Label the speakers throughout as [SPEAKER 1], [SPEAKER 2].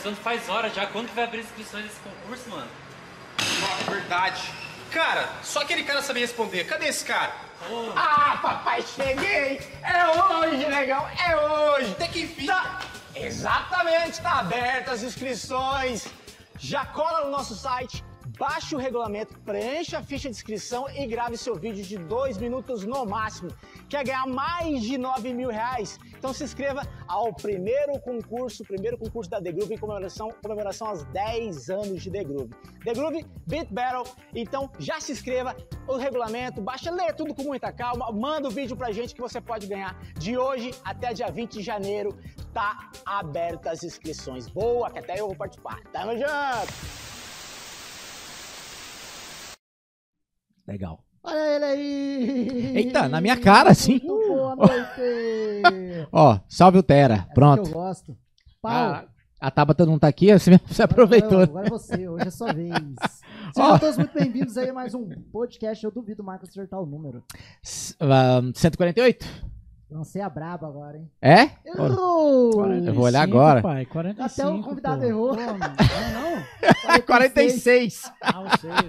[SPEAKER 1] conversando faz horas já. Quando que vai abrir inscrições desse concurso, mano?
[SPEAKER 2] Ó, verdade. Cara, só aquele cara sabia responder. Cadê esse cara?
[SPEAKER 3] Oh. Ah, papai, cheguei! É hoje, negão, é hoje!
[SPEAKER 2] Até que enfim.
[SPEAKER 3] Exatamente, tá aberto as inscrições. Já cola no nosso site, baixe o regulamento, preencha a ficha de inscrição e grave seu vídeo de 2 minutos no máximo. Quer ganhar mais de R$9.000? Então se inscreva ao primeiro concurso da The Groove em comemoração aos 10 anos de The Groove. The Groove Beat Battle, então já se inscreva, o regulamento, baixa, lê tudo com muita calma, manda o vídeo pra gente que você pode ganhar. De hoje até dia 20 de janeiro, tá aberta as inscrições. Boa, que até eu vou participar. Tamo junto!
[SPEAKER 4] Legal.
[SPEAKER 5] Olha ele aí!
[SPEAKER 4] Eita, na minha cara, assim.
[SPEAKER 5] Boa noite!
[SPEAKER 4] Ó, salve o Tera. Pronto.
[SPEAKER 5] Que eu gosto. Pau.
[SPEAKER 4] A Tabata não tá aqui, você aproveitou.
[SPEAKER 5] Agora é você, hoje é sua vez. Sejam todos muito bem-vindos aí a mais um podcast. Eu duvido o Marcos acertar o número.
[SPEAKER 4] 148?
[SPEAKER 5] Lancei a braba agora, hein?
[SPEAKER 4] É?
[SPEAKER 5] Errou!
[SPEAKER 4] 45, eu vou olhar agora.
[SPEAKER 6] Pai, 45,
[SPEAKER 5] até o convidado errou.
[SPEAKER 4] Não? 46.
[SPEAKER 5] Não sei.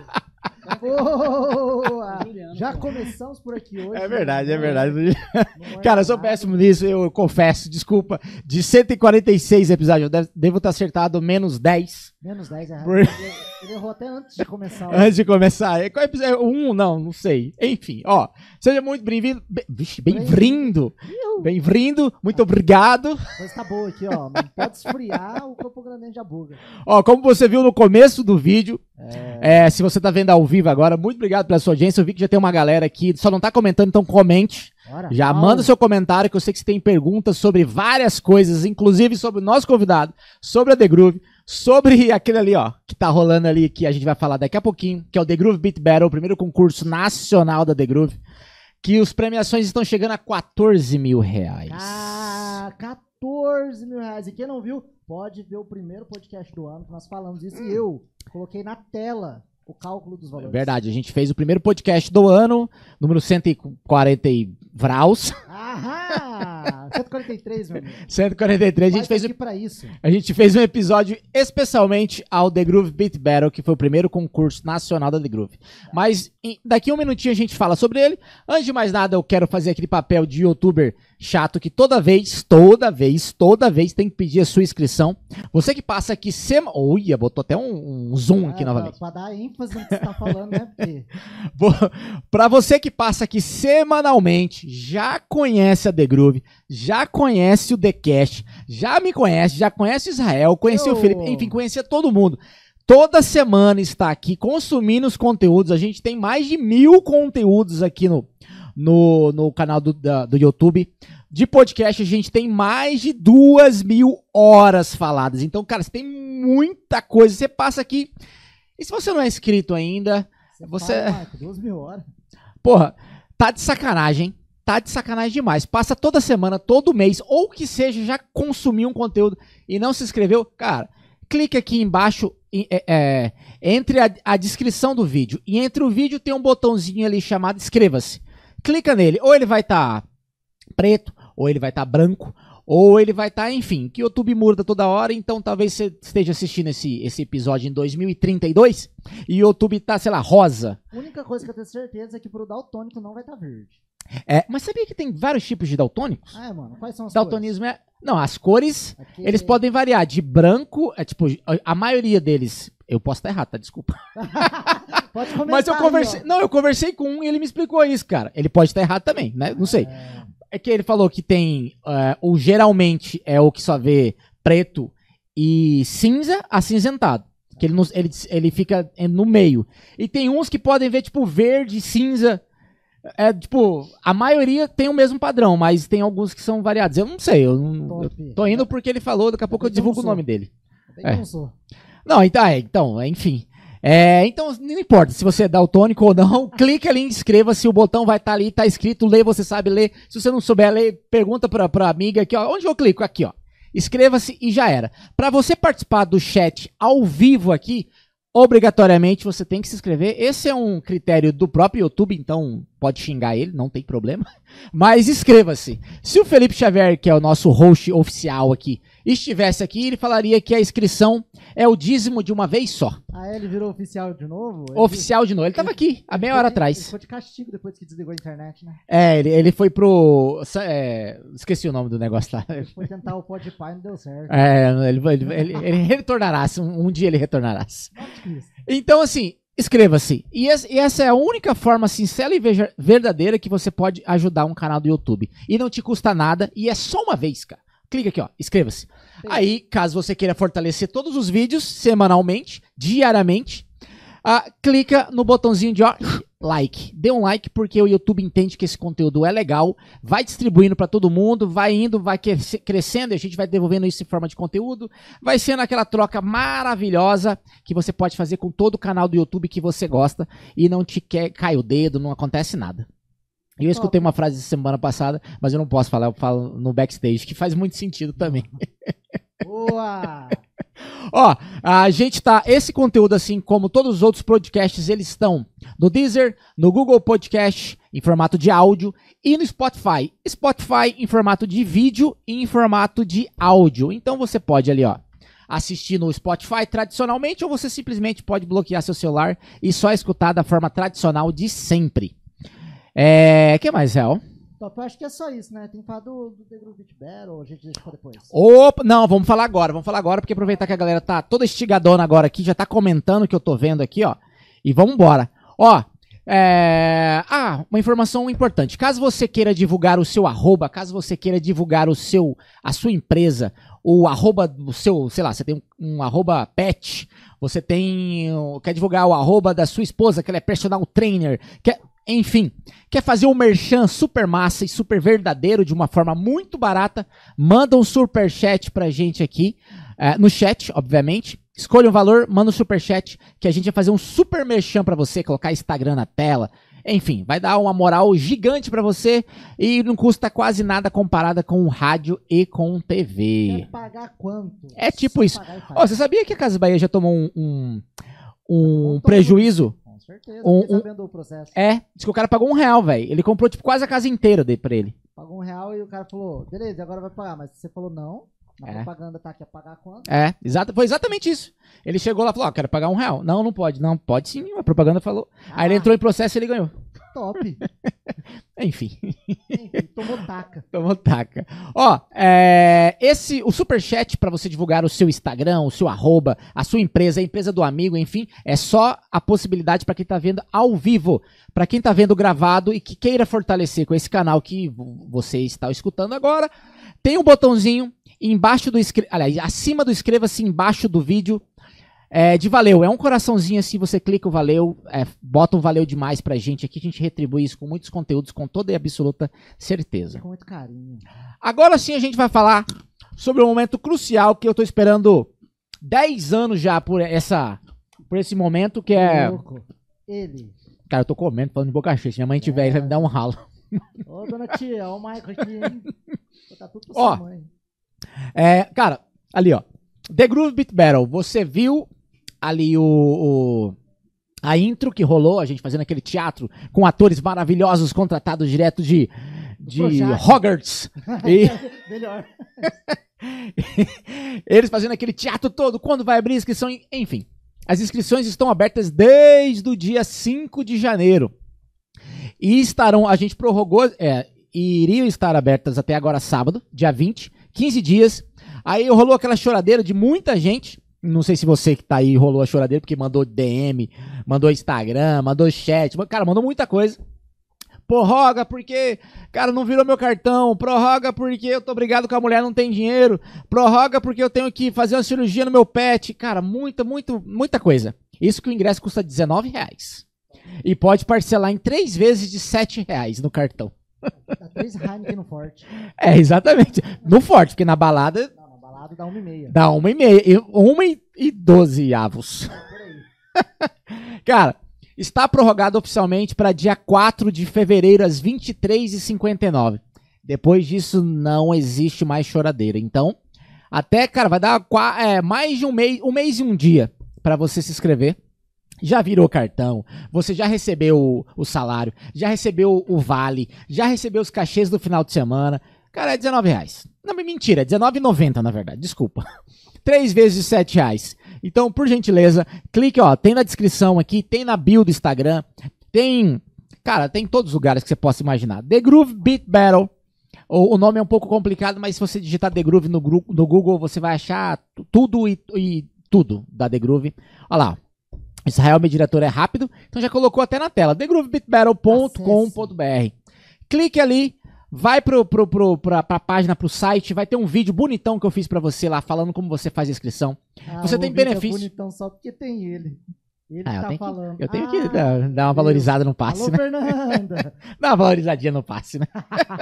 [SPEAKER 5] Boa! Já começamos por aqui hoje.
[SPEAKER 4] É verdade, é verdade. Cara, eu sou péssimo nisso, eu confesso, desculpa. De 146 episódios, eu devo ter acertado menos 10.
[SPEAKER 5] Menos 10, é.
[SPEAKER 4] Por...
[SPEAKER 5] Ele errou até antes de começar.
[SPEAKER 4] Antes de começar. Qual episódio? Não sei. Enfim, ó. Seja muito bem-vindo. Bem-vindo. Bem-vindo, muito obrigado.
[SPEAKER 5] Mas tá boa aqui, ó. Não pode esfriar o Campo Grande já buga.
[SPEAKER 4] Ó, como você viu no começo do vídeo, se você tá vendo ao vivo agora, muito obrigado pela sua audiência. Eu vi que já tem uma galera aqui, só não tá comentando, então comente. Já manda o seu comentário, que eu sei que você tem perguntas sobre várias coisas, inclusive sobre o nosso convidado, sobre a The Groove, sobre aquele ali, ó, que tá rolando ali, que a gente vai falar daqui a pouquinho, que é o The Groove Beat Battle, o primeiro concurso nacional da The Groove, que as premiações estão chegando a R$14.000.
[SPEAKER 5] Ah, R$14.000. E quem não viu, pode ver o primeiro podcast do ano, que nós falamos isso, e eu coloquei na tela o cálculo dos valores.
[SPEAKER 4] Verdade, a gente fez o primeiro podcast do ano, número 140 Vraus.
[SPEAKER 5] Aham! 143, meu amigo.
[SPEAKER 4] 143, a gente fez um episódio especialmente ao The Groove Beat Battle, que foi o primeiro concurso nacional da The Groove. Mas daqui a um minutinho a gente fala sobre ele. Antes de mais nada, eu quero fazer aquele papel de youtuber chato que toda vez tem que pedir a sua inscrição. Você que passa aqui Olha, botou até um zoom aqui novamente.
[SPEAKER 5] Pra dar ênfase no que você tá falando, né? Porque...
[SPEAKER 4] Pra você que passa aqui semanalmente, já conhece a The Groove, já conhece o The Cast, já me conhece, já conhece o Israel, conhece o Felipe, enfim, conhecia todo mundo. Toda semana está aqui consumindo os conteúdos. A gente tem mais de 1000 conteúdos aqui no canal do YouTube. De podcast, a gente tem mais de 2.000 horas faladas. Então, cara, você tem muita coisa. Você passa aqui. E se você não é inscrito ainda, você...
[SPEAKER 5] Fala, Marco, 2.000 horas.
[SPEAKER 4] Porra, tá de sacanagem, hein? Tá de sacanagem demais. Passa toda semana, todo mês, ou que seja, já consumiu um conteúdo e não se inscreveu. Cara, clique aqui embaixo, entre a descrição do vídeo e entre o vídeo tem um botãozinho ali chamado inscreva-se. Clica nele, ou ele vai estar preto, ou ele vai estar branco, ou ele vai estar, enfim, que o YouTube muda toda hora, então talvez você esteja assistindo esse episódio em 2032 e o YouTube tá, sei lá, rosa.
[SPEAKER 5] A única coisa que eu tenho certeza é que pro daltônico não vai estar verde.
[SPEAKER 4] Mas sabia que tem vários tipos de daltônicos?
[SPEAKER 5] Mano, quais são as
[SPEAKER 4] Daltonismo cores? Não, as cores, eles podem variar de branco, tipo, a maioria deles, eu posso estar errado, tá? Desculpa.
[SPEAKER 5] Pode comentar.
[SPEAKER 4] Mas eu conversei com um e ele me explicou isso, cara. Ele pode estar errado também, né? Não sei. É que ele falou que tem, geralmente é o que só vê preto e cinza acinzentado. Que ele fica no meio. E tem uns que podem ver, tipo, verde, cinza. Tipo, a maioria tem o mesmo padrão, mas tem alguns que são variados. Eu não sei, eu tô indo porque ele falou, daqui a pouco eu divulgo o nome dele. Não, então, enfim. Então, não importa se você é daltônico ou não, clique ali, inscreva-se, o botão vai estar ali, tá escrito, lê, você sabe ler. Se você não souber ler, pergunta pra amiga aqui, ó, onde eu clico? Aqui, ó. Inscreva-se e já era. Pra você participar do chat ao vivo aqui, obrigatoriamente você tem que se inscrever. Esse é um critério do próprio YouTube, então pode xingar ele, não tem problema. Mas inscreva-se. Se o Felipe Xavier, que é o nosso host oficial aqui, estivesse aqui, ele falaria que a inscrição é o dízimo de uma vez só.
[SPEAKER 5] Ah, ele virou oficial de novo?
[SPEAKER 4] Oficial de novo. Ele tava aqui, há meia hora atrás.
[SPEAKER 5] Ele ficou de castigo depois que desligou a internet, né?
[SPEAKER 4] Ele foi pro... esqueci o nome do negócio lá.
[SPEAKER 5] Ele foi tentar o Podpah e não deu certo.
[SPEAKER 4] Ele retornará. Um dia ele retornará. Então, assim, inscreva-se. E essa é a única forma sincera e verdadeira que você pode ajudar um canal do YouTube. E não te custa nada. E é só uma vez, cara. Clica aqui, ó. Inscreva-se. Aí, caso você queira fortalecer todos os vídeos, semanalmente, diariamente, clica no botãozinho de like. Dê um like porque o YouTube entende que esse conteúdo é legal, vai distribuindo para todo mundo, vai indo, vai crescendo, e a gente vai devolvendo isso em forma de conteúdo, vai sendo aquela troca maravilhosa que você pode fazer com todo o canal do YouTube que você gosta e não te cai o dedo, não acontece nada. Eu escutei uma frase semana passada, mas eu não posso falar, eu falo no backstage, que faz muito sentido também.
[SPEAKER 5] Boa!
[SPEAKER 4] Ó, a gente tá, esse conteúdo, assim como todos os outros podcasts, eles estão no Deezer, no Google Podcast, em formato de áudio, e no Spotify. Spotify em formato de vídeo e em formato de áudio. Então você pode ali, ó, assistir no Spotify tradicionalmente, ou você simplesmente pode bloquear seu celular e só escutar da forma tradicional de sempre. Que mais, Real?
[SPEAKER 5] Top, eu acho que é só isso, né? Tem que falar do The Groove Beat Battle, a gente deixa pra depois.
[SPEAKER 4] Opa, não, vamos falar agora, porque aproveitar que a galera tá toda estigadona agora aqui, já tá comentando o que eu tô vendo aqui, ó, e vamos embora. Ó, uma informação importante, caso você queira divulgar o seu arroba, caso você queira divulgar a sua empresa, o arroba do seu, sei lá, você tem um arroba pet, você quer divulgar o arroba da sua esposa, que ela é personal trainer, enfim, quer fazer um merchan super massa e super verdadeiro de uma forma muito barata, manda um superchat pra gente aqui, no chat, obviamente. Escolha um valor, manda um superchat, que a gente vai fazer um super merchan pra você, colocar Instagram na tela. Enfim, vai dar uma moral gigante pra você e não custa quase nada comparada com rádio e com TV.
[SPEAKER 5] Quer pagar quanto?
[SPEAKER 4] É tipo isso. Você sabia que a Casa Bahia já tomou um prejuízo?
[SPEAKER 5] Com certeza, porque sabendo o processo.
[SPEAKER 4] Diz que o cara pagou R$1, velho. Ele comprou tipo quase a casa inteira pra ele.
[SPEAKER 5] Pagou R$1 e o cara falou, beleza, agora vai pagar. Mas você falou não, na propaganda tá aqui a pagar quanto?
[SPEAKER 4] Foi exatamente isso. Ele chegou lá e falou, quero pagar R$1. Não, não pode. Não, pode sim, a propaganda falou. Aí ele entrou em processo e ele ganhou.
[SPEAKER 5] Top.
[SPEAKER 4] Enfim,
[SPEAKER 5] tomou taca.
[SPEAKER 4] Tomou taca. Ó, o superchat pra você divulgar o seu Instagram, o seu arroba, a sua empresa, a empresa do amigo, enfim, é só a possibilidade pra quem tá vendo ao vivo, pra quem tá vendo gravado e que queira fortalecer com esse canal que você está escutando agora. Tem um botãozinho embaixo acima do inscreva-se, embaixo do vídeo, de valeu, é um coraçãozinho assim, você clica o valeu, bota um valeu demais pra gente aqui, a gente retribui isso com muitos conteúdos, com toda e absoluta certeza.
[SPEAKER 5] Com muito carinho.
[SPEAKER 4] Agora sim a gente vai falar sobre um momento crucial que eu tô esperando 10 anos já por esse momento, que é...
[SPEAKER 5] Louco. Ele.
[SPEAKER 4] Cara, eu tô comendo, falando de boca cheia, se minha mãe tiver, vai me dar um ralo.
[SPEAKER 5] Ô, dona tia, ó o Michael aqui, hein? Tá tudo por
[SPEAKER 4] ó,
[SPEAKER 5] cima, hein?
[SPEAKER 4] Cara, ali ó, The Groove Beat Battle, você viu ali a intro que rolou, a gente fazendo aquele teatro com atores maravilhosos contratados direto de Hogwarts.
[SPEAKER 5] Melhor.
[SPEAKER 4] Eles fazendo aquele teatro todo, quando vai abrir a inscrição, enfim. As inscrições estão abertas desde o dia 5 de janeiro. E a gente prorrogou, iriam estar abertas até agora sábado, dia 20, 15 dias. Aí rolou aquela choradeira de muita gente. Não sei se você que tá aí rolou a choradeira, porque mandou DM, mandou Instagram, mandou chat. Cara, mandou muita coisa. Prorroga porque, cara, não virou meu cartão. Prorroga porque eu tô brigado com a mulher, não tem dinheiro. Prorroga porque eu tenho que fazer uma cirurgia no meu pet. Cara, muita coisa. Isso que o ingresso custa R$19. E pode parcelar em 3 vezes de R$7 no cartão.
[SPEAKER 5] Dá 3 Heineken no Forte.
[SPEAKER 4] Exatamente. No Forte, porque na balada...
[SPEAKER 5] Não, na balada dá 1,5.
[SPEAKER 4] Dá 1,5. 1,12 avos. Cara, está prorrogado oficialmente para dia 4 de fevereiro, às 23h59. Depois disso, não existe mais choradeira. Então, até, cara, vai dar mais de um mês e um dia para você se inscrever. já virou cartão, você já recebeu o salário, já recebeu o vale, já recebeu os cachês do final de semana. Cara, é R$19. Não, mentira, é R$19,90 na verdade, desculpa. 3 vezes R$7. Então, por gentileza, clique, ó, tem na descrição aqui, tem na bio do Instagram, tem, cara, tem em todos os lugares que você possa imaginar. The Groove Beat Battle. O nome é um pouco complicado, mas se você digitar The Groove no Google, você vai achar tudo e tudo da The Groove. Olha lá, Israel, meu diretor, é rápido, então já colocou até na tela, thegroovebeatbattle.com.br. Clique ali, vai pra página, pro site, vai ter um vídeo bonitão que eu fiz pra você lá, falando como você faz a inscrição. Você tem benefício.
[SPEAKER 5] É bonitão só porque tem ele. Ele falando.
[SPEAKER 4] Eu tenho que dar uma valorizada no passe,
[SPEAKER 5] alô,
[SPEAKER 4] né?
[SPEAKER 5] Fernanda.
[SPEAKER 4] Dá uma valorizadinha no passe, né?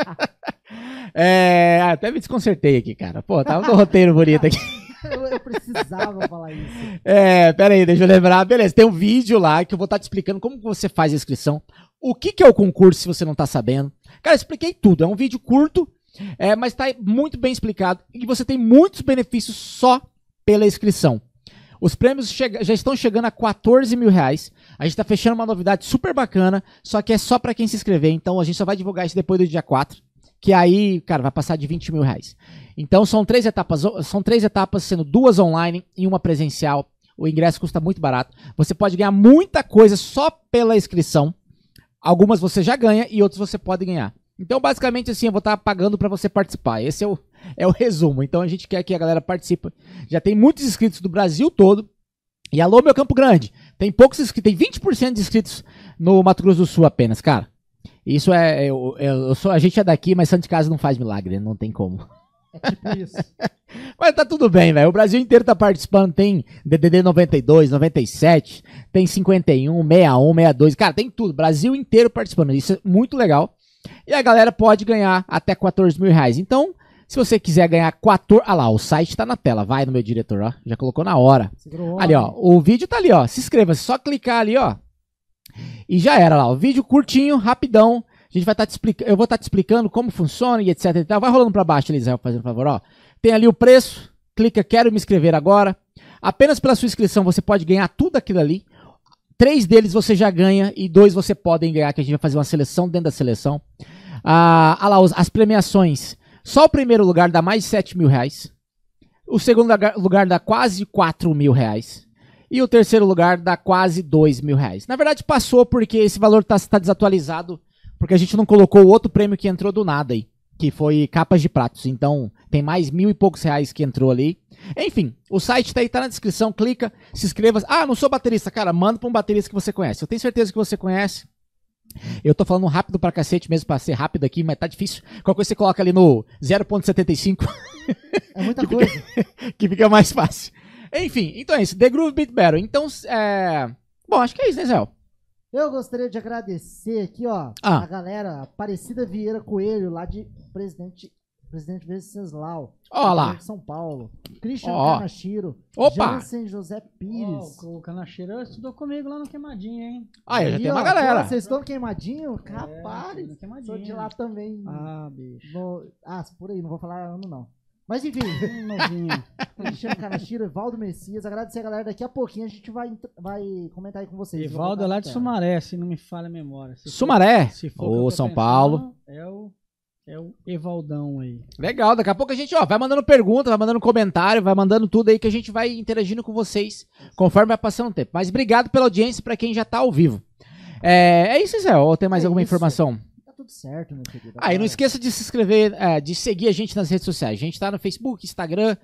[SPEAKER 4] Até me desconcertei aqui, cara. Pô, tava no roteiro bonito aqui.
[SPEAKER 5] Eu precisava falar isso.
[SPEAKER 4] Pera aí, deixa eu lembrar. Beleza, tem um vídeo lá que eu vou estar te explicando como você faz a inscrição. O que é o concurso, se você não tá sabendo. Cara, eu expliquei tudo. É um vídeo curto, mas tá muito bem explicado. E você tem muitos benefícios só pela inscrição. Os prêmios já estão chegando a R$14 mil. A gente tá fechando uma novidade super bacana, só que é só pra quem se inscrever. Então a gente só vai divulgar isso depois do dia 4. Que aí, cara, vai passar de R$20 mil. Então são 3 etapas, sendo 2 online e uma presencial. O ingresso custa muito barato. Você pode ganhar muita coisa só pela inscrição. Algumas você já ganha e outras você pode ganhar. Então, basicamente, assim, eu vou estar pagando para você participar. Esse é o resumo. Então, a gente quer que a galera participe. Já tem muitos inscritos do Brasil todo. E alô, meu Campo Grande. Tem poucos inscritos. Tem 20% de inscritos no Mato Grosso do Sul apenas, cara. Isso a gente é daqui, mas santo de casa não faz milagre, não tem como.
[SPEAKER 5] É tipo isso.
[SPEAKER 4] Mas tá tudo bem, velho. O Brasil inteiro tá participando. Tem DDD 92, 97, tem 51, 61, 62. Cara, tem tudo. Brasil inteiro participando. Isso é muito legal. E a galera pode ganhar até R$14 mil. Então, se você quiser ganhar 14... Ah lá, o site tá na tela. Vai no meu diretor, ó. Já colocou na hora. Ali, ó. O vídeo tá ali, ó. Se inscreva. Só clicar ali, ó. E já era lá. O vídeo curtinho, rapidão. A gente vai estar eu vou estar te explicando como funciona e etc e tal. Vai rolando para baixo, Elisel, fazendo favor, ó. Tem ali o preço, clica quero me inscrever agora. Apenas pela sua inscrição você pode ganhar tudo aquilo ali. 3 deles você já ganha e 2 você podem ganhar, que a gente vai fazer uma seleção dentro da seleção. Lá, as premiações. Só o primeiro lugar dá mais de R$7 mil. O segundo lugar dá quase R$4 mil. E o terceiro lugar dá quase R$2 mil. Na verdade passou porque esse valor tá desatualizado. Porque a gente não colocou o outro prêmio que entrou do nada aí, que foi capas de pratos. Então, tem mais R$1.000 e poucos que entrou ali. Enfim, o site tá na descrição, clica, se inscreva. Ah, não sou baterista, cara, manda pra um baterista que você conhece. Eu tenho certeza que você conhece. Eu tô falando rápido pra cacete mesmo, pra ser rápido aqui, mas tá difícil. Qualquer coisa você coloca ali no 0.75.
[SPEAKER 5] É muita coisa.
[SPEAKER 4] Que fica mais fácil. Enfim, então é isso, The Groove Beat Battle. Então, bom, acho que é isso, né, Zé?
[SPEAKER 5] Eu gostaria de agradecer aqui, ó, a galera Aparecida Vieira Coelho, lá de Presidente Venceslau.
[SPEAKER 4] Ó lá.
[SPEAKER 5] De São Paulo. Christian Kanashiro.
[SPEAKER 4] Opa!
[SPEAKER 5] Jansen José Pires.
[SPEAKER 6] O Kanashiro estudou comigo lá no Queimadinho, hein?
[SPEAKER 4] Já tem uma galera.
[SPEAKER 5] Vocês estão no Queimadinho? Rapaz,
[SPEAKER 6] no Queimadinho.
[SPEAKER 5] sou de lá também.
[SPEAKER 6] Ah, bicho.
[SPEAKER 5] Por aí, não vou falar ano, não. Mas enfim,
[SPEAKER 6] novinho.
[SPEAKER 5] Cristiano Kanashiro, Evaldo Messias, agradecer a galera. Daqui a pouquinho a gente vai comentar aí com vocês.
[SPEAKER 6] Evaldo é lá de Sumaré, se não me falha a memória.
[SPEAKER 4] Sumaré?
[SPEAKER 6] Se for
[SPEAKER 4] São Paulo.
[SPEAKER 6] É o Evaldão aí.
[SPEAKER 4] Legal, daqui a pouco a gente vai mandando pergunta, vai mandando comentário, vai mandando tudo aí que a gente vai interagindo com vocês conforme vai passando o tempo. Mas obrigado pela audiência pra quem já tá ao vivo. É isso, Zé? Ou tem mais alguma informação?
[SPEAKER 5] Tudo certo, meu querido.
[SPEAKER 4] E não esqueça de se inscrever, de seguir a gente nas redes sociais. A gente tá no Facebook, Instagram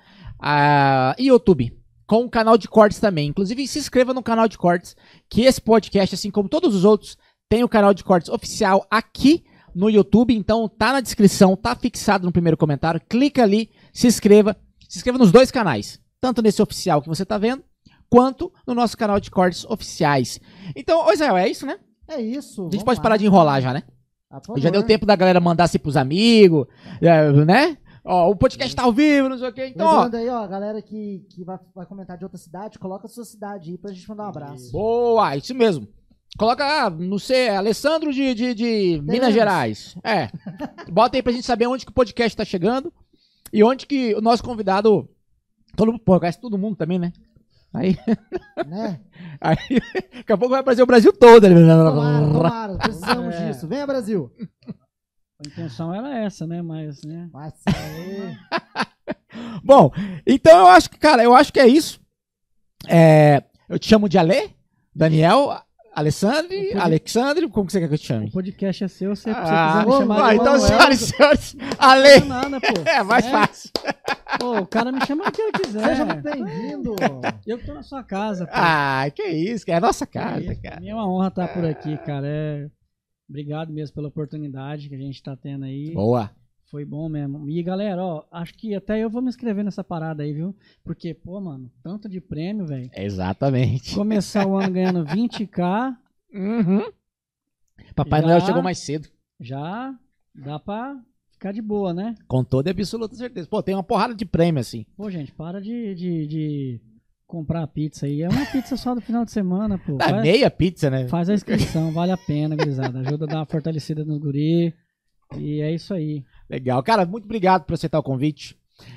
[SPEAKER 4] e YouTube, com o canal de cortes também. Inclusive, se inscreva no canal de cortes, que esse podcast, assim como todos os outros, tem o canal de cortes oficial aqui no YouTube. Então, tá na descrição, tá fixado no primeiro comentário. Clica ali, se inscreva. Se inscreva nos 2 canais, tanto nesse oficial que você tá vendo, quanto no nosso canal de cortes oficiais. Então, Israel, é isso, né?
[SPEAKER 5] É isso.
[SPEAKER 4] A gente pode parar de enrolar já, né?
[SPEAKER 5] Já
[SPEAKER 4] deu tempo da galera mandar assim pros amigos, né? Ó, o podcast tá ao vivo, não sei o quê. Então,
[SPEAKER 5] lembrando aí, ó, a galera que vai comentar de outra cidade, coloca a sua cidade aí pra gente mandar um abraço.
[SPEAKER 4] Boa, isso mesmo. Coloca, não sei, Alessandro de Minas Gerais. Bota aí pra gente saber onde que o podcast tá chegando e onde que o nosso convidado, conhece todo mundo também, né? Aí,
[SPEAKER 5] Né?
[SPEAKER 4] aí, daqui a pouco vai aparecer o Brasil todo.
[SPEAKER 5] Tomara, precisamos
[SPEAKER 6] É.
[SPEAKER 5] disso. Venha, Brasil.
[SPEAKER 6] A intenção era essa, né? Mas, né?
[SPEAKER 5] Mas aí,
[SPEAKER 4] Bom, então eu acho que, cara, que é isso. Eu te chamo de Ale, Daniel, Alexandre, como que você quer que eu te
[SPEAKER 6] O
[SPEAKER 4] chame?
[SPEAKER 6] podcast é seu, se você quiser me
[SPEAKER 4] Ah,
[SPEAKER 6] chamar de
[SPEAKER 4] então,
[SPEAKER 6] Manuel,
[SPEAKER 4] senhoras e senhores, Ale,
[SPEAKER 6] não nada, pô.
[SPEAKER 4] é mais
[SPEAKER 6] Né?
[SPEAKER 4] fácil.
[SPEAKER 6] Pô, o cara me chama do que ele quiser.
[SPEAKER 5] seja muito bem-vindo.
[SPEAKER 6] Eu que tô na sua casa, pô.
[SPEAKER 4] Ah, que isso, que é a nossa casa,
[SPEAKER 6] Pra
[SPEAKER 4] cara.
[SPEAKER 6] mim é uma honra estar por aqui, cara. Obrigado mesmo pela oportunidade que a gente tá tendo aí.
[SPEAKER 4] Boa.
[SPEAKER 6] Foi bom mesmo. E galera, ó, acho que até eu vou me inscrever nessa parada aí, viu? Porque, pô, mano, tanto de prêmio, velho.
[SPEAKER 4] Exatamente.
[SPEAKER 6] Começar o ano ganhando 20k,
[SPEAKER 4] Uhum. Papai
[SPEAKER 6] Já.
[SPEAKER 4] Noel chegou mais cedo.
[SPEAKER 6] já dá pra ficar de boa, né?
[SPEAKER 4] Com toda e absoluta certeza. Pô, tem uma porrada de prêmio, assim.
[SPEAKER 6] Pô, gente, para de comprar pizza aí. É uma pizza só do final de semana, pô.
[SPEAKER 4] Tá meia pizza, né?
[SPEAKER 6] Faz a inscrição, vale a pena, gurizada. Ajuda a dar uma fortalecida nos guri. E é isso aí.
[SPEAKER 4] Legal. Cara, muito obrigado por aceitar o convite.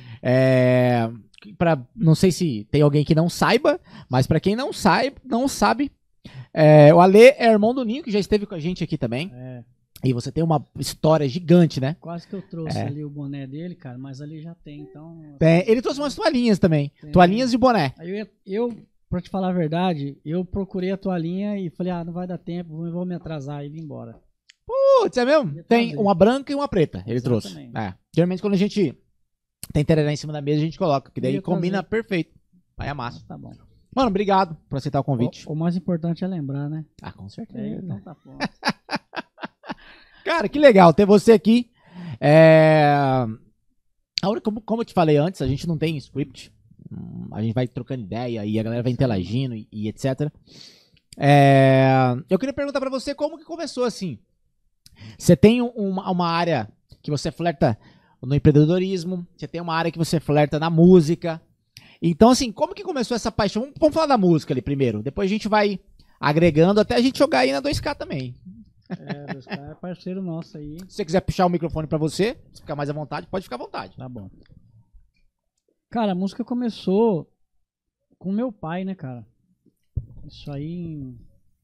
[SPEAKER 4] Não sei se tem alguém que não saiba, mas pra quem não sabe, o Ale é irmão do Ninho, que já esteve com a gente aqui também.
[SPEAKER 6] É,
[SPEAKER 4] E você tem uma história gigante, né?
[SPEAKER 6] quase que eu trouxe ali o boné dele, cara, mas ali já tem, então...
[SPEAKER 4] Ele trouxe umas toalhinhas também.
[SPEAKER 6] Tem.
[SPEAKER 4] Toalhinhas de boné.
[SPEAKER 6] Aí pra te falar a verdade, eu procurei a toalhinha e falei, não vai dar tempo, vou me atrasar e vim embora.
[SPEAKER 4] Putz, é mesmo?
[SPEAKER 6] Ia
[SPEAKER 4] Tem
[SPEAKER 6] trazer.
[SPEAKER 4] uma branca e uma preta. Ele
[SPEAKER 6] Exatamente.
[SPEAKER 4] trouxe. Geralmente quando a gente tem tereré em cima da mesa, a gente coloca, que daí
[SPEAKER 6] Ia
[SPEAKER 4] combina
[SPEAKER 6] trazer.
[SPEAKER 4] perfeito. Aí é massa.
[SPEAKER 6] Tá bom.
[SPEAKER 4] Mano, obrigado por aceitar o convite.
[SPEAKER 6] O mais importante é lembrar, né?
[SPEAKER 4] Ah, com certeza.
[SPEAKER 6] Então tá bom.
[SPEAKER 4] Cara, que legal ter você aqui. Como eu te falei antes, a gente não tem script. A gente vai trocando ideia e a galera vai interagindo e etc. Eu queria perguntar pra você como que começou assim. Você tem uma área que você flerta no empreendedorismo, você tem uma área que você flerta na música. Então, assim, como que começou essa paixão? Vamos falar da música ali primeiro. Depois a gente vai agregando até a gente jogar aí na 2K também.
[SPEAKER 6] Os caras é parceiro nosso aí.
[SPEAKER 4] Se você quiser puxar o microfone pra você, se ficar mais à vontade, pode ficar à vontade.
[SPEAKER 6] Tá bom. Cara, a música começou com meu pai, né, cara? Isso aí em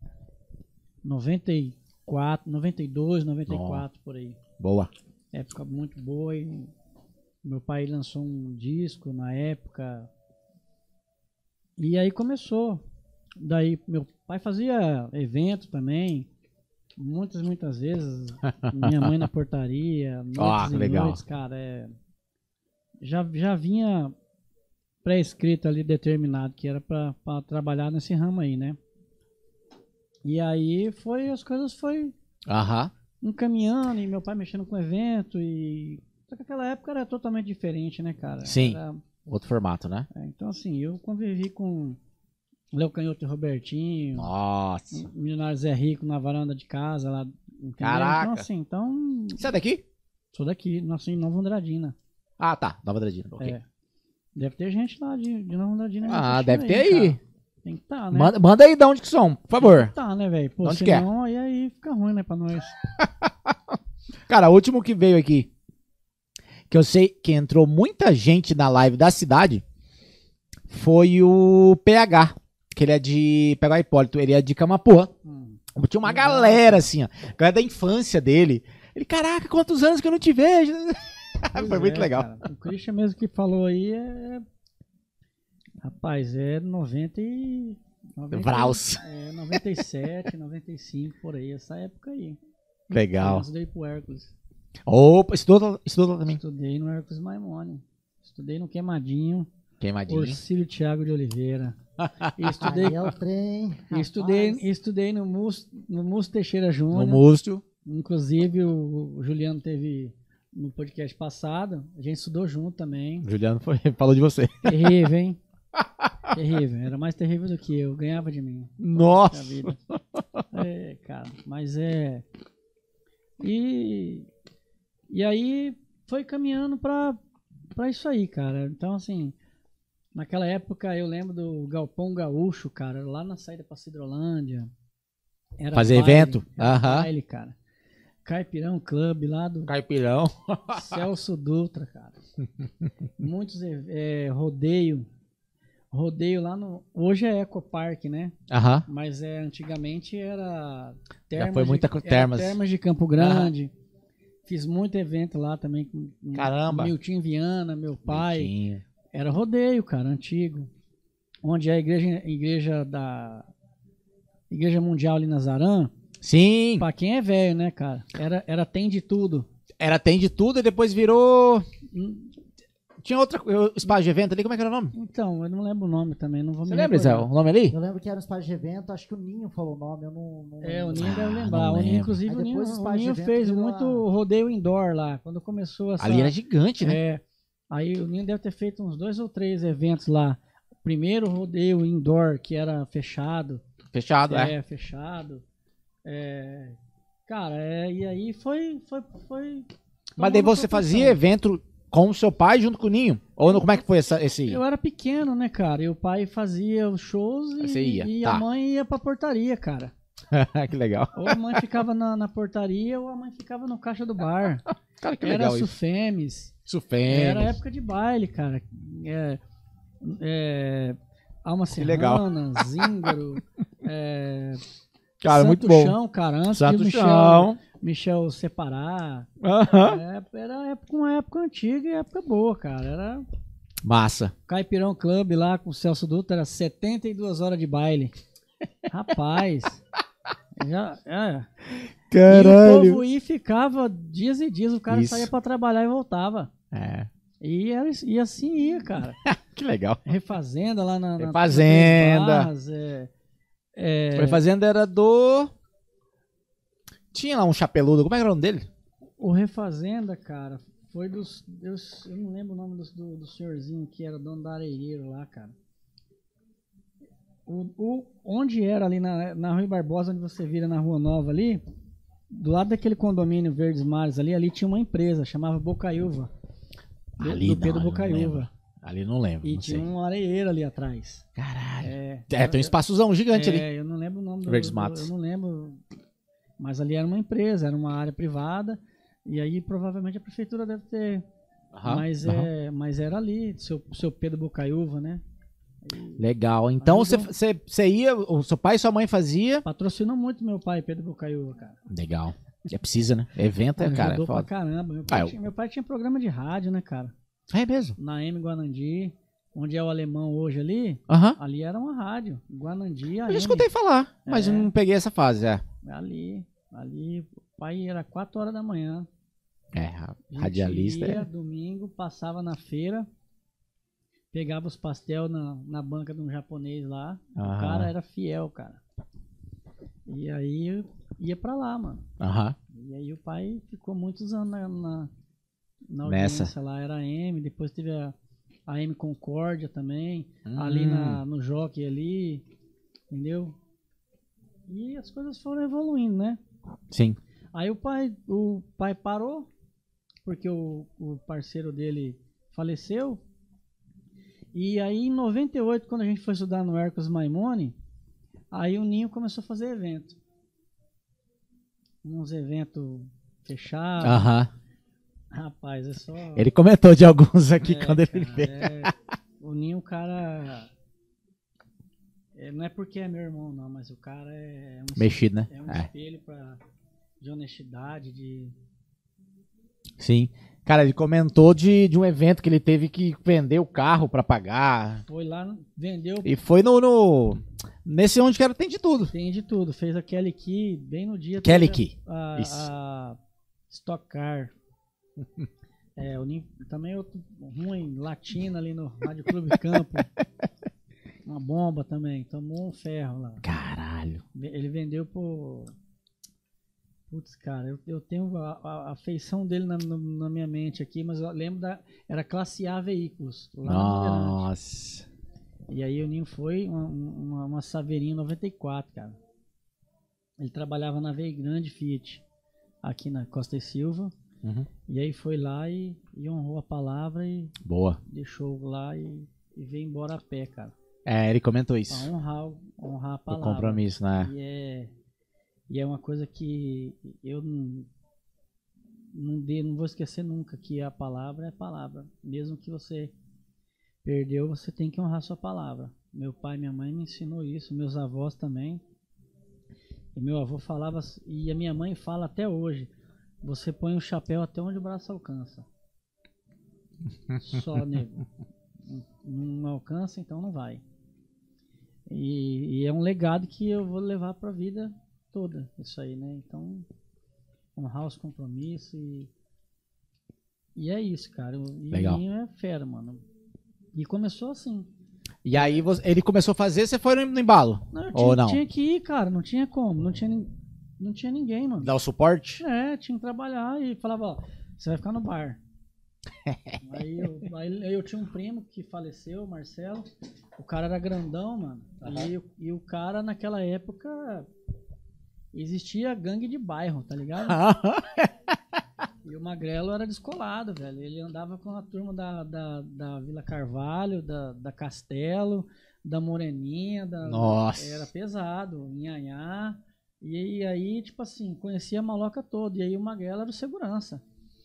[SPEAKER 6] 94, 92, 94, por aí.
[SPEAKER 4] Boa.
[SPEAKER 6] Época muito boa e meu pai lançou um disco na época. E aí começou. Daí meu pai fazia evento também. Muitas vezes. Minha mãe na portaria. Noites
[SPEAKER 4] que
[SPEAKER 6] e
[SPEAKER 4] legal.
[SPEAKER 6] noites, cara. Já vinha pré-escrito ali, determinado, que era pra trabalhar nesse ramo aí, né? E aí as coisas foi
[SPEAKER 4] Aham.
[SPEAKER 6] encaminhando e meu pai mexendo com evento e... Só que aquela época era totalmente diferente, né, cara?
[SPEAKER 4] Sim. Outro formato, né?
[SPEAKER 6] Então, assim, eu convivi com Léo Canhoto e Robertinho,
[SPEAKER 4] Nossa.
[SPEAKER 6] Milionário Zé Rico na varanda de casa lá. Entendeu?
[SPEAKER 4] Caraca.
[SPEAKER 6] Então, assim,
[SPEAKER 4] Você é daqui?
[SPEAKER 6] sou daqui, nasci em Nova Andradina.
[SPEAKER 4] Ah, tá. Nova Andradina. Ok.
[SPEAKER 6] É. Deve ter gente lá de Nova Andradina.
[SPEAKER 4] Ah,
[SPEAKER 6] assistindo
[SPEAKER 4] deve ter aí.
[SPEAKER 6] cara. Tem que estar, né?
[SPEAKER 4] Manda aí de onde que são, por favor.
[SPEAKER 6] Tá, né, velho? Pô,
[SPEAKER 4] De onde que é?
[SPEAKER 6] senão aí fica ruim, né, pra nós.
[SPEAKER 4] Cara, o último que veio aqui, que eu sei que entrou muita gente na live da cidade, foi o PH, que ele é de... PH Hipólito, ele é de Camapuã. Tinha uma galera, assim, ó. Galera da infância dele. Ele, caraca, quantos anos que eu não te vejo. Foi
[SPEAKER 6] Pois
[SPEAKER 4] muito
[SPEAKER 6] é,
[SPEAKER 4] legal.
[SPEAKER 6] cara. O Christian mesmo que falou aí Rapaz, é 90 e...
[SPEAKER 4] Vraus.
[SPEAKER 6] 97, 95, por aí, essa época aí.
[SPEAKER 4] Legal.
[SPEAKER 6] Eu estudei pro Hércules.
[SPEAKER 4] Opa, estudou lá também.
[SPEAKER 6] Estudei no Hércules Maimone. Estudei no Queimadinho.
[SPEAKER 4] Queimadinho.
[SPEAKER 6] Orcílio Thiago de Oliveira. E estudei,
[SPEAKER 5] Aí é o trem.
[SPEAKER 6] e estudei no Mus Teixeira
[SPEAKER 4] No
[SPEAKER 6] Júnior.
[SPEAKER 4] Múcio.
[SPEAKER 6] Inclusive, o Juliano teve no podcast passado. A gente estudou junto também.
[SPEAKER 4] Juliano falou de você.
[SPEAKER 6] Terrível, hein? Terrível. Era mais terrível do que eu. Ganhava de mim. Da
[SPEAKER 4] Nossa.
[SPEAKER 6] vida. É, cara. Mas é... E aí foi caminhando pra isso aí, cara. Então, assim... Naquela época eu lembro do Galpão Gaúcho, cara, lá na saída pra Cidrolândia. Era
[SPEAKER 4] Fazer
[SPEAKER 6] baile,
[SPEAKER 4] evento?
[SPEAKER 6] era
[SPEAKER 4] Aham.
[SPEAKER 6] baile, cara. Caipirão Club lá do
[SPEAKER 4] Caipirão.
[SPEAKER 6] Celso Dutra, cara. Muitos rodeio. rodeio lá no... Hoje é Ecopark, né?
[SPEAKER 4] Aham.
[SPEAKER 6] Mas antigamente era
[SPEAKER 4] Já foi muita
[SPEAKER 6] era
[SPEAKER 4] Termas.
[SPEAKER 6] Termas de Campo Grande. Fiz muito evento lá também com
[SPEAKER 4] Caramba.
[SPEAKER 6] Milton Viana, meu pai.
[SPEAKER 4] Bonitinho.
[SPEAKER 6] Era rodeio, cara, antigo. Onde a igreja Mundial ali na Zarã,
[SPEAKER 4] Sim.
[SPEAKER 6] pra quem é velho, né, cara? Era tem de tudo.
[SPEAKER 4] Tem de tudo e depois virou... Tinha outra... Espaço de evento ali, como é que era o nome?
[SPEAKER 6] Então, eu não lembro o nome também, não vou
[SPEAKER 4] Você
[SPEAKER 6] me
[SPEAKER 4] lembra, Zé?
[SPEAKER 6] recordar.
[SPEAKER 4] O nome ali?
[SPEAKER 5] Eu lembro que era um espaço de evento, acho que o Ninho falou o nome, eu não
[SPEAKER 6] O
[SPEAKER 5] lembro.
[SPEAKER 6] Ninho deve
[SPEAKER 4] não
[SPEAKER 6] lembrar. O Ninho,
[SPEAKER 4] lembro.
[SPEAKER 6] inclusive,
[SPEAKER 5] Aí
[SPEAKER 6] o Ninho,
[SPEAKER 5] depois o
[SPEAKER 6] o
[SPEAKER 5] espaço de
[SPEAKER 6] Ninho
[SPEAKER 5] evento
[SPEAKER 6] fez
[SPEAKER 5] virou
[SPEAKER 6] muito
[SPEAKER 5] a-
[SPEAKER 6] rodeio indoor lá, quando começou essa...
[SPEAKER 4] Ali era gigante, né?
[SPEAKER 6] É, aí o Ninho deve ter feito uns 2 ou 3 eventos lá. O primeiro rodeio indoor, que era fechado.
[SPEAKER 4] Fechado, é.
[SPEAKER 6] Fechado. Cara, e aí foi
[SPEAKER 4] Mas daí
[SPEAKER 6] tomando
[SPEAKER 4] você
[SPEAKER 6] proporção.
[SPEAKER 4] fazia evento com o seu pai junto com o Ninho? Ou como é que foi esse...
[SPEAKER 6] Eu era pequeno, né, cara? E o pai fazia os shows
[SPEAKER 4] Aí você ia,
[SPEAKER 6] e
[SPEAKER 4] tá.
[SPEAKER 6] a mãe ia pra portaria, cara.
[SPEAKER 4] Que legal.
[SPEAKER 6] Ou a mãe ficava na portaria ou a mãe ficava no caixa do bar.
[SPEAKER 4] Cara, que
[SPEAKER 6] Era
[SPEAKER 4] legal isso.
[SPEAKER 6] Sufemes.
[SPEAKER 4] Sufêmeas.
[SPEAKER 6] Era época de baile, cara. Alma
[SPEAKER 4] legal.
[SPEAKER 6] Serrana, Zíngaro,
[SPEAKER 4] Cara,
[SPEAKER 6] Santo
[SPEAKER 4] muito bom.
[SPEAKER 6] Chão, cara. Antes
[SPEAKER 4] Santo
[SPEAKER 6] de
[SPEAKER 4] Chão.
[SPEAKER 6] Michel separar.
[SPEAKER 4] Aham.
[SPEAKER 6] Era uma época antiga e época boa, cara. Era
[SPEAKER 4] Massa.
[SPEAKER 6] Caipirão Club lá com o Celso Dutra, era 72 horas de baile. Rapaz. E o povo ia e ficava dias e dias, o cara
[SPEAKER 4] Isso.
[SPEAKER 6] saía pra trabalhar e voltava.
[SPEAKER 4] É.
[SPEAKER 6] E assim ia, cara.
[SPEAKER 4] Que legal.
[SPEAKER 6] Refazenda lá na
[SPEAKER 4] Refazenda.
[SPEAKER 6] Três Barras,
[SPEAKER 4] Foi Fazenda era do... Tinha lá um chapeludo. Como é que era o nome dele?
[SPEAKER 6] O Refazenda, cara, foi dos... Eu não lembro o nome do senhorzinho que era dono da Areieiro lá, cara. Onde era ali na Rui Barbosa, onde você vira na Rua Nova ali, do lado daquele condomínio Verdes Mares ali tinha uma empresa, chamava Bocaiúva. Do Pedro
[SPEAKER 4] não
[SPEAKER 6] Bocaiúva.
[SPEAKER 4] lembro. Ali não lembro.
[SPEAKER 6] E
[SPEAKER 4] não
[SPEAKER 6] tinha
[SPEAKER 4] sei.
[SPEAKER 6] um areeiro ali atrás.
[SPEAKER 4] Caralho. Tem um espaçozão gigante ali.
[SPEAKER 6] Eu não lembro o nome
[SPEAKER 4] Verdes Matos.
[SPEAKER 6] eu não lembro. Mas ali era uma empresa, era uma área privada. E aí provavelmente a prefeitura deve ter.
[SPEAKER 4] Aham,
[SPEAKER 6] mas,
[SPEAKER 4] aham.
[SPEAKER 6] mas era ali, seu Pedro Bocaiúva, né?
[SPEAKER 4] Legal. Então
[SPEAKER 6] Ajudou.
[SPEAKER 4] você ia, o seu pai e sua mãe fazia.
[SPEAKER 6] Patrocinou muito meu pai, Pedro Bocaiúva, cara.
[SPEAKER 4] Legal. É precisa, né? Evento, cara. É
[SPEAKER 6] Ajudou pra
[SPEAKER 4] foda.
[SPEAKER 6] caramba.
[SPEAKER 4] Ah,
[SPEAKER 6] Meu pai tinha programa de rádio, né, cara?
[SPEAKER 4] É mesmo?
[SPEAKER 6] Na M Guanandi, onde é o Alemão hoje ali.
[SPEAKER 4] Aham.
[SPEAKER 6] Ali era uma rádio. Guanandi,
[SPEAKER 4] Eu
[SPEAKER 6] AM.
[SPEAKER 4] já escutei falar, mas eu não peguei essa fase, é.
[SPEAKER 6] Ali, o pai era 4 horas da manhã.
[SPEAKER 4] É,
[SPEAKER 6] A gente
[SPEAKER 4] radialista.
[SPEAKER 6] ia, domingo, passava na feira, pegava os pastel na banca de um japonês lá. O
[SPEAKER 4] Aham.
[SPEAKER 6] cara era fiel, cara. E aí ia pra lá, mano.
[SPEAKER 4] Aham.
[SPEAKER 6] E aí o pai ficou muitos anos na
[SPEAKER 4] Nessa.
[SPEAKER 6] audiência lá, era a M, depois teve a M Concórdia também, ali no Jockey ali, entendeu? E as coisas foram evoluindo, né?
[SPEAKER 4] Sim.
[SPEAKER 6] Aí o pai parou, porque o parceiro dele faleceu. E aí em 98, quando a gente foi estudar no Hercos Maimone, aí o Ninho começou a fazer evento. Uns eventos fechados.
[SPEAKER 4] Aham.
[SPEAKER 6] Rapaz, é só...
[SPEAKER 4] Ele comentou de alguns aqui quando ele
[SPEAKER 6] cara,
[SPEAKER 4] veio.
[SPEAKER 6] o Ninho, cara... não é porque é meu irmão, não, mas o cara é um
[SPEAKER 4] Mexido, né?
[SPEAKER 6] é um
[SPEAKER 4] É.
[SPEAKER 6] espelho de honestidade, de...
[SPEAKER 4] Sim. Cara, ele comentou de um evento que ele teve que vender o carro pra pagar.
[SPEAKER 6] Foi lá, vendeu,
[SPEAKER 4] E foi nesse onde que era, tem de tudo.
[SPEAKER 6] tem de tudo. Fez a Kelly Key bem no dia.
[SPEAKER 4] Kelly
[SPEAKER 6] teve
[SPEAKER 4] Key.
[SPEAKER 6] A Stock Car. O Ninho também outro ruim, latino ali no Rádio Clube Campo. Uma bomba também, tomou um ferro lá.
[SPEAKER 4] Caralho.
[SPEAKER 6] Ele vendeu por... Putz, cara, eu tenho a feição dele na minha mente aqui, mas eu lembro era Classe A Veículos, lá no Bandeirante.
[SPEAKER 4] Nossa.
[SPEAKER 6] E aí o Ninho foi uma Saveirinho 94, cara. Ele trabalhava na Veio Grande Fiat, aqui na Costa e Silva.
[SPEAKER 4] Uhum.
[SPEAKER 6] E aí foi lá e honrou a palavra e
[SPEAKER 4] Boa.
[SPEAKER 6] deixou lá e veio embora a pé, cara.
[SPEAKER 4] Ele comentou isso.
[SPEAKER 6] Pra honrar a
[SPEAKER 4] O
[SPEAKER 6] palavra.
[SPEAKER 4] compromisso, né?
[SPEAKER 6] E é uma coisa que eu não vou esquecer nunca, que a palavra é palavra. Mesmo que você Perdeu, você tem que honrar sua palavra. Meu pai e minha mãe me ensinou isso, meus avós também. E meu avô falava, e a minha mãe fala até hoje, você põe o chapéu até onde o braço alcança. Só, nego. Não alcança, então não vai. E é um legado que eu vou levar pra vida toda, isso aí, né? Então, honrar os compromissos e é isso, cara. E
[SPEAKER 4] Legal.
[SPEAKER 6] o Ninho é fera, mano. E começou assim.
[SPEAKER 4] E aí ele começou a fazer, você foi no embalo?
[SPEAKER 6] Não, eu
[SPEAKER 4] Ou não?
[SPEAKER 6] tinha que ir, cara, não tinha como, não tinha ninguém, mano.
[SPEAKER 4] Dar o suporte?
[SPEAKER 6] Tinha que trabalhar e falava, ó, você vai ficar no bar. aí eu tinha um primo que faleceu, o Marcelo. O cara era grandão, mano. E o cara, naquela época, existia gangue de bairro, tá ligado? E o Magrelo era descolado, velho. Ele andava com a turma da Vila Carvalho, da Castelo, da Moreninha.
[SPEAKER 4] Nossa.
[SPEAKER 6] Era pesado, Nhanhá. E aí, tipo assim, conhecia a maloca toda. E aí o Magrelo era o segurança.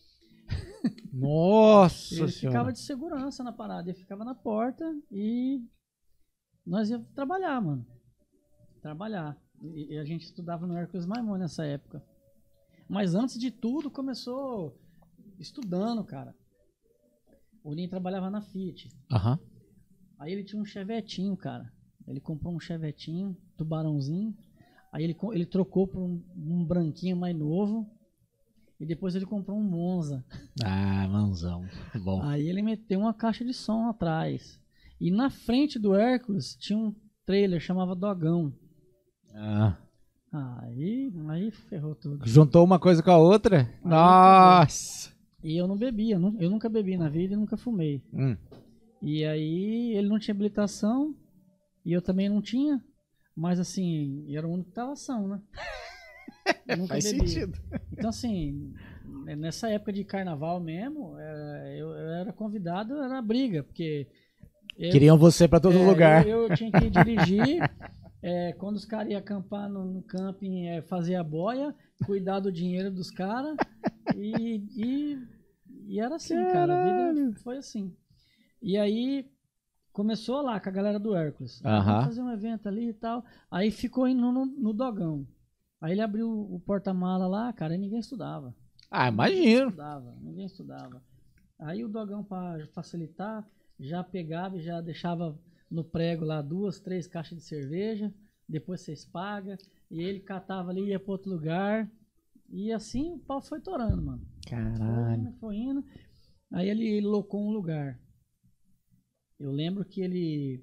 [SPEAKER 4] Nossa
[SPEAKER 6] Ele
[SPEAKER 4] senhora.
[SPEAKER 6] ficava de segurança na parada. Ele ficava na porta e nós íamos trabalhar, mano. Trabalhar. E a gente estudava no Hércules Maimon nessa época. Mas antes de tudo, começou estudando, cara. O Ninho trabalhava na Fiat.
[SPEAKER 4] Aham.
[SPEAKER 6] Aí ele tinha um chevetinho, cara. Ele comprou um chevetinho, tubarãozinho. Aí ele trocou por um branquinho mais novo. E depois ele comprou um Monza.
[SPEAKER 4] Ah, manzão. Bom.
[SPEAKER 6] Aí ele meteu uma caixa de som atrás. E na frente do Hércules tinha um trailer, chamava Dogão.
[SPEAKER 4] Ah.
[SPEAKER 6] Aí ferrou tudo.
[SPEAKER 4] Juntou uma coisa com a outra? Nossa.
[SPEAKER 6] E eu não bebia, eu nunca bebi na vida e nunca fumei. E aí ele não tinha habilitação e eu também não tinha. Mas assim, era o único que tava ação, né? Eu nunca
[SPEAKER 4] Faz
[SPEAKER 6] bebi.
[SPEAKER 4] sentido.
[SPEAKER 6] Então assim, nessa época de carnaval mesmo, eu era convidado, era briga, porque...
[SPEAKER 4] Queriam você pra todo lugar.
[SPEAKER 6] Eu tinha que dirigir... quando os caras iam acampar no camping, fazer a boia, cuidar do dinheiro dos caras e era assim, cara, a vida foi assim. E aí começou lá com a galera do Hércules, vamos fazer um evento ali e tal, aí ficou indo no Dogão. Aí ele abriu o porta-mala lá, cara, e ninguém estudava.
[SPEAKER 4] Ah, imagino.
[SPEAKER 6] Ninguém estudava. Aí o Dogão, para facilitar, já pegava e já deixava no prego lá 2, 3 caixas de cerveja, depois vocês pagam, e ele catava ali, ia para outro lugar, e assim o pau foi torando, mano.
[SPEAKER 4] Caralho.
[SPEAKER 6] Foi indo. Aí ele locou um lugar. Eu lembro que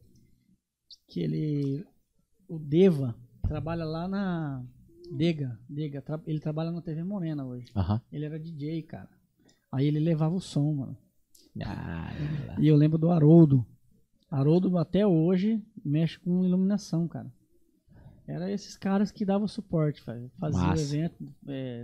[SPEAKER 6] o Deva trabalha lá na Dega, ele trabalha na TV Morena hoje. Ele era DJ, cara. Aí ele levava o som, mano. E eu lembro do Haroldo. Haroldo até hoje mexe com iluminação, cara. Era esses caras que davam suporte, fazia o evento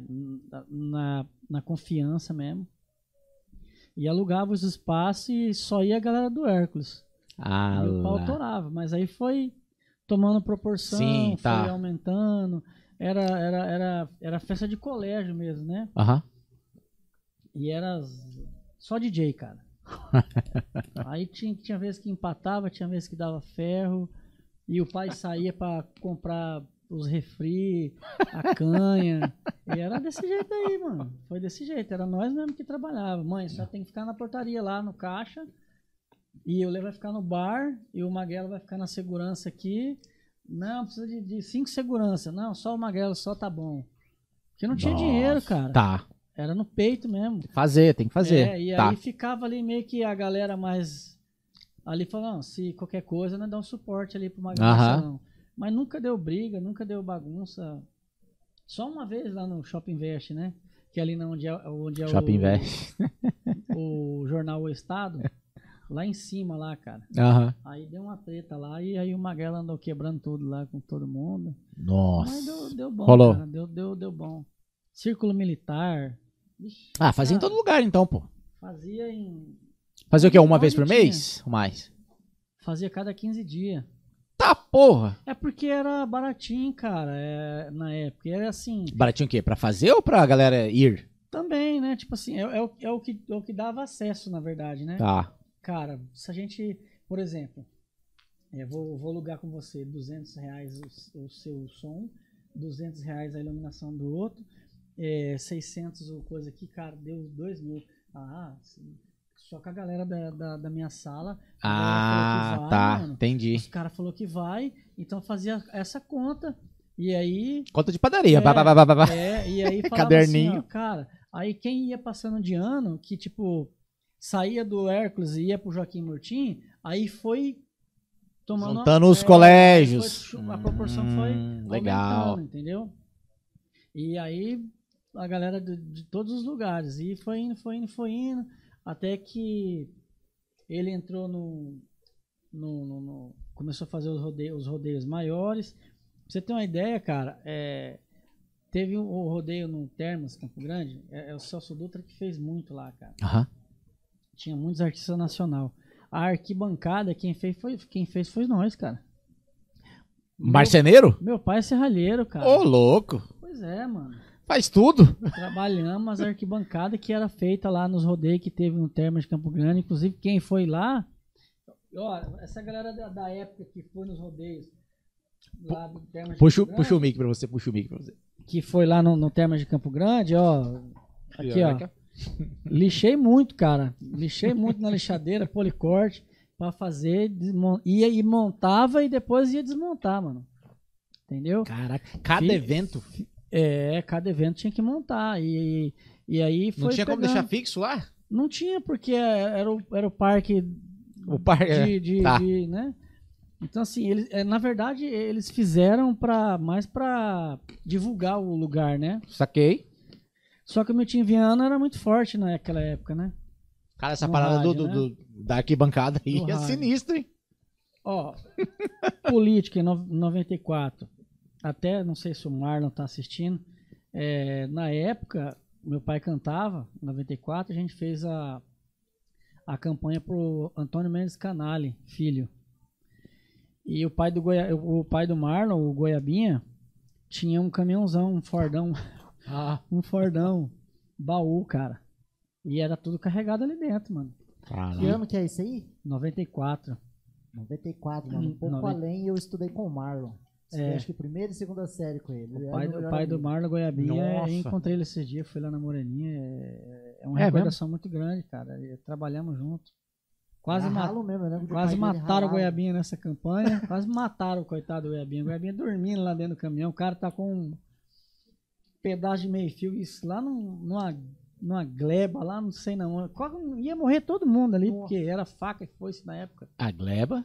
[SPEAKER 6] na confiança mesmo. E alugava os espaços e só ia a galera do Hércules. E o pau torava, mas aí foi tomando proporção, foi aumentando. Era festa de colégio mesmo, né? E era só DJ, cara. Aí tinha vezes que empatava, tinha vezes que dava ferro, e o pai saía pra comprar os refri, a canha, e era desse jeito aí, mano. Foi desse jeito, era nós mesmo que trabalhava. Mãe, só tem que ficar na portaria lá no caixa, e o Lê vai ficar no bar, e o Magrelo vai ficar na segurança aqui. Não, precisa de 5 segurança. Não, só o Magrelo, só tá bom. Porque não tinha dinheiro, cara. Era no peito mesmo.
[SPEAKER 4] Tem que fazer.
[SPEAKER 6] Aí ficava ali meio que a galera mais... Ali falando, se qualquer coisa, né, dá um suporte ali pro Magrelo. Mas nunca deu briga, nunca deu bagunça. Só uma vez lá no Shopping Invest, né? Que é ali onde é
[SPEAKER 4] Shopping Invest.
[SPEAKER 6] o jornal O Estado. Lá em cima, lá, cara. Aí deu uma treta lá e aí o Magrelo andou quebrando tudo lá com todo mundo.
[SPEAKER 4] Nossa.
[SPEAKER 6] Mas deu bom,
[SPEAKER 4] rolou.
[SPEAKER 6] Cara. Deu bom. Círculo militar. Ixi,
[SPEAKER 4] fazia em todo lugar então, pô.
[SPEAKER 6] Fazia em...
[SPEAKER 4] Fazia o quê? Uma vez por mês? Ou mais?
[SPEAKER 6] Fazia cada 15 dias.
[SPEAKER 4] Tá, porra!
[SPEAKER 6] É porque era baratinho, cara, na época. Era assim...
[SPEAKER 4] Baratinho o quê? Pra fazer ou pra galera ir?
[SPEAKER 6] Também, né? Tipo assim, é o que dava acesso, na verdade, né? cara, se a gente, por exemplo, vou alugar com você R$200 o seu som, R$200 a iluminação do outro, 600 ou coisa aqui, cara, deu 2.000. Só que a galera da minha sala, a galera falou que vai, mano.
[SPEAKER 4] Entendi.
[SPEAKER 6] Os caras falaram que vai, então fazia essa conta. E aí.
[SPEAKER 4] Conta de padaria.
[SPEAKER 6] E aí falava
[SPEAKER 4] Caderninho.
[SPEAKER 6] assim, ó, cara, aí quem ia passando de ano, que tipo, saía do Hércules e ia pro Joaquim Murtim, aí foi tomando.
[SPEAKER 4] Juntando os colégios.
[SPEAKER 6] A proporção foi
[SPEAKER 4] legal.
[SPEAKER 6] aumentando, entendeu? E aí a galera de todos os lugares. E foi indo. Até que ele entrou começou a fazer os rodeios maiores. Pra você ter uma ideia, cara, teve o rodeio no Termas, Campo Grande, é o Celso Dutra que fez muito lá, cara. Tinha muitos artistas nacional. A arquibancada, quem fez foi nós, cara.
[SPEAKER 4] Marceneiro?
[SPEAKER 6] Meu pai é serralheiro, cara.
[SPEAKER 4] Ô, louco.
[SPEAKER 6] Pois é, mano.
[SPEAKER 4] Faz tudo.
[SPEAKER 6] Trabalhamos a arquibancada que era feita lá nos rodeios que teve no Termas de Campo Grande. Inclusive, quem foi lá... Ó, essa galera da época que foi nos rodeios lá do Termas de Campo Grande...
[SPEAKER 4] Puxa o mic pra você,
[SPEAKER 6] Que foi lá no Termas de Campo Grande, ó. Aqui, ó. Lixei muito, cara. Lixei muito na lixadeira, policorte, pra fazer... Ia e montava e depois ia desmontar, mano. Entendeu?
[SPEAKER 4] Caraca, cada evento...
[SPEAKER 6] cada evento tinha que montar. E aí foi.
[SPEAKER 4] Não tinha como deixar fixo lá?
[SPEAKER 6] Não tinha, porque era o parque.
[SPEAKER 4] O parque.
[SPEAKER 6] Né? Então, assim, na verdade, eles fizeram mais pra divulgar o lugar, né?
[SPEAKER 4] Saquei.
[SPEAKER 6] Só que o Milton Viana era muito forte naquela época, né?
[SPEAKER 4] Cara, essa parada rádio, da arquibancada aí é sinistra, hein?
[SPEAKER 6] Ó, política em 94. Até, não sei se o Marlon tá assistindo, na época, meu pai cantava, em 94, a gente fez a campanha pro Antônio Mendes Canali, filho. E o pai do Marlon, o Goiabinha, tinha um caminhãozão, um Fordão, um Fordão, baú, cara. E era tudo carregado ali dentro, mano.
[SPEAKER 5] Que ano que é isso aí?
[SPEAKER 6] 94.
[SPEAKER 5] 94, mano. Um pouco além, eu estudei com o Marlon. Acho que primeira e segunda série com ele.
[SPEAKER 6] O pai do Marlon Goiabinha, eu encontrei ele esses dias, fui lá na Moreninha. É uma recordação muito grande, cara. Trabalhamos juntos. Quase mataram o Goiabinha nessa campanha. Quase mataram o coitado do Goiabinha. O Goiabinha dormindo lá dentro do caminhão. O cara tá com um pedaço de meio fio, isso lá numa gleba, lá não sei não. Ia morrer todo mundo ali, porque era faca e foice na época.
[SPEAKER 4] A gleba?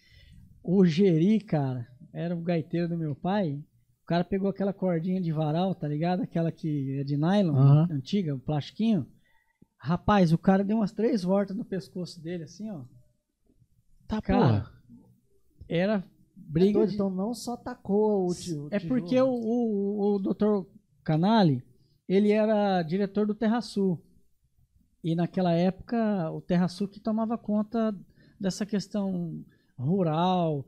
[SPEAKER 6] O Geri, cara, era o gaiteiro do meu pai. O cara pegou aquela cordinha de varal, tá ligado? Aquela que é de nylon, antiga, o plastiquinho. Rapaz, o cara deu umas 3 voltas no pescoço dele, assim, ó.
[SPEAKER 4] Tá,
[SPEAKER 6] cara, era briga.
[SPEAKER 5] Então não só tacou o tio.
[SPEAKER 6] Porque o Dr. Canali, ele era diretor do Terra Sul. E naquela época, o Terra Sul que tomava conta dessa questão rural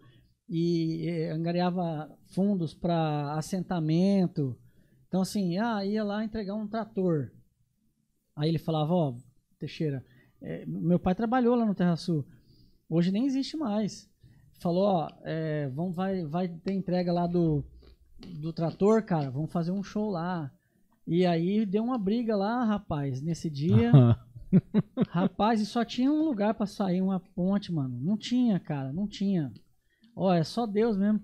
[SPEAKER 6] e angariava fundos para assentamento. Então, assim, ia lá entregar um trator. Aí ele falava, Teixeira, meu pai trabalhou lá no Terra Sul. Hoje nem existe mais. Falou, vai ter entrega lá do trator, cara, vamos fazer um show lá. E aí deu uma briga lá, rapaz, nesse dia. Rapaz, e só tinha um lugar pra sair, uma ponte, mano. Não tinha, cara, não tinha. É só Deus mesmo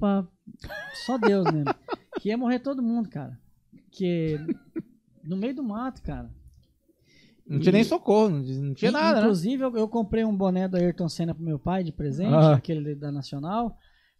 [SPEAKER 6] Só Deus mesmo. Que ia morrer todo mundo, cara. Que no meio do mato, cara.
[SPEAKER 4] Não tinha nem socorro, não tinha nada,
[SPEAKER 6] inclusive, eu comprei um boné do Ayrton Senna pro meu pai de presente, aquele da Nacional.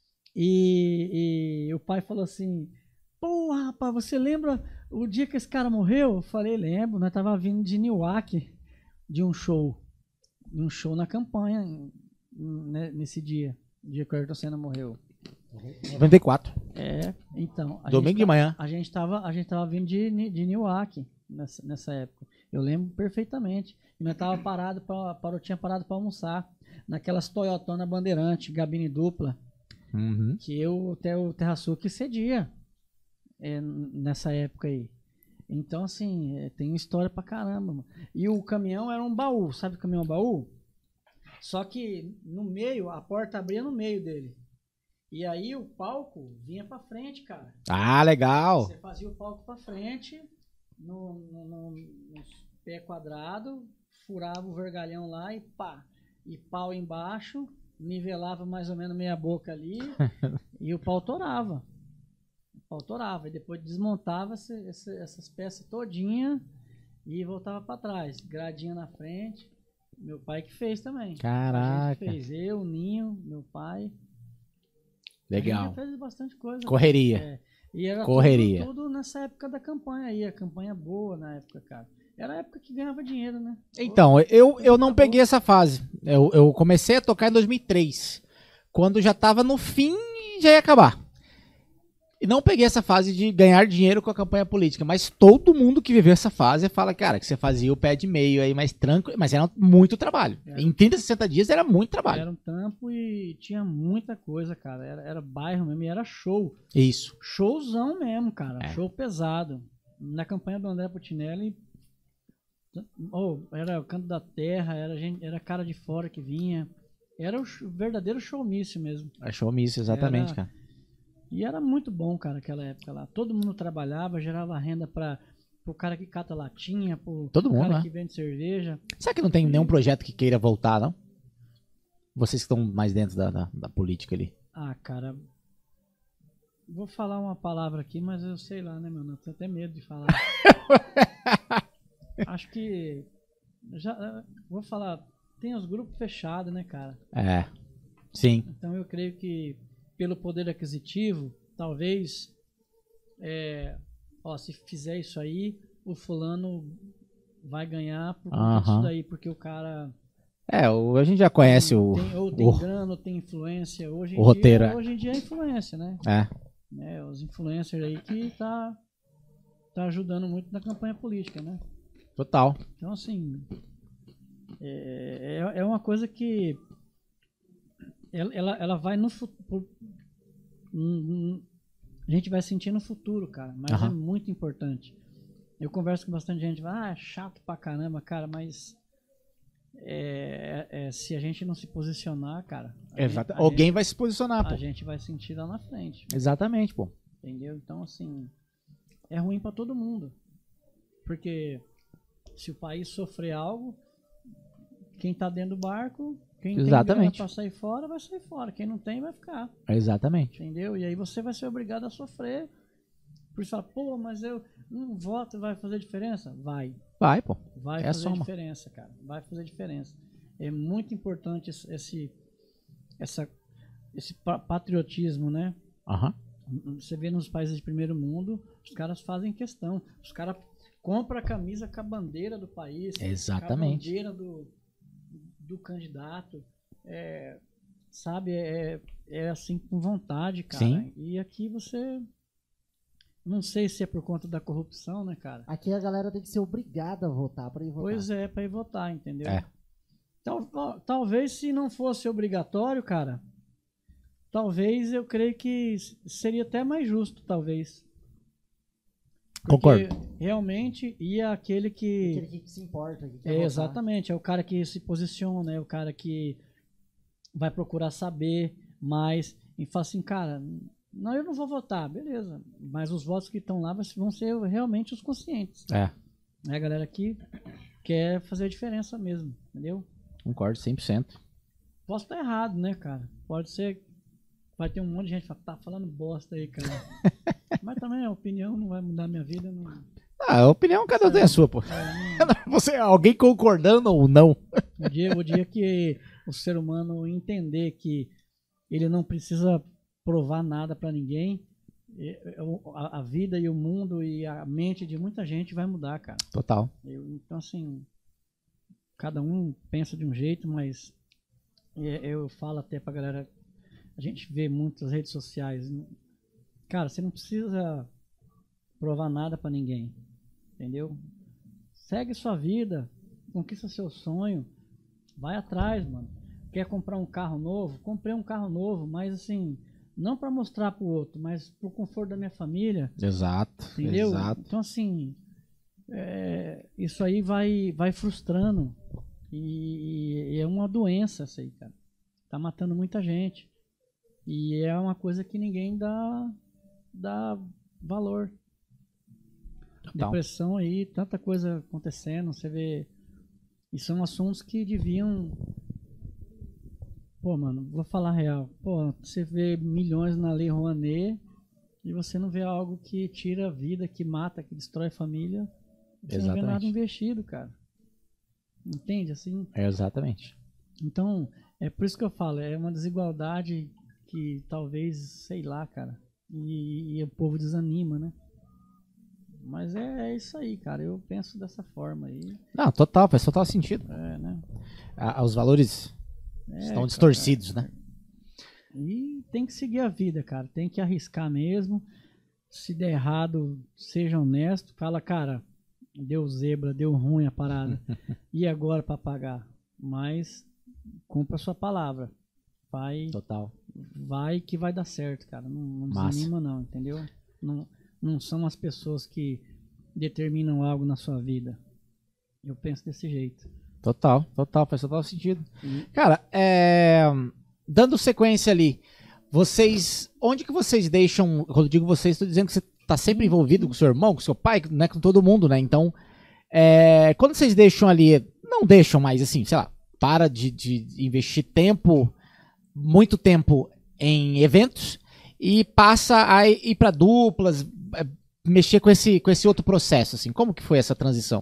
[SPEAKER 6] E o pai falou assim: porra, rapaz, você lembra o dia que esse cara morreu? Eu falei, lembro, nós tava vindo de Newark de um show na campanha nesse dia que o Ayrton Senna morreu.
[SPEAKER 4] 94.
[SPEAKER 6] Então.
[SPEAKER 4] Domingo de manhã.
[SPEAKER 6] A gente tava vindo de Newark nessa época. Eu lembro perfeitamente. E nós tava tinha parado para almoçar naquelas Toyotona Bandeirante, gabine dupla, que até o Terra Sul que cedia nessa época aí. Então, assim, tem história pra caramba, mano. E o caminhão era um baú, sabe o caminhão baú? Só que no meio, a porta abria no meio dele. E aí o palco vinha pra frente, cara.
[SPEAKER 4] Ah, legal.
[SPEAKER 6] Você fazia o palco pra frente, no pé quadrado, furava o vergalhão lá e pá. E pau embaixo, nivelava mais ou menos meia boca ali e o pau torava. E depois desmontava essas peças todinha e voltava pra trás. Gradinha na frente. Meu pai que fez também.
[SPEAKER 4] Caraca.
[SPEAKER 6] A gente fez, eu, Ninho, meu pai. A
[SPEAKER 4] Legal.
[SPEAKER 6] gente fez bastante coisa.
[SPEAKER 4] Correria.
[SPEAKER 6] É. E era
[SPEAKER 4] Correria.
[SPEAKER 6] tudo nessa época da campanha aí. A campanha boa na época, cara. Era a época que ganhava dinheiro, né?
[SPEAKER 4] Então, eu não peguei essa fase. Eu comecei a tocar em 2003. Quando já tava no fim e já ia acabar. E não peguei essa fase de ganhar dinheiro com a campanha política. Mas todo mundo que viveu essa fase fala, cara, que você fazia o pé de meio aí mais tranquilo. Mas era muito trabalho. Em 30, 60 dias era muito trabalho.
[SPEAKER 6] Era um trampo e tinha muita coisa, cara. Era bairro mesmo e era show.
[SPEAKER 4] Isso.
[SPEAKER 6] Showzão mesmo, cara. Show pesado. Na campanha do André Putinelli, era o Canto da Terra, era cara de fora que vinha. Era o verdadeiro showmício mesmo.
[SPEAKER 4] É showmício, exatamente, cara.
[SPEAKER 6] E era muito bom, cara, aquela época lá. Todo mundo trabalhava, gerava renda pro cara que cata latinha, pro
[SPEAKER 4] Todo mundo,
[SPEAKER 6] cara
[SPEAKER 4] né?
[SPEAKER 6] que vende cerveja.
[SPEAKER 4] Será que não tem nenhum projeto que queira voltar, não? Vocês que estão mais dentro da política ali.
[SPEAKER 6] Ah, cara, vou falar uma palavra aqui, mas eu sei lá, né, meu? Eu tenho até medo de falar. Acho que vou falar, tem os grupos fechados, né, cara?
[SPEAKER 4] É, sim.
[SPEAKER 6] Então eu creio que pelo poder aquisitivo, talvez, se fizer isso aí, o fulano vai ganhar por conta disso daí, porque o cara...
[SPEAKER 4] A gente já conhece
[SPEAKER 6] tem grana, ou tem influência. Hoje em
[SPEAKER 4] roteiro,
[SPEAKER 6] dia, hoje em dia é influência, né? Os influencers aí que tá ajudando muito na campanha política, né?
[SPEAKER 4] Total.
[SPEAKER 6] Então, assim, é uma coisa que ela vai no futuro. A gente vai sentir no futuro, cara, mas é muito importante. Eu converso com bastante gente, é chato pra caramba, cara, mas se a gente não se posicionar, cara,
[SPEAKER 4] alguém vai se posicionar, pô.
[SPEAKER 6] A gente vai sentir lá na frente.
[SPEAKER 4] Exatamente, pô.
[SPEAKER 6] Entendeu? Então, assim, é ruim pra todo mundo. Porque se o país sofrer algo, quem tá dentro do barco, quem tem grana pra sair fora, vai sair fora. Quem não tem, vai ficar.
[SPEAKER 4] Exatamente.
[SPEAKER 6] Entendeu? E aí você vai ser obrigado a sofrer. Por isso fala, pô, mas eu não voto, vai fazer diferença? Vai.
[SPEAKER 4] Vai, pô.
[SPEAKER 6] Vai fazer diferença, cara. Vai fazer diferença. É muito importante esse patriotismo, né? Você vê nos países de primeiro mundo, os caras fazem questão. Os caras compram a camisa com a bandeira do país.
[SPEAKER 4] Exatamente.
[SPEAKER 6] Com a bandeira do candidato. Sabe? É assim, com vontade, cara.
[SPEAKER 4] Sim.
[SPEAKER 6] E aqui você... Não sei se é por conta da corrupção, né, cara?
[SPEAKER 5] Aqui a galera tem que ser obrigada a votar pra ir votar.
[SPEAKER 6] Pois é, pra ir votar, entendeu? Talvez se não fosse obrigatório, cara, talvez eu creio que seria até mais justo, talvez.
[SPEAKER 4] Concordo.
[SPEAKER 6] Realmente ia aquele que...
[SPEAKER 5] Aquele que se importa. Que quer votar.
[SPEAKER 6] Exatamente, é o cara que se posiciona, é o cara que vai procurar saber mais e fala assim, cara... Não, eu não vou votar, beleza. Mas os votos que estão lá vão ser realmente os conscientes. É a galera que quer fazer a diferença mesmo, entendeu?
[SPEAKER 4] Concordo 100%.
[SPEAKER 6] Posso estar errado, né, cara? Pode ser... Vai ter um monte de gente que fala, tá falando bosta aí, cara. Mas também a opinião não vai mudar a minha vida. Não...
[SPEAKER 4] A opinião cada um tem a sua, pô. Alguém concordando ou não.
[SPEAKER 6] O dia que o ser humano entender que ele não precisa... provar nada pra ninguém, a vida e o mundo e a mente de muita gente vai mudar, cara.
[SPEAKER 4] Total.
[SPEAKER 6] Então, assim, cada um pensa de um jeito, mas eu falo até pra galera, a gente vê muitas redes sociais, cara, você não precisa provar nada pra ninguém, entendeu? Segue sua vida, conquista seu sonho, vai atrás, mano. Quer comprar um carro novo? Comprei um carro novo, mas assim... Não para mostrar pro outro, mas pro conforto da minha família.
[SPEAKER 4] Exato.
[SPEAKER 6] Entendeu?
[SPEAKER 4] Exato.
[SPEAKER 6] Então, assim, isso aí vai frustrando. E é uma doença essa aí, cara. Tá matando muita gente. E é uma coisa que ninguém dá valor.
[SPEAKER 4] Total.
[SPEAKER 6] Depressão aí, tanta coisa acontecendo, você vê. E são assuntos que deviam. Pô, mano, vou falar real. Pô, você vê milhões na Lei Rouanet e você não vê algo que tira a vida, que mata, que destrói a família. Você não vê nada
[SPEAKER 4] Exatamente.
[SPEAKER 6] investido, cara. Entende? Assim.
[SPEAKER 4] Exatamente.
[SPEAKER 6] Então, é por isso que eu falo, é uma desigualdade que talvez, sei lá, cara. E o povo desanima, né? Mas é isso aí, cara. Eu penso dessa forma aí.
[SPEAKER 4] Não, total, faz total sentido.
[SPEAKER 6] É, né?
[SPEAKER 4] Os valores estão
[SPEAKER 6] cara,
[SPEAKER 4] distorcidos, né?
[SPEAKER 6] E tem que seguir a vida, cara. Tem que arriscar mesmo. Se der errado, seja honesto. Fala, cara, deu zebra, deu ruim a parada. E agora pra pagar? Mas cumpra a sua palavra.
[SPEAKER 4] Total.
[SPEAKER 6] Vai que vai dar certo, cara. Não
[SPEAKER 4] Massa.
[SPEAKER 6] desanima não, entendeu? Não são as pessoas que determinam algo na sua vida. Eu penso desse jeito.
[SPEAKER 4] Total, faz total sentido.
[SPEAKER 6] E-
[SPEAKER 4] Cara, dando sequência ali, onde que vocês deixam, quando eu digo vocês, estou dizendo que você tá sempre envolvido com seu irmão, com seu pai, né, com todo mundo, né? Então, quando vocês deixam ali, não deixam mais, assim, sei lá, para de investir muito tempo em eventos e passa a ir para duplas, mexer com esse outro processo, assim. Como que foi essa transição?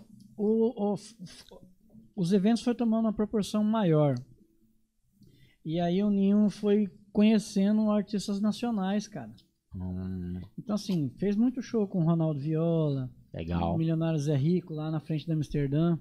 [SPEAKER 6] Os eventos foram tomando uma proporção maior. E aí o Ninho foi conhecendo artistas nacionais, cara. Então, assim, fez muito show com o Ronaldo Viola,
[SPEAKER 4] Legal.
[SPEAKER 6] o Milionário Zé Rico, lá na frente da Amsterdã.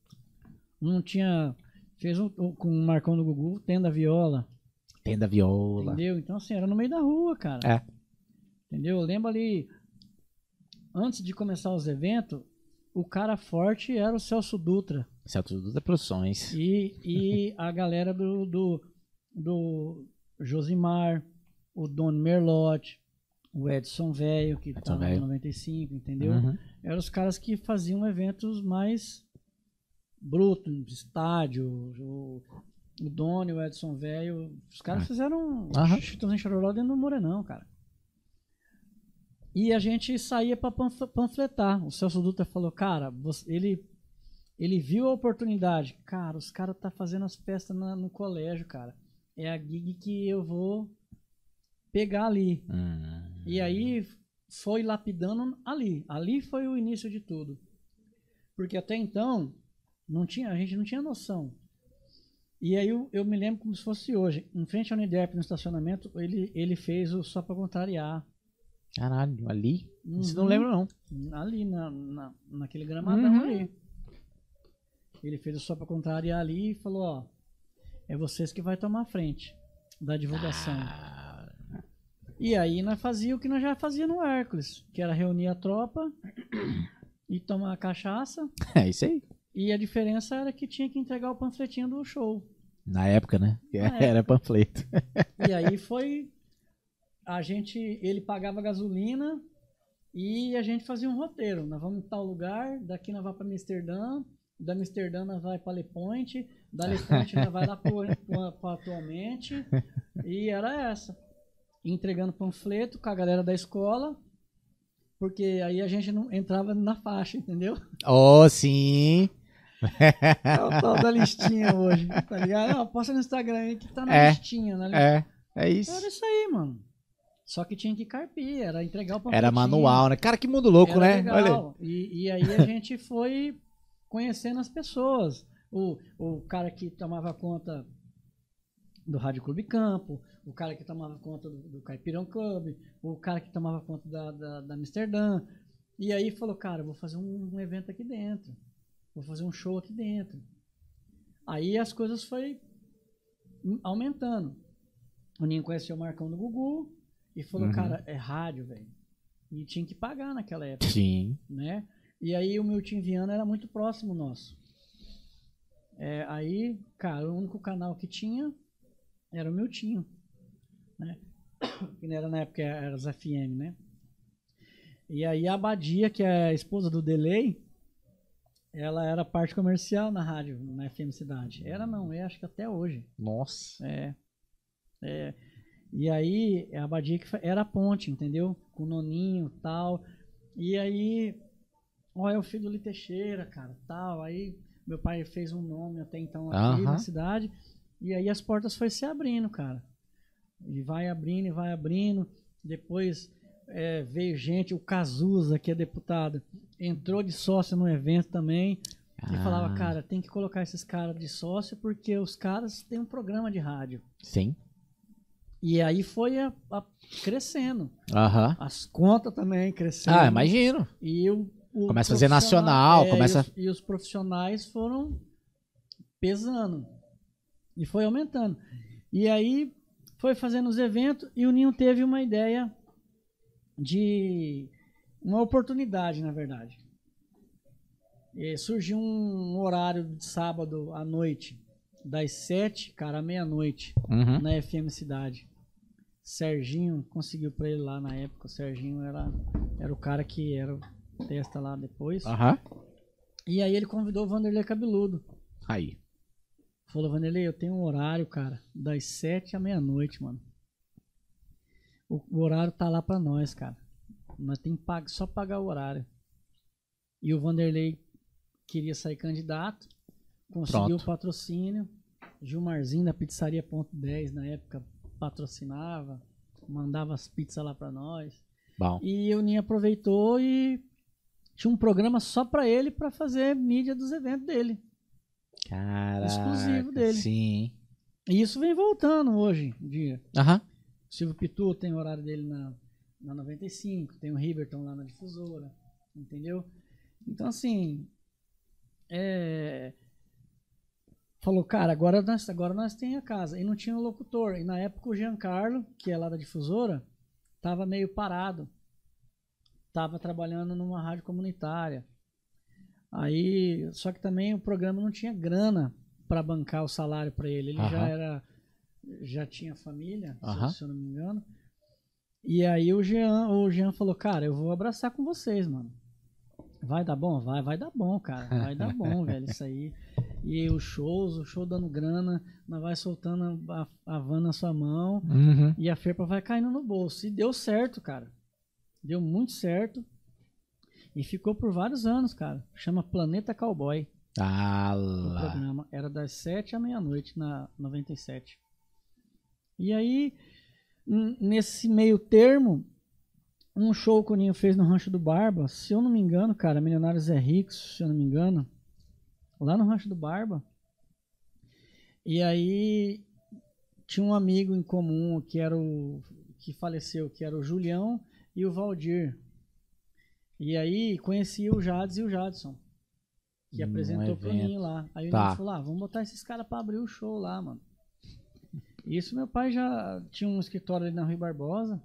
[SPEAKER 6] Fez com o Marcão do Gugu, Tenda Viola.
[SPEAKER 4] Tenda Viola.
[SPEAKER 6] Entendeu? Então, assim, era no meio da rua, cara.
[SPEAKER 4] É.
[SPEAKER 6] Entendeu? Eu lembro ali, antes de começar os eventos, o cara forte era o Celso Dutra.
[SPEAKER 4] Celso Dutra Produções.
[SPEAKER 6] E a galera do Josimar, o Doni Merlotti, o Edson Velho, que
[SPEAKER 4] Edson
[SPEAKER 6] tava
[SPEAKER 4] Velho.
[SPEAKER 6] no 95, entendeu?
[SPEAKER 4] Uhum.
[SPEAKER 6] Eram os caras que faziam eventos mais brutos, estádio, o Doni, o Edson Velho. Os caras fizeram
[SPEAKER 4] Aham.
[SPEAKER 6] Chitãozinho Chororó dentro do Morenão, cara. E a gente saía pra panfletar. O Celso Dutra falou, cara, ele viu a oportunidade. Cara, os caras tá fazendo as festas no colégio, cara. É a gig que eu vou pegar ali. E aí foi lapidando ali. Ali foi o início de tudo. Porque até então a gente não tinha noção. E aí eu me lembro como se fosse hoje. Em frente ao Uniderp, no estacionamento, ele fez o Só Pra Contrariar.
[SPEAKER 4] Caralho, ali? Isso
[SPEAKER 6] Uhum.
[SPEAKER 4] não lembro, não.
[SPEAKER 6] Ali, naquele gramadão ali. Ele fez o Só Pra Contrariar ali e falou, ó, é vocês que vai tomar a frente da divulgação. E aí nós fazia o que nós já fazia no Hércules, que era reunir a tropa e tomar cachaça.
[SPEAKER 4] É isso aí.
[SPEAKER 6] E a diferença era que tinha que entregar o panfletinho do show.
[SPEAKER 4] Na época, né?
[SPEAKER 6] Na
[SPEAKER 4] Era panfleto.
[SPEAKER 6] E aí foi... Ele pagava gasolina e a gente fazia um roteiro. Nós vamos em tal lugar, daqui nós vamos para Amsterdã, da Amsterdã nós vamos para Le Point, da Le Point nós vamos lá para Atualmente. E era essa. Entregando panfleto com a galera da escola, porque aí a gente não entrava na faixa, entendeu?
[SPEAKER 4] Oh, sim.
[SPEAKER 6] É o tal da listinha hoje, tá ligado? Não, posta no Instagram aí que tá na listinha. Na listinha.
[SPEAKER 4] É isso.
[SPEAKER 6] Era isso aí, mano. Só que tinha que carpir, era entregar o panfletinho.
[SPEAKER 4] Era manual, né? Cara, que mundo louco,
[SPEAKER 6] Era
[SPEAKER 4] né?
[SPEAKER 6] legal.
[SPEAKER 4] Olha.
[SPEAKER 6] E aí a gente foi conhecendo as pessoas. O cara que tomava conta do Rádio Clube Campo, o cara que tomava conta do Caipirão Club, o cara que tomava conta da Amsterdã. E aí falou, cara, eu vou fazer um evento aqui dentro. Vou fazer um show aqui dentro. Aí as coisas foi aumentando. O Ninho conheceu o Marcão do Gugu e falou, cara, é rádio, velho. E tinha que pagar naquela época.
[SPEAKER 4] Sim.
[SPEAKER 6] Né? E aí o Milton Viana era muito próximo nosso. Aí, cara, o único canal que tinha era o Miltinho. Né? Que não era na época, era as FM, né? E aí a Abadia, que é a esposa do Delay, ela era parte comercial na rádio, na FM Cidade. Era não, acho que até hoje.
[SPEAKER 4] Nossa.
[SPEAKER 6] E aí, a Abadia que era a ponte, entendeu? Com o Noninho e tal. E aí, é o filho do Li Teixeira, cara, tal. Aí, meu pai fez um nome até então aqui na cidade. E aí, as portas foi se abrindo, cara. E vai abrindo, e vai abrindo. Depois, veio gente, o Cazuza, que é deputado, entrou de sócio no evento também. E falava, cara, tem que colocar esses caras de sócio, porque os caras têm um programa de rádio.
[SPEAKER 4] Sim.
[SPEAKER 6] E aí foi crescendo.
[SPEAKER 4] Aham.
[SPEAKER 6] As contas também crescendo.
[SPEAKER 4] Ah, imagino.
[SPEAKER 6] E
[SPEAKER 4] começa a fazer nacional, começa...
[SPEAKER 6] E os profissionais foram pesando. E foi aumentando. E aí foi fazendo os eventos e o Ninho teve uma ideia de... Uma oportunidade, na verdade. E surgiu um horário de sábado à noite, das 7, cara, à meia-noite, na FM Cidade. Serginho conseguiu pra ele lá na época. O Serginho era o cara que era o testa lá depois. E aí ele convidou o Vanderlei Cabeludo.
[SPEAKER 4] Aí.
[SPEAKER 6] Falou, Vanderlei, eu tenho um horário, cara, das 7 à meia-noite, mano. O horário tá lá pra nós, cara. Nós tem que só pagar o horário. E o Vanderlei queria sair candidato. Conseguiu o patrocínio. Gilmarzinho da Pizzaria Ponto 10 na época patrocinava, mandava as pizzas lá pra nós.
[SPEAKER 4] Bom.
[SPEAKER 6] E o Ninho aproveitou e tinha um programa só pra ele, pra fazer mídia dos eventos dele.
[SPEAKER 4] Caraca,
[SPEAKER 6] exclusivo dele.
[SPEAKER 4] Sim.
[SPEAKER 6] E isso vem voltando hoje em dia. O Silvio Pitu tem o horário dele na 95, tem o Riverton lá na Difusora, entendeu? Então assim, falou, cara, agora nós tem a casa. E não tinha um locutor. E na época o Giancarlo, que é lá da Difusora, tava meio parado. Tava trabalhando numa rádio comunitária. Aí, só que também o programa não tinha grana para bancar o salário para ele. Ele já tinha família, se eu não me engano. E aí o Jean falou, cara, eu vou abraçar com vocês, mano. Vai dar bom? Vai dar bom, cara. Vai dar bom, velho, isso aí. E o show dando grana, nós vai soltando a van na sua mão e a ferpa vai caindo no bolso. E deu certo, cara. Deu muito certo. E ficou por vários anos, cara. Chama Planeta Cowboy. O programa era das 7 à meia-noite na 97. E aí, nesse meio termo, um show que o Ninho fez no Rancho do Barba, se eu não me engano, cara, Milionários é Ricos, se eu não me engano, lá no Rancho do Barba. E aí tinha um amigo em comum que faleceu, que era o Julião e o Valdir. E aí conhecia o Jades e o Jadson, que apresentou pro Ninho lá. Aí o Ninho falou, vamos botar esses caras pra abrir o show lá, mano. Isso meu pai já tinha um escritório ali na Rui Barbosa.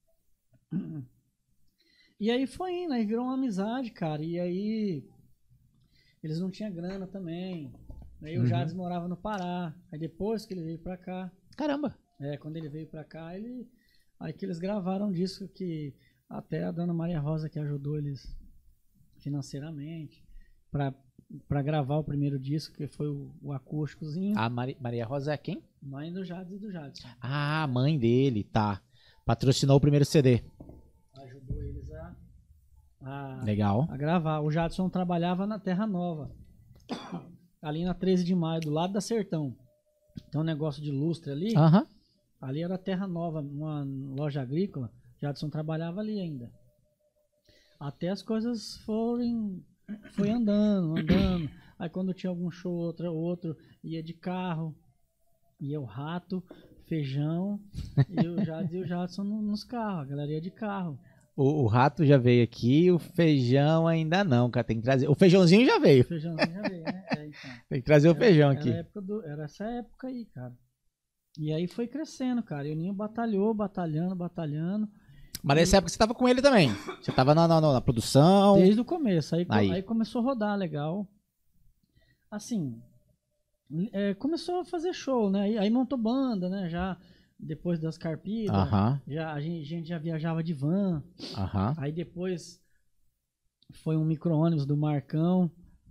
[SPEAKER 6] E aí foi indo, aí virou uma amizade, cara. E aí eles não tinham grana também. Aí o Jades morava no Pará. Aí depois que ele veio pra cá.
[SPEAKER 4] Caramba!
[SPEAKER 6] Quando ele veio pra cá, aí que eles gravaram um disco que até a dona Maria Rosa que ajudou eles financeiramente pra gravar o primeiro disco, que foi o acústicozinho.
[SPEAKER 4] A Maria Rosa é quem?
[SPEAKER 6] Mãe do Jades e do Jadson.
[SPEAKER 4] Ah, mãe dele, tá. Patrocinou o primeiro CD.
[SPEAKER 6] Ajudou eles
[SPEAKER 4] Legal.
[SPEAKER 6] a gravar. O Jadson trabalhava na Terra Nova, ali na 13 de maio, do lado da Sertão. Tem um negócio de lustre ali. Ali era a Terra Nova, uma loja agrícola. O Jadson trabalhava ali ainda. Até as coisas foi andando. Aí quando tinha algum show, outro ia de carro. Ia o Rato, Feijão e o Jades e o Jadson nos carros. A galera ia de carro.
[SPEAKER 4] O Rato já veio aqui, o Feijão ainda não, cara. Tem que trazer. O Feijãozinho já veio.
[SPEAKER 6] O Feijãozinho já veio, né? Então.
[SPEAKER 4] Tem que trazer o Feijão aqui.
[SPEAKER 6] Era essa época aí, cara. E aí foi crescendo, cara. E o Ninho batalhou, batalhando.
[SPEAKER 4] Mas nessa época você tava com ele também. Você tava na produção.
[SPEAKER 6] Desde o começo. Aí começou a rodar legal. Assim, começou a fazer show, né? Aí montou banda, né? Já depois das Carpidas. A gente já viajava de van. Aí depois foi um micro-ônibus do Marcão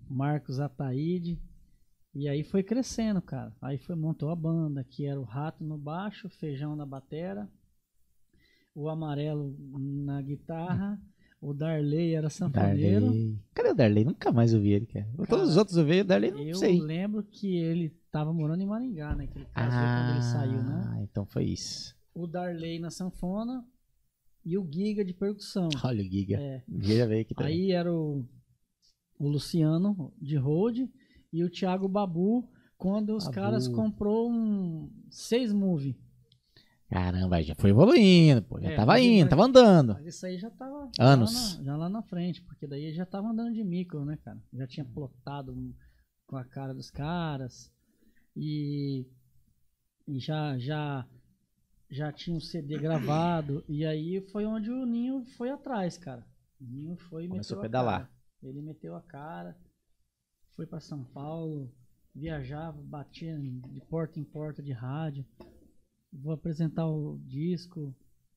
[SPEAKER 6] Marcos Ataíde. E aí foi crescendo, cara. Aí montou a banda, que era o Rato no baixo, Feijão na batera, o Amarelo na guitarra, o Darley era sanfoneiro.
[SPEAKER 4] Darley. Cadê o Darley? Nunca mais ouvi ele, cara. Todos os outros eu vi, o Darley não sei.
[SPEAKER 6] Eu lembro que ele tava morando em Maringá, né? Que ele casou quando ele saiu, né?
[SPEAKER 4] Ah, então foi isso.
[SPEAKER 6] O Darley na sanfona e o Giga de percussão.
[SPEAKER 4] Olha o Giga.
[SPEAKER 6] É.
[SPEAKER 4] O Giga veio aqui também.
[SPEAKER 6] Aí era o Luciano de Road e o Thiago Babu, quando os caras comprou um 6 Move.
[SPEAKER 4] Caramba, já foi evoluindo, pô. Já tava
[SPEAKER 6] mas
[SPEAKER 4] indo, tava andando.
[SPEAKER 6] Mas isso aí já tava
[SPEAKER 4] Anos.
[SPEAKER 6] já lá na frente, porque daí já tava andando de micro, né, cara? Já tinha plotado com a cara dos caras e já tinha um CD gravado. E aí foi onde o Ninho foi atrás, cara. O Ninho foi e
[SPEAKER 4] Começou
[SPEAKER 6] meteu
[SPEAKER 4] a pedalar.
[SPEAKER 6] cara. Ele meteu a cara, foi pra São Paulo, viajava, batia de porta em porta de rádio. Vou apresentar o disco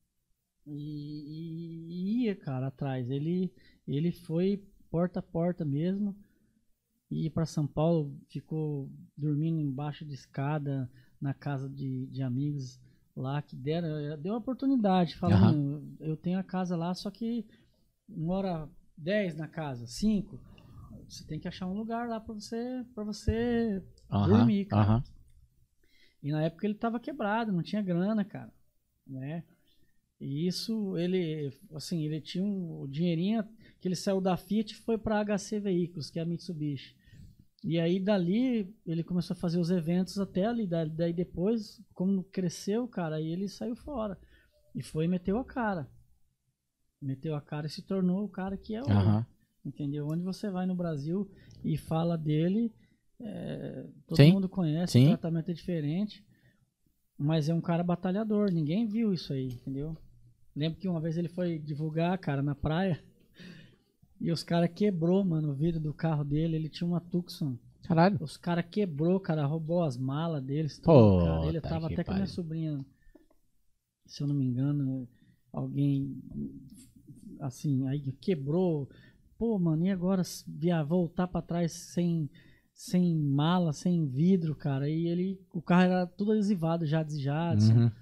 [SPEAKER 6] e ia, cara, atrás. Ele foi porta a porta mesmo, ia para São Paulo, ficou dormindo embaixo de escada na casa de amigos lá que deu a oportunidade, falando, eu tenho a casa lá, só que mora 10 na casa, 5. Você tem que achar um lugar lá para você dormir, cara. E na época ele tava quebrado, não tinha grana, cara, né? E isso, ele tinha o dinheirinho que ele saiu da Fiat e foi pra HC Veículos, que é a Mitsubishi. E aí dali ele começou a fazer os eventos até ali, daí depois, como cresceu, cara, aí ele saiu fora. E foi e meteu a cara. Meteu a cara e se tornou o cara que é hoje. Entendeu? Onde você vai no Brasil e fala dele... todo mundo conhece, o tratamento é diferente, mas é um cara batalhador, ninguém viu isso aí, entendeu? Lembro que uma vez ele foi divulgar, cara, na praia, e os caras quebrou, mano, o vidro do carro dele, ele tinha uma Tucson.
[SPEAKER 4] Caralho.
[SPEAKER 6] Os caras quebrou, cara, roubou as malas deles,
[SPEAKER 4] tudo,
[SPEAKER 6] cara. Ele tava até com a minha sobrinha, se eu não me engano, alguém, assim, aí quebrou. Pô, mano, e agora voltar pra trás sem mala, sem vidro, cara, e o carro era todo adesivado já, desejado,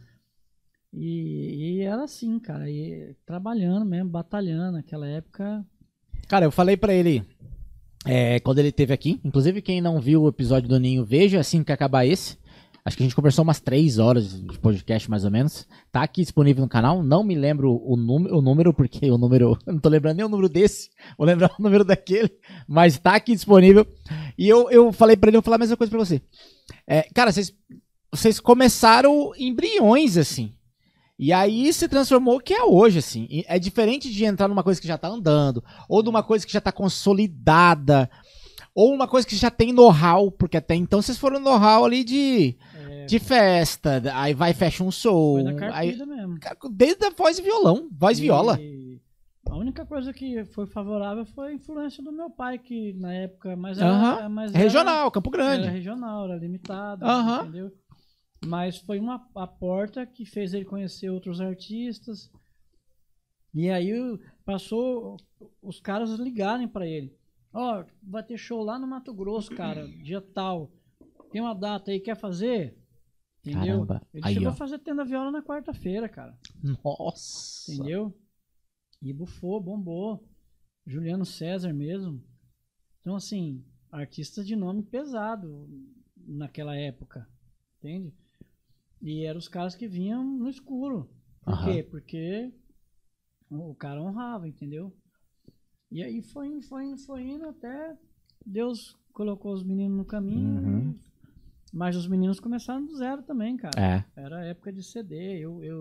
[SPEAKER 6] e era assim, cara, e trabalhando mesmo, batalhando, naquela época.
[SPEAKER 4] Cara, eu falei pra ele, quando ele esteve aqui, inclusive quem não viu o episódio do Ninho, veja assim que acabar esse. Acho que a gente conversou umas 3 horas de podcast, mais ou menos. Tá aqui disponível no canal. Não me lembro o número, porque o número... Eu não tô lembrando nem o número desse. Vou lembrar o número daquele. Mas tá aqui disponível. E eu falei pra ele, eu vou falar a mesma coisa pra você. Cara, vocês começaram embriões, assim. E aí se transformou o que é hoje, assim. E é diferente de entrar numa coisa que já tá andando. Ou de uma coisa que já tá consolidada. Ou uma coisa que já tem know-how, porque até então vocês foram know-how ali de festa, aí vai e fecha um show.
[SPEAKER 6] Foi na cartilha mesmo.
[SPEAKER 4] Desde a voz e violão, viola.
[SPEAKER 6] A única coisa que foi favorável foi a influência do meu pai, que na época
[SPEAKER 4] regional, Campo Grande.
[SPEAKER 6] Era regional, era limitado, entendeu? Mas foi a porta que fez ele conhecer outros artistas. E aí passou os caras ligarem pra ele. Vai ter show lá no Mato Grosso, cara, dia tal. Tem uma data aí, quer fazer? Entendeu?
[SPEAKER 4] Caramba.
[SPEAKER 6] Ele chegou a fazer tenda viola na quarta-feira, cara.
[SPEAKER 4] Nossa.
[SPEAKER 6] Entendeu? E bufou, bombou. Juliano César mesmo. Então, assim, artistas de nome pesado naquela época. Entende? E eram os caras que vinham no escuro. Por quê? Porque o cara honrava, entendeu? E aí foi indo até Deus colocou os meninos no caminho. Mas os meninos começaram do zero também, cara. Era época de CD.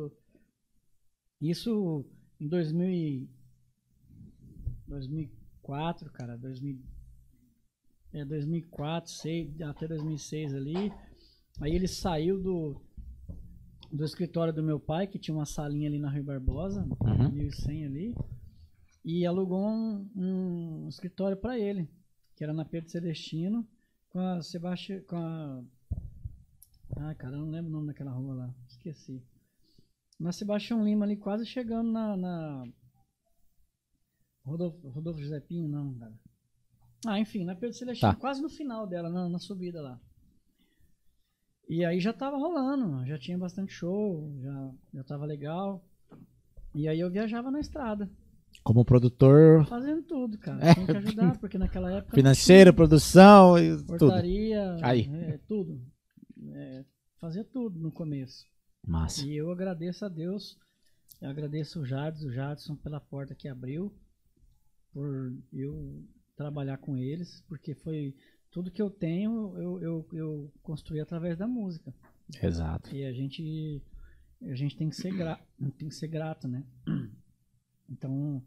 [SPEAKER 6] Isso em 2004, cara. 2004, até 2006 ali. Aí ele saiu do escritório do meu pai, que tinha uma salinha ali na Rui Barbosa, 1100 ali. E alugou um escritório para ele, que era na Pedro Celestino, com a Sebastião, ai, cara, eu não lembro o nome daquela rua lá, esqueci. Na Sebastião Lima ali, quase chegando na Rodolfo José Pinho, não, cara. Enfim, na Pedro Celestino,
[SPEAKER 4] Tá.
[SPEAKER 6] quase no final dela, na subida lá. E aí já tava rolando, já tinha bastante show, já tava legal. E aí eu viajava na estrada,
[SPEAKER 4] Como produtor
[SPEAKER 6] fazendo tudo, cara.
[SPEAKER 4] É.
[SPEAKER 6] Tinha que ajudar, porque naquela época...
[SPEAKER 4] financeiro, produção e tudo.
[SPEAKER 6] portaria,
[SPEAKER 4] Aí.
[SPEAKER 6] tudo. Fazia tudo no começo.
[SPEAKER 4] Massa.
[SPEAKER 6] E eu agradeço a Deus, eu agradeço o Jadson pela porta que abriu, por eu trabalhar com eles, porque foi tudo que eu tenho, eu construí através da música.
[SPEAKER 4] Exato.
[SPEAKER 6] E a gente tem que ser grato, né? Então,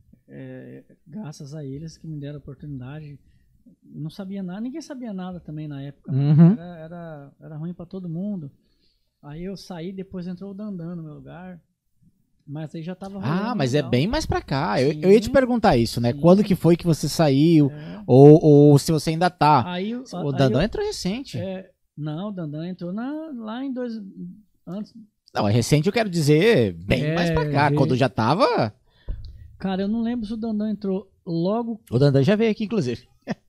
[SPEAKER 6] graças a eles que me deram a oportunidade. Eu não sabia nada, ninguém sabia nada também na época.
[SPEAKER 4] Uhum.
[SPEAKER 6] Era ruim pra todo mundo. Aí eu saí, depois entrou o Dandan no meu lugar. Mas aí já tava rolando
[SPEAKER 4] Mas é
[SPEAKER 6] legal.
[SPEAKER 4] bem mais pra cá. Eu
[SPEAKER 6] Sim.
[SPEAKER 4] ia te perguntar isso, né?
[SPEAKER 6] Sim.
[SPEAKER 4] Quando que foi que você saiu?
[SPEAKER 6] É.
[SPEAKER 4] Ou se você ainda tá.
[SPEAKER 6] Aí,
[SPEAKER 4] O Dandan entrou recente.
[SPEAKER 6] não, o Dandan entrou lá em antes.
[SPEAKER 4] Não, é recente eu quero dizer bem mais pra cá. Quando já tava...
[SPEAKER 6] Cara, eu não lembro se o Dandan entrou logo
[SPEAKER 4] O Dandan já veio aqui, inclusive.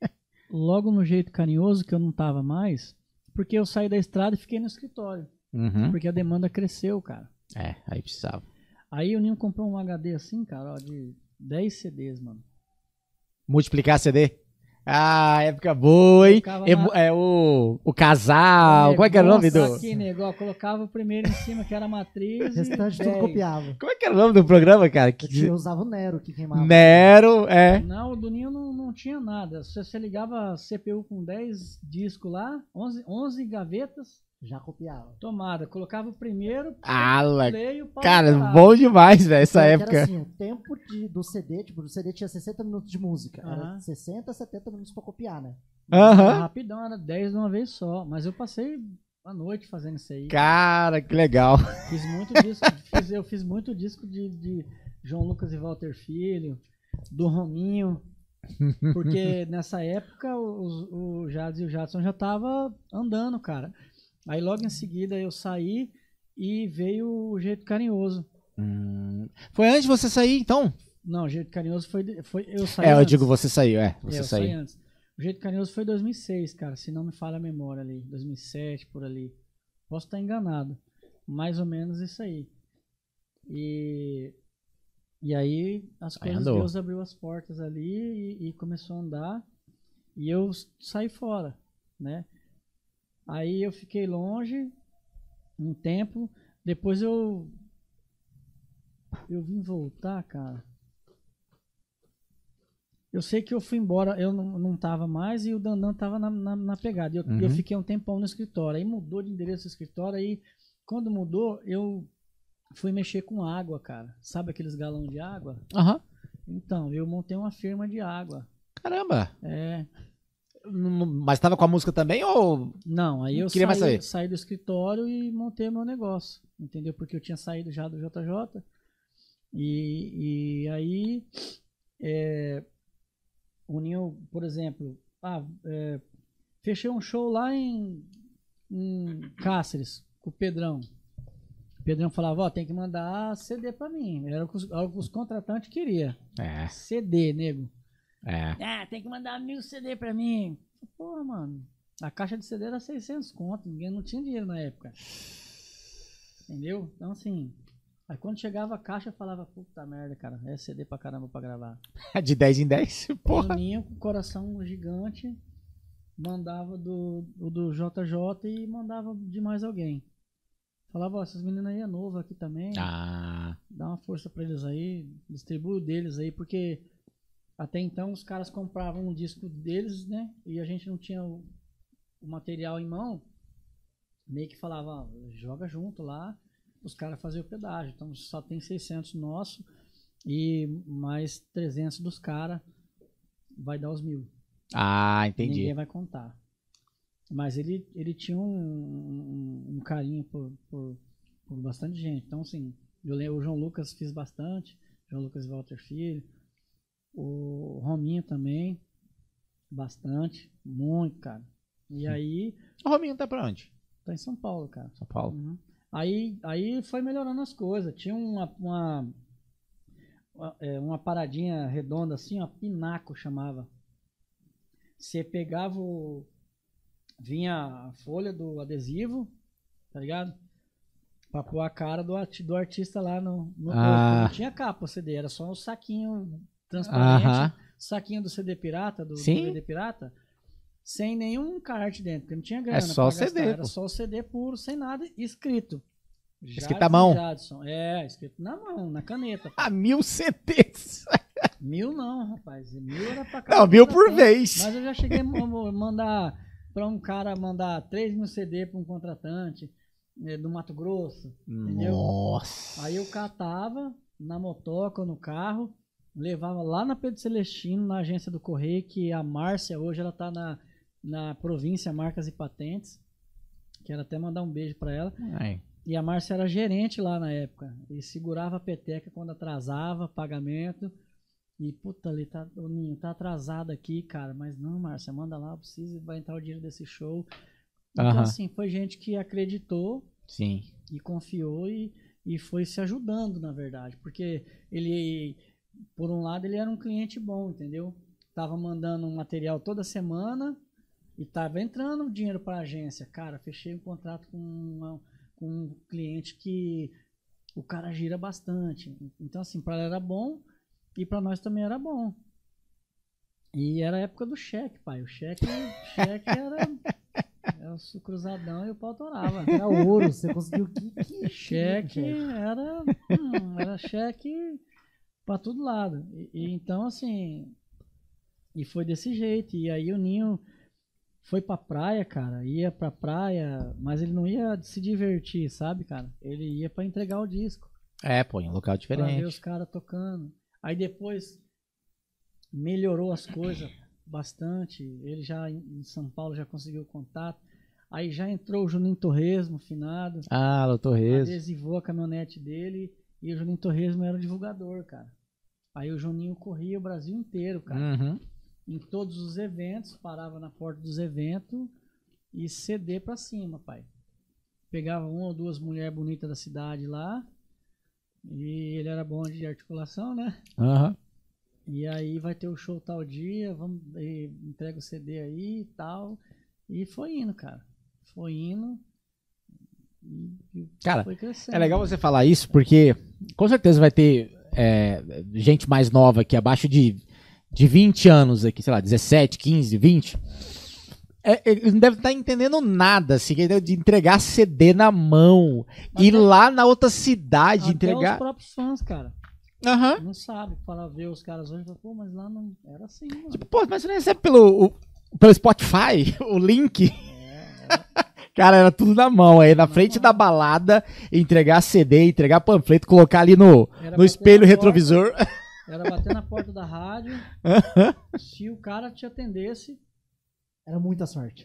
[SPEAKER 6] no Jeito Carinhoso, que eu não tava mais, porque eu saí da estrada e fiquei no escritório.
[SPEAKER 4] Uhum.
[SPEAKER 6] Porque a demanda cresceu, cara.
[SPEAKER 4] Aí precisava.
[SPEAKER 6] Aí o Ninho comprou um HD assim, cara, ó, de 10 CDs, mano.
[SPEAKER 4] Multiplicar CD. Época boa, hein?
[SPEAKER 6] Colocava
[SPEAKER 4] O casal. Como é que era o nome do...
[SPEAKER 6] Aqui, nego, ó, colocava o primeiro em cima, que era a matriz.
[SPEAKER 5] O restante tudo
[SPEAKER 6] 10.
[SPEAKER 5] copiava.
[SPEAKER 4] Como é que era o nome do programa, cara?
[SPEAKER 5] Eu usava o Nero que queimava.
[SPEAKER 4] Nero,
[SPEAKER 6] Não, o do Ninho não tinha nada. Você ligava a CPU com 10 discos lá, 11 gavetas,
[SPEAKER 5] Já copiava.
[SPEAKER 6] tomada. Colocava o primeiro, play, o pau
[SPEAKER 4] Cara,
[SPEAKER 6] parava.
[SPEAKER 4] bom demais, velho, essa
[SPEAKER 5] Só que
[SPEAKER 4] época.
[SPEAKER 5] Era assim, o tempo do CD, tipo, o CD tinha 60 minutos de música. Era
[SPEAKER 6] Aham.
[SPEAKER 5] 60, 70 minutos pra copiar, né?
[SPEAKER 6] Era
[SPEAKER 4] Aham.
[SPEAKER 6] rapidão, era 10 de uma vez só. Mas eu passei a noite fazendo isso aí.
[SPEAKER 4] Cara, que legal.
[SPEAKER 6] Fiz muito disco. Eu fiz muito disco de João Lucas e Walter Filho, do Rominho. Porque nessa época o Jades e o Jadson já tava andando, cara. Aí logo em seguida eu saí e veio o Jeito Carinhoso.
[SPEAKER 4] Foi antes de você sair, então?
[SPEAKER 6] Não, o Jeito Carinhoso foi eu saí
[SPEAKER 4] Eu
[SPEAKER 6] antes.
[SPEAKER 4] digo você saiu, você
[SPEAKER 6] Eu saí
[SPEAKER 4] saiu.
[SPEAKER 6] antes. O Jeito Carinhoso foi em 2006, cara, se não me falha a memória ali, 2007 por ali. Posso estar enganado, mais ou menos isso aí. E aí as coisas,
[SPEAKER 4] andou.
[SPEAKER 6] Deus abriu as portas ali e começou a andar e eu saí fora, né? Aí eu fiquei longe um tempo, depois eu vim voltar, cara. Eu sei que eu fui embora, eu não tava mais e o Dandan tava na pegada. Eu fiquei um tempão no escritório, aí mudou de endereço do escritório, aí quando mudou, eu fui mexer com água, cara. Sabe aqueles galão de água?
[SPEAKER 4] Aham.
[SPEAKER 6] Então, eu montei uma firma de água.
[SPEAKER 4] Caramba.
[SPEAKER 6] É.
[SPEAKER 4] Mas tava com a música também ou...
[SPEAKER 6] Não, aí
[SPEAKER 4] Não
[SPEAKER 6] eu
[SPEAKER 4] queria mais sair.
[SPEAKER 6] saí do escritório e montei o meu negócio, entendeu? Porque eu tinha saído já do JJ e aí o Ninho, por exemplo, fechei um show lá em Cáceres com o Pedrão. O Pedrão falava, tem que mandar CD pra mim. Era o que os contratantes queriam. CD, nego. Tem que mandar 1000 CD pra mim. Porra, mano. A caixa de CD era 600 conto. Ninguém não tinha dinheiro na época. Entendeu? Então, assim... Aí quando chegava a caixa, eu falava, puta merda, cara. É CD pra caramba pra gravar.
[SPEAKER 4] De 10 em 10, porra.
[SPEAKER 6] O Ninho, com o coração gigante, mandava do JJ e mandava de mais alguém. Falava, essas meninas aí é novo aqui também. Dá uma força pra eles aí. Distribui o deles aí, porque... Até então os caras compravam um disco deles, né? E a gente não tinha o material em mão. Meio que falava, joga junto lá. Os caras faziam o pedágio. Então só tem 600 nosso e mais 300 dos caras. Vai dar os 1000.
[SPEAKER 4] Entendi.
[SPEAKER 6] Ninguém vai contar. Mas ele tinha um carinho por bastante gente. Então assim, eu lembro, o João Lucas fiz bastante. João Lucas e Walter Filho. O Rominho também, bastante, muito, cara. E aí...
[SPEAKER 4] O Rominho tá pra onde?
[SPEAKER 6] Tá em São Paulo, cara.
[SPEAKER 4] São Paulo.
[SPEAKER 6] Uhum. Aí foi melhorando as coisas. Tinha uma paradinha redonda assim, ó, Pinaco chamava. Você pegava vinha a folha do adesivo, tá ligado? Pra pôr a cara do artista lá no corpo. Não tinha capa o CD, era só um saquinho transparente, saquinho do CD pirata, do DVD pirata, sem nenhum encarte dentro, porque não tinha grana.
[SPEAKER 4] É só o
[SPEAKER 6] gastar,
[SPEAKER 4] CD,
[SPEAKER 6] era
[SPEAKER 4] pô.
[SPEAKER 6] só o CD puro, sem nada, escrito.
[SPEAKER 4] Escrito à mão.
[SPEAKER 6] Jadson. É, escrito na mão, na caneta.
[SPEAKER 4] Ah, 1000 CDs.
[SPEAKER 6] 1000 não, rapaz. 1000 era pra
[SPEAKER 4] Não, 1000 por vez.
[SPEAKER 6] Mas eu já cheguei a mandar pra um cara mandar 3.000 CD pra um contratante do Mato Grosso. Entendeu?
[SPEAKER 4] Nossa.
[SPEAKER 6] Aí eu catava na motoca ou no carro, levava lá na Pedro Celestino, na agência do Correio, que a Márcia hoje ela tá na província Marcas e Patentes. Quero até mandar um beijo pra ela.
[SPEAKER 4] Ai.
[SPEAKER 6] E a Márcia era gerente lá na época. E segurava a peteca quando atrasava pagamento. E, puta, ali o Ninho tá atrasado aqui, cara. Mas não, Márcia, manda lá, precisa, vai entrar o dinheiro desse show. Então, assim, foi gente que acreditou.
[SPEAKER 4] Sim.
[SPEAKER 6] E confiou e foi se ajudando, na verdade. Porque ele, por um lado, ele era um cliente bom, entendeu? Tava mandando um material toda semana e tava entrando dinheiro pra agência. Cara, fechei um contrato com um cliente que o cara gira bastante. Então, assim, para ela era bom e para nós também era bom. E era a época do cheque, pai. O cheque era o cruzadão e o pau torava.
[SPEAKER 5] Era ouro, você conseguiu que
[SPEAKER 6] cheque era cheque para todo lado. Então, assim, e foi desse jeito. E aí o Ninho foi pra praia, cara, ia pra praia, mas ele não ia se divertir, sabe, cara? Ele ia pra entregar o disco.
[SPEAKER 4] É, pô, em um local
[SPEAKER 6] Pra ver
[SPEAKER 4] diferente.
[SPEAKER 6] os caras tocando. Aí depois melhorou as coisas bastante. Ele já em São Paulo já conseguiu contato. Aí já entrou o Juninho Torresmo, finado.
[SPEAKER 4] Ah, o Torresmo.
[SPEAKER 6] Adesivou a caminhonete dele e o Juninho Torresmo era o divulgador, cara. Aí o Juninho corria o Brasil inteiro, cara.
[SPEAKER 4] Uhum.
[SPEAKER 6] Em todos os eventos, parava na porta dos eventos e CD pra cima, pai. Pegava uma ou duas mulheres bonitas da cidade lá e ele era bom de articulação, né?
[SPEAKER 4] Uhum.
[SPEAKER 6] E aí vai ter o show tal dia, vamos, entrega o CD aí e tal. E foi indo, cara. Foi indo e
[SPEAKER 4] Cara,
[SPEAKER 6] foi crescendo.
[SPEAKER 4] É legal você falar isso porque com certeza vai ter gente mais nova aqui, abaixo de 20 anos aqui, sei lá, 17, 15, 20. Eles não devem estar entendendo nada, assim, de entregar CD na mão, ir lá na outra cidade,
[SPEAKER 6] até
[SPEAKER 4] entregar.
[SPEAKER 6] os próprios fãs, cara.
[SPEAKER 4] Aham.
[SPEAKER 6] Não sabe, para ver os caras hoje, pô, mas lá não era assim, mano.
[SPEAKER 4] Tipo, pô, mas você não recebe pelo Spotify o link? Cara, era tudo na mão, aí na frente da balada, entregar CD, entregar panfleto, colocar ali no espelho retrovisor.
[SPEAKER 6] Era bater na porta da rádio. Se o cara te atendesse.
[SPEAKER 5] Era muita sorte.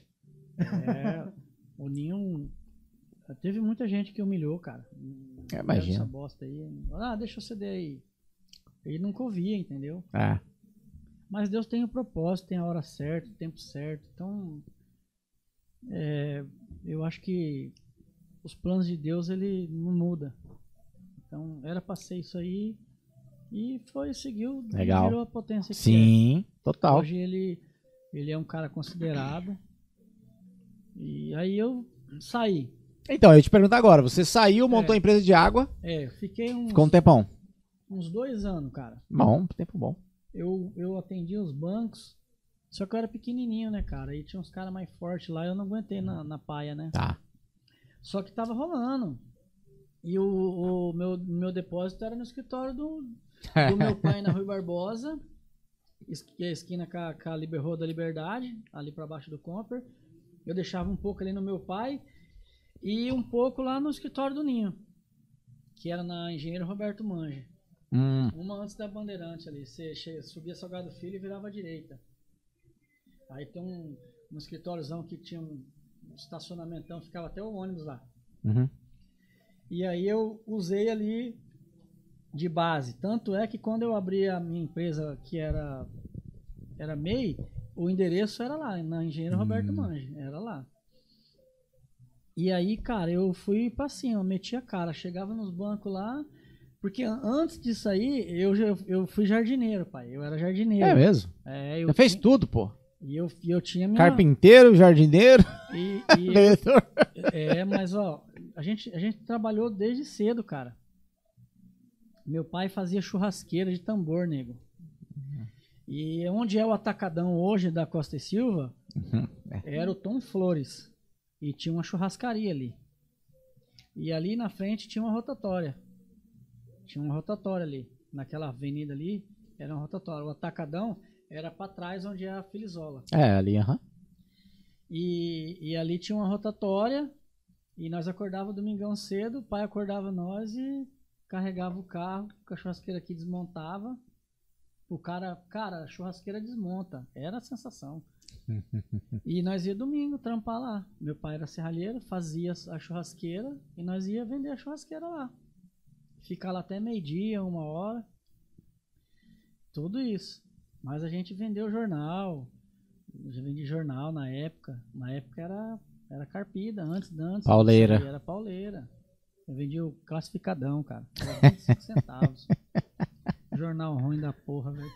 [SPEAKER 6] O Ninho. Teve muita gente que humilhou, cara.
[SPEAKER 4] Imagina.
[SPEAKER 6] Essa bosta aí. Deixa o CD aí. Ele nunca ouvia, entendeu? Mas Deus tem o propósito, tem a hora certa, o tempo certo. Então. Eu acho que os planos de Deus, ele não muda. Então, era pra ser isso aí. E seguiu,
[SPEAKER 4] legal.
[SPEAKER 6] Virou a potência que
[SPEAKER 4] Sim, total.
[SPEAKER 6] Hoje ele é um cara considerado. E aí eu saí.
[SPEAKER 4] Então, eu ia te perguntar agora, você saiu, montou a empresa de água,
[SPEAKER 6] Fiquei
[SPEAKER 4] ficou um tempão.
[SPEAKER 6] uns 2 anos, cara.
[SPEAKER 4] Bom, tempo bom.
[SPEAKER 6] Eu atendi os bancos, só que eu era pequenininho, né, cara? E tinha uns caras mais fortes lá, eu não aguentei na paia, né?
[SPEAKER 4] Tá.
[SPEAKER 6] Só que tava rolando. E o meu depósito era no escritório do meu pai na Rui Barbosa, que é a esquina com a Rua da Liberdade, ali pra baixo do Comper. Eu deixava um pouco ali no meu pai e um pouco lá no escritório do Ninho, que era na Engenheiro Roberto Mange. Uma antes da Bandeirante ali. Você subia Salgado Filho e virava à direita. Aí tem um escritóriozão que tinha um estacionamentão, ficava até o ônibus lá.
[SPEAKER 4] Uhum.
[SPEAKER 6] E aí eu usei ali de base. Tanto é que quando eu abri a minha empresa, que era MEI, o endereço era lá, na Engenheiro Roberto Mange. Era lá. E aí, cara, eu fui pra cima, meti a cara. Chegava nos bancos lá, porque antes disso aí, eu fui jardineiro, pai. Eu era jardineiro.
[SPEAKER 4] É mesmo?
[SPEAKER 6] Eu
[SPEAKER 4] Você fez tudo, pô.
[SPEAKER 6] E eu tinha minha...
[SPEAKER 4] Carpinteiro, jardineiro,
[SPEAKER 6] E
[SPEAKER 4] vendedor.
[SPEAKER 6] mas ó, a gente trabalhou desde cedo, cara. Meu pai fazia churrasqueira de tambor, nego. E onde é o atacadão hoje da Costa e Silva, era o Tom Flores. E tinha uma churrascaria ali. E ali na frente tinha uma rotatória. Tinha uma rotatória ali. Naquela avenida ali, era uma rotatória. O atacadão era pra trás onde é a Filizola.
[SPEAKER 4] Ali, aham.
[SPEAKER 6] E ali tinha uma rotatória. E nós acordava domingão cedo. O pai acordava nós e carregava o carro. Com a churrasqueira aqui desmontava. O cara, a churrasqueira desmonta. Era a sensação. E nós ia domingo trampar lá. Meu pai era serralheiro, fazia a churrasqueira e nós ia vender a churrasqueira lá. Ficar lá até meio-dia, 1h. Tudo isso. Mas a gente vendeu jornal. Eu já vendi jornal na época. Na época era carpida, antes.
[SPEAKER 4] Pauleira.
[SPEAKER 6] Era pauleira. Eu vendi o classificadão, cara. Era 25 centavos. Jornal ruim da porra, velho.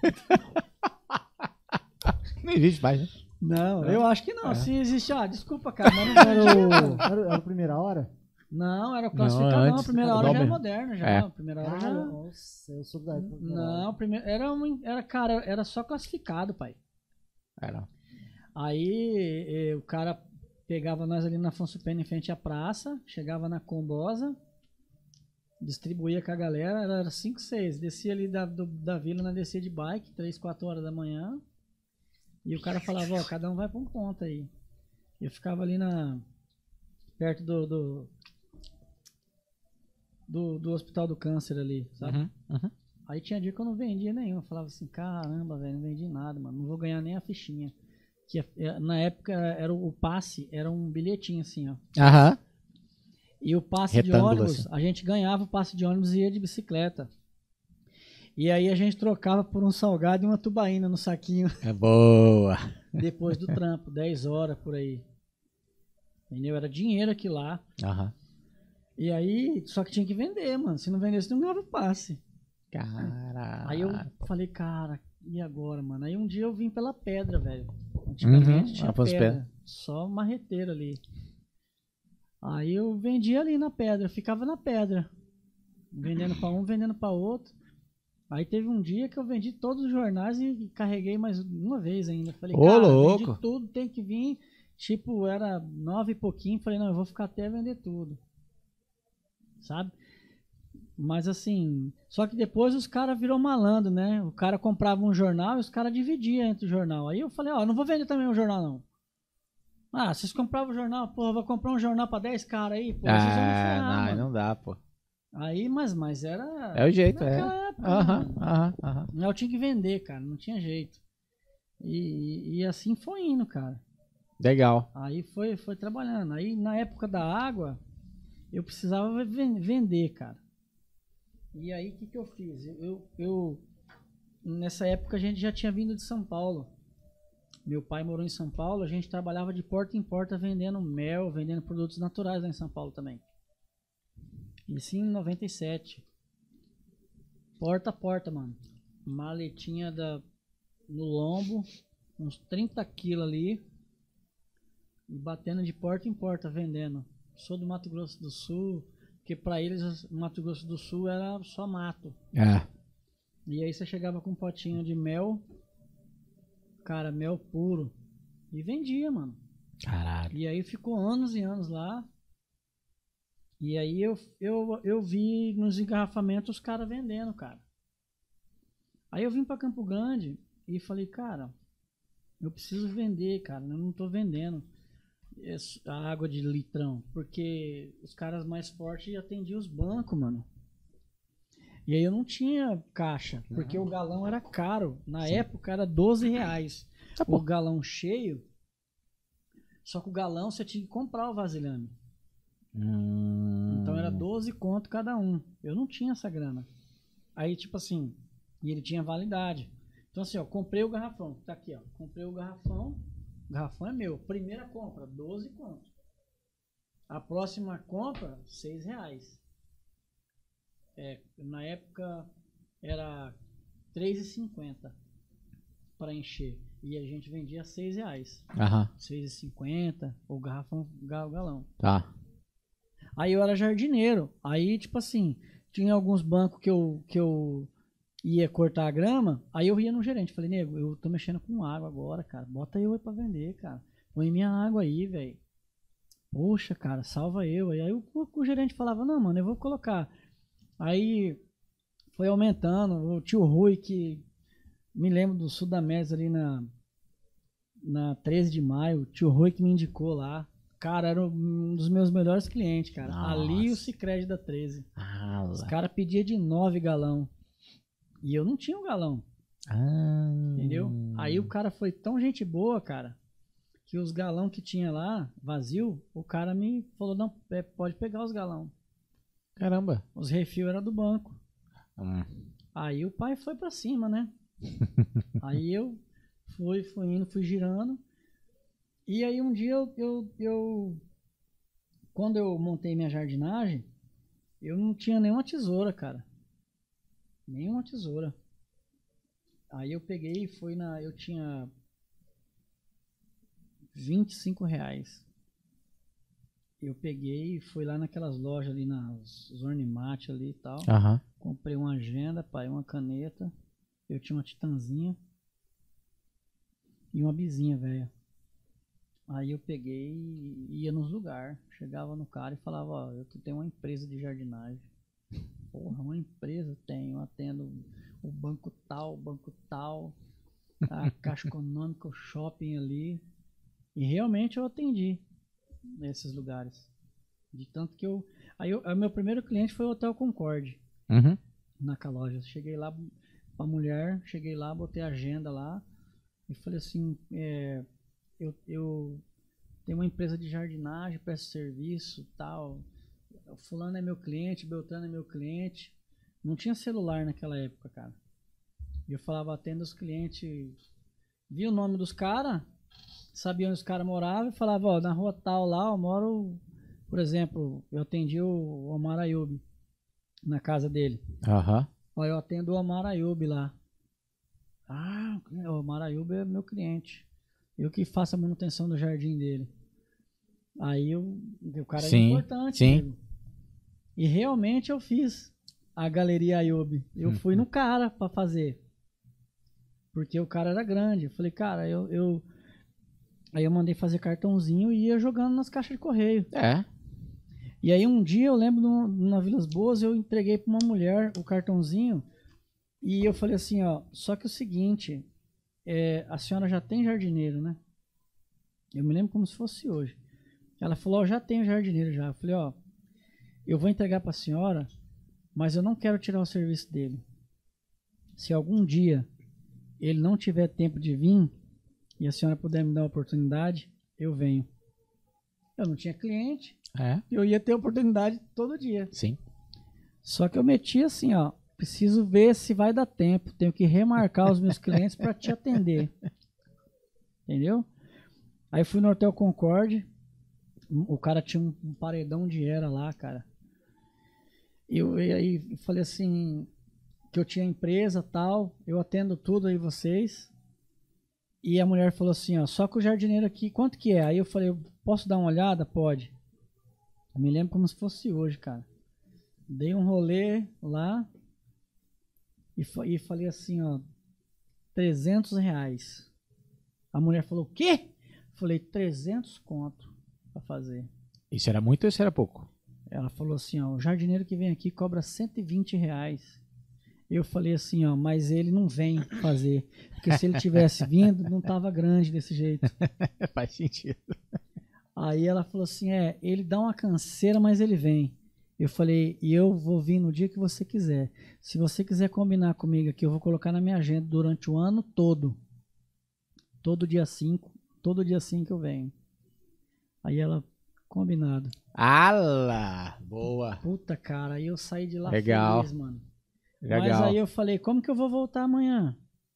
[SPEAKER 4] Não existe mais, né?
[SPEAKER 6] Não, eu acho que não. Se existe, desculpa, cara, mas não
[SPEAKER 5] Era a primeira hora?
[SPEAKER 6] Não, era o classificadão.
[SPEAKER 4] antes,
[SPEAKER 6] A primeira hora já
[SPEAKER 4] Dober.
[SPEAKER 6] é moderna, já.
[SPEAKER 4] É.
[SPEAKER 6] A primeira hora já.
[SPEAKER 5] Nossa, eu sou da época.
[SPEAKER 6] Não, primeiro era só classificado, pai.
[SPEAKER 4] Era.
[SPEAKER 6] Aí o cara pegava nós ali na Afonso Pena em frente à praça, chegava na Combosa, distribuía com a galera, era 5, 6. Descia ali da vila, na descia de bike, 3, 4 horas da manhã. E o cara falava, ó, cada um vai pra um ponto aí. Eu ficava ali perto do Hospital do Câncer ali, sabe?
[SPEAKER 4] Uhum.
[SPEAKER 6] Aí tinha dia que eu não vendia nenhum. Eu falava assim, caramba, velho, não vendi nada, mano. Não vou ganhar nem a fichinha. Que na época era o passe, era um bilhetinho assim, ó.
[SPEAKER 4] Aham.
[SPEAKER 6] E o passe
[SPEAKER 4] Retângulo,
[SPEAKER 6] de ônibus,
[SPEAKER 4] assim.
[SPEAKER 6] a gente ganhava o passe de ônibus e ia de bicicleta. E aí a gente trocava por um salgado e uma tubaína no saquinho
[SPEAKER 4] É boa.
[SPEAKER 6] depois do trampo, 10 horas por aí. Entendeu? Era dinheiro aqui lá.
[SPEAKER 4] Aham.
[SPEAKER 6] E aí, só que tinha que vender, mano. Se não vendesse, não ganhava o passe.
[SPEAKER 4] Caralho.
[SPEAKER 6] Aí eu falei, cara, e agora, mano? Aí um dia eu vim pela pedra, velho. Antigamente tinha
[SPEAKER 4] Afonso
[SPEAKER 6] pedra. Só marreteiro ali. Aí eu vendia ali na pedra, eu ficava na pedra. Vendendo pra um, vendendo pra outro. Aí teve um dia que eu vendi todos os jornais e carreguei mais uma vez ainda. Falei,
[SPEAKER 4] Ô,
[SPEAKER 6] cara,
[SPEAKER 4] louco.
[SPEAKER 6] vendi tudo, tem que vir. Tipo, era 9 e pouquinho. Falei, não, eu vou ficar até vender tudo. Sabe? Mas assim, só que depois os caras virou malandro, né? O cara comprava um jornal e os caras dividiam entre o jornal. Aí eu falei, ó, não vou vender também um jornal, não. Ah, vocês compravam o jornal, porra, vou comprar um jornal pra 10 caras aí, pô. Vocês vão me ferrar, mano.
[SPEAKER 4] Não dá, pô.
[SPEAKER 6] Aí, mas era...
[SPEAKER 4] É o jeito,
[SPEAKER 6] naquela época,
[SPEAKER 4] Aham,
[SPEAKER 6] mano.
[SPEAKER 4] aham.
[SPEAKER 6] Eu tinha que vender, cara, não tinha jeito. E assim foi indo, cara.
[SPEAKER 4] Legal.
[SPEAKER 6] Aí foi trabalhando. Aí na época da água, eu precisava vender, cara. E aí o que eu fiz? Nessa época a gente já tinha vindo de São Paulo. Meu pai morou em São Paulo, a gente trabalhava de porta em porta vendendo mel, vendendo produtos naturais lá em São Paulo também. Isso em 97. Porta a porta, mano. Maletinha no lombo, uns 30 quilos ali. E batendo de porta em porta, vendendo. Sou do Mato Grosso do Sul, porque pra eles o Mato Grosso do Sul era só mato.
[SPEAKER 4] É.
[SPEAKER 6] E aí você chegava com um potinho de mel, cara, mel puro, e vendia, mano.
[SPEAKER 4] Caralho.
[SPEAKER 6] E aí ficou anos e anos lá. E aí eu vi nos engarrafamentos os caras vendendo, cara. Aí eu vim pra Campo Grande e falei, cara, eu preciso vender, cara, eu não tô vendendo a água de litrão, porque os caras mais fortes atendiam os bancos, mano. E aí eu não tinha caixa, porque o galão era caro. Na época era R$12. O galão cheio. Só que o galão você tinha que comprar o vasilhame. Então era 12 conto cada um. Eu não tinha essa grana. Aí tipo assim, e ele tinha validade. Então assim, ó, comprei o garrafão. Tá aqui, ó. Comprei o garrafão. O garrafão é meu. Primeira compra, 12 conto. A próxima compra, R$6. Na época era R$3,50 para encher. E a gente vendia R$6.
[SPEAKER 4] Aham.
[SPEAKER 6] R$6,50 ou garrafão, galão.
[SPEAKER 4] Tá.
[SPEAKER 6] Aí eu era jardineiro. Aí, tipo assim, tinha alguns bancos que eu ia cortar a grama. Aí eu ia no gerente. Falei, nego, eu tô mexendo com água agora, cara. Bota eu aí pra vender, cara. Põe minha água aí, velho. Poxa, cara, salva eu. Aí o gerente falava, não, mano, eu vou colocar. Aí foi aumentando. O tio Rui, que me lembro do Sudamérica ali na 13 de maio. O tio Rui que me indicou lá. Cara, era um dos meus melhores clientes, cara.
[SPEAKER 4] Nossa.
[SPEAKER 6] Ali o Sicredi da 13.
[SPEAKER 4] Ah,
[SPEAKER 6] Os caras pediam de 9 galão. E eu não tinha um galão. Entendeu? Aí o cara foi tão gente boa, cara, que os galão que tinha lá, vazio, o cara me falou, não, pode pegar os galão.
[SPEAKER 4] Caramba.
[SPEAKER 6] Os refil era do banco. Aí o pai foi pra cima, né? Aí eu fui indo, fui girando. E aí um dia quando eu montei minha jardinagem, eu não tinha nenhuma tesoura, cara. Nenhuma tesoura. Aí eu peguei e fui eu tinha R$25. Eu peguei e fui lá naquelas lojas ali, nas Zornimate ali e tal.
[SPEAKER 4] Aham.
[SPEAKER 6] Comprei uma agenda, pai, uma caneta. Eu tinha uma titanzinha e uma bizinha, velho. Aí eu peguei e ia nos lugares. Chegava no cara e falava, ó, eu tenho uma empresa de jardinagem. Porra, uma empresa tenho, eu atendo o banco tal, a Caixa Econômica, o shopping ali. E realmente eu atendi nesses lugares. De tanto que Aí meu primeiro cliente foi o Hotel Concorde,
[SPEAKER 4] Uhum.
[SPEAKER 6] na loja. Cheguei lá pra mulher, botei a agenda lá e falei assim, eu tenho uma empresa de jardinagem, presto serviço, tal. Fulano é meu cliente, Beltrano é meu cliente. Não tinha celular naquela época, cara. E eu falava, atendo os clientes, via o nome dos caras, sabia onde os caras moravam e falava, ó, na rua tal lá, eu moro, por exemplo, eu atendi o Omar Ayub na casa dele.
[SPEAKER 4] Aham.
[SPEAKER 6] Ó, eu atendo o Omar Ayub lá. Ah, o Omar Ayub é meu cliente. Eu que faço a manutenção do jardim dele. Aí o cara é importante.
[SPEAKER 4] Sim.
[SPEAKER 6] Nego. E realmente eu fiz a Galeria Ayub. Eu fui no cara pra fazer. Porque o cara era grande. Eu falei, cara, aí eu mandei fazer cartãozinho e ia jogando nas caixas de correio.
[SPEAKER 4] É.
[SPEAKER 6] E aí um dia eu lembro na Vilas Boas, eu entreguei pra uma mulher o cartãozinho e eu falei assim, ó, só que o seguinte, a senhora já tem jardineiro, né? Eu me lembro como se fosse hoje. Ela falou, ó, já tenho jardineiro já. Eu falei, ó, eu vou entregar pra senhora, mas eu não quero tirar o serviço dele. Se algum dia ele não tiver tempo de vir e a senhora puder me dar a oportunidade, eu venho. Eu não tinha cliente, eu ia ter oportunidade todo dia.
[SPEAKER 4] Sim.
[SPEAKER 6] Só que eu meti assim, ó, preciso ver se vai dar tempo, tenho que remarcar os meus clientes para te atender. Entendeu? Aí fui no Hotel Concorde, o cara tinha um paredão de era lá, cara. E aí falei assim, que eu tinha empresa tal, eu atendo tudo aí vocês. E a mulher falou assim, ó, só que o jardineiro aqui, quanto que é? Aí eu falei, posso dar uma olhada? Pode. Eu me lembro como se fosse hoje, cara. Dei um rolê lá e falei assim, ó, R$300. A mulher falou, o quê? Falei, 300 conto pra fazer.
[SPEAKER 4] Isso era muito ou isso era pouco?
[SPEAKER 6] Ela falou assim, ó, o jardineiro que vem aqui cobra R$120. Eu falei assim, ó, mas ele não vem fazer. Porque se ele tivesse vindo, não tava grande desse jeito.
[SPEAKER 4] Faz sentido.
[SPEAKER 6] Aí ela falou assim, ele dá uma canseira, mas ele vem. Eu falei, e eu vou vir no dia que você quiser. Se você quiser combinar comigo aqui, eu vou colocar na minha agenda durante o ano todo. Todo dia 5 eu venho. Aí ela, combinado.
[SPEAKER 4] Ala! Boa.
[SPEAKER 6] Puta, cara, aí eu saí de lá
[SPEAKER 4] Legal.
[SPEAKER 6] feliz, mano.
[SPEAKER 4] Legal.
[SPEAKER 6] Mas aí eu falei, como que eu vou voltar amanhã?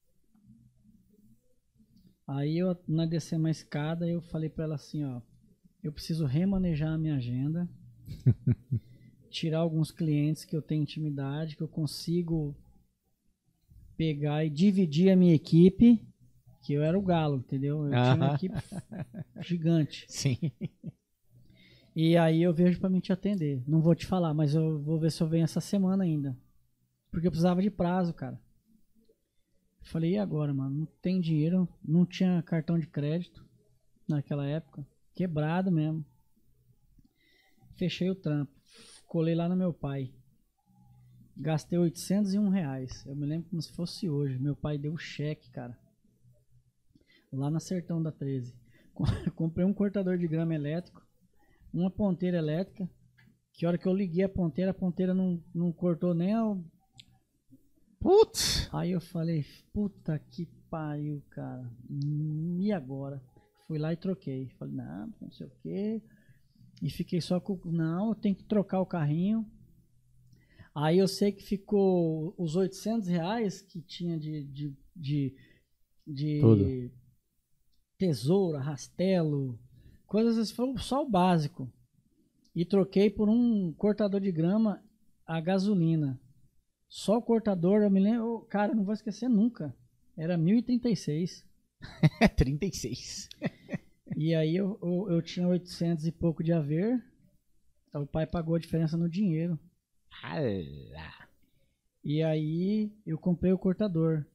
[SPEAKER 6] Aí nós descemos uma escada e eu falei pra ela assim, ó, eu preciso remanejar a minha agenda, tirar alguns clientes que eu tenho intimidade, que eu consigo pegar e dividir a minha equipe, Que eu era o galo, entendeu? Eu tinha uma equipe gigante.
[SPEAKER 4] Sim.
[SPEAKER 6] E aí eu vejo pra mim te atender. Não vou te falar, mas eu vou ver se eu venho essa semana ainda. Porque eu precisava de prazo, cara. Falei, e agora, mano? Não tem dinheiro, não tinha cartão de crédito naquela época. Quebrado mesmo. Fechei o trampo. Colei lá no meu pai. Gastei R$801. Eu me lembro como se fosse hoje. Meu pai deu cheque, cara. Lá na Sertão da 13. Comprei um cortador de grama elétrico. Uma ponteira elétrica. Que hora que eu liguei a ponteira não cortou nem a...
[SPEAKER 4] Putz.
[SPEAKER 6] Aí eu falei, puta que pariu, cara. E agora? Fui lá e troquei. Falei, não sei o que. E fiquei só com... Não, eu tenho que trocar o carrinho. Aí eu sei que ficou os R$800 que tinha de
[SPEAKER 4] Tudo.
[SPEAKER 6] tesoura, rastelo, coisas assim, foi só o básico. E troquei por um cortador de grama a gasolina. Só o cortador, eu me lembro, cara, eu não vou esquecer nunca. Era 1036.
[SPEAKER 4] 36.
[SPEAKER 6] E aí eu tinha 800 e pouco de haver. Então o pai pagou a diferença no dinheiro. E aí eu comprei o cortador.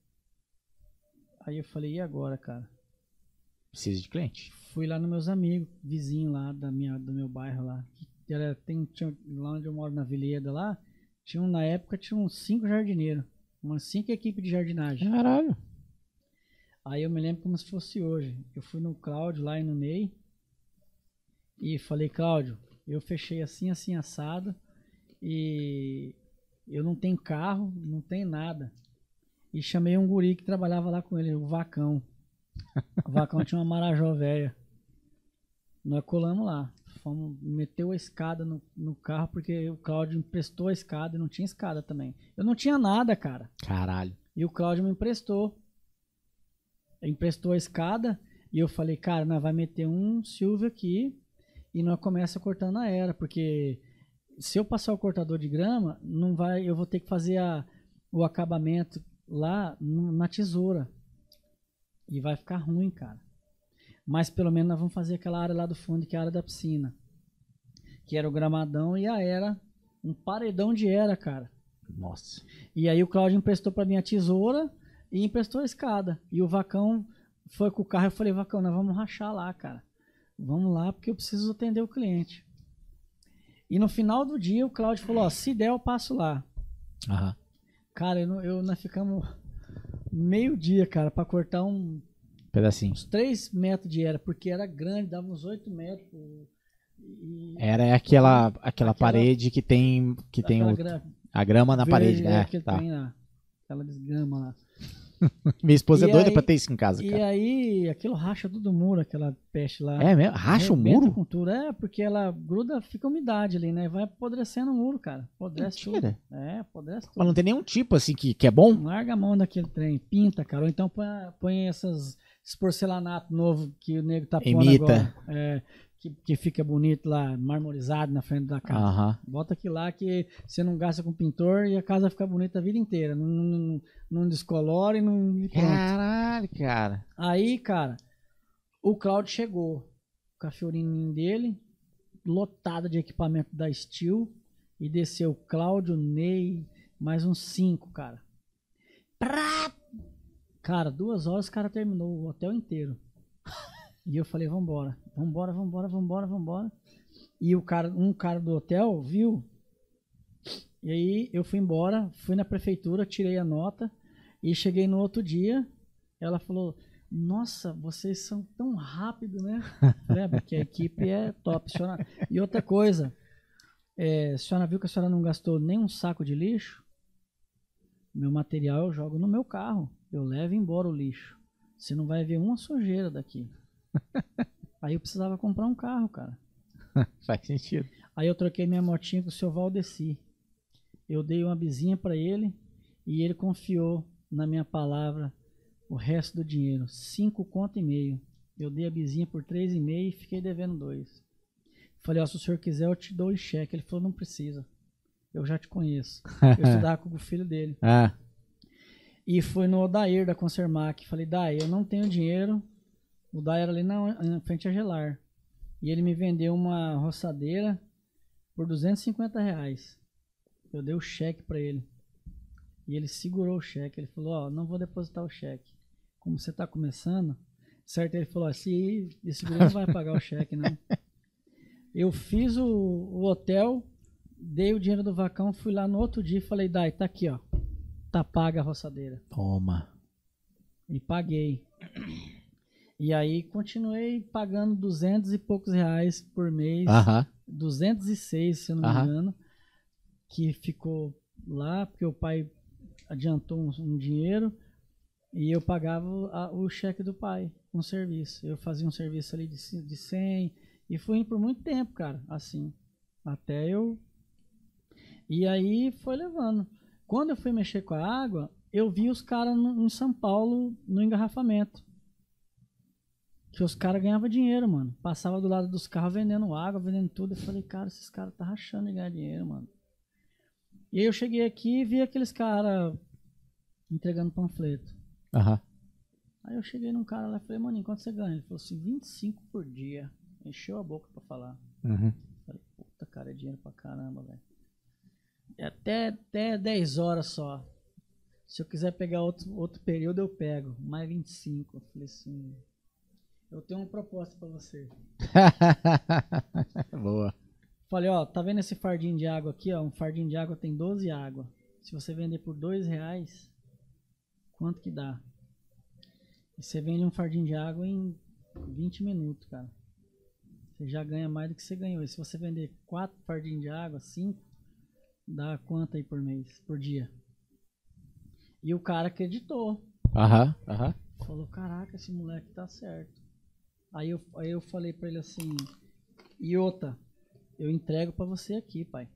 [SPEAKER 6] Aí eu falei, e agora, cara?
[SPEAKER 4] Preciso de cliente.
[SPEAKER 6] Fui lá nos meus amigos, vizinho lá do meu bairro lá. Tinha, lá onde eu moro, na Vilheda lá, na época tinha uns 5 jardineiros. Umas 5 equipes de jardinagem.
[SPEAKER 4] Caralho.
[SPEAKER 6] Aí eu me lembro como se fosse hoje. Eu fui no Cláudio lá e no Ney. E falei, Cláudio, eu fechei assim, assim, assado. E eu não tenho carro, não tenho nada. E chamei um guri que trabalhava lá com ele, o Vacão. O Vacão tinha uma Marajó velha. Nós colamos lá. Meteu a escada no carro, porque o Cláudio emprestou a escada e não tinha escada também. Eu não tinha nada, cara.
[SPEAKER 4] Caralho.
[SPEAKER 6] E o Cláudio me emprestou. Emprestou a escada e eu falei, cara, nós vai meter um Silvio aqui e nós começa cortando a era, porque se eu passar o cortador de grama, não vai, eu vou ter que fazer o acabamento lá na tesoura. E vai ficar ruim, cara. Mas pelo menos nós vamos fazer aquela área lá do fundo, que é a área da piscina. Que era o gramadão e a era. Um paredão de era, cara.
[SPEAKER 4] Nossa.
[SPEAKER 6] E aí o Cláudio emprestou pra mim a tesoura e emprestou a escada. E o Vacão foi com o carro. Eu falei, Vacão, nós vamos rachar lá, cara. Vamos lá, porque eu preciso atender o cliente. E no final do dia o Cláudio falou, ó, se der eu passo lá.
[SPEAKER 4] Aham.
[SPEAKER 6] Cara, nós ficamos meio dia, cara, pra cortar
[SPEAKER 4] Pedacinho.
[SPEAKER 6] uns 3 metros de era, porque era grande, dava uns 8 metros.
[SPEAKER 4] Era aquela parede que tem a grama na parede, né?
[SPEAKER 6] Que
[SPEAKER 4] Tá.
[SPEAKER 6] tem lá, aquela desgrama lá.
[SPEAKER 4] Minha esposa
[SPEAKER 6] E
[SPEAKER 4] é doida
[SPEAKER 6] aí-
[SPEAKER 4] pra ter isso em casa,
[SPEAKER 6] E
[SPEAKER 4] cara.
[SPEAKER 6] aí, aquilo racha tudo muro, aquela peste lá.
[SPEAKER 4] É mesmo? Racha o
[SPEAKER 6] Arrebenta
[SPEAKER 4] muro?
[SPEAKER 6] Com tudo. É, porque ela gruda, fica umidade ali, né? Vai apodrecendo o muro, cara. Apodrece
[SPEAKER 4] Mentira.
[SPEAKER 6] tudo. É, apodrece
[SPEAKER 4] Mas
[SPEAKER 6] tudo.
[SPEAKER 4] não tem nenhum tipo assim que é bom?
[SPEAKER 6] Larga a mão daquele trem, pinta, cara. Ou então põe esses porcelanato novo que o nego tá pondo
[SPEAKER 4] Imita.
[SPEAKER 6] agora. É, que fica bonito lá, marmorizado na frente da casa.
[SPEAKER 4] Aham.
[SPEAKER 6] Bota aquilo lá que você não gasta com pintor e a casa fica bonita a vida inteira. Não descolora e não... e pronto.
[SPEAKER 4] Caralho, cara.
[SPEAKER 6] Aí, cara, o Cláudio chegou com a Fiorininha dele, lotada de equipamento da Steel, e desceu o Cláudio, Ney, mais uns 5, cara. Cara, 2 horas o cara terminou o hotel inteiro. E eu falei, vambora. E um cara do hotel viu. E aí eu fui embora, fui na prefeitura, tirei a nota e cheguei no outro dia. Ela falou, nossa, vocês são tão rápidos, né? É, porque a equipe é top. Senhora... E outra coisa, a senhora viu que a senhora não gastou nem um saco de lixo? Meu material eu jogo no meu carro. Eu levo embora o lixo. Você não vai ver uma sujeira daqui. Aí eu precisava comprar um carro, cara.
[SPEAKER 4] Faz sentido.
[SPEAKER 6] Aí eu troquei minha motinha com o seu Valdeci. Eu dei uma bizinha pra ele e ele confiou na minha palavra o resto do dinheiro. 5,5 conto. Eu dei a bizinha por 3,5 e fiquei devendo 2. Falei, ó, se o senhor quiser eu te dou em cheque. Ele falou, não precisa. Eu já te conheço. Eu estudava com o filho dele.
[SPEAKER 4] Ah,
[SPEAKER 6] E fui no Odair da Consermac. Falei, Dai, eu não tenho dinheiro. O Dai era ali na frente a Gelar. E ele me vendeu uma roçadeira por R$250. Eu dei o cheque pra ele. E ele segurou o cheque. Ele falou, ó, não vou depositar o cheque. Como você tá começando, certo? Ele falou assim, esse guri não vai pagar o cheque, não. Eu fiz o hotel, dei o dinheiro do vacão, fui lá no outro dia e falei, Dai, tá aqui, ó. Tá paga a roçadeira.
[SPEAKER 4] Toma.
[SPEAKER 6] E paguei. E aí continuei pagando 200 e poucos reais por mês. 206, se eu não me engano. Que ficou lá, porque o pai adiantou um dinheiro. E eu pagava o cheque do pai com serviço. Eu fazia um serviço ali de 100. E fui indo por muito tempo, cara. Assim. Até eu... E aí foi levando. Quando eu fui mexer com a água, eu vi os caras em São Paulo no engarrafamento. Que os caras ganhavam dinheiro, mano. Passava do lado dos carros vendendo água, vendendo tudo. Eu falei, cara, esses caras tá rachando de ganhar dinheiro, mano. E aí eu cheguei aqui e vi aqueles caras entregando panfleto. Aí eu cheguei num cara lá e falei, mano, quanto você ganha? Ele falou assim, 25 por dia. Encheu a boca pra falar. Falei, puta, cara, é dinheiro pra caramba, velho. É até 10 horas só. Se eu quiser pegar outro período, eu pego. Mais 25. Eu falei assim, eu tenho uma proposta pra você.
[SPEAKER 4] Boa.
[SPEAKER 6] Falei, ó, tá vendo esse fardinho de água aqui, ó? Um fardinho de água tem 12 água. Se você vender por R$2, quanto que dá? E você vende um fardinho de água em 20 minutos, cara. Você já ganha mais do que você ganhou. E se você vender 4 fardinhos de água, 5, dá quanto aí por mês, por dia? E o cara acreditou. Falou, caraca, esse moleque tá certo. Aí eu falei pra ele assim, Iota, eu entrego pra você aqui, pai.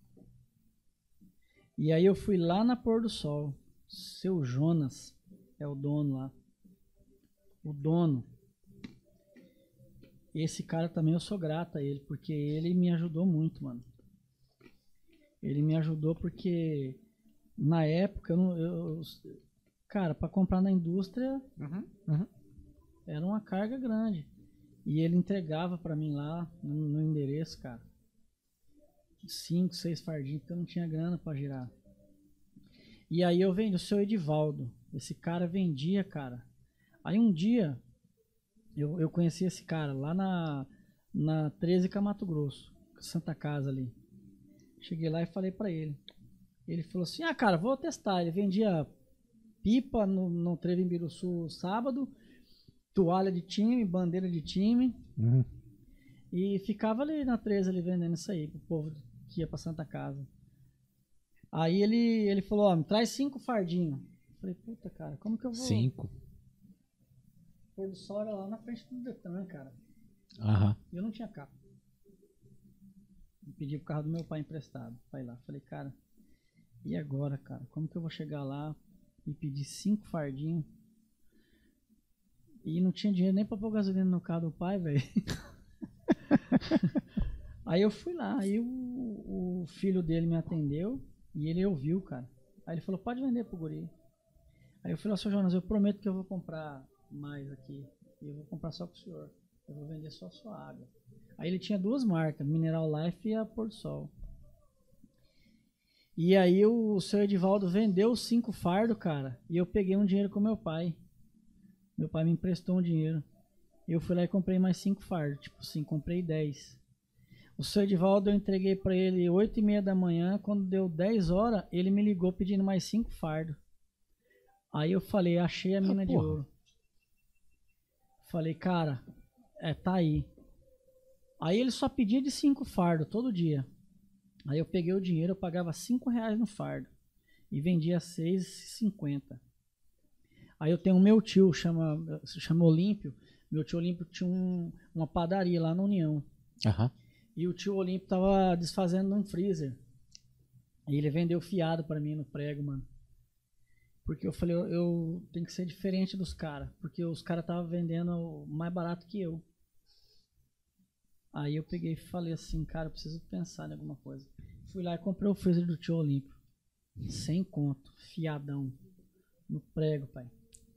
[SPEAKER 6] E aí eu fui lá na Pôr do Sol. Seu Jonas é o dono lá. O dono. Esse cara também eu sou grato a ele, porque ele me ajudou muito, mano. Ele me ajudou porque na época cara, pra comprar na indústria era uma carga grande. E ele entregava pra mim lá no endereço, cara. 5, 6 fardinhos, porque eu não tinha grana pra girar. E aí eu vendi o seu Edivaldo. Esse cara vendia, cara. Aí um dia eu conheci esse cara lá na 13 Mato Grosso, Santa Casa ali. Cheguei lá e falei pra ele. Ele falou assim, cara, vou testar. Ele vendia pipa no Trevo em Biruçu sábado, toalha de time, bandeira de time. E ficava ali na 13 ali vendendo isso aí pro povo que ia pra Santa Casa. Aí ele falou, ó, me traz 5 fardinhos. Eu falei, puta, cara, como que eu vou...
[SPEAKER 4] 5.
[SPEAKER 6] Pôr do Sol era lá na frente do Detran, cara. E eu não tinha carro. Eu pedi pro carro do meu pai emprestado pra ir lá. Falei, cara, e agora, cara? Como que eu vou chegar lá e pedir 5 fardinhos? E não tinha dinheiro nem pra pôr gasolina no carro do pai, velho. Aí eu fui lá, aí o filho dele me atendeu e ele ouviu, cara. Aí ele falou, pode vender pro guri. Aí eu falei, ó, seu Jonas, eu prometo que eu vou comprar mais aqui. E eu vou comprar só pro senhor. Eu vou vender só a sua água. Aí ele tinha 2 marcas, Mineral Life e a Pôr do Sol. E aí o seu Edivaldo vendeu os 5 fardos, cara. E eu peguei um dinheiro com meu pai. Meu pai me emprestou um dinheiro. Eu fui lá e comprei mais 5 fardos. Tipo assim, comprei 10. O seu Edivaldo eu entreguei pra ele 8h30 da manhã. Quando deu 10 horas, ele me ligou pedindo mais 5 fardos. Aí eu falei, achei a mina de ouro. Falei, cara, tá aí. Aí ele só pedia de 5 fardos todo dia. Aí eu peguei o dinheiro, eu pagava R$5 no fardo. E vendia R$6,50. Aí eu tenho o meu tio, chama Olímpio. Meu tio Olímpio tinha uma padaria lá na União. E o tio Olímpio tava desfazendo um freezer. E ele vendeu fiado pra mim no prego, mano. Porque eu falei, eu tenho que ser diferente dos caras. Porque os caras estavam vendendo mais barato que eu. Aí eu peguei e falei assim, cara, eu preciso pensar em alguma coisa. Fui lá e comprei o freezer do tio Olímpio. 100 conto, fiadão. no prego, pai.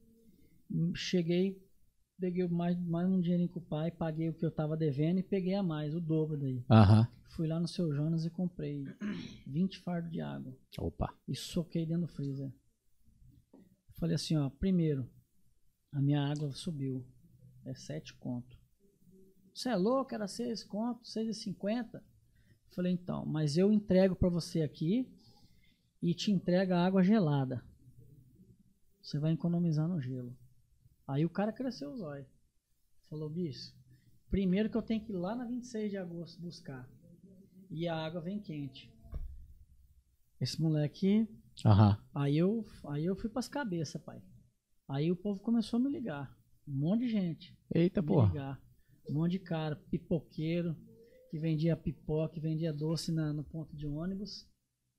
[SPEAKER 6] Cheguei, peguei mais um dinheirinho com o pai, paguei o que eu tava devendo e peguei a mais, o dobro daí.
[SPEAKER 4] Aham.
[SPEAKER 6] Fui lá no Seu Jonas e comprei 20 fardos de água
[SPEAKER 4] Opa.
[SPEAKER 6] e soquei dentro do freezer. Falei assim, ó, primeiro, a minha água subiu, é 7 conto. Você é louco, era 6 conto, 6,50. Falei, então, mas eu entrego pra você aqui e te entrego a água gelada. Você vai economizar no gelo. Aí o cara cresceu os olhos. Falou, bicho, primeiro que eu tenho que ir lá na 26 de agosto buscar. E a água vem quente. Esse moleque...
[SPEAKER 4] Aham.
[SPEAKER 6] Aí eu fui pras cabeças, pai. Aí o povo começou a me ligar. Um monte de gente.
[SPEAKER 4] Eita,
[SPEAKER 6] Me
[SPEAKER 4] porra.
[SPEAKER 6] ligar. Um monte de cara. Pipoqueiro. Que vendia pipoca, que vendia doce no ponto de ônibus.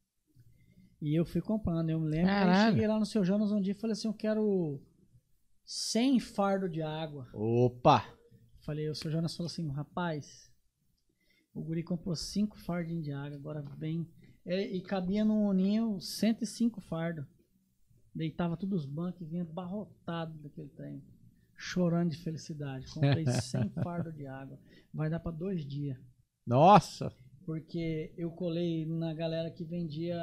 [SPEAKER 6] E eu fui comprando. Eu me lembro. Aí
[SPEAKER 4] Caralho.
[SPEAKER 6] cheguei lá no Seu Jonas um dia e falei assim, eu quero 100 fardos de água.
[SPEAKER 4] Opa.
[SPEAKER 6] Falei, o Seu Jonas falou assim, rapaz, o guri comprou 5 fardinhos de água, agora vem. E cabia num ninho 105 fardos. Deitava todos os bancos e vinha barrotado daquele trem. Chorando de felicidade. Comprei 100 fardos de água. Vai dar para 2 dias.
[SPEAKER 4] Nossa.
[SPEAKER 6] Porque eu colei na galera que vendia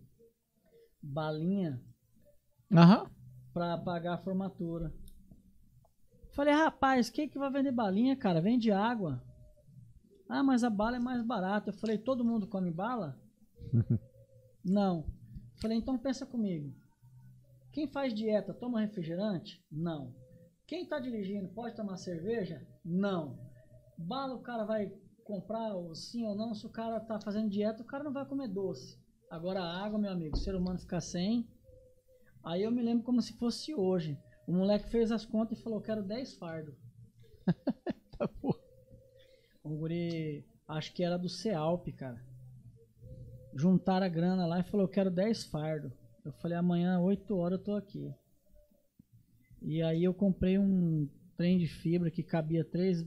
[SPEAKER 6] balinha
[SPEAKER 4] Aham.
[SPEAKER 6] pra pagar a formatura. Falei, rapaz, quem que vai vender balinha, cara? Vende água. Ah, mas a bala é mais barata. Eu falei, todo mundo come bala? Não. Falei, então pensa comigo. Quem faz dieta toma refrigerante? Não. Quem tá dirigindo pode tomar cerveja? Não. Bala o cara vai comprar sim ou não. Se o cara tá fazendo dieta, o cara não vai comer doce. Agora a água, meu amigo, o ser humano fica sem. Aí eu me lembro como se fosse hoje. O moleque fez as contas e falou, quero 10 fardos.
[SPEAKER 4] Tá, porra.
[SPEAKER 6] O guri, acho que era do Cealp, cara. Juntaram a grana lá e falou, eu quero 10 fardos. Eu falei, amanhã, 8 horas eu tô aqui. E aí eu comprei um trem de fibra que cabia 3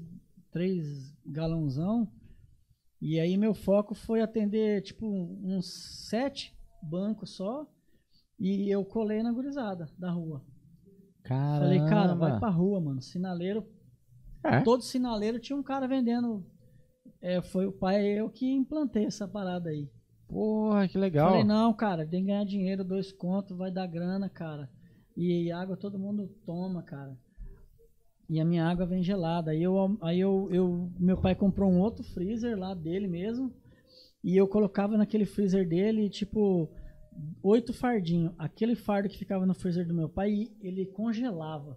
[SPEAKER 6] galãozão. E aí meu foco foi atender, tipo, uns 7 bancos só. E eu colei na gurizada da rua.
[SPEAKER 4] Caramba.
[SPEAKER 6] Falei, cara, vai pra rua, mano. Sinaleiro.
[SPEAKER 4] É.
[SPEAKER 6] Todo sinaleiro tinha um cara vendendo. Foi o pai, eu que implantei essa parada aí.
[SPEAKER 4] Porra, que legal.
[SPEAKER 6] Falei, não, cara, tem que ganhar dinheiro, 2 contos, vai dar grana, cara. E água todo mundo toma, cara. E a minha água vem gelada. Aí meu pai comprou um outro freezer lá dele mesmo. E eu colocava naquele freezer dele, tipo, 8 fardinhos. Aquele fardo que ficava no freezer do meu pai, ele congelava.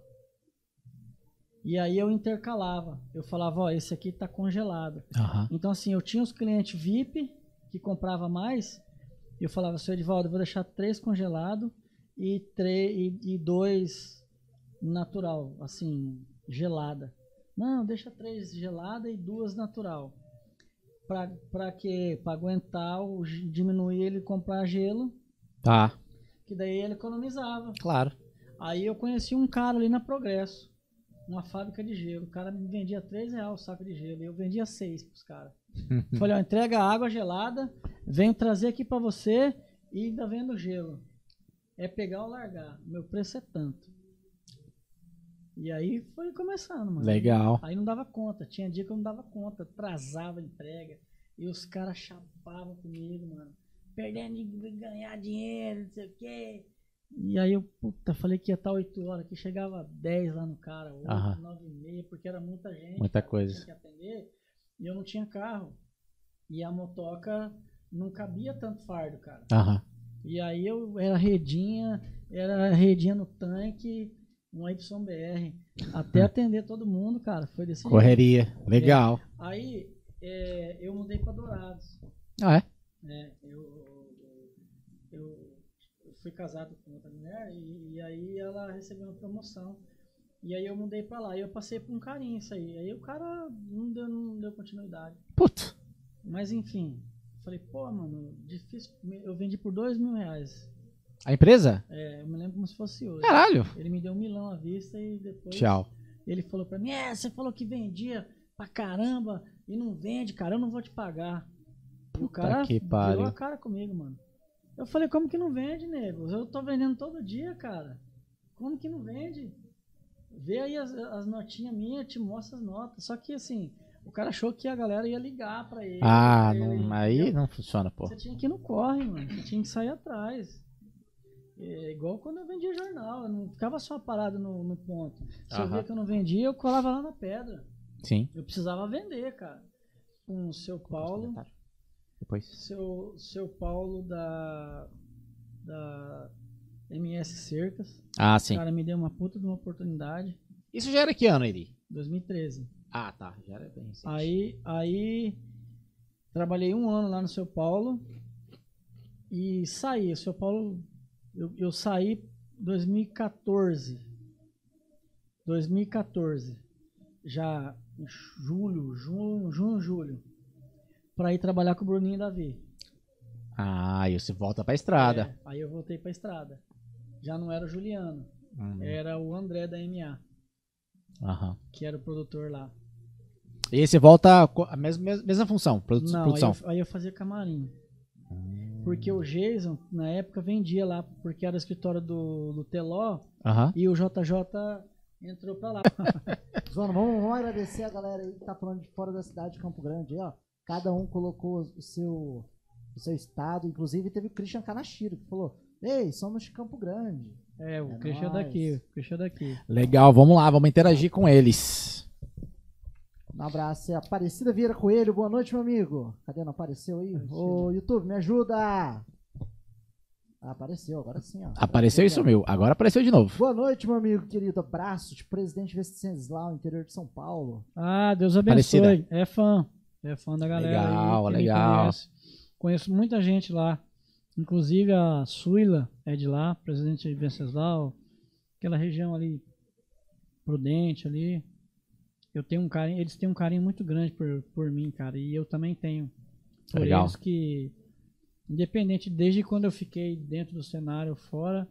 [SPEAKER 6] E aí eu intercalava. Eu falava, ó, esse aqui tá congelado.
[SPEAKER 4] Aham.
[SPEAKER 6] Então assim, eu tinha os clientes VIP que comprava mais. E eu falava, seu Edivaldo, eu vou deixar 3 congelado e 2 natural, assim, gelada. Não, deixa 3 gelada e 2 natural. Pra quê? Pra aguentar, diminuir ele comprar gelo,
[SPEAKER 4] Tá.
[SPEAKER 6] que daí ele economizava.
[SPEAKER 4] Claro.
[SPEAKER 6] Aí eu conheci um cara ali na Progresso, uma fábrica de gelo. O cara me vendia R$3 o saco de gelo e eu vendia 6 pros caras. Falei, ó, entrega água gelada, venho trazer aqui pra você e ainda vendo gelo. É pegar ou largar. Meu preço é tanto. E aí foi começando, mano.
[SPEAKER 4] Legal.
[SPEAKER 6] Aí não dava conta. Tinha dia que eu não dava conta. Atrasava a entrega. E os caras chapavam comigo, mano. Perdendo de ganhar dinheiro, não sei o quê. E aí eu, puta, falei que ia estar 8 horas. Que chegava 10 lá no cara. 8,
[SPEAKER 4] Aham.
[SPEAKER 6] 9h30. Porque era muita gente.
[SPEAKER 4] Muita
[SPEAKER 6] cara,
[SPEAKER 4] coisa.
[SPEAKER 6] que tinha que atender. E eu não tinha carro. E a motoca não cabia tanto fardo, cara.
[SPEAKER 4] Aham.
[SPEAKER 6] E aí eu era redinha no tanque, um YBR, até atender todo mundo, cara, foi desse jeito.
[SPEAKER 4] Correria. Legal.
[SPEAKER 6] Aí eu mudei pra Dourados.
[SPEAKER 4] Ah, é?
[SPEAKER 6] Eu fui casado com outra mulher e aí ela recebeu uma promoção. E aí eu mudei pra lá e eu passei por um carinho isso aí. Aí o cara não deu continuidade.
[SPEAKER 4] Puta.
[SPEAKER 6] Mas enfim, falei, pô, mano, difícil. Eu vendi por R$2.000.
[SPEAKER 4] A empresa?
[SPEAKER 6] Eu me lembro como se fosse hoje.
[SPEAKER 4] Caralho.
[SPEAKER 6] Ele me deu R$1 milhão à vista e depois
[SPEAKER 4] Tchau.
[SPEAKER 6] ele falou pra mim, você falou que vendia pra caramba e não vende, cara, eu não vou te pagar. E o
[SPEAKER 4] Puta
[SPEAKER 6] cara
[SPEAKER 4] que pariu.
[SPEAKER 6] virou a cara comigo, mano. Eu falei, como que não vende, nego? Eu tô vendendo todo dia, cara. Como que não vende? Vê aí as notinhas minhas, te mostra as notas. Só que assim, o cara achou que a galera ia ligar pra ele.
[SPEAKER 4] Ah,
[SPEAKER 6] pra ele,
[SPEAKER 4] não, aí não funciona, pô.
[SPEAKER 6] Você tinha que ir no corre, mano. Você tinha que sair atrás. É igual quando eu vendia jornal. Eu não ficava só parado no ponto. Se eu via que eu não vendia, eu colava lá na pedra.
[SPEAKER 4] Sim.
[SPEAKER 6] Eu precisava vender, cara. Com o seu Paulo.
[SPEAKER 4] Depois.
[SPEAKER 6] Seu Paulo da MS Cercas.
[SPEAKER 4] Ah,
[SPEAKER 6] O
[SPEAKER 4] sim.
[SPEAKER 6] cara me deu uma puta de uma oportunidade.
[SPEAKER 4] Isso já era que ano, Eri?
[SPEAKER 6] 2013.
[SPEAKER 4] Ah, tá. Já era bem recente.
[SPEAKER 6] Aí trabalhei 1 ano lá no Seu Paulo e saí. O Seu Paulo, eu saí em 2014. 2014. Já em julho. Pra ir trabalhar com o Bruninho e Davi.
[SPEAKER 4] Ah, e você volta pra estrada.
[SPEAKER 6] É, aí eu voltei pra estrada. Já não era o Juliano. Era o André da MA.
[SPEAKER 4] Aham.
[SPEAKER 6] Que era o produtor lá.
[SPEAKER 4] E aí você volta com a mesma função,
[SPEAKER 6] Não,
[SPEAKER 4] produção.
[SPEAKER 6] aí eu fazia camarim. Porque o Jason, na época, vendia lá, porque era o escritório do Teló,
[SPEAKER 4] Aham.
[SPEAKER 6] e o JJ entrou pra lá.
[SPEAKER 5] Zona, vamos agradecer a galera aí que tá falando de fora da cidade de Campo Grande, aí, ó. Cada um colocou o seu estado, inclusive teve o Christian Kanashiro, que falou: ei, somos de Campo Grande.
[SPEAKER 6] O Christian daqui.
[SPEAKER 4] Legal, vamos lá, vamos interagir com eles.
[SPEAKER 5] Um abraço, Aparecida Vieira Coelho, boa noite, meu amigo. Cadê? Não apareceu aí? Ô, YouTube, me ajuda! Ah, apareceu, agora sim, ó.
[SPEAKER 4] Apareceu e sumiu, agora apareceu de novo.
[SPEAKER 5] Boa noite, meu amigo querido. Abraço de Presidente Venceslau, interior de São Paulo.
[SPEAKER 6] Ah, Deus abençoe.
[SPEAKER 4] Aparecida.
[SPEAKER 6] É fã da galera.
[SPEAKER 4] Legal,
[SPEAKER 6] aí, que me
[SPEAKER 4] legal.
[SPEAKER 6] conhece. Conheço muita gente lá. Inclusive a Suila é de lá, Presidente Venceslau. Aquela região ali, Prudente ali. Eu tenho um carinho, eles têm um carinho muito grande por mim, cara. E eu também tenho. Por
[SPEAKER 4] Legal.
[SPEAKER 6] eles que, independente, desde quando eu fiquei dentro do cenário fora,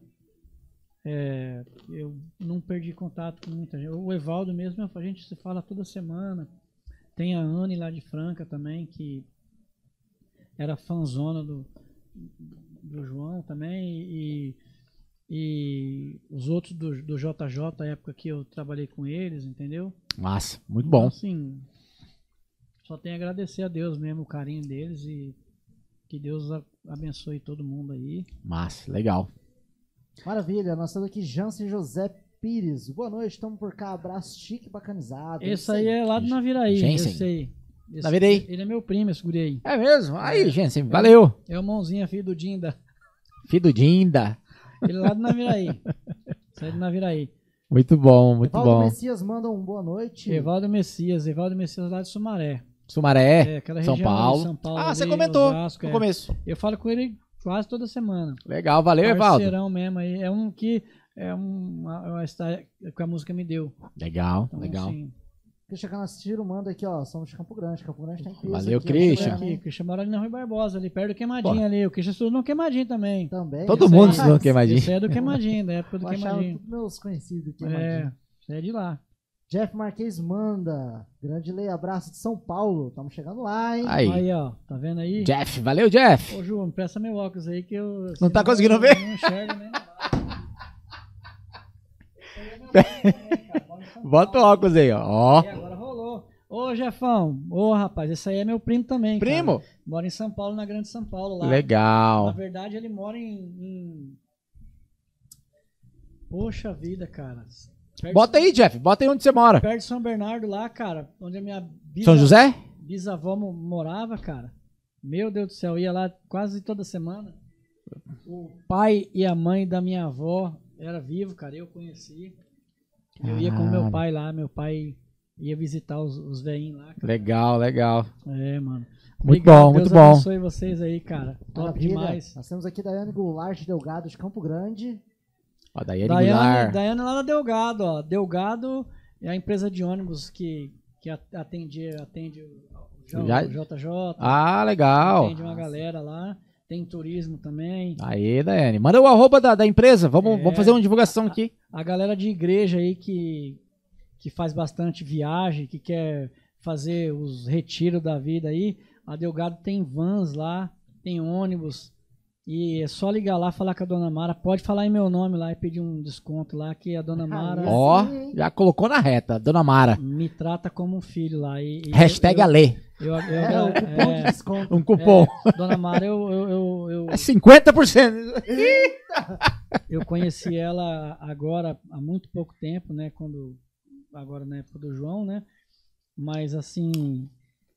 [SPEAKER 6] eu não perdi contato com muita gente. O Evaldo mesmo, a gente se fala toda semana. Tem a Anne lá de Franca também, que era fãzona do João também. E os outros do JJ, a época que eu trabalhei com eles, entendeu?
[SPEAKER 4] Massa, muito bom.
[SPEAKER 6] Então, assim, só tenho a agradecer a Deus mesmo o carinho deles e que Deus abençoe todo mundo aí.
[SPEAKER 4] Massa, legal.
[SPEAKER 5] Maravilha, nós estamos aqui, Jansen José Pires. Boa noite, estamos por cá. Abraço chique e bacanizado.
[SPEAKER 6] Esse aí é lá do Naviraí.
[SPEAKER 4] Jensen.
[SPEAKER 6] Esse aí.
[SPEAKER 4] Naviraí?
[SPEAKER 6] Ele é meu primo, esse guri aí.
[SPEAKER 4] É mesmo? Aí, gente, valeu.
[SPEAKER 6] É o mãozinha, filho do Dinda.
[SPEAKER 4] Filho do Dinda.
[SPEAKER 6] Ele é lá do Naviraí. Sai do Naviraí.
[SPEAKER 4] Muito bom, muito
[SPEAKER 5] Evaldo
[SPEAKER 4] bom.
[SPEAKER 5] Messias manda um boa noite.
[SPEAKER 6] Evaldo Messias lá de Sumaré.
[SPEAKER 4] Sumaré,
[SPEAKER 6] Aquela
[SPEAKER 4] São
[SPEAKER 6] região ali,
[SPEAKER 4] Paulo.
[SPEAKER 6] São Paulo
[SPEAKER 4] Ah, você
[SPEAKER 6] ali,
[SPEAKER 4] comentou
[SPEAKER 6] Osasco,
[SPEAKER 4] no começo.
[SPEAKER 6] Eu falo com ele quase toda semana.
[SPEAKER 4] Legal, valeu, Evaldo.
[SPEAKER 6] Parceirão mesmo aí. É um que uma história que a música me deu.
[SPEAKER 4] Legal,
[SPEAKER 6] Então,
[SPEAKER 4] legal.
[SPEAKER 6] assim,
[SPEAKER 5] Christian Canastiro manda aqui, ó. Somos de Campo Grande. Campo Grande tá em peso.
[SPEAKER 4] Valeu,
[SPEAKER 5] aqui,
[SPEAKER 4] Christian.
[SPEAKER 5] ó.
[SPEAKER 6] aqui, o Christian mora ali na Rui Barbosa, ali perto do Queimadinho ali. O Christian estudou no Queimadinho também.
[SPEAKER 5] Também.
[SPEAKER 4] Todo
[SPEAKER 5] Esse
[SPEAKER 4] mundo
[SPEAKER 5] aí,
[SPEAKER 4] estudou no Queimadinho.
[SPEAKER 6] Esse é do Queimadinho, da época do
[SPEAKER 5] Eu achava
[SPEAKER 6] Queimadinho.
[SPEAKER 5] todos meus conhecidos aqui.
[SPEAKER 6] Esse é de lá.
[SPEAKER 5] Jeff Marquez manda. Grande lei, abraço de São Paulo. Estamos chegando lá, hein?
[SPEAKER 4] Aí,
[SPEAKER 6] Aí, ó, tá vendo aí?
[SPEAKER 4] Jeff, valeu, Jeff.
[SPEAKER 6] Ô, Ju, me presta meu óculos aí que eu...
[SPEAKER 4] Não tá
[SPEAKER 6] senão
[SPEAKER 4] conseguindo
[SPEAKER 6] eu
[SPEAKER 4] ver?
[SPEAKER 6] Não enxergo nem
[SPEAKER 4] Bota o óculos aí, ó.
[SPEAKER 6] E agora rolou. Ô, Jefão. Ô, rapaz, esse aí é meu primo também,
[SPEAKER 4] Primo?
[SPEAKER 6] cara. Mora em São Paulo, na Grande São Paulo, lá. Na
[SPEAKER 4] Legal.
[SPEAKER 6] verdade, ele mora em... Poxa vida, cara.
[SPEAKER 4] Bota aí, Jeff. Bota aí onde você mora.
[SPEAKER 6] Perto de São Bernardo lá, cara. Onde a minha
[SPEAKER 4] São José?
[SPEAKER 6] bisavó morava, cara. Meu Deus do céu, ia lá quase toda semana. O pai e a mãe da minha avó era vivo, cara. Eu conheci. Eu ia com meu pai lá. Meu pai ia visitar os velhinhos lá, cara.
[SPEAKER 4] Legal, legal.
[SPEAKER 6] É, mano.
[SPEAKER 4] Muito
[SPEAKER 6] Obrigado,
[SPEAKER 4] bom, muito
[SPEAKER 6] Deus
[SPEAKER 4] bom.
[SPEAKER 6] abençoe vocês aí, cara. Top
[SPEAKER 5] Maravilha.
[SPEAKER 6] demais.
[SPEAKER 5] Nós temos aqui Daiane Goulart de Delgado de Campo Grande.
[SPEAKER 4] Ó, Daiane Goulart.
[SPEAKER 6] Daiane lá da Delgado, ó. Delgado é a empresa de ônibus que atende o JJ.
[SPEAKER 4] Ah, legal.
[SPEAKER 6] Atende uma galera lá. Tem turismo também.
[SPEAKER 4] Aí, Daiane. Manda o arroba da empresa. Vamos fazer uma divulgação aqui.
[SPEAKER 6] A galera de igreja aí que faz bastante viagem, que quer fazer os retiros da vida aí. A Delgado tem vans lá, tem ônibus. E é só ligar lá, falar com a Dona Mara. Pode falar em meu nome lá e pedir um desconto lá, que a Dona Mara
[SPEAKER 4] Ó, já colocou na reta, Dona Mara.
[SPEAKER 6] me trata como um filho lá. E
[SPEAKER 4] Hashtag Ale.
[SPEAKER 5] É, o cupom de desconto.
[SPEAKER 4] Um cupom.
[SPEAKER 6] Dona Mara, eu
[SPEAKER 4] É 50%.
[SPEAKER 6] Eu conheci ela agora há muito pouco tempo, né? Agora na época do João, né? Mas assim,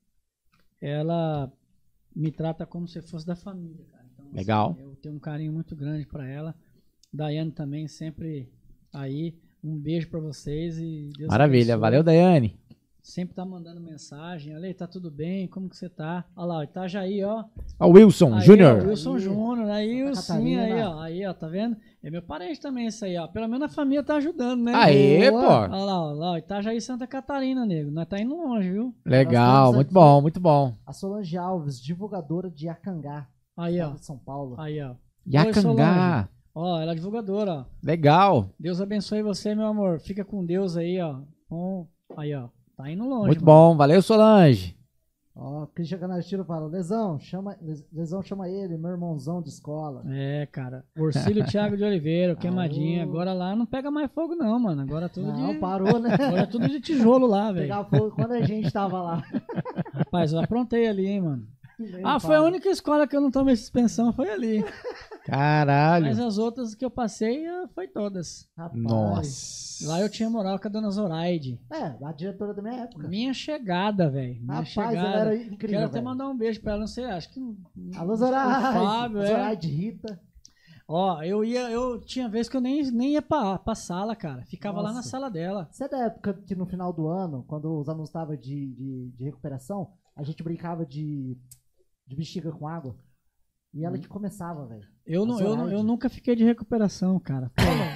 [SPEAKER 6] ela me trata como se fosse da família, cara. Então,
[SPEAKER 4] Legal.
[SPEAKER 6] assim, eu tenho um carinho muito grande pra ela. Daiane também sempre aí. Um beijo pra vocês e Deus
[SPEAKER 4] Maravilha,
[SPEAKER 6] abençoe.
[SPEAKER 4] valeu, Daiane.
[SPEAKER 6] Sempre tá mandando mensagem. Ale, tá tudo bem? Como que você tá? Olha lá, Itajaí, ó.
[SPEAKER 4] Ó, o Wilson
[SPEAKER 6] Aí,
[SPEAKER 4] Júnior.
[SPEAKER 6] ó, Wilson Júnior, aí o
[SPEAKER 5] Santa
[SPEAKER 6] sim,
[SPEAKER 5] Catarina.
[SPEAKER 6] aí, ó, tá vendo? É meu parente também esse aí, ó. Pelo menos a família tá ajudando, né?
[SPEAKER 4] Aê,
[SPEAKER 6] Boa.
[SPEAKER 4] pô.
[SPEAKER 6] Olha lá, Itajaí, Santa Catarina, nego. Nós tá indo longe, viu?
[SPEAKER 4] Legal,
[SPEAKER 5] temos
[SPEAKER 4] muito
[SPEAKER 5] aqui-
[SPEAKER 4] bom, muito bom.
[SPEAKER 5] A Solange Alves, divulgadora de Acangá,
[SPEAKER 6] Aí, ó.
[SPEAKER 5] estado de São Paulo.
[SPEAKER 6] Aí, ó.
[SPEAKER 4] Yacangá.
[SPEAKER 6] Ó, ela é divulgadora, ó.
[SPEAKER 4] Legal.
[SPEAKER 6] Deus abençoe você, meu amor. Fica com Deus aí, ó. Bom, aí, ó. Tá indo longe,
[SPEAKER 4] Muito
[SPEAKER 6] mano.
[SPEAKER 4] bom, valeu, Solange.
[SPEAKER 5] Ó, Christian Canastiro fala, Lesão chama ele, meu irmãozão de escola.
[SPEAKER 6] É, cara. Orcílio Thiago de Oliveira, queimadinha. Agora lá não pega mais fogo, não, mano. Agora é tudo
[SPEAKER 5] Não, parou, né?
[SPEAKER 6] Agora é tudo de tijolo lá, velho.
[SPEAKER 5] Pegar fogo quando a gente tava lá.
[SPEAKER 6] Rapaz, eu aprontei ali, hein, mano.
[SPEAKER 5] Nem
[SPEAKER 6] Foi a
[SPEAKER 5] fala.
[SPEAKER 6] única escola que eu não tomei suspensão, foi ali.
[SPEAKER 4] Caralho.
[SPEAKER 6] Mas as outras que eu passei, foi todas.
[SPEAKER 5] Rapaz.
[SPEAKER 4] Nossa.
[SPEAKER 6] Lá eu tinha moral com a dona Zoraide.
[SPEAKER 5] É, a diretora da minha época.
[SPEAKER 6] Minha chegada, velho. Minha
[SPEAKER 5] Rapaz,
[SPEAKER 6] chegada.
[SPEAKER 5] ela era incrível,
[SPEAKER 6] Quero até
[SPEAKER 5] velho.
[SPEAKER 6] mandar um beijo pra ela, não sei, acho que...
[SPEAKER 5] Alô,
[SPEAKER 6] o
[SPEAKER 5] Zoraide.
[SPEAKER 6] Fábio,
[SPEAKER 5] Zoraide Rita.
[SPEAKER 6] Ó, eu tinha vez que eu nem ia pra sala, cara. Ficava lá na
[SPEAKER 5] Nossa.
[SPEAKER 6] sala dela.
[SPEAKER 5] Você é da época que no final do ano, quando os alunos estavam de recuperação, a gente brincava de bexiga com água? E ela que começava, velho.
[SPEAKER 6] Eu nunca fiquei de recuperação, cara.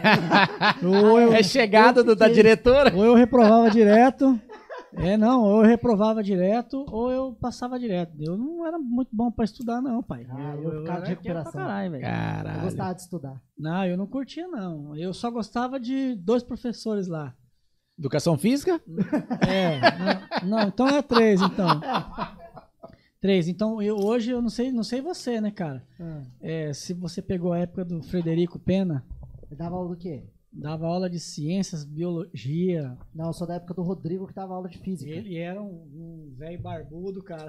[SPEAKER 6] ou, eu,
[SPEAKER 4] É chegada da diretora?
[SPEAKER 6] ou eu reprovava direto. Ou eu reprovava direto, ou eu passava direto. Eu não era muito bom pra estudar, não, pai.
[SPEAKER 5] Eu ficava de
[SPEAKER 6] era quieto pra
[SPEAKER 5] recuperação.
[SPEAKER 6] caralho, velho.
[SPEAKER 5] Eu
[SPEAKER 4] Caralho.
[SPEAKER 5] gostava de estudar.
[SPEAKER 6] Não, eu não curtia, não. Eu só gostava de 2 professores lá.
[SPEAKER 4] Educação física?
[SPEAKER 6] Não, então é 3, então. 3. Então, hoje eu não sei você, né, cara? Se você pegou a época do Frederico Pena,
[SPEAKER 5] Ele dava aula do quê?
[SPEAKER 6] dava aula de ciências, biologia.
[SPEAKER 5] Não, eu sou da época do Rodrigo que dava aula de física.
[SPEAKER 6] Ele era um velho barbudo, cara.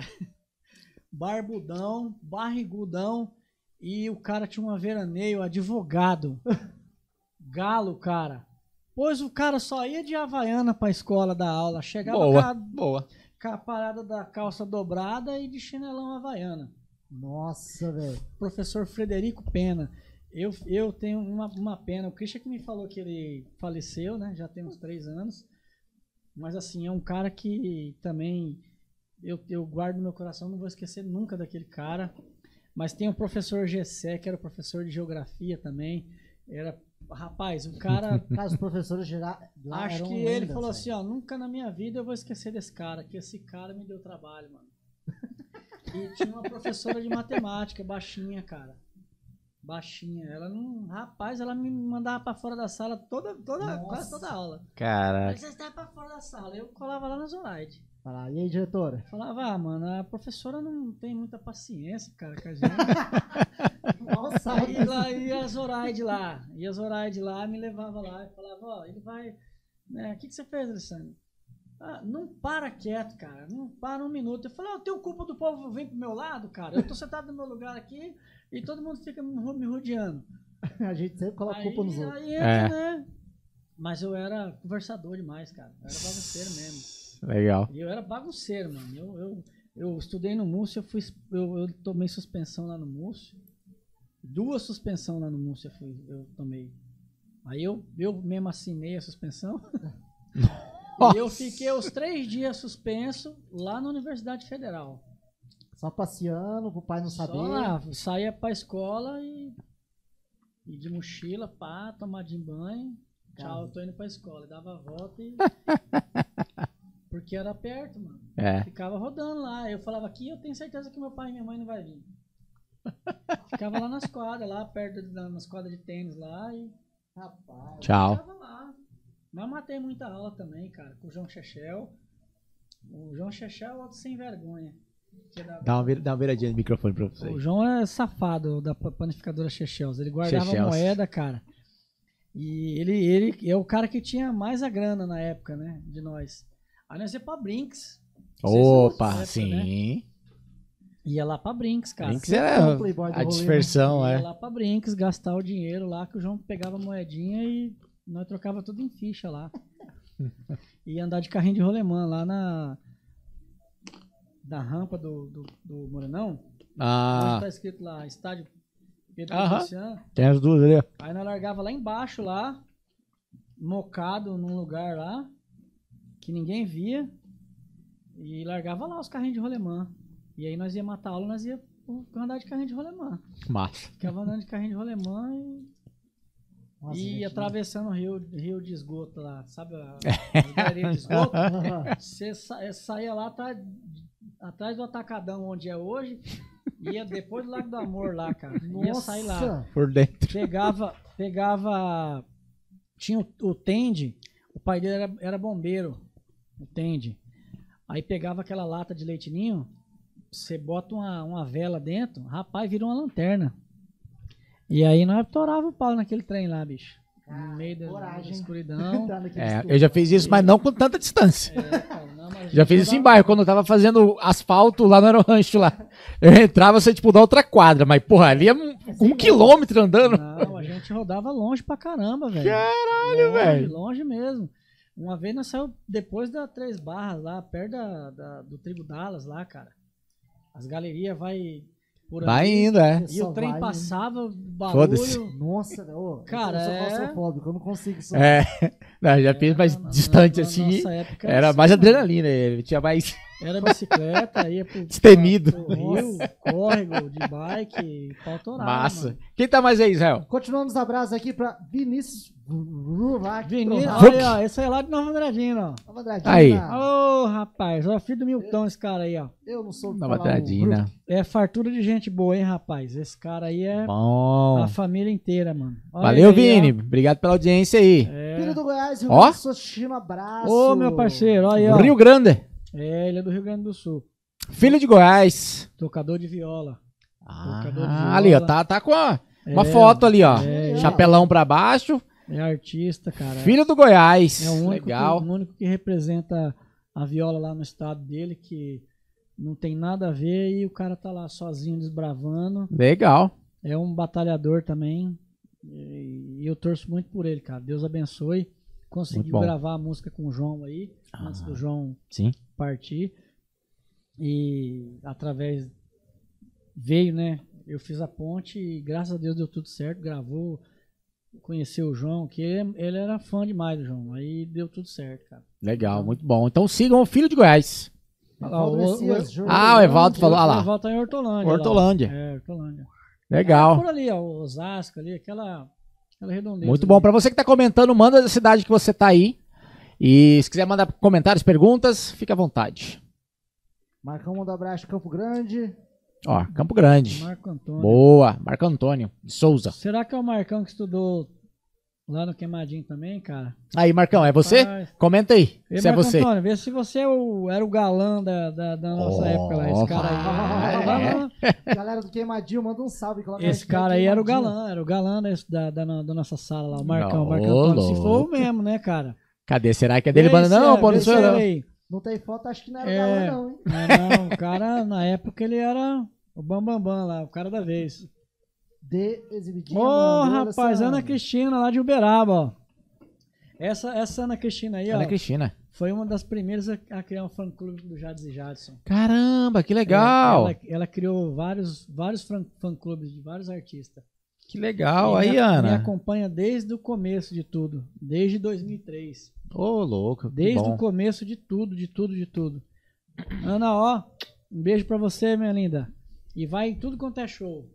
[SPEAKER 6] Barbudão, barrigudão. E o cara tinha um veraneio, advogado. Galo, cara. Pois o cara só ia de Havaiana pra escola dar aula. Chegava
[SPEAKER 4] Boa.
[SPEAKER 6] com a parada da calça dobrada e de chinelão Havaiana.
[SPEAKER 5] Nossa, velho.
[SPEAKER 6] Professor Frederico Pena. Eu tenho uma pena. O Christian que me falou que ele faleceu, né? Já tem uns 3 anos. Mas assim, é um cara que também eu guardo no meu coração. Não vou esquecer nunca daquele cara. Mas tem o professor Gessé, que era professor de geografia também. Rapaz, o cara...
[SPEAKER 5] Cara, os professores lá
[SPEAKER 6] Acho
[SPEAKER 5] eram
[SPEAKER 6] que ele
[SPEAKER 5] lendas,
[SPEAKER 6] falou
[SPEAKER 5] velho.
[SPEAKER 6] assim, ó, nunca na minha vida eu vou esquecer desse cara, que esse cara me deu trabalho, mano. E tinha uma professora de matemática, baixinha, cara. Baixinha. Ela não... Rapaz, ela me mandava pra fora da sala quase toda a aula.
[SPEAKER 4] Caraca.
[SPEAKER 6] Mas você estava pra fora da sala. Eu colava lá na Zoraide.
[SPEAKER 5] Fala, e aí, diretora?
[SPEAKER 6] Falava, mano, a professora não tem muita paciência, cara, com a gente.
[SPEAKER 5] Nossa,
[SPEAKER 6] Aí lá ia a Zoraide lá. E a Zoraide lá me levava lá e falava, ó, ele vai... O que você fez, Alessandro? Não para quieto, cara. Não para um minuto. Eu falei, eu tenho culpa do povo vir pro meu lado, cara. Eu tô sentado no meu lugar aqui e todo mundo fica me rodeando.
[SPEAKER 5] a gente sempre coloca a culpa nos outros.
[SPEAKER 6] Aí entra, né? Mas eu era conversador demais, cara. Eu era bagunceiro mesmo.
[SPEAKER 4] Legal.
[SPEAKER 6] E eu era bagunceiro, mano. Eu estudei no Múcio, eu tomei suspensão lá no Múcio. 2 suspensões lá no Múcio eu tomei. Aí eu mesmo assinei a suspensão. E eu fiquei os 3 dias suspenso lá na Universidade Federal.
[SPEAKER 5] Só passeando, pro pai não saber.
[SPEAKER 6] Só lá, saía pra escola e de mochila, pá, tomadinho banho. Tchau, eu tô indo pra escola. Dava a volta e... Porque era perto, mano. Ficava rodando lá. Eu falava aqui, eu tenho certeza que meu pai e minha mãe não vai vir. Ficava lá nas quadras, lá perto nas quadras de tênis lá e... Rapaz,
[SPEAKER 4] Tchau.
[SPEAKER 6] ficava lá. Mas matei muita aula também, cara, com o João Chechel. O João Chechel é outro sem vergonha.
[SPEAKER 4] Dá uma viradinha no microfone pra
[SPEAKER 6] O
[SPEAKER 4] vocês.
[SPEAKER 6] João é safado da panificadora Chechels. Ele guardava
[SPEAKER 4] Chechels.
[SPEAKER 6] moeda, cara. E ele é o cara que tinha mais a grana na época, né? De nós. Aí nós ia pra Brinks. Não sei se
[SPEAKER 4] Opa,
[SPEAKER 6] você
[SPEAKER 4] sim.
[SPEAKER 6] lembra, né? Ia lá pra Brinks, cara.
[SPEAKER 4] Brinks
[SPEAKER 5] Sempre
[SPEAKER 4] era
[SPEAKER 5] foi o playboy do
[SPEAKER 4] a
[SPEAKER 5] rolê,
[SPEAKER 4] dispersão,
[SPEAKER 6] Ia
[SPEAKER 4] é.
[SPEAKER 6] lá pra Brinks, gastar o dinheiro lá, que o João pegava a moedinha e nós trocava tudo em ficha lá. Ia andar de carrinho de rolemã lá na rampa do Morenão. Onde
[SPEAKER 4] Ah,
[SPEAKER 6] tá escrito lá, estádio Pedro
[SPEAKER 4] Aham.
[SPEAKER 6] Luciano.
[SPEAKER 4] tem as duas ali, ó.
[SPEAKER 6] Aí nós largava lá embaixo, lá, mocado num lugar lá, que ninguém via, e largava lá os carrinhos de rolemã. E aí nós ia matar a aula, nós ia andar de carrinho de rolemã.
[SPEAKER 4] Massa.
[SPEAKER 6] Ficava andando de carrinho de rolemã
[SPEAKER 5] Nossa,
[SPEAKER 6] e
[SPEAKER 5] gente,
[SPEAKER 6] atravessando o rio de esgoto lá, sabe? A galeria de esgoto. Você saía lá atrás do Atacadão, onde é hoje, ia depois do Lago do Amor lá, cara. Ia sair lá.
[SPEAKER 5] Nossa.
[SPEAKER 4] Por dentro.
[SPEAKER 6] Pegava. Tinha o Tende, o pai dele era bombeiro, o Tende. Aí pegava aquela lata de leite ninho, você bota uma vela dentro, rapaz, vira uma lanterna. E aí nós torava o pau naquele trem lá, bicho. No meio da
[SPEAKER 5] coragem.
[SPEAKER 6] escuridão.
[SPEAKER 5] Tá naquele
[SPEAKER 4] É,
[SPEAKER 5] estúdio.
[SPEAKER 4] eu já fiz isso, mas não com tanta distância.
[SPEAKER 6] Cara, não, mas a
[SPEAKER 4] Já
[SPEAKER 6] gente
[SPEAKER 4] fiz isso em
[SPEAKER 6] rodava-
[SPEAKER 4] bairro, quando eu tava fazendo asfalto lá no Aerorancho lá. Eu entrava, você tipo, da outra quadra, mas porra, ali é 1 quilômetro andando.
[SPEAKER 6] Não, a gente rodava longe pra caramba, velho.
[SPEAKER 4] Caralho,
[SPEAKER 6] Longe,
[SPEAKER 4] velho.
[SPEAKER 6] longe mesmo. Uma vez nós saímos depois da Três Barras lá, perto do Trigo Dallas lá, cara. As galerias vai por
[SPEAKER 4] Vai
[SPEAKER 6] ali.
[SPEAKER 4] indo, é.
[SPEAKER 6] E
[SPEAKER 5] Só
[SPEAKER 6] o trem
[SPEAKER 5] vai,
[SPEAKER 6] passava,
[SPEAKER 4] Foda-se.
[SPEAKER 6] barulho.
[SPEAKER 5] Nossa, ô,
[SPEAKER 6] Cara,
[SPEAKER 5] eu sou
[SPEAKER 6] é-
[SPEAKER 5] claustrofóbico, eu não consigo isso.
[SPEAKER 4] É. Não, já fiz mais distante
[SPEAKER 6] Na
[SPEAKER 4] assim.
[SPEAKER 6] nossa época
[SPEAKER 4] Era
[SPEAKER 6] assim,
[SPEAKER 4] mais
[SPEAKER 6] mano.
[SPEAKER 4] adrenalina, ele tinha mais.
[SPEAKER 6] Era bicicleta, ia pro
[SPEAKER 4] Destemido.
[SPEAKER 6] pro rio, córrego, de bike, pau torado,
[SPEAKER 4] Massa.
[SPEAKER 6] mano.
[SPEAKER 4] Quem tá mais aí, Israel?
[SPEAKER 5] Continuando os abraços aqui pra Vinícius Ruvac.
[SPEAKER 6] Vinícius,
[SPEAKER 4] Vuk.
[SPEAKER 6] olha aí, ó, esse aí é lá de Nova Andradina, ó.
[SPEAKER 5] Nova Andradina.
[SPEAKER 4] Aí.
[SPEAKER 6] Ô, rapaz, ó, filho do Milton, esse cara aí, ó.
[SPEAKER 5] Eu não sou
[SPEAKER 4] Nova
[SPEAKER 5] falar o
[SPEAKER 4] Andradina.
[SPEAKER 5] grupo.
[SPEAKER 6] É fartura de gente boa, hein, rapaz? Esse cara aí é
[SPEAKER 4] Bom.
[SPEAKER 6] a família inteira, mano. Olha
[SPEAKER 4] Valeu,
[SPEAKER 6] ele aí,
[SPEAKER 4] Vini. Obrigado pela audiência aí.
[SPEAKER 6] ó.
[SPEAKER 5] Filho do Goiás, Rio
[SPEAKER 4] Ó.
[SPEAKER 5] Grande do Sul, assistindo, abraço.
[SPEAKER 6] Ô, meu parceiro, olha aí, ó.
[SPEAKER 4] Rio Grande.
[SPEAKER 6] É, ele é do Rio Grande do Sul.
[SPEAKER 4] Filho de Goiás.
[SPEAKER 6] Tocador de viola. Tocador de
[SPEAKER 4] Ah, ali, ó.
[SPEAKER 6] viola.
[SPEAKER 4] Tá com uma
[SPEAKER 6] É,
[SPEAKER 4] foto ali, ó.
[SPEAKER 6] é,
[SPEAKER 4] Chapelão pra baixo.
[SPEAKER 6] É artista, cara.
[SPEAKER 4] Filho do Goiás.
[SPEAKER 6] É o único,
[SPEAKER 4] Legal.
[SPEAKER 6] o único que representa a viola lá no estado dele, que não tem nada a ver e o cara tá lá sozinho desbravando.
[SPEAKER 4] Legal.
[SPEAKER 6] É um batalhador também. E eu torço muito por ele, cara. Deus abençoe.
[SPEAKER 4] Muito
[SPEAKER 6] Conseguiu
[SPEAKER 4] bom.
[SPEAKER 6] gravar a música com o João aí, antes do João
[SPEAKER 4] Sim.
[SPEAKER 6] partir. E através veio, né? Eu fiz a ponte e graças a Deus deu tudo certo. Gravou, conheceu o João, que ele era fã demais do João. Aí deu tudo certo, cara.
[SPEAKER 4] Legal, muito bom. Então sigam o Filho de Goiás.
[SPEAKER 5] Evaldo Messias,
[SPEAKER 4] Ah, o Evaldo falou. Ah
[SPEAKER 6] O
[SPEAKER 4] lá.
[SPEAKER 6] Evaldo tá em Hortolândia. lá.
[SPEAKER 4] Hortolândia.
[SPEAKER 6] É, Hortolândia.
[SPEAKER 4] Legal.
[SPEAKER 6] Por ali, ó, Osasco ali, aquela redondeza.
[SPEAKER 4] Muito
[SPEAKER 6] ali.
[SPEAKER 4] bom. Pra você que tá comentando, manda da cidade que você tá aí. E se quiser mandar comentários, perguntas, fica à vontade.
[SPEAKER 5] Marcão manda abraço, Campo Grande.
[SPEAKER 4] Ó, Campo Grande.
[SPEAKER 6] Marco Antônio.
[SPEAKER 4] Boa. Marco Antônio de Souza.
[SPEAKER 6] Será que é o Marcão que estudou lá no Queimadinho também, cara?
[SPEAKER 4] Aí, Marcão, é você?
[SPEAKER 6] Rapaz.
[SPEAKER 4] Comenta aí
[SPEAKER 6] Ei,
[SPEAKER 4] se é
[SPEAKER 6] Marco
[SPEAKER 4] você.
[SPEAKER 6] Antônio, vê se você era o galã da nossa época lá, esse cara aí.
[SPEAKER 5] Galera do Queimadinho, manda um salve. coloca
[SPEAKER 6] Esse
[SPEAKER 5] hashtag
[SPEAKER 6] cara aí era o
[SPEAKER 5] Queimadinho.
[SPEAKER 6] galã da nossa sala lá, o Marcão,
[SPEAKER 4] Não,
[SPEAKER 6] Marco Antônio. Se
[SPEAKER 4] louco.
[SPEAKER 6] for o mesmo, né, cara?
[SPEAKER 4] Cadê? Será que é dele?
[SPEAKER 6] Vê
[SPEAKER 4] Manda
[SPEAKER 6] se
[SPEAKER 4] não,
[SPEAKER 6] é,
[SPEAKER 4] pô, não
[SPEAKER 6] vê
[SPEAKER 4] sou
[SPEAKER 6] se
[SPEAKER 4] eu
[SPEAKER 6] é
[SPEAKER 4] não.
[SPEAKER 6] aí.
[SPEAKER 5] Não tem foto, acho que não era
[SPEAKER 6] É.
[SPEAKER 5] galã, não, hein?
[SPEAKER 6] Não, o cara, na época, ele era o bambambam lá, o cara da vez.
[SPEAKER 5] De exibidinha.
[SPEAKER 6] Ô,
[SPEAKER 5] mandou
[SPEAKER 6] rapaz,
[SPEAKER 5] essa-
[SPEAKER 6] Ana Cristina, lá de Uberaba, ó. Essa Ana Cristina aí, ó,
[SPEAKER 4] Ana Cristina.
[SPEAKER 6] foi uma das primeiras a criar um fã-clube do Jades e Jadson.
[SPEAKER 4] Caramba, que legal.
[SPEAKER 6] Ela criou vários fã-clubes de vários artistas.
[SPEAKER 4] Que legal.
[SPEAKER 6] E
[SPEAKER 4] Aí,
[SPEAKER 6] me
[SPEAKER 4] Ana.
[SPEAKER 6] acompanha desde o começo de tudo, desde 2003.
[SPEAKER 4] Ô, louco. que
[SPEAKER 6] Desde
[SPEAKER 4] bom.
[SPEAKER 6] o começo de tudo, de tudo, de tudo. Ana, ó, um beijo pra você, minha linda. E vai em tudo quanto é show.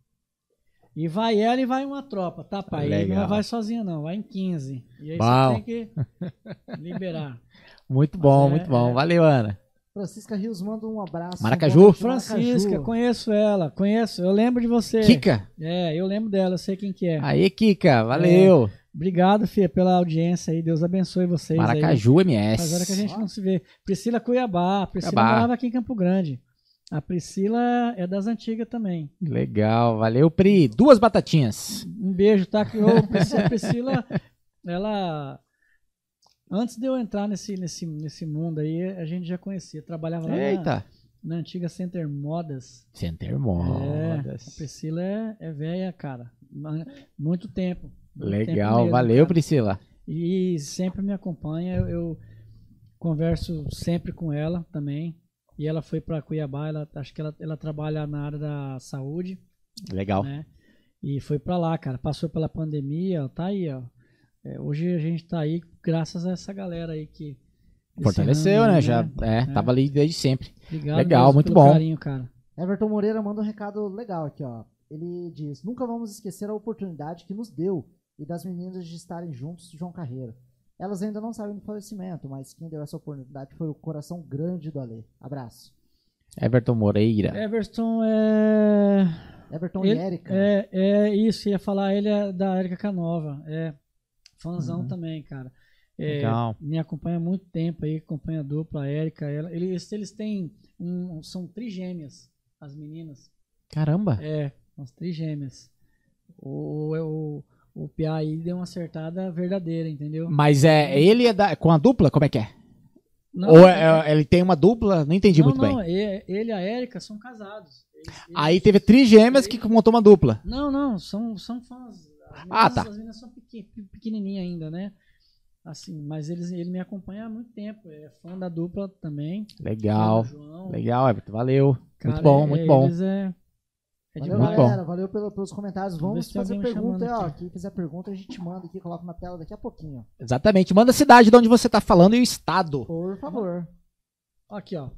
[SPEAKER 6] E vai ela e vai uma tropa, tá, pai? E
[SPEAKER 4] Legal.
[SPEAKER 6] não vai sozinha, não, vai em 15. E aí
[SPEAKER 4] Bom.
[SPEAKER 6] você tem que liberar.
[SPEAKER 4] Muito bom,
[SPEAKER 6] Mas
[SPEAKER 4] muito bom.
[SPEAKER 6] é.
[SPEAKER 4] Valeu, Ana.
[SPEAKER 5] Francisca Rios manda um abraço.
[SPEAKER 4] Maracaju?
[SPEAKER 5] Um bom de
[SPEAKER 6] Francisca,
[SPEAKER 5] Maracaju.
[SPEAKER 6] conheço ela, eu lembro de você.
[SPEAKER 4] Kika.
[SPEAKER 6] É, eu lembro dela, eu sei quem que é.
[SPEAKER 4] Aí, Kika. Valeu.
[SPEAKER 6] Obrigado, Fia, pela audiência aí. Deus abençoe vocês aí.
[SPEAKER 4] Maracaju
[SPEAKER 6] Faz
[SPEAKER 4] MS.
[SPEAKER 6] hora que a gente não se vê. Priscila Cuiabá. Priscila
[SPEAKER 4] Cuiabá.
[SPEAKER 6] morava aqui em Campo Grande. A Priscila é das antigas também.
[SPEAKER 4] Legal, valeu, Pri. 2 batatinhas.
[SPEAKER 6] Um beijo, tá? Que a Priscila, ela... Antes de eu entrar nesse mundo aí, a gente já conhecia. Trabalhava lá
[SPEAKER 4] Eita.
[SPEAKER 6] na antiga Center Modas.
[SPEAKER 4] Center Modas.
[SPEAKER 6] A Priscila é velha, cara. Muito tempo.
[SPEAKER 4] Legal,
[SPEAKER 6] mesmo,
[SPEAKER 4] valeu,
[SPEAKER 6] cara.
[SPEAKER 4] Priscila.
[SPEAKER 6] E sempre me acompanha. Eu converso sempre com ela também. E ela foi para Cuiabá. Acho que ela trabalha na área da saúde.
[SPEAKER 4] Legal.
[SPEAKER 6] Né? E foi para lá, cara. Passou pela pandemia, ó, tá aí, ó. Hoje a gente tá aí graças a essa galera aí que
[SPEAKER 4] Fortaleceu,
[SPEAKER 6] ramo
[SPEAKER 4] né?
[SPEAKER 6] aí,
[SPEAKER 4] Já tava ali desde sempre.
[SPEAKER 6] Obrigado
[SPEAKER 4] Legal,
[SPEAKER 6] mesmo
[SPEAKER 4] muito
[SPEAKER 6] pelo
[SPEAKER 4] bom.
[SPEAKER 6] carinho, cara.
[SPEAKER 5] Everton Moreira manda um recado legal aqui, ó. Ele diz: nunca vamos esquecer a oportunidade que nos deu e das meninas de estarem juntos de João Carreiro. Elas ainda não sabem do falecimento, mas quem deu essa oportunidade foi o coração grande do Alê. Abraço.
[SPEAKER 4] Everton Moreira.
[SPEAKER 6] Everton
[SPEAKER 5] Everton
[SPEAKER 6] ele,
[SPEAKER 5] e Érica.
[SPEAKER 6] Isso, ia falar, ele é da Érica Canova. Fãzão também, cara.
[SPEAKER 4] Legal.
[SPEAKER 6] Me acompanha há muito tempo aí, acompanha a dupla, a Érica. Eles têm são trigêmeas, as meninas.
[SPEAKER 4] Caramba.
[SPEAKER 6] Umas trigêmeas. O Piá aí deu uma acertada verdadeira, entendeu?
[SPEAKER 4] Mas ele é com a dupla? Como é que é?
[SPEAKER 6] Não,
[SPEAKER 4] Ou ele tem uma dupla? Não entendi muito bem.
[SPEAKER 6] Ele e a Érica são casados.
[SPEAKER 4] Aí teve trigêmeas que montou uma dupla.
[SPEAKER 6] Não, são fãs.
[SPEAKER 4] Tá.
[SPEAKER 6] As meninas são pequenininhas ainda, né? Assim, mas ele me acompanha há muito tempo. É fã da dupla também.
[SPEAKER 4] Legal.
[SPEAKER 6] João.
[SPEAKER 4] Legal, Everton. Valeu.
[SPEAKER 6] Cara,
[SPEAKER 4] muito bom, muito bom.
[SPEAKER 6] Eles
[SPEAKER 5] Valeu,
[SPEAKER 6] demais.
[SPEAKER 5] galera. Valeu pelos comentários.
[SPEAKER 6] Vamos ver
[SPEAKER 5] Vamos
[SPEAKER 6] se tem
[SPEAKER 5] fazer
[SPEAKER 6] alguém me
[SPEAKER 5] pergunta aí,
[SPEAKER 6] chamando
[SPEAKER 5] ó.
[SPEAKER 6] aqui.
[SPEAKER 5] Quem fizer pergunta, a gente manda aqui, coloca na tela daqui a pouquinho.
[SPEAKER 4] Exatamente. Manda a cidade de onde você tá falando e o estado.
[SPEAKER 5] Por favor.
[SPEAKER 6] Aqui, ó.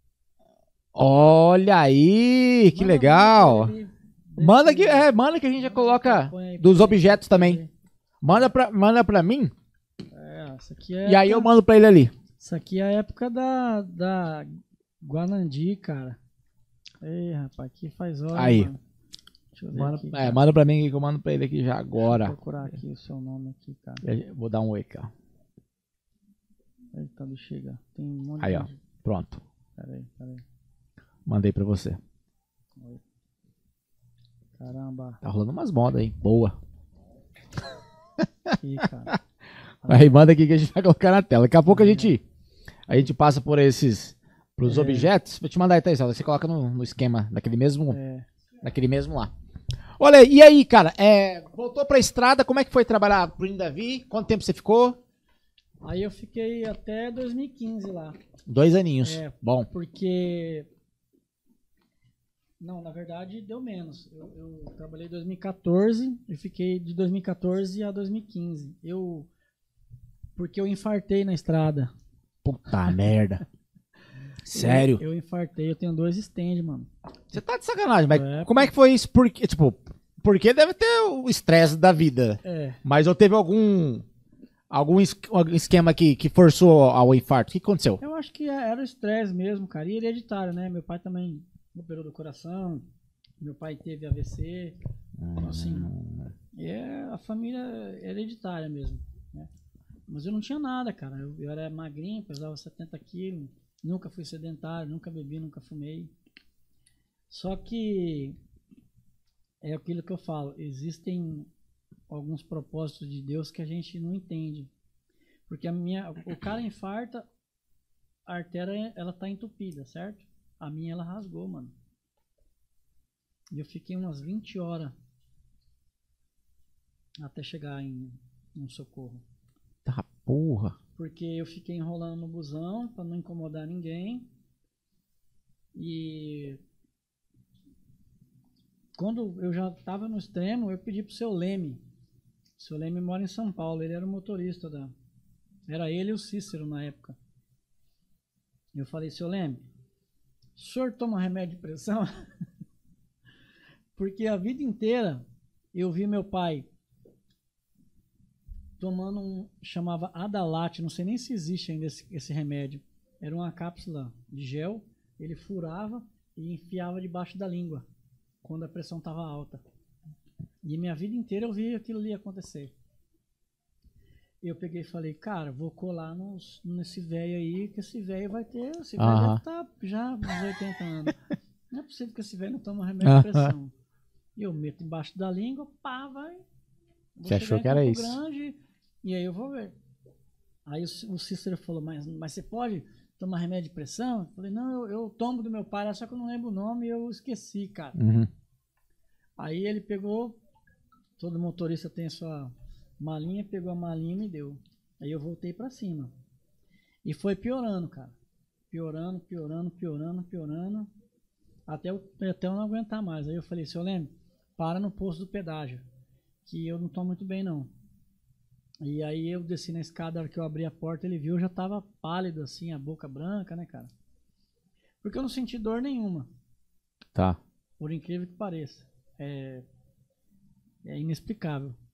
[SPEAKER 4] Olha aí, que legal. Manda que a gente já coloca dos objetos também. Manda pra mim
[SPEAKER 6] Essa aqui
[SPEAKER 4] e aí eu mando pra ele ali.
[SPEAKER 6] Isso aqui é a época da Guanandi, cara. Ei, rapaz, aqui faz hora.
[SPEAKER 4] Aí.
[SPEAKER 6] Mano. Deixa eu ver aqui.
[SPEAKER 4] Manda pra mim que eu mando pra ele aqui já agora.
[SPEAKER 6] Vou procurar aqui o seu nome aqui, cara.
[SPEAKER 4] Eu vou dar um oi aqui, ó.
[SPEAKER 6] Eita, bexiga. Tem um monte
[SPEAKER 4] Aí, ó.
[SPEAKER 6] de...
[SPEAKER 4] Pronto.
[SPEAKER 6] Peraí.
[SPEAKER 4] Mandei pra você.
[SPEAKER 6] Caramba.
[SPEAKER 4] Tá rolando umas modas aí. Boa.
[SPEAKER 6] Aqui, cara.
[SPEAKER 4] Aí manda aqui que a gente vai colocar na tela. Daqui a pouco a gente passa por pros objetos. Vou te mandar aí, Thaís. Você coloca no esquema daquele mesmo lá. Olha, e aí, cara? Voltou pra estrada, como é que foi trabalhar pro Davi? Quanto tempo você ficou?
[SPEAKER 6] Aí eu fiquei até 2015 lá.
[SPEAKER 4] 2 aninhos. Bom.
[SPEAKER 6] Porque... Não, na verdade deu menos. Eu trabalhei em 2014 e fiquei de 2014 a 2015. Porque eu infartei na estrada.
[SPEAKER 4] Puta merda. Sério?
[SPEAKER 6] Eu infartei, eu tenho 2 stand, mano.
[SPEAKER 4] Você tá de sacanagem, mas como é que foi isso? Porque deve ter o estresse da vida. Mas ou teve algum esquema que forçou ao infarto? O que aconteceu?
[SPEAKER 6] Eu acho que era o estresse mesmo, cara. E hereditário, né? Meu pai também operou do coração. Meu pai teve AVC. Então, assim, a família hereditária mesmo, né? Mas eu não tinha nada, cara. Eu era magrinho, pesava 70 quilos. Nunca fui sedentário, nunca bebi, nunca fumei. Só que é aquilo que eu falo. Existem alguns propósitos de Deus que a gente não entende. Porque o cara infarta, a artéria ela tá entupida, certo? A minha ela rasgou, mano. E eu fiquei umas 20 horas até chegar em um socorro.
[SPEAKER 4] Tá porra.
[SPEAKER 6] Porque eu fiquei enrolando no busão para não incomodar ninguém. E quando eu já estava no extremo, eu pedi pro seu Leme. O seu Leme mora em São Paulo, ele era o motorista Era ele e o Cícero na época. Eu falei, seu Leme, o senhor toma remédio de pressão? Porque a vida inteira eu vi meu pai tomando chamava Adalat, não sei nem se existe ainda esse remédio. Era uma cápsula de gel, ele furava e enfiava debaixo da língua, quando a pressão estava alta. E minha vida inteira eu vi aquilo ali acontecer. eu peguei e falei, cara, vou colar nesse velho aí, que esse velho vai ter. Esse
[SPEAKER 4] Aham.
[SPEAKER 6] velho deve estar já uns 80 anos. Não é possível que esse velho não toma remédio de pressão. E eu meto embaixo da língua, pá, vai. Vou
[SPEAKER 4] Você achou
[SPEAKER 6] chegar em
[SPEAKER 4] que era
[SPEAKER 6] Campo
[SPEAKER 4] isso?
[SPEAKER 6] Grande, e aí eu vou ver. Aí o Cícero falou, mas você pode tomar remédio de pressão? Eu falei, não, eu tomo do meu pai, só que eu não lembro o nome e eu esqueci, cara.
[SPEAKER 4] Uhum.
[SPEAKER 6] Aí ele pegou, todo motorista tem a sua malinha, pegou a malinha e me deu. Aí eu voltei pra cima. E foi piorando, cara. Piorando, até eu não aguentar mais. Aí eu falei, seu Leme, para no posto do pedágio, que eu não tô muito bem não. E aí eu desci na escada, a hora que eu abri a porta, ele viu, eu já tava pálido assim, a boca branca, né, cara? Porque eu não senti dor nenhuma,
[SPEAKER 4] Tá.
[SPEAKER 6] por incrível que pareça. É inexplicável.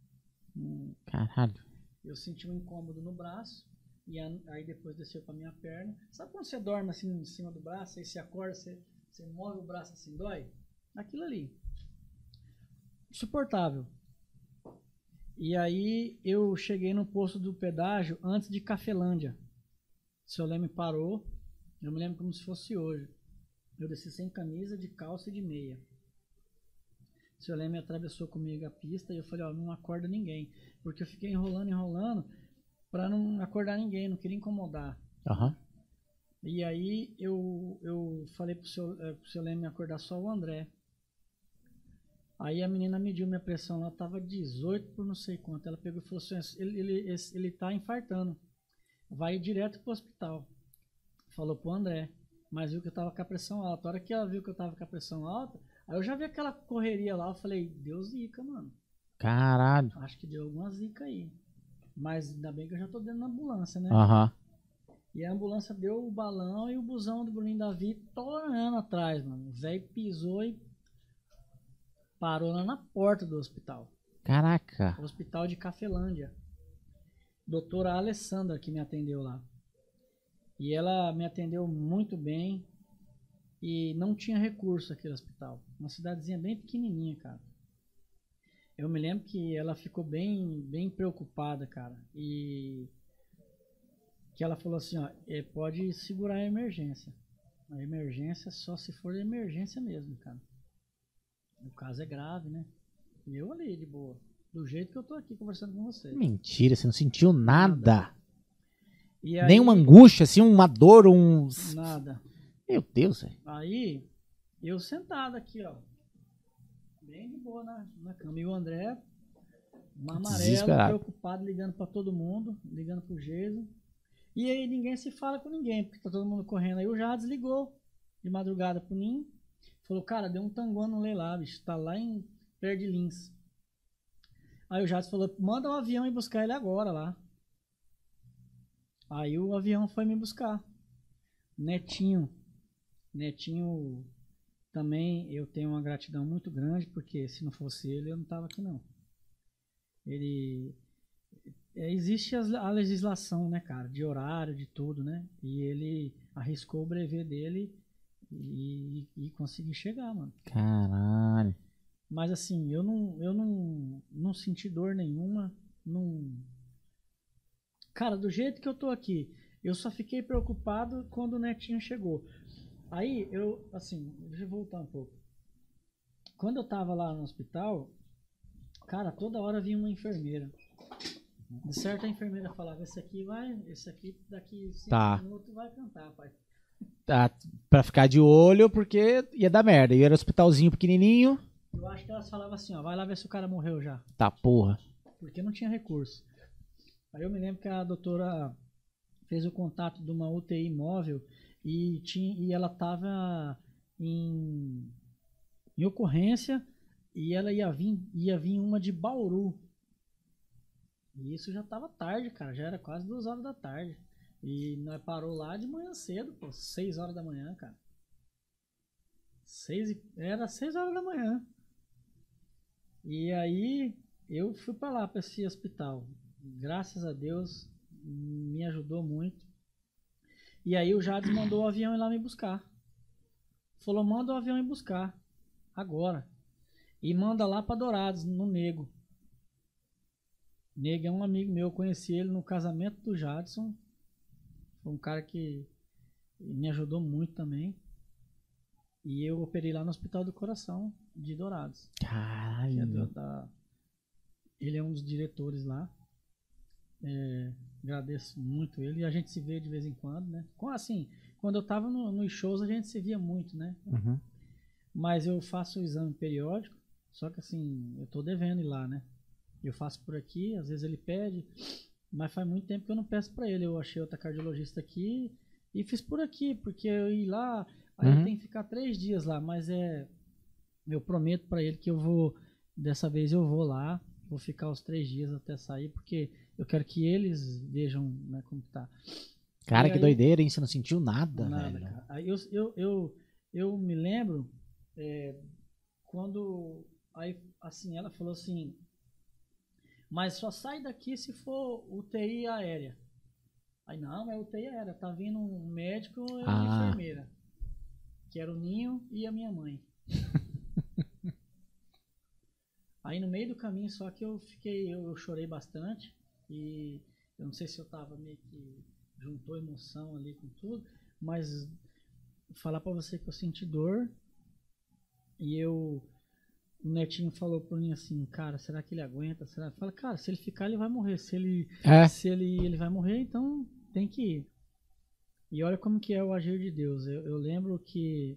[SPEAKER 4] Caralho.
[SPEAKER 6] Eu senti um incômodo no braço, e aí depois desceu pra minha perna. Sabe quando você dorme assim em cima do braço, aí você acorda, você move o braço assim, dói? Aquilo ali. Insuportável. E aí eu cheguei no posto do pedágio antes de Cafelândia. O seu Leme parou, eu me lembro como se fosse hoje. Eu desci sem camisa, de calça e de meia. O seu Leme atravessou comigo a pista e eu falei, ó, não acorda ninguém. Porque eu fiquei enrolando pra não acordar ninguém, não queria incomodar.
[SPEAKER 4] Aham.
[SPEAKER 6] E aí eu falei pro seu Leme acordar só o André. Aí a menina mediu minha pressão lá, tava 18 por não sei quanto. Ela pegou e falou assim, ele tá infartando. Vai direto pro hospital. Falou pro André. Mas viu que eu tava com a pressão alta. A hora que ela viu que eu tava com a pressão alta, aí eu já vi aquela correria lá, eu falei, deu zica, mano.
[SPEAKER 4] Caralho.
[SPEAKER 6] Acho que deu alguma zica aí. Mas ainda bem que eu já tô dentro da ambulância, né?
[SPEAKER 4] Aham.
[SPEAKER 6] E a ambulância deu o balão e o busão do Bruninho Davi torando atrás, mano. O velho pisou e parou lá na porta do hospital.
[SPEAKER 4] Caraca.
[SPEAKER 6] O hospital de Cafelândia. Doutora Alessandra que me atendeu lá. E ela me atendeu muito bem. E não tinha recurso aquele hospital. Uma cidadezinha bem pequenininha, cara. Eu me lembro que ela ficou bem preocupada, cara. E que ela falou assim, ó, pode segurar a emergência. A emergência só se for emergência mesmo, cara. O caso é grave, né? E eu ali, de boa. Do jeito que eu tô aqui conversando com você.
[SPEAKER 4] Mentira, você não sentiu nada.
[SPEAKER 6] E aí,
[SPEAKER 4] Nem uma angústia, assim, uma dor,
[SPEAKER 6] nada.
[SPEAKER 4] Meu Deus, velho.
[SPEAKER 6] Aí, eu sentado aqui, ó. Bem de boa na cama. E o André, amarelo,
[SPEAKER 4] Desesperado.
[SPEAKER 6] preocupado, ligando pra todo mundo, ligando pro Geiso. E aí ninguém se fala com ninguém, porque tá todo mundo correndo. Aí o já desligou de madrugada pro Ninho. Falou, cara, deu um tanguão no Lei lá, bicho. Tá lá em perto de Lins. Aí o Jades falou, manda um avião ir buscar ele agora lá. Aí o avião foi me buscar. Netinho também eu tenho uma gratidão muito grande, porque se não fosse ele, eu não tava aqui não. Existe a legislação, né, cara, de horário, de tudo, né? E ele arriscou o brevet dele e consegui chegar, mano.
[SPEAKER 4] Caralho.
[SPEAKER 6] Mas assim, eu não senti dor nenhuma, não. Cara, do jeito que eu tô aqui, eu só fiquei preocupado quando o Netinho chegou. Aí, deixa eu voltar um pouco. Quando eu tava lá no hospital, cara, toda hora vinha uma enfermeira. De certo a enfermeira falava, esse aqui daqui 5 minutos vai cantar, pai.
[SPEAKER 4] Tá, pra ficar de olho, porque ia dar merda. E era um hospitalzinho pequenininho.
[SPEAKER 6] Eu acho que elas falavam assim, ó, vai lá ver se o cara morreu já.
[SPEAKER 4] Tá, porra.
[SPEAKER 6] Porque não tinha recurso. Aí eu me lembro que a doutora fez o contato de uma UTI móvel e ela tava em ocorrência e ela ia vir uma de Bauru. E isso já tava tarde, cara, já era quase 2 horas da tarde. E nós parou lá de manhã cedo, pô, 6 horas da manhã, cara. Era 6 horas da manhã. E aí eu fui pra lá, pra esse hospital. Graças a Deus, me ajudou muito. E aí o Jades mandou o avião ir lá me buscar. Falou, manda o avião ir buscar. Agora. E manda lá pra Dourados, no Nego. Nego é um amigo meu, eu conheci ele no casamento do Jadson. Foi um cara que me ajudou muito também. E eu operei lá no Hospital do Coração de Dourados.
[SPEAKER 4] Caralho.
[SPEAKER 6] Ele é um dos diretores lá. Agradeço muito ele. E a gente se vê de vez em quando, né? Assim, quando eu tava nos shows, a gente se via muito, né?
[SPEAKER 4] Uhum.
[SPEAKER 6] Mas eu faço o exame periódico. Só que assim, eu tô devendo ir lá, né? Eu faço por aqui, às vezes ele pede. Mas faz muito tempo que eu não peço pra ele. Eu achei outra cardiologista aqui e fiz por aqui. Porque eu ir lá, aí eu tenho que ficar 3 dias lá. Mas eu prometo pra ele que eu vou... Dessa vez eu vou lá. Vou ficar os 3 dias até sair, porque eu quero que eles vejam, né, como que tá.
[SPEAKER 4] Cara,
[SPEAKER 6] E
[SPEAKER 4] que
[SPEAKER 6] aí,
[SPEAKER 4] doideira, hein? Você não sentiu nada,
[SPEAKER 6] nada,
[SPEAKER 4] velho.
[SPEAKER 6] cara. Aí eu me lembro quando aí assim ela falou assim, mas só sai daqui se for UTI aérea. Aí não, é UTI aérea, tá vindo um médico e uma enfermeira, que era o Ninho e a minha mãe. Aí no meio do caminho só que eu chorei bastante e eu não sei se eu tava meio que juntou emoção ali com tudo, mas falar pra você que eu senti dor e o Netinho falou por mim assim, cara, será que ele aguenta? Eu falei, cara, se ele ficar ele vai morrer, se ele vai morrer, então tem que ir. E olha como que é o agir de Deus. Eu lembro que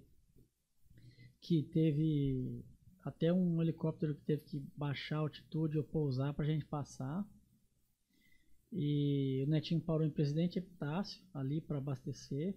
[SPEAKER 6] teve até um helicóptero que teve que baixar a altitude ou pousar pra gente passar. E o Netinho parou em Presidente Epitácio ali para abastecer.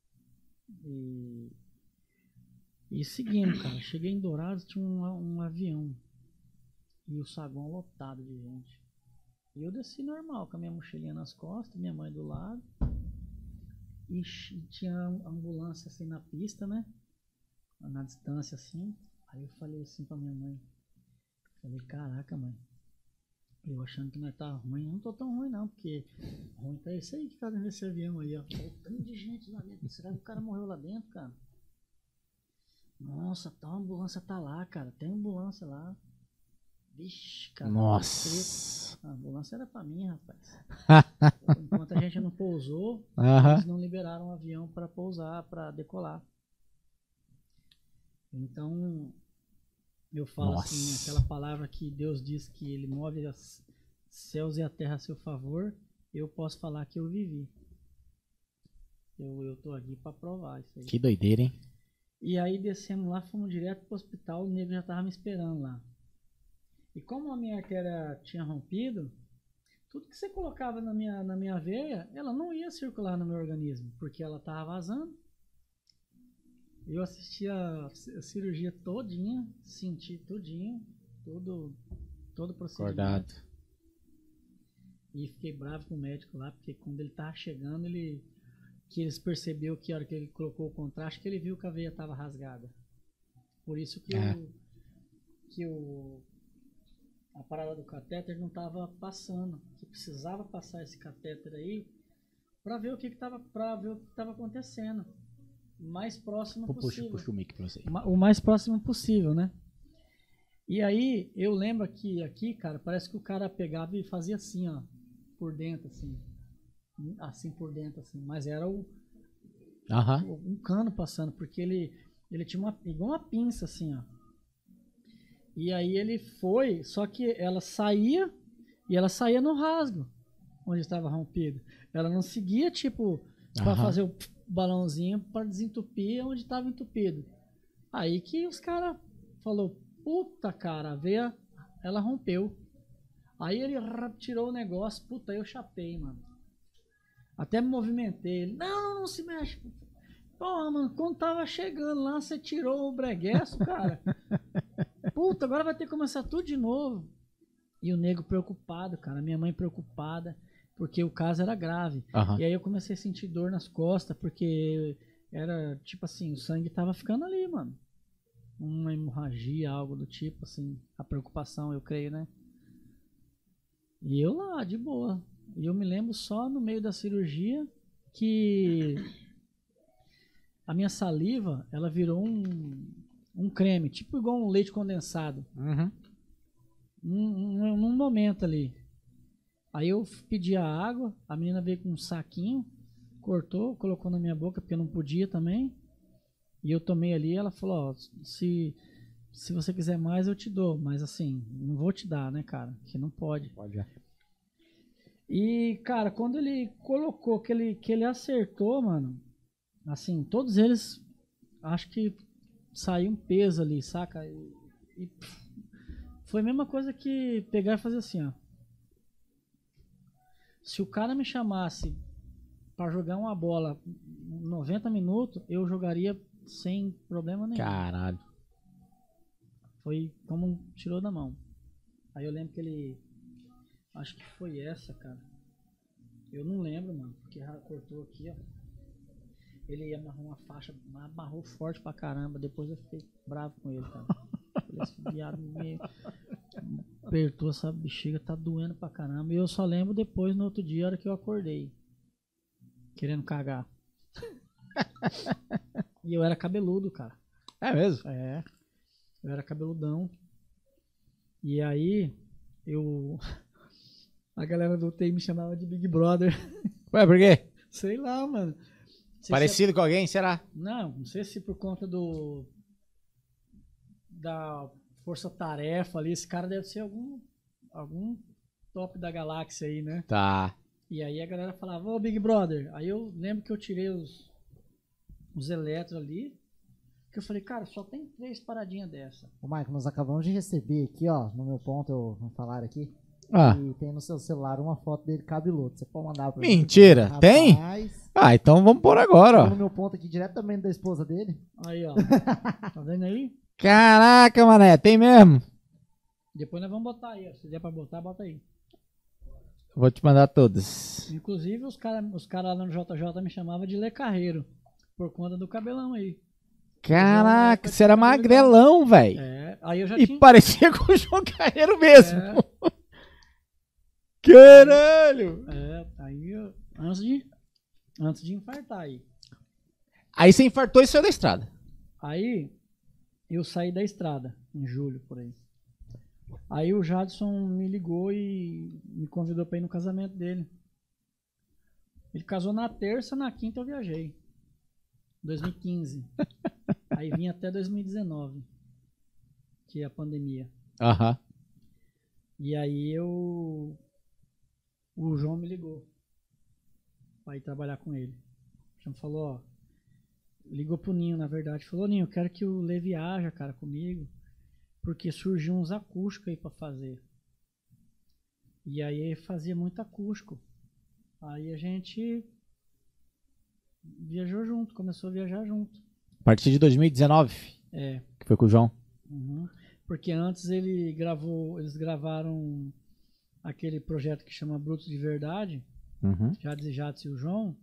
[SPEAKER 6] E seguimos, cara. Cheguei em Dourados, tinha um avião. E o saguão lotado de gente. E eu desci normal, com a minha mochilinha nas costas, minha mãe do lado. E tinha ambulância assim na pista, né? Na distância assim. Aí eu falei assim pra minha mãe. Falei, caraca, mãe. Eu achando que nós tá ruim. Eu não tô tão ruim não, porque ruim tá esse aí que tá dentro desse avião aí, ó. Tanto de gente lá dentro. Será que o cara morreu lá dentro, cara? Nossa, tá, a ambulância tá lá, cara. Tem ambulância lá. Vixe, cara.
[SPEAKER 4] Nossa.
[SPEAKER 6] A ambulância era pra mim, rapaz. Enquanto a gente não pousou, eles não liberaram o avião pra pousar, pra decolar. Então, eu falo assim, aquela palavra que Deus diz que ele move os céus e a terra a seu favor, eu posso falar que eu vivi. Eu tô aqui pra provar isso aí.
[SPEAKER 4] Que doideira, hein?
[SPEAKER 6] E aí descemos lá, fomos direto pro hospital, o nego já tava me esperando lá. E como a minha artéria tinha rompido, tudo que você colocava na minha veia, ela não ia circular no meu organismo, porque ela tava vazando. Eu assisti a cirurgia todinha, senti tudinho, todo o procedimento.
[SPEAKER 4] Acordado.
[SPEAKER 6] E fiquei bravo com o médico lá, porque quando ele tava chegando, eles percebeu que a hora que ele colocou o contraste, que ele viu que a veia tava rasgada. Por isso que a parada do catéter não tava passando, que precisava passar esse catéter aí para ver o que tava acontecendo. Mais próximo possível.
[SPEAKER 4] Puxa o mic pra você.
[SPEAKER 6] O mais próximo possível, né? E aí, eu lembro que aqui, cara, parece que o cara pegava e fazia assim, ó, por dentro, assim. Assim por dentro, assim. Mas era um cano passando, porque ele tinha igual uma pinça, assim, ó. E aí ele foi, só que ela saía no rasgo, onde estava rompido. Ela não seguia, tipo, pra fazer o balãozinho para desentupir onde estava entupido. Aí que os caras falou, puta, cara, a veia, ela rompeu. Aí ele tirou o negócio, puta, aí eu chapei, mano. Até me movimentei. Ele, não se mexe. Porra, mano, quando tava chegando lá, você tirou o breguesso, cara. Puta, agora vai ter que começar tudo de novo. E o nego preocupado, cara, minha mãe preocupada. Porque o caso era grave. E aí eu comecei a sentir dor nas costas, porque era tipo assim, o sangue tava ficando ali, mano. Uma hemorragia, algo do tipo, assim, a preocupação, eu creio, né? E eu lá, de boa. E eu me lembro só no meio da cirurgia que a minha saliva, ela virou um creme, tipo igual um leite condensado. Num momento ali. Aí eu pedi a água, a menina veio com um saquinho, cortou, colocou na minha boca, porque eu não podia também. E eu tomei ali, ela falou, ó, se você quiser mais, eu te dou. Mas assim, não vou te dar, né, cara? Que não pode.
[SPEAKER 4] Pode, é.
[SPEAKER 6] E, cara, quando ele colocou, que ele acertou, mano, assim, todos eles, acho que saiu um peso ali, saca? E foi a mesma coisa que pegar e fazer assim, ó. Se o cara me chamasse pra jogar uma bola 90 minutos, eu jogaria sem problema nenhum.
[SPEAKER 4] Caralho.
[SPEAKER 6] Foi como tirou da mão. Aí eu lembro que ele... Acho que foi essa, cara. Eu não lembro, mano. Porque cortou aqui, ó. Ele amarrou uma faixa, amarrou forte pra caramba. Depois eu fiquei bravo com ele, cara. Esse viado me apertou essa bexiga, tá doendo pra caramba. E eu só lembro depois, no outro dia, a hora que eu acordei. Querendo cagar. E eu era cabeludo, cara.
[SPEAKER 4] É mesmo?
[SPEAKER 6] É. Eu era cabeludão. E aí, a galera do TI me chamava de Big Brother.
[SPEAKER 4] Ué, por quê?
[SPEAKER 6] Sei lá, mano.
[SPEAKER 4] Parecido com alguém, será?
[SPEAKER 6] Não sei se por conta da força-tarefa ali, esse cara deve ser algum top da galáxia aí, né?
[SPEAKER 4] Tá.
[SPEAKER 6] E aí a galera falava, ô Big Brother. Aí eu lembro que eu tirei os elétrons ali, que eu falei, cara, só tem 3 paradinhas dessa.
[SPEAKER 5] Ô, Michael, nós acabamos de receber aqui, ó, no meu ponto, vamos falar aqui.
[SPEAKER 4] Ah.
[SPEAKER 5] E tem no seu celular uma foto dele cabeludo. Você pode mandar pra mim?
[SPEAKER 4] Mentira,
[SPEAKER 5] Rapaz,
[SPEAKER 4] tem? Ah, então vamos pôr agora,
[SPEAKER 5] no
[SPEAKER 4] ó.
[SPEAKER 5] meu ponto aqui, diretamente da esposa dele.
[SPEAKER 6] Aí, ó. Tá vendo aí?
[SPEAKER 4] Caraca, mané, tem mesmo?
[SPEAKER 6] Depois nós vamos botar aí, ó. Se der pra botar, bota aí.
[SPEAKER 4] Vou te mandar todas.
[SPEAKER 6] Inclusive, os cara lá no JJ me chamavam de Lê Carreiro, por conta do cabelão aí.
[SPEAKER 4] Caraca, você era magrelão, velho.
[SPEAKER 6] É, aí eu já
[SPEAKER 4] E
[SPEAKER 6] tinha...
[SPEAKER 4] parecia com o João Carreiro mesmo.
[SPEAKER 6] É.
[SPEAKER 4] Caralho!
[SPEAKER 6] É, aí eu, antes de infartar aí.
[SPEAKER 4] Aí você infartou e saiu da estrada.
[SPEAKER 6] Aí eu saí da estrada, em julho, por aí. Aí o Jadson me ligou e me convidou pra ir no casamento dele. Ele casou na terça, na quinta eu viajei. 2015. Aí vim até 2019, que é a pandemia.
[SPEAKER 4] Aham.
[SPEAKER 6] E aí o João me ligou pra ir trabalhar com ele. O João falou, ó, ligou pro Ninho, na verdade. Falou, Ninho, eu quero que o Lê viaja, cara, comigo, porque surgiu uns acústicos aí pra fazer. E aí fazia muito acústico. Aí a gente viajou junto, começou a viajar junto.
[SPEAKER 4] A partir de 2019,
[SPEAKER 6] É.
[SPEAKER 4] que foi com o João.
[SPEAKER 6] Uhum. Porque antes eles gravaram aquele projeto que chama Brutos de Verdade,
[SPEAKER 4] Uhum.
[SPEAKER 6] Jadson e o João,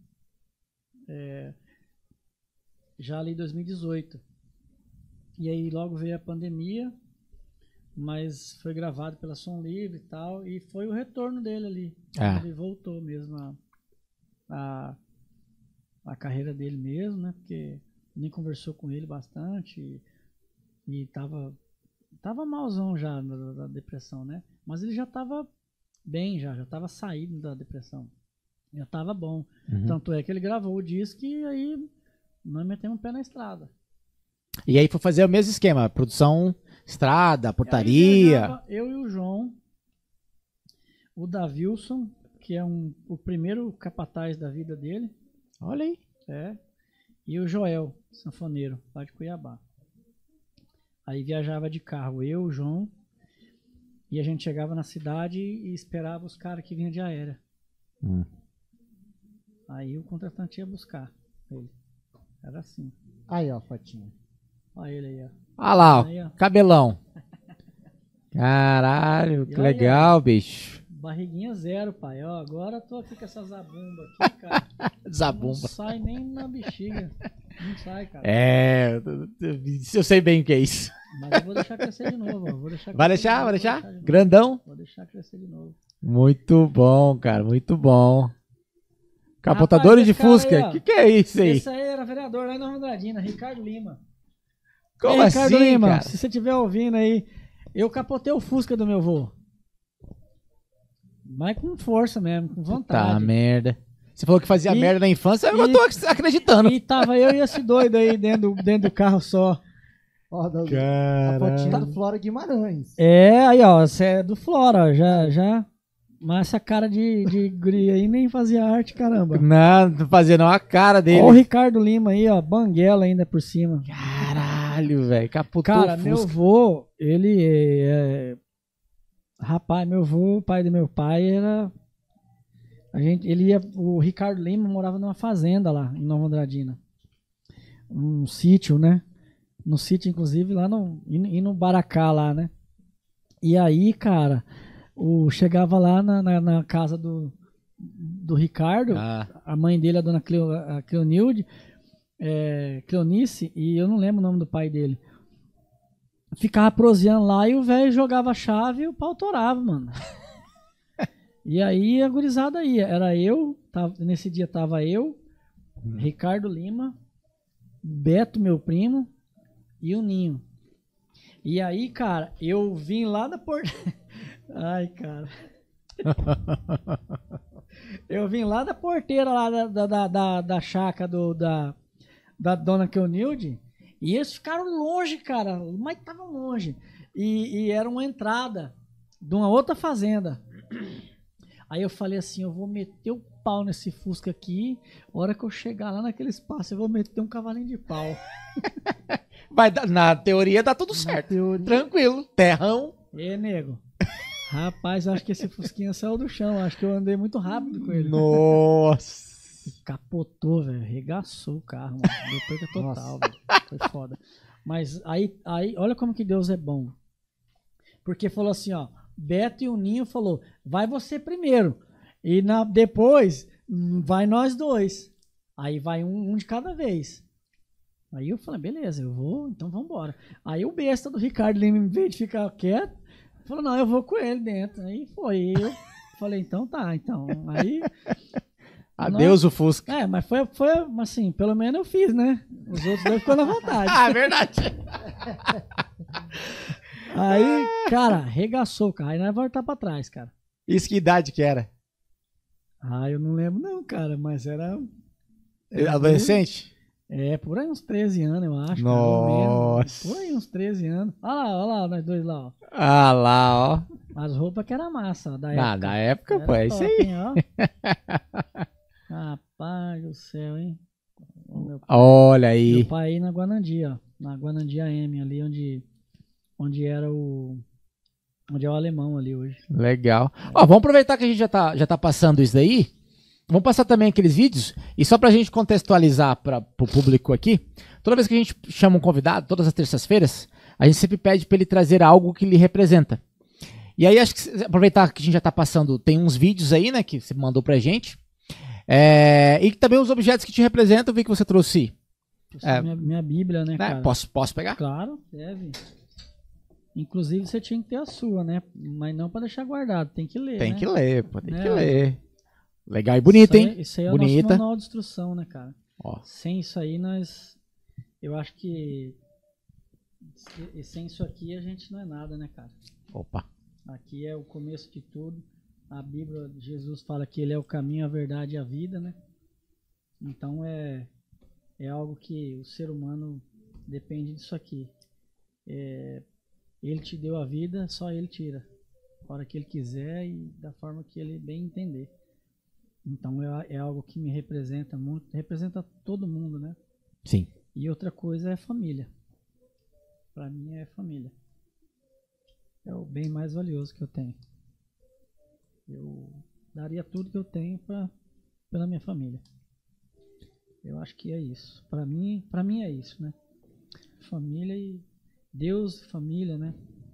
[SPEAKER 6] já ali em 2018. E aí logo veio a pandemia, mas foi gravado pela Som Livre e tal, e foi o retorno dele ali. Ele voltou mesmo a carreira dele mesmo, né? Porque nem conversou com ele bastante e tava malzão já da depressão, né? Mas ele já tava bem, já tava saído da depressão. Já tava bom.
[SPEAKER 4] Uhum.
[SPEAKER 6] Tanto é que ele gravou o disco e aí nós metemos o pé na estrada.
[SPEAKER 4] E aí foi fazer o mesmo esquema, produção, estrada,
[SPEAKER 6] Aí
[SPEAKER 4] portaria.
[SPEAKER 6] viajava eu e o João, o Davilson, que é o primeiro capataz da vida dele,
[SPEAKER 4] Olha aí.
[SPEAKER 6] e o Joel, sanfoneiro, lá de Cuiabá. Aí viajava de carro, eu, o João, e a gente chegava na cidade e esperava os caras que vinham de aérea. Aí o contratante ia buscar ele. Era assim.
[SPEAKER 5] Aí, ó, fotinha.
[SPEAKER 6] Olha ele aí, ó.
[SPEAKER 4] Olha lá,
[SPEAKER 6] Aí, ó.
[SPEAKER 4] ó, cabelão. Caralho, que
[SPEAKER 6] E aí,
[SPEAKER 4] legal, bicho.
[SPEAKER 6] Barriguinha zero, pai. Ó, agora tô aqui com essa zabumba aqui, cara. Não
[SPEAKER 4] Zabumba.
[SPEAKER 6] sai nem na bexiga. Não sai, cara.
[SPEAKER 4] Eu sei bem o que é isso.
[SPEAKER 6] Mas eu vou deixar crescer de novo. Ó. Vai
[SPEAKER 4] Vai deixar? Grandão?
[SPEAKER 6] Vou deixar crescer de novo.
[SPEAKER 4] Muito bom, cara, muito bom. Capotadores
[SPEAKER 6] Rapaz,
[SPEAKER 4] de
[SPEAKER 6] esse cara
[SPEAKER 4] Fusca,
[SPEAKER 6] aí, ó.
[SPEAKER 4] o que é isso aí?
[SPEAKER 6] Esse aí era vereador lá em Nova Andradina, Ricardo Lima.
[SPEAKER 4] Como
[SPEAKER 6] Ei, Ricardo
[SPEAKER 4] assim,
[SPEAKER 6] Lima,
[SPEAKER 4] cara?
[SPEAKER 6] se você estiver ouvindo aí, eu capotei o Fusca do meu vô. Vai com força mesmo, com
[SPEAKER 4] Tá,
[SPEAKER 6] vontade.
[SPEAKER 4] merda. Você falou que fazia
[SPEAKER 6] E-
[SPEAKER 4] merda na infância, eu
[SPEAKER 6] e-
[SPEAKER 4] tô acreditando.
[SPEAKER 6] E tava eu e esse doido aí dentro do carro só.
[SPEAKER 5] Ó, a fotinha do Flora Guimarães.
[SPEAKER 6] É, aí ó, você é do Flora, ó, já. Mas essa cara de guri aí nem fazia arte, caramba.
[SPEAKER 4] Não fazia não, a cara dele.
[SPEAKER 6] Ó o Ricardo Lima aí, ó, banguela ainda por cima.
[SPEAKER 4] Caralho, velho, capotou
[SPEAKER 6] Cara,
[SPEAKER 4] o
[SPEAKER 6] meu
[SPEAKER 4] Fusca.
[SPEAKER 6] avô, ele rapaz, meu avô, o pai do meu pai era... O Ricardo Lima morava numa fazenda lá, em Nova Andradina. Um sítio, né? No sítio, inclusive, lá no Baracá, lá, né? E aí, cara, chegava lá na casa do Ricardo,
[SPEAKER 4] Ah,
[SPEAKER 6] a mãe dele, a dona Cleonilde, Cleonice, e eu não lembro o nome do pai dele. Ficava proseando lá e o velho jogava a chave e o pau torava, mano. E aí a gurizada ia. Era eu, nesse dia tava eu, Ricardo Lima, Beto, meu primo, e o Ninho. E aí, cara, eu vim lá da porteira. Ai, cara. Eu vim lá da porteira lá da chácara da dona Cleonilde. E eles ficaram longe, cara. Mas estavam longe. E era uma entrada de uma outra fazenda. Aí eu falei assim, eu vou meter o pau nesse Fusca aqui. A hora que eu chegar lá naquele espaço, eu vou meter um cavalinho de pau.
[SPEAKER 4] na teoria dá tudo certo. Tranquilo. Terrão.
[SPEAKER 6] E nego. Rapaz, eu acho que esse Fusquinha saiu do chão. Acho que eu andei muito rápido com ele.
[SPEAKER 4] Nossa.
[SPEAKER 6] Capotou, velho. Regaçou o carro, mano. Deu perda total, velho. Foi foda. Mas aí, olha como que Deus é bom. Porque falou assim, ó. Beto e o Ninho falou, vai você primeiro. E depois, vai nós dois. Aí vai um de cada vez. Aí eu falei, beleza, eu vou, então vambora. Aí o besta do Ricardo Lima, em vez de ficar quieto, falou, não, eu vou com ele dentro. Aí foi, eu falei, então tá, então. Aí...
[SPEAKER 4] Adeus o Fusca.
[SPEAKER 6] mas foi assim, pelo menos eu fiz, né? Os outros dois ficou na vontade.
[SPEAKER 4] Ah, é verdade.
[SPEAKER 6] Aí, cara, regaçou o carro. Aí nós voltar pra trás, cara.
[SPEAKER 4] Isso que idade que era?
[SPEAKER 6] Ah, eu não lembro não, cara, mas era...
[SPEAKER 4] Adolescente?
[SPEAKER 6] Por aí uns 13 anos, eu acho.
[SPEAKER 4] Nossa.
[SPEAKER 6] Por aí uns 13 anos. Olha lá, nós dois lá, ó.
[SPEAKER 4] Ah lá, ó.
[SPEAKER 6] As roupas que era massa, ó, da época.
[SPEAKER 4] Da época,
[SPEAKER 6] Era
[SPEAKER 4] pô, é isso
[SPEAKER 6] top,
[SPEAKER 4] aí.
[SPEAKER 6] hein, ó. Rapaz do céu, hein.
[SPEAKER 4] Olha aí.
[SPEAKER 6] Meu pai aí na Guanandi, ó. Na Guanandi AM, ali onde era onde é o alemão ali hoje.
[SPEAKER 4] Legal. Ó, vamos aproveitar que a gente já tá passando isso daí. Vamos passar também aqueles vídeos. E só pra gente contextualizar pro público aqui, toda vez que a gente chama um convidado, todas as terças-feiras, a gente sempre pede pra ele trazer algo que lhe representa. E aí, acho que aproveitar que a gente já tá passando, tem uns vídeos aí, né, que você mandou pra gente. E também os objetos que te representam, eu vi que você trouxe.
[SPEAKER 6] Minha Bíblia, né, cara?
[SPEAKER 4] Posso pegar?
[SPEAKER 6] Claro, deve. Inclusive você tinha que ter a sua, né? Mas não pra deixar guardado, tem que ler,
[SPEAKER 4] Tem
[SPEAKER 6] né?
[SPEAKER 4] que ler, pô, tem
[SPEAKER 6] É,
[SPEAKER 4] que ler. Legal e bonita, hein?
[SPEAKER 6] Isso aí é
[SPEAKER 4] Bonita.
[SPEAKER 6] o nosso manual de instrução, né, cara?
[SPEAKER 4] Ó.
[SPEAKER 6] Sem isso aí, eu acho que sem isso aqui a gente não é nada, né, cara?
[SPEAKER 4] Opa.
[SPEAKER 6] Aqui é o começo de tudo. A Bíblia, Jesus fala que ele é o caminho, a verdade e a vida, né? Então é algo que o ser humano depende disso aqui. Ele te deu a vida, só ele tira. A hora que ele quiser e da forma que ele bem entender. Então é algo que me representa muito, representa todo mundo, né?
[SPEAKER 4] Sim.
[SPEAKER 6] E outra coisa é família. Pra mim é família. É o bem mais valioso que eu tenho. Eu daria tudo que eu tenho pela minha família. Eu acho que é isso. Pra mim é isso, né? Família e Deus, família, né?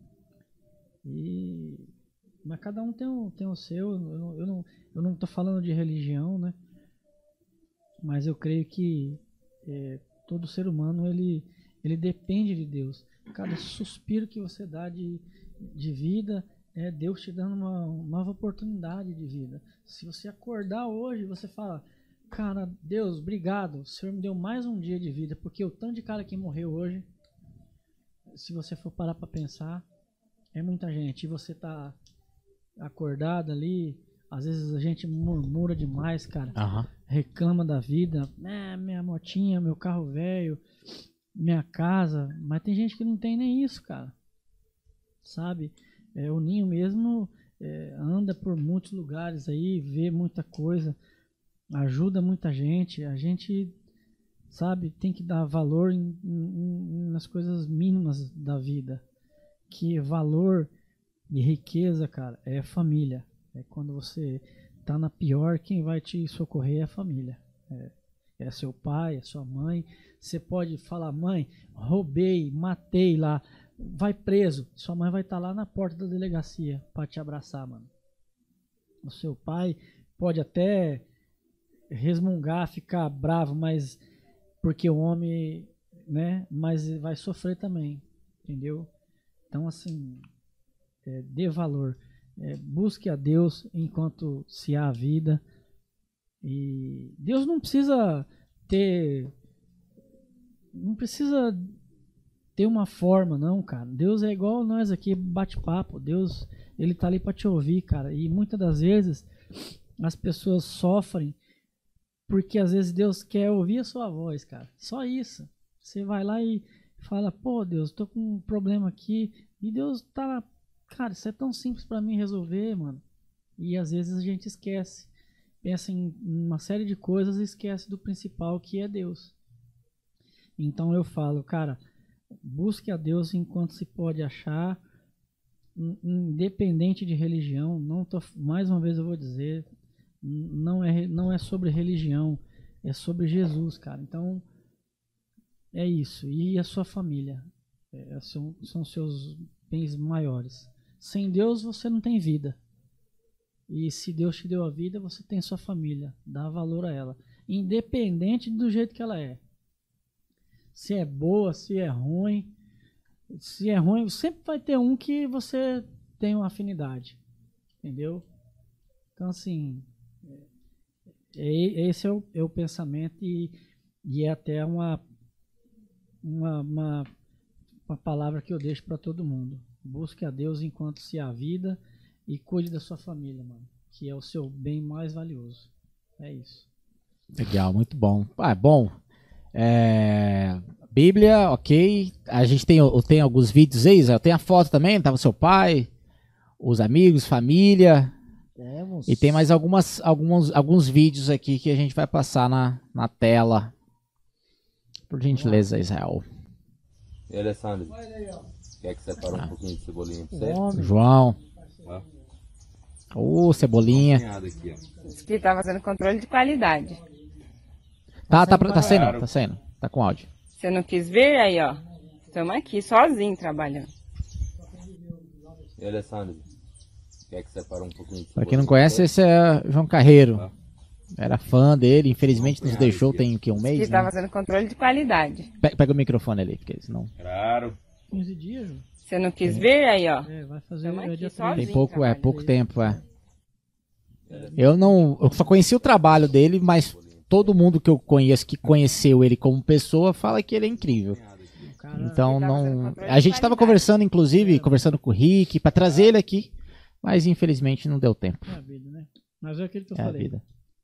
[SPEAKER 6] Mas cada um tem o seu. Eu não tô falando de religião, né? Mas eu creio que todo ser humano ele depende de Deus. Cada suspiro que você dá de vida é Deus te dando uma nova oportunidade de vida. Se você acordar hoje, você fala: cara, Deus, obrigado, o Senhor me deu mais um dia de vida, porque o tanto de cara que morreu hoje, se você for parar para pensar, é muita gente. E você tá acordado ali, Às vezes a gente murmura demais, cara.
[SPEAKER 4] Aham.
[SPEAKER 6] Reclama da vida. Minha motinha, meu carro velho, minha casa. Mas tem gente que não tem nem isso, cara. Sabe? O Ninho mesmo anda por muitos lugares aí, vê muita coisa, ajuda muita gente. A gente, sabe, tem que dar valor nas coisas mínimas da vida. Que valor e riqueza, cara, é família. É quando você tá na pior, quem vai te socorrer é a família. É seu pai, é sua mãe. Você pode falar, mãe, roubei, matei lá, vai preso. Sua mãe vai estar lá na porta da delegacia para te abraçar, mano. O seu pai pode até resmungar, ficar bravo, mas porque o homem, né, mas vai sofrer também, entendeu? Então, assim, dê valor. Busque a Deus enquanto se há vida. E Deus não precisa ter uma forma, não, cara. Deus é igual nós aqui, bate-papo. Deus, ele tá ali para te ouvir, cara. E muitas das vezes as pessoas sofrem porque às vezes Deus quer ouvir a sua voz, cara. Só isso. Você vai lá e fala, pô, Deus, tô com um problema aqui. E Deus tá, cara, isso é tão simples para mim resolver, mano. E às vezes a gente esquece. Pensa em uma série de coisas e esquece do principal, que é Deus. Então eu falo, cara, busque a Deus enquanto se pode achar, independente de religião. Mais uma vez eu vou dizer, não é sobre religião, é sobre Jesus, cara. Então é isso. E a sua família são seus bens maiores. Sem Deus você não tem vida. E se Deus te deu a vida, você tem sua família. Dá valor a ela, independente do jeito que ela é. Se é boa, se é ruim. Se é ruim, sempre vai ter um que você tem uma afinidade. Entendeu? Então, assim, esse é o pensamento e é até uma palavra que eu deixo para todo mundo. Busque a Deus enquanto se há vida e cuide da sua família, mano, que é o seu bem mais valioso. É isso.
[SPEAKER 4] Legal, muito bom. Bom. Bíblia, ok. A gente tem alguns vídeos aí, Zé. Tem a foto também, tava seu pai, os amigos, família.
[SPEAKER 5] Temos.
[SPEAKER 4] E tem mais alguns vídeos aqui que a gente vai passar na tela. Por gentileza, Israel.
[SPEAKER 7] E Alessandro, quer que separe um pouquinho de cebolinha pra você?
[SPEAKER 5] Homem.
[SPEAKER 4] João.
[SPEAKER 7] Ó.
[SPEAKER 4] Ô, cebolinha.
[SPEAKER 7] Aqui, ó.
[SPEAKER 8] Diz que tá fazendo controle de qualidade.
[SPEAKER 4] Tá saindo. Tá com áudio.
[SPEAKER 8] Você não quis ver? Aí, ó. Estamos aqui, sozinho, trabalhando.
[SPEAKER 7] E Alessandro, quer que separe um pouquinho de cebolinha?
[SPEAKER 4] Pra quem não conhece, esse é João Carreiro. Era fã dele, infelizmente nos deixou tem o quê, um
[SPEAKER 8] Diz
[SPEAKER 4] mês?
[SPEAKER 8] que tá fazendo controle de qualidade.
[SPEAKER 4] Pega o microfone ali, porque senão...
[SPEAKER 7] Claro.
[SPEAKER 6] 15 dias, Ju.
[SPEAKER 8] Você não quis ver? Aí, ó.
[SPEAKER 6] Vai fazer
[SPEAKER 8] Tamo aqui
[SPEAKER 6] dia
[SPEAKER 8] sozinho.
[SPEAKER 4] Tem pouco
[SPEAKER 8] trabalhando.
[SPEAKER 4] tempo, Eu só conheci o trabalho dele, mas todo mundo que eu conheço, que conheceu ele como pessoa, fala que ele é incrível. Então não... A gente tava conversando, inclusive, conversando com o Rick, pra trazer ele aqui, mas infelizmente não deu tempo.
[SPEAKER 6] É a vida, né? Mas é aquilo que eu
[SPEAKER 4] É a
[SPEAKER 6] falei.
[SPEAKER 4] vida.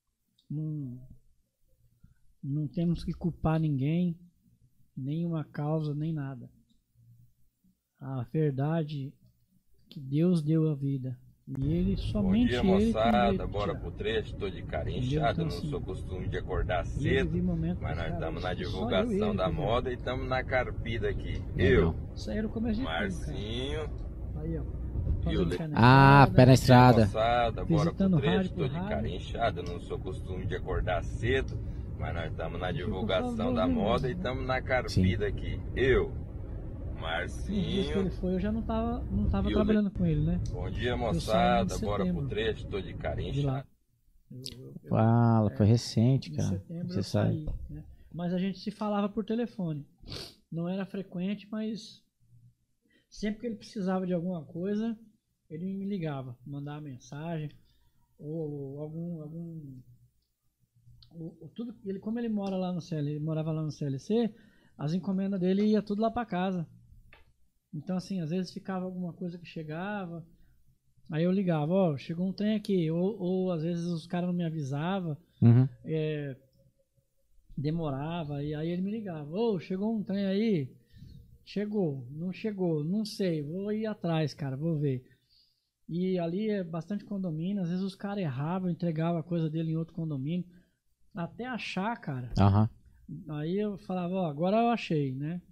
[SPEAKER 6] Não temos que culpar ninguém, nenhuma causa, nem nada. A verdade é que Deus deu a vida. E ele
[SPEAKER 7] Bom
[SPEAKER 6] somente
[SPEAKER 7] dia,
[SPEAKER 6] ele tem
[SPEAKER 7] moçada.
[SPEAKER 6] direito de
[SPEAKER 7] Bora
[SPEAKER 6] tirar.
[SPEAKER 7] pro trecho. Tô de cara
[SPEAKER 6] Entendeu?
[SPEAKER 7] inchada,
[SPEAKER 6] Então,
[SPEAKER 7] não
[SPEAKER 6] assim,
[SPEAKER 7] sou costume de acordar
[SPEAKER 6] E eu
[SPEAKER 7] cedo.
[SPEAKER 6] vivi momentos,
[SPEAKER 7] Mas nós
[SPEAKER 6] cara,
[SPEAKER 7] estamos na
[SPEAKER 6] só eu e
[SPEAKER 7] divulgação
[SPEAKER 6] ele
[SPEAKER 7] da
[SPEAKER 6] que
[SPEAKER 7] moda e estamos na carpida aqui.
[SPEAKER 4] Legal.
[SPEAKER 6] Isso aí era o começo de tudo, cara.
[SPEAKER 7] Marcinho.
[SPEAKER 6] Aí, ó.
[SPEAKER 7] E o
[SPEAKER 6] Fazendo pé na
[SPEAKER 4] Ah,
[SPEAKER 6] estrada,
[SPEAKER 4] pé na estrada.
[SPEAKER 7] Moçada, bora
[SPEAKER 6] Visitando
[SPEAKER 7] pro trecho.
[SPEAKER 6] rádio
[SPEAKER 7] Tô
[SPEAKER 6] por
[SPEAKER 7] de
[SPEAKER 6] rádio.
[SPEAKER 7] cara inchada, não sou costume de acordar cedo. Mas nós estamos na divulgação
[SPEAKER 6] favor,
[SPEAKER 7] da
[SPEAKER 6] viu,
[SPEAKER 7] moda e
[SPEAKER 6] né?
[SPEAKER 7] estamos na carpida aqui.
[SPEAKER 6] Nos dias que ele
[SPEAKER 7] Marcinho.
[SPEAKER 6] foi, eu já não tava
[SPEAKER 7] E o
[SPEAKER 6] trabalhando com ele, né?
[SPEAKER 7] Bom dia,
[SPEAKER 6] saí
[SPEAKER 7] moçada.
[SPEAKER 6] em
[SPEAKER 7] Bora pro
[SPEAKER 6] setembro.
[SPEAKER 7] trecho. Tô de cara
[SPEAKER 6] De lá.
[SPEAKER 7] inchada.
[SPEAKER 4] Fala, foi recente,
[SPEAKER 6] Em
[SPEAKER 4] cara.
[SPEAKER 6] setembro
[SPEAKER 4] Você
[SPEAKER 6] eu
[SPEAKER 4] sabe.
[SPEAKER 6] saí, né? Mas a gente se falava por telefone. Não era frequente, mas sempre que ele precisava de alguma coisa, ele me ligava, mandava mensagem ou tudo. Ele, como ele mora lá no CL, ele morava lá no CLC, as encomendas dele ia tudo lá para casa. Então assim, às vezes ficava alguma coisa que chegava, Aí eu ligava, ó, chegou um trem aqui, ou às vezes os caras não me avisavam,
[SPEAKER 4] Uhum.
[SPEAKER 6] demorava, e aí ele me ligava, ô, chegou um trem aí? Chegou, não sei, vou ir atrás, cara, vou ver. E ali é bastante condomínio, às vezes os caras erravam, entregavam a coisa dele em outro condomínio, até achar, cara.
[SPEAKER 4] Aham.
[SPEAKER 6] Aí eu falava, ó, agora eu achei, né?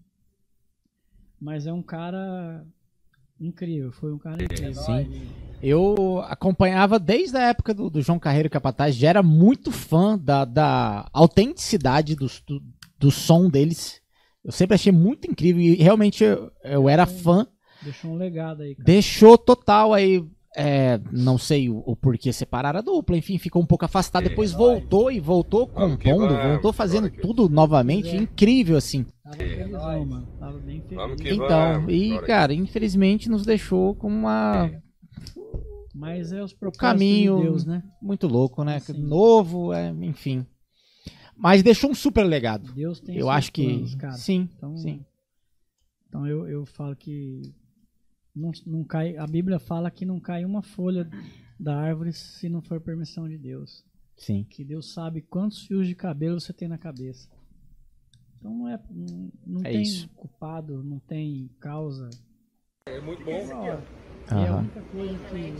[SPEAKER 6] Mas é um cara incrível, foi um cara incrível.
[SPEAKER 4] Sim. Eu acompanhava desde a época do João Carreiro Capataz, já era muito fã da autenticidade do som deles. Eu sempre achei muito incrível e realmente eu era fã.
[SPEAKER 6] Deixou um legado aí, cara.
[SPEAKER 4] Deixou total aí, não sei o porquê separar a dupla, enfim, ficou um pouco afastado, depois voltou compondo, voltou fazendo tudo novamente, incrível assim.
[SPEAKER 6] Tava felizão, mano, tava bem feliz.
[SPEAKER 4] Então, e cara, infelizmente nos deixou com uma...
[SPEAKER 6] Mas é os propósitos
[SPEAKER 4] caminho
[SPEAKER 6] de Deus, né?
[SPEAKER 4] muito louco, né?
[SPEAKER 6] Assim.
[SPEAKER 4] Novo, enfim. Mas deixou um super legado.
[SPEAKER 6] Deus tem
[SPEAKER 4] Eu
[SPEAKER 6] seus
[SPEAKER 4] acho que
[SPEAKER 6] planos, cara.
[SPEAKER 4] sim,
[SPEAKER 6] Então,
[SPEAKER 4] sim.
[SPEAKER 6] Então eu falo que não cai, a Bíblia fala que não cai uma folha da árvore se não for permissão de Deus.
[SPEAKER 4] Sim.
[SPEAKER 6] Que Deus sabe quantos fios de cabelo você tem na cabeça. Então não tem
[SPEAKER 4] isso.
[SPEAKER 6] culpado, não tem causa.
[SPEAKER 2] É muito bom.
[SPEAKER 6] É a única coisa que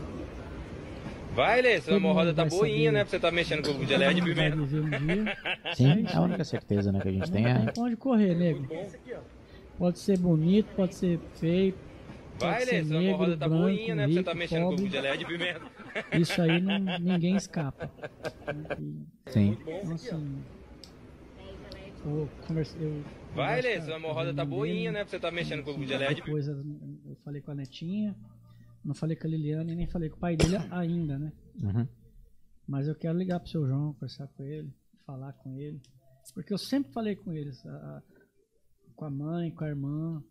[SPEAKER 2] Vai, Lê, sua
[SPEAKER 6] todo
[SPEAKER 2] hemorroida
[SPEAKER 6] mundo
[SPEAKER 2] tá
[SPEAKER 6] vai
[SPEAKER 2] boinha,
[SPEAKER 6] saber.
[SPEAKER 2] né? Pra você tá mexendo com o geleia de
[SPEAKER 6] todo mundo vai
[SPEAKER 2] pimenta.
[SPEAKER 6] viver um dia.
[SPEAKER 4] Sim, é a única certeza, né, que a gente tem.
[SPEAKER 6] Não tem pra onde correr, nego. Pode ser bonito, pode ser feio.
[SPEAKER 2] Vai,
[SPEAKER 6] pode
[SPEAKER 2] Lê,
[SPEAKER 6] ser
[SPEAKER 2] sua
[SPEAKER 6] negro,
[SPEAKER 2] hemorroida tá
[SPEAKER 6] branco,
[SPEAKER 2] boinha, né? Pra você
[SPEAKER 6] rico,
[SPEAKER 2] tá mexendo com
[SPEAKER 6] pobre.
[SPEAKER 2] o geleia de pimenta.
[SPEAKER 6] Isso aí ninguém escapa.
[SPEAKER 4] Sim.
[SPEAKER 6] Então, assim, eu
[SPEAKER 2] Vai, Lê,
[SPEAKER 6] converso
[SPEAKER 2] sua
[SPEAKER 6] com a
[SPEAKER 2] hemorroida tá
[SPEAKER 6] irmã
[SPEAKER 2] boinha,
[SPEAKER 6] dele,
[SPEAKER 2] né? Pra você tá mexendo com o
[SPEAKER 6] assim,
[SPEAKER 2] geleia de pimenta.
[SPEAKER 6] depois eu falei com a netinha, não falei com a Liliana e nem falei com o pai dele ainda, né?
[SPEAKER 4] Uhum.
[SPEAKER 6] Mas eu quero ligar pro seu João, conversar com ele, falar com ele. Porque eu sempre falei com eles, com a mãe, com a irmã,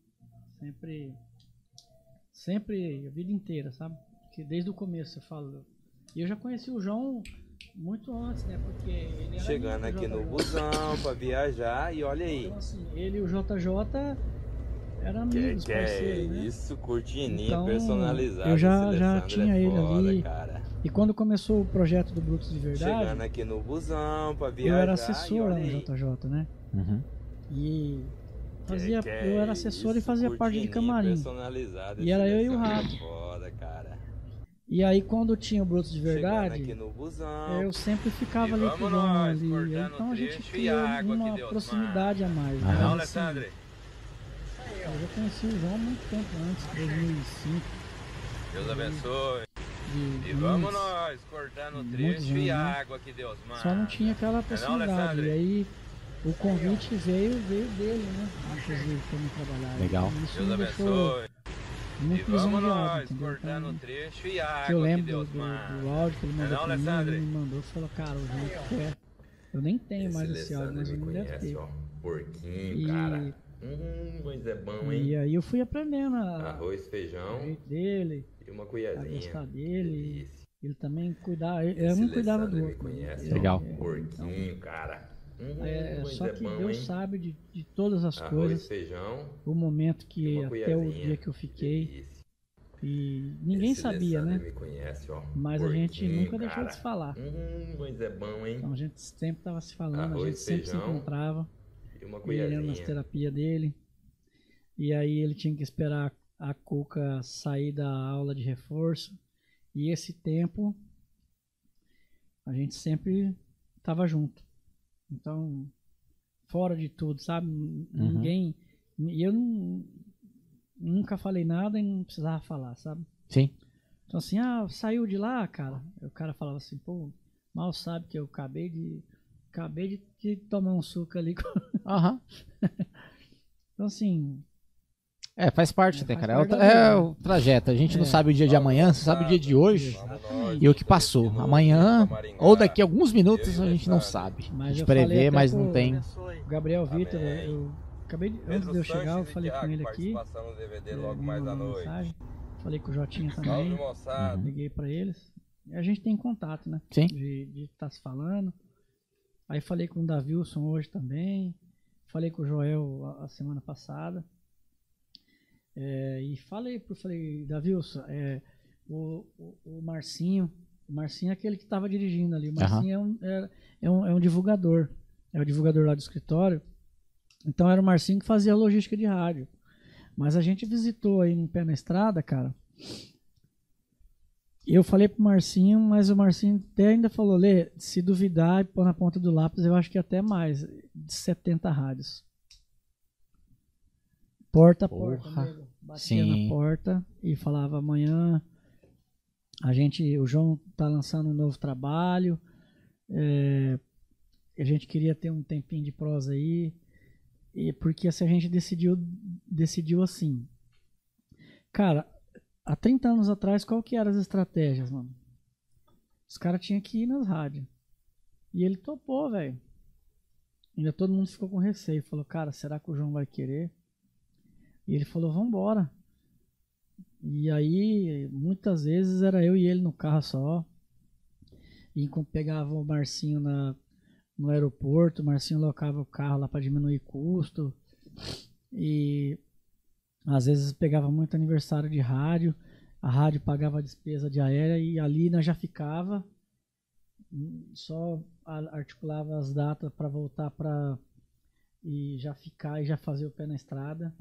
[SPEAKER 6] sempre, a vida inteira, sabe? Que desde o começo eu falo. E eu já conheci o João muito antes, né? Porque ele era
[SPEAKER 7] Chegando
[SPEAKER 6] amigo do
[SPEAKER 7] aqui no
[SPEAKER 6] JJ.
[SPEAKER 7] busão pra viajar e olha aí.
[SPEAKER 6] Então, assim, ele e o JJ eram amigos,
[SPEAKER 7] Que
[SPEAKER 6] parceiros, né?
[SPEAKER 7] isso, cortininha
[SPEAKER 6] Então,
[SPEAKER 7] personalizada.
[SPEAKER 6] eu já
[SPEAKER 7] esse Alessandro
[SPEAKER 6] tinha
[SPEAKER 7] é
[SPEAKER 6] ele
[SPEAKER 7] foda,
[SPEAKER 6] ali.
[SPEAKER 7] cara.
[SPEAKER 6] E quando começou o projeto do Brutos de Verdade,
[SPEAKER 7] Chegando aqui no busão pra
[SPEAKER 6] eu
[SPEAKER 7] viajar
[SPEAKER 6] era
[SPEAKER 7] e
[SPEAKER 6] assessor
[SPEAKER 7] olha
[SPEAKER 6] lá no
[SPEAKER 7] aí.
[SPEAKER 6] JJ, né?
[SPEAKER 4] Uhum.
[SPEAKER 6] E fazia,
[SPEAKER 7] Que
[SPEAKER 6] eu era assessor e
[SPEAKER 7] isso,
[SPEAKER 6] fazia parte de
[SPEAKER 7] cortininha
[SPEAKER 6] camarim.
[SPEAKER 7] personalizada,
[SPEAKER 6] E
[SPEAKER 7] esse
[SPEAKER 6] era eu e o
[SPEAKER 7] Alessandro
[SPEAKER 6] Rato.
[SPEAKER 7] é foda, cara.
[SPEAKER 6] E aí quando tinha o Brutos de
[SPEAKER 7] Chegando
[SPEAKER 6] Verdade,
[SPEAKER 7] aqui no busão.
[SPEAKER 6] eu sempre ficava ali com o João ali. Então a gente criou uma proximidade a mais. Né?
[SPEAKER 4] Aham.
[SPEAKER 6] Mas, assim, eu já conheci o João há muito tempo antes, 2005.
[SPEAKER 2] Deus abençoe.
[SPEAKER 6] De
[SPEAKER 2] E vamos
[SPEAKER 6] antes.
[SPEAKER 2] nós, cortando o
[SPEAKER 6] Muitos
[SPEAKER 2] trecho
[SPEAKER 6] anos,
[SPEAKER 2] e
[SPEAKER 6] né?
[SPEAKER 2] água que Deus manda.
[SPEAKER 6] Só não tinha aquela proximidade.
[SPEAKER 2] Alessandro?
[SPEAKER 6] E aí o convite veio dele, né? Inclusive, pra mim trabalhar.
[SPEAKER 4] Legal.
[SPEAKER 6] Então, isso
[SPEAKER 2] Deus
[SPEAKER 6] me deixou
[SPEAKER 2] abençoe. E
[SPEAKER 6] muito
[SPEAKER 2] vamos
[SPEAKER 6] lisonjeado,
[SPEAKER 2] nós,
[SPEAKER 6] entendeu?
[SPEAKER 2] cortando o
[SPEAKER 6] Então,
[SPEAKER 2] trecho e
[SPEAKER 6] que eu
[SPEAKER 2] água que
[SPEAKER 6] lembro
[SPEAKER 2] Deus
[SPEAKER 6] do
[SPEAKER 2] manda.
[SPEAKER 6] áudio que ele mandou
[SPEAKER 2] Não,
[SPEAKER 6] pra mim,
[SPEAKER 2] Alessandro?
[SPEAKER 6] ele me mandou e falou, cara, o João quer. Eu nem tenho mais esse áudio, mas ele deve ter.
[SPEAKER 7] Porquinho,
[SPEAKER 6] E-
[SPEAKER 7] cara. Mas é bom, hein?
[SPEAKER 6] E aí eu fui aprendendo
[SPEAKER 7] Arroz,
[SPEAKER 6] o
[SPEAKER 7] feijão
[SPEAKER 6] jeito dele,
[SPEAKER 7] e uma
[SPEAKER 6] a
[SPEAKER 7] colherzinha.
[SPEAKER 6] gostar dele.
[SPEAKER 7] Delícia.
[SPEAKER 6] Ele também cuidava, eu não cuidava do
[SPEAKER 7] Alessandro
[SPEAKER 6] outro.
[SPEAKER 7] me conhece,
[SPEAKER 6] né?
[SPEAKER 4] Legal.
[SPEAKER 7] Porquinho, cara. Mas
[SPEAKER 6] Só
[SPEAKER 7] é
[SPEAKER 6] que
[SPEAKER 7] bom,
[SPEAKER 6] Deus
[SPEAKER 7] hein?
[SPEAKER 6] sabe de todas as
[SPEAKER 7] Arroz,
[SPEAKER 6] coisas,
[SPEAKER 7] feijão
[SPEAKER 6] o momento
[SPEAKER 7] e
[SPEAKER 6] que
[SPEAKER 7] uma
[SPEAKER 6] até o
[SPEAKER 7] colherzinha.
[SPEAKER 6] dia que eu fiquei.
[SPEAKER 7] Delícia.
[SPEAKER 6] E ninguém
[SPEAKER 7] Esse
[SPEAKER 6] sabia,
[SPEAKER 7] Alessandro
[SPEAKER 6] né?
[SPEAKER 7] me conhece, ó.
[SPEAKER 6] Mas a gente
[SPEAKER 7] Porquinho,
[SPEAKER 6] nunca deixou de
[SPEAKER 7] cara.
[SPEAKER 6] se falar.
[SPEAKER 7] Mas é bom, hein?
[SPEAKER 6] Então a gente sempre tava se falando, a
[SPEAKER 7] Arroz,
[SPEAKER 6] gente sempre se
[SPEAKER 7] feijão
[SPEAKER 6] encontrava.
[SPEAKER 7] E uma
[SPEAKER 6] Ele ia nas
[SPEAKER 7] colherzinha.
[SPEAKER 6] terapias dele. E aí ele tinha que esperar a Cuca sair da aula de reforço. E esse tempo a gente sempre tava junto. Então, fora de tudo, sabe? Ninguém. E eu nunca falei nada e não precisava falar, sabe?
[SPEAKER 4] Sim.
[SPEAKER 6] Então assim, saiu de lá, cara. O cara falava assim, pô, mal sabe que eu acabei de tomar um suco ali.
[SPEAKER 4] Aham.
[SPEAKER 6] Então assim,
[SPEAKER 4] Faz parte, né,
[SPEAKER 6] faz
[SPEAKER 4] cara?
[SPEAKER 6] parte da
[SPEAKER 4] É
[SPEAKER 6] vida.
[SPEAKER 4] o trajeto. A gente não sabe o dia de amanhã, você sabe o dia de hoje e o que passou. Amanhã ou daqui a alguns minutos a gente não sabe. A
[SPEAKER 6] mas
[SPEAKER 4] gente
[SPEAKER 6] eu falei
[SPEAKER 4] prevê,
[SPEAKER 6] até
[SPEAKER 4] mas
[SPEAKER 6] pro
[SPEAKER 4] não tem.
[SPEAKER 6] o Gabriel Vitor, eu acabei de, antes de eu chegar, eu falei com ele aqui.
[SPEAKER 2] Participação no DVD
[SPEAKER 6] Ele
[SPEAKER 2] logo
[SPEAKER 6] me
[SPEAKER 2] mais à
[SPEAKER 6] mandou
[SPEAKER 2] noite.
[SPEAKER 6] mensagem. Falei com o Jotinha
[SPEAKER 2] Salve,
[SPEAKER 6] também.
[SPEAKER 2] moçada.
[SPEAKER 6] Liguei pra eles. E a gente tem contato, né?
[SPEAKER 4] Sim.
[SPEAKER 6] De estar se falando. Aí falei com o Davilson hoje também. Falei com o Joel a semana passada. E falei, Davilson, o Marcinho. O Marcinho é aquele que estava dirigindo ali. O Marcinho é um divulgador. É o divulgador lá do escritório. Então era o Marcinho que fazia a logística de rádio. Mas a gente visitou aí no Pé na Estrada, cara. Eu falei pro Marcinho, mas o Marcinho até ainda falou, Lê, se duvidar e pôr na ponta do lápis, eu acho que até mais, de 70 rádios. Porta a porta, nego. Batia na porta e falava, amanhã o João tá lançando um novo trabalho, a gente queria ter um tempinho de prosa aí, porque assim, a gente decidiu assim. Cara, há 30 anos atrás, qual que eram as estratégias, mano? Os caras tinham que ir nas rádios. E ele topou, velho. Ainda todo mundo ficou com receio. Falou, cara, será que o João vai querer? E ele falou, vambora. E aí, muitas vezes era eu e ele no carro só. E enquanto pegava o Marcinho no aeroporto, o Marcinho locava o carro lá pra diminuir custo. E às vezes pegava muito aniversário de rádio, a rádio pagava a despesa de aérea e ali nós já ficava, só articulava as datas para voltar e já ficar e já fazer o pé na estrada.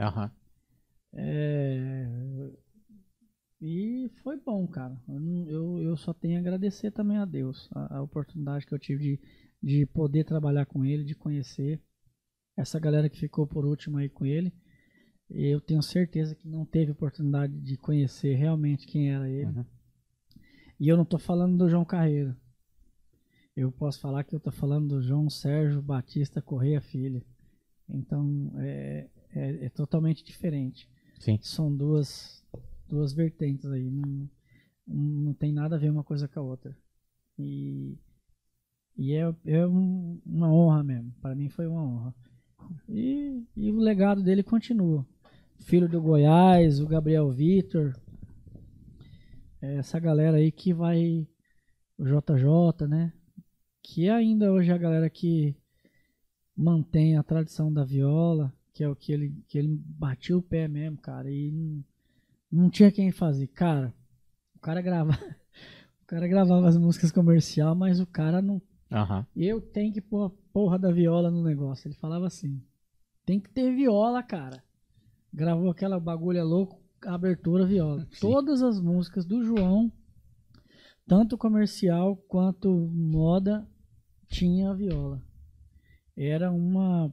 [SPEAKER 6] E foi bom, cara. Eu só tenho a agradecer também a Deus a oportunidade que eu tive de poder trabalhar com ele, de conhecer essa galera que ficou por último aí com ele. Eu tenho certeza que não teve oportunidade de conhecer realmente quem era ele. E eu não estou falando do João Carreiro. Eu posso falar que eu estou falando do João Sérgio Batista Correia Filho. Então é totalmente diferente.
[SPEAKER 4] Sim.
[SPEAKER 6] São duas vertentes aí. Não tem nada a ver uma coisa com a outra. E é uma honra mesmo. Para mim foi uma honra. E o legado dele continua. Filho do Goiás, o Gabriel Vitor, essa galera aí que vai, o JJ, né? Que ainda hoje é a galera que mantém a tradição da viola, que é o que ele batia o pé mesmo, cara, e não tinha quem fazer. Cara, o cara gravava as músicas comercial, mas o cara não... Eu tenho que pôr a porra da viola no negócio. Ele falava assim, tem que ter viola, cara. Gravou aquela bagulha louco, abertura viola. Sim. Todas as músicas do João, tanto comercial quanto moda, tinha a viola. Era uma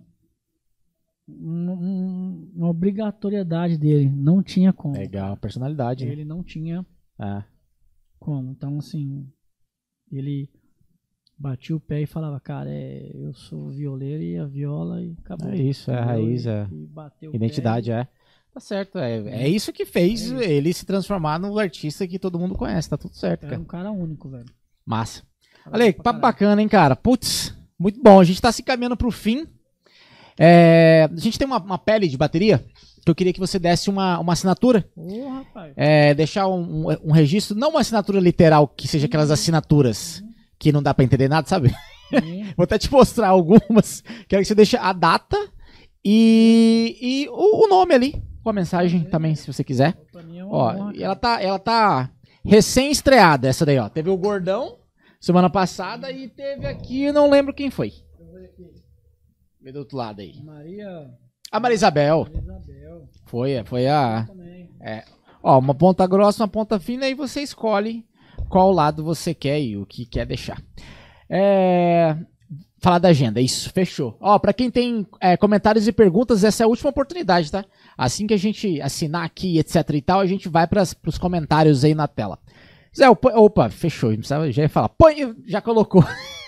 [SPEAKER 6] obrigatoriedade dele. Não tinha como.
[SPEAKER 4] Legal, a personalidade.
[SPEAKER 6] Ele não tinha como. Então, assim, ele batia o pé e falava, cara, eu sou violeiro e a viola e acabou.
[SPEAKER 4] É isso, é a raiz, identidade, Tá certo, é isso que fez ele se transformar no artista que todo mundo conhece, tá tudo certo, cara.
[SPEAKER 6] É um cara único, velho.
[SPEAKER 4] Massa. Olha aí, que papo bacana, hein, cara. Putz, muito bom. A gente tá se caminhando pro fim. A gente tem uma pele de bateria que eu queria que você desse uma assinatura.
[SPEAKER 6] Rapaz.
[SPEAKER 4] Deixar um registro, não uma assinatura literal, que seja aquelas assinaturas que não dá pra entender nada, sabe? Vou até te mostrar algumas. Quero que você deixe a data e o nome ali, com a mensagem também, se você quiser. Ó, e ela tá recém-estreada, essa daí, ó. Teve o Gordão semana passada e teve aqui, não lembro quem foi. Vê do outro lado aí. A Maria Isabel. Foi a... Ó, uma ponta grossa, uma ponta fina, e você escolhe qual lado você quer e o que quer deixar. Falar da agenda, isso, fechou. Ó, pra quem tem comentários e perguntas, essa é a última oportunidade, tá? Assim que a gente assinar aqui, etc e tal, a gente vai pros comentários aí na tela. Zé, opa, fechou, já ia falar. Já colocou.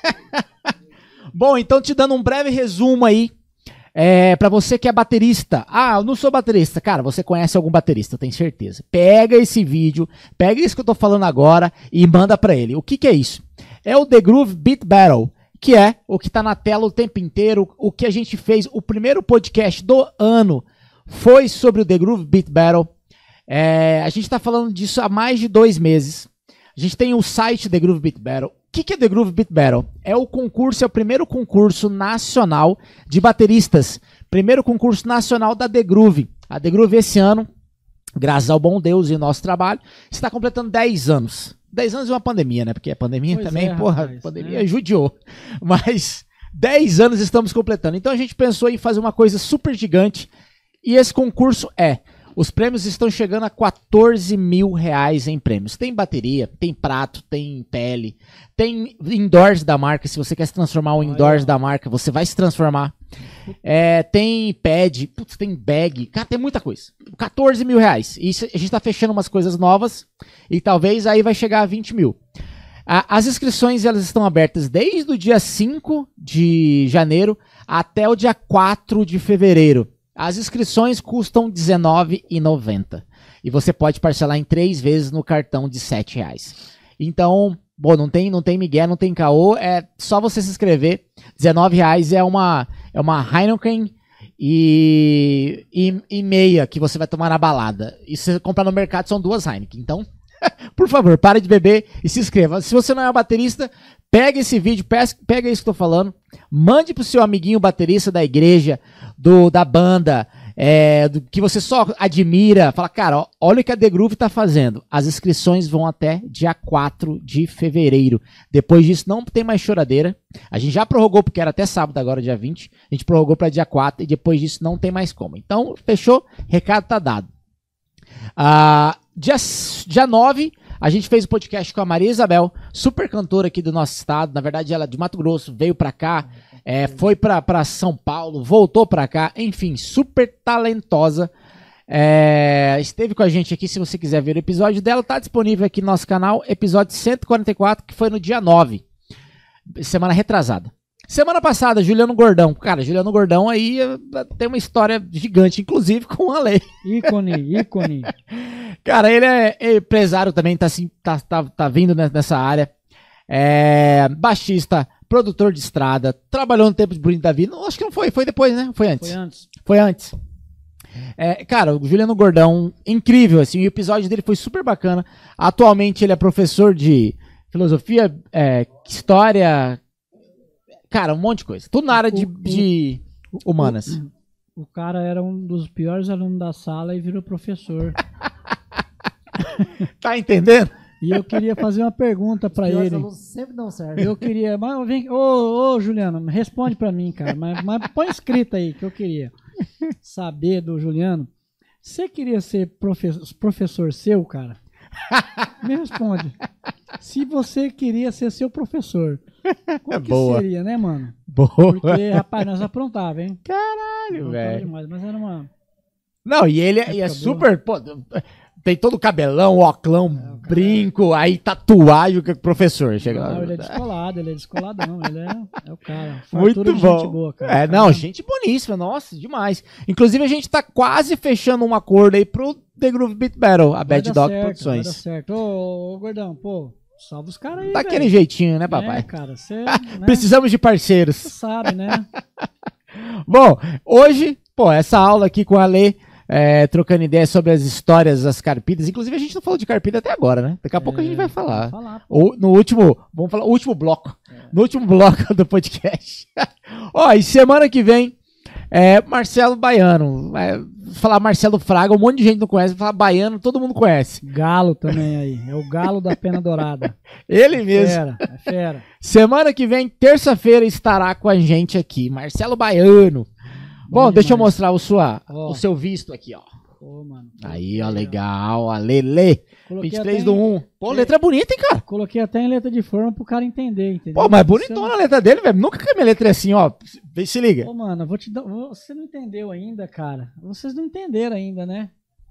[SPEAKER 4] Bom, então te dando um breve resumo aí, pra você que é baterista. Eu não sou baterista. Cara, você conhece algum baterista, eu tenho certeza. Pega esse vídeo, pega isso que eu tô falando agora e manda pra ele. O que é isso? É o The Groove Beat Battle, que é o que tá na tela o tempo inteiro. O que a gente fez, o primeiro podcast do ano foi sobre o The Groove Beat Battle. A gente tá falando disso há mais de 2 meses. A gente tem o site The Groove Beat Battle. O que é The Groove Beat Battle? É o primeiro concurso nacional de bateristas. Primeiro concurso nacional da The Groove. A The Groove esse ano graças ao bom Deus e nosso trabalho, está completando 10 anos. 10 anos de uma pandemia, né? Porque a pandemia
[SPEAKER 6] Pois
[SPEAKER 4] também,
[SPEAKER 6] é,
[SPEAKER 4] porra,
[SPEAKER 6] rapaz,
[SPEAKER 4] a pandemia
[SPEAKER 6] né?
[SPEAKER 4] judiou. Mas 10 anos estamos completando. Então a gente pensou em fazer uma coisa super gigante. E esse concurso os prêmios estão chegando a 14 mil reais em prêmios. Tem bateria, tem prato, tem pele, tem indoors da marca. Se você quer se transformar um indoors da marca, você vai se transformar. Tem pad, putz, tem bag. Cara, tem muita coisa. 14 mil reais. E a gente tá fechando umas coisas novas. E talvez aí vai chegar a 20 mil. As inscrições elas estão abertas desde o dia 5 de janeiro até o dia 4 de fevereiro. As inscrições custam R$19,90. E você pode parcelar em 3 vezes no cartão de R$7. Então, bom, não tem migué, não tem caô. É só você se inscrever. R$19 é uma Heineken e meia que você vai tomar na balada. E se você comprar no mercado são 2 Heineken. Então, por favor, pare de beber e se inscreva. Se você não é baterista, pega esse vídeo, pega isso que eu tô falando, mande pro seu amiguinho baterista da igreja, da banda, do que você só admira. Fala, cara, olha o que a The Groove tá fazendo. As inscrições vão até dia 4 de fevereiro. Depois disso não tem mais choradeira. A gente já prorrogou, porque era até sábado agora, dia 20. A gente prorrogou para dia 4 e depois disso não tem mais como. Então, fechou? Recado tá dado. Dia 9, a gente fez o podcast com a Maria Isabel, super cantora aqui do nosso estado. Na verdade, ela é de Mato Grosso, veio pra cá, foi pra São Paulo, voltou pra cá. Enfim, super talentosa. Esteve com a gente aqui. Se você quiser ver o episódio dela, tá disponível aqui no nosso canal. Episódio 144, que foi no dia 9, semana retrasada. Semana passada, Juliano Gordão. Cara, Juliano Gordão aí tem uma história gigante, inclusive com o Ale.
[SPEAKER 6] Ícone.
[SPEAKER 4] Cara, ele é empresário também, tá vindo nessa área. Baixista, produtor de estrada, trabalhou no tempo de Bonito da Vida. Não, acho que não foi depois, né? Foi antes. Cara, o Juliano Gordão, incrível, assim, o episódio dele foi super bacana. Atualmente ele é professor de filosofia, história, cara, um monte de coisa. Tudo na área de humanas.
[SPEAKER 6] O cara era um dos piores alunos da sala e virou professor.
[SPEAKER 4] Tá entendendo?
[SPEAKER 6] E eu queria fazer uma pergunta pra ele.
[SPEAKER 5] Sempre dão certo.
[SPEAKER 6] Eu queria, mas vem, ô Juliano, responde pra mim, cara, mas põe escrito aí que eu queria saber do Juliano. Você queria ser professor seu, cara? Me responde. Se você queria ser seu professor, como que seria, né, mano?
[SPEAKER 4] Boa.
[SPEAKER 6] Porque, rapaz, nós aprontava, hein?
[SPEAKER 4] Caralho, velho.
[SPEAKER 6] Mas era uma...
[SPEAKER 4] Não, e ele é super... Pô, tem todo o cabelão, oclão, brinco, aí tatuagem, que professor. Chega lá.
[SPEAKER 6] Ele é descoladão, ele é o cara.
[SPEAKER 4] Muito
[SPEAKER 6] de
[SPEAKER 4] bom.
[SPEAKER 6] Gente boa, cara.
[SPEAKER 4] Gente boníssima, nossa, demais. Inclusive a gente tá quase fechando um acordo aí pro The Groove Beat Battle, a Bad Dog Produções.
[SPEAKER 6] Vai dar certo. Ô, Gordão, pô, salva os caras aí,
[SPEAKER 4] daquele jeitinho, né, papai?
[SPEAKER 6] Cara, você...
[SPEAKER 4] Precisamos de parceiros.
[SPEAKER 6] Você sabe, né?
[SPEAKER 4] Bom, hoje, essa aula aqui com a Lê, trocando ideias sobre as histórias das carpidas. Inclusive, a gente não falou de carpida até agora, né? Daqui a pouco a gente vai falar. Vamos falar o último bloco. No último bloco do podcast. E semana que vem, Marcelo Baiano. Falar Marcelo Fraga, um monte de gente não conhece. Falar Baiano, todo mundo conhece.
[SPEAKER 6] Galo também aí. É o galo da pena dourada.
[SPEAKER 4] Ele mesmo.
[SPEAKER 6] Fera.
[SPEAKER 4] Semana que vem, terça-feira, estará com a gente aqui. Marcelo Baiano. Bom, deixa eu mostrar o seu visto aqui, ó.
[SPEAKER 6] Mano.
[SPEAKER 4] Aí, ó, legal. A Lele. 23/1. Pô, letra bonita, hein, cara?
[SPEAKER 6] Coloquei até em letra de forma pro cara entender, entendeu?
[SPEAKER 4] Pô, mas bonitona a letra dele, velho. Nunca que a minha letra é assim, ó. Vê se liga.
[SPEAKER 6] Pô, mano, vou te dar... Você não entendeu ainda, cara. Vocês não entenderam ainda, né?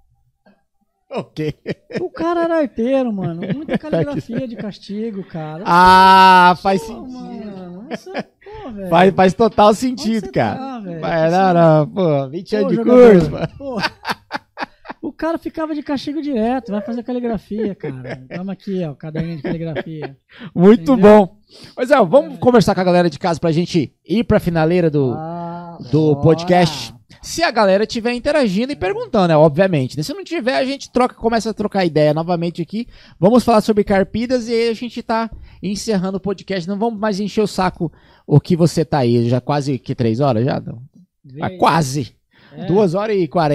[SPEAKER 4] Ok.
[SPEAKER 6] O cara era arteiro, mano. Muita caligrafia de castigo, cara.
[SPEAKER 4] Faz sentido.
[SPEAKER 6] Mano,
[SPEAKER 4] faz total sentido, cara. Pô, 20 anos de curso, mano.
[SPEAKER 6] O cara ficava de castigo direto, vai fazer caligrafia, cara. Toma aqui, ó, o caderninho de caligrafia.
[SPEAKER 4] Muito entendeu? Bom. Mas vamos conversar com a galera de casa pra gente ir pra finaleira do podcast. Se a galera estiver interagindo e perguntando, obviamente. Se não tiver, a gente começa a trocar ideia novamente aqui. Vamos falar sobre carpidas e aí a gente tá encerrando o podcast. Não vamos mais encher o saco o que você tá aí. Já quase 3 horas já? Não. Quase. 2 horas e 40.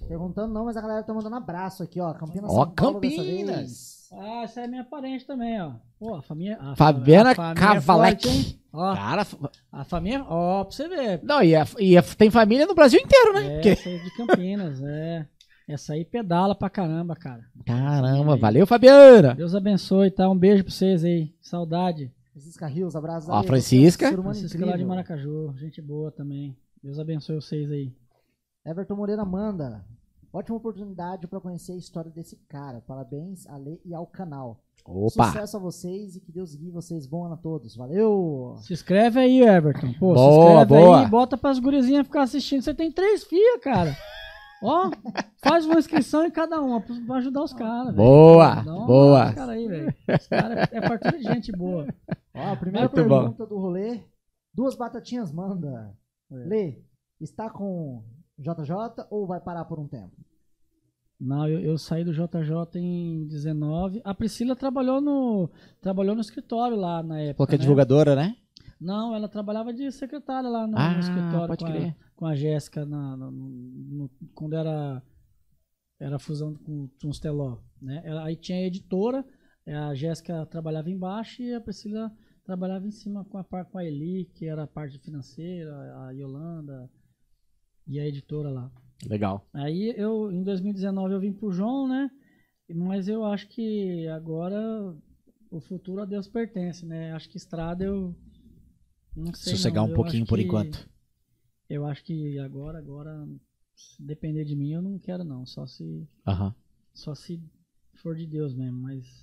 [SPEAKER 5] Perguntando não, mas a galera tá mandando abraço aqui, ó. Campinas,
[SPEAKER 4] Ó,
[SPEAKER 5] São Paulo dessa
[SPEAKER 4] Campinas.
[SPEAKER 5] vez.
[SPEAKER 6] Ah, essa é minha parente também, ó. Pô, a família...
[SPEAKER 4] Fabiana
[SPEAKER 6] a família
[SPEAKER 4] Cavalec.
[SPEAKER 6] é forte, hein? Ó,
[SPEAKER 4] Cara,
[SPEAKER 6] a família... Ó, pra você ver.
[SPEAKER 4] não, tem família no Brasil inteiro, né?
[SPEAKER 6] É,
[SPEAKER 4] Porque-
[SPEAKER 6] essa aí é de Campinas, é. Essa aí pedala pra caramba, cara.
[SPEAKER 4] Caramba, valeu, Fabiana.
[SPEAKER 6] Deus abençoe, tá? Um beijo pra vocês aí. Saudade.
[SPEAKER 5] Francisca Rios, abraço.
[SPEAKER 4] Ó,
[SPEAKER 5] aí,
[SPEAKER 4] Francisca.
[SPEAKER 5] você é um ser humano
[SPEAKER 6] Francisca lá de
[SPEAKER 5] incrível.
[SPEAKER 6] Maracaju. Gente boa também. Deus abençoe vocês aí.
[SPEAKER 5] Everton Moreira manda. Ótima oportunidade para conhecer a história desse cara. Parabéns a Lê e ao canal.
[SPEAKER 4] Opa.
[SPEAKER 5] Sucesso a vocês e que Deus guie vocês. Bom ano a todos. Valeu!
[SPEAKER 6] Se inscreve aí, Everton. Pô,
[SPEAKER 4] Boa,
[SPEAKER 6] se inscreve
[SPEAKER 4] boa.
[SPEAKER 6] aí e bota pras gurizinhas ficar assistindo. Você tem 3 filhas, cara. Ó, faz uma inscrição em cada uma pra ajudar os caras, velho.
[SPEAKER 4] Boa,
[SPEAKER 6] Dá uma
[SPEAKER 4] boa.
[SPEAKER 6] moral pros caras aí, velho. Os caras é fartura de gente boa.
[SPEAKER 5] Ó, a primeira
[SPEAKER 4] Muito bom.
[SPEAKER 5] pergunta do rolê. 2 batatinhas manda. Lê, está com JJ ou vai parar por um tempo?
[SPEAKER 6] Não, eu saí do JJ em 19. A Priscila trabalhou no escritório lá na época.
[SPEAKER 4] Falou que é
[SPEAKER 6] né?
[SPEAKER 4] divulgadora, né?
[SPEAKER 6] Não, ela trabalhava de secretária lá no
[SPEAKER 4] Ah,
[SPEAKER 6] escritório
[SPEAKER 4] pode
[SPEAKER 6] com,
[SPEAKER 4] crer.
[SPEAKER 6] com a Jéssica quando era a fusão com o Steló, né? Aí tinha a editora, a Jéssica trabalhava embaixo e a Priscila trabalhava em cima com a Eli, que era a parte financeira, a Yolanda e a editora lá.
[SPEAKER 4] Legal.
[SPEAKER 6] Aí em 2019 eu vim pro João, né? Mas eu acho que agora o futuro a Deus pertence, né? Acho que estrada eu não sei.
[SPEAKER 4] Sossegar
[SPEAKER 6] não.
[SPEAKER 4] um
[SPEAKER 6] Eu
[SPEAKER 4] pouquinho
[SPEAKER 6] acho
[SPEAKER 4] por
[SPEAKER 6] que-
[SPEAKER 4] enquanto.
[SPEAKER 6] Eu acho que agora, se depender de mim, eu não quero não. Só se for de Deus mesmo,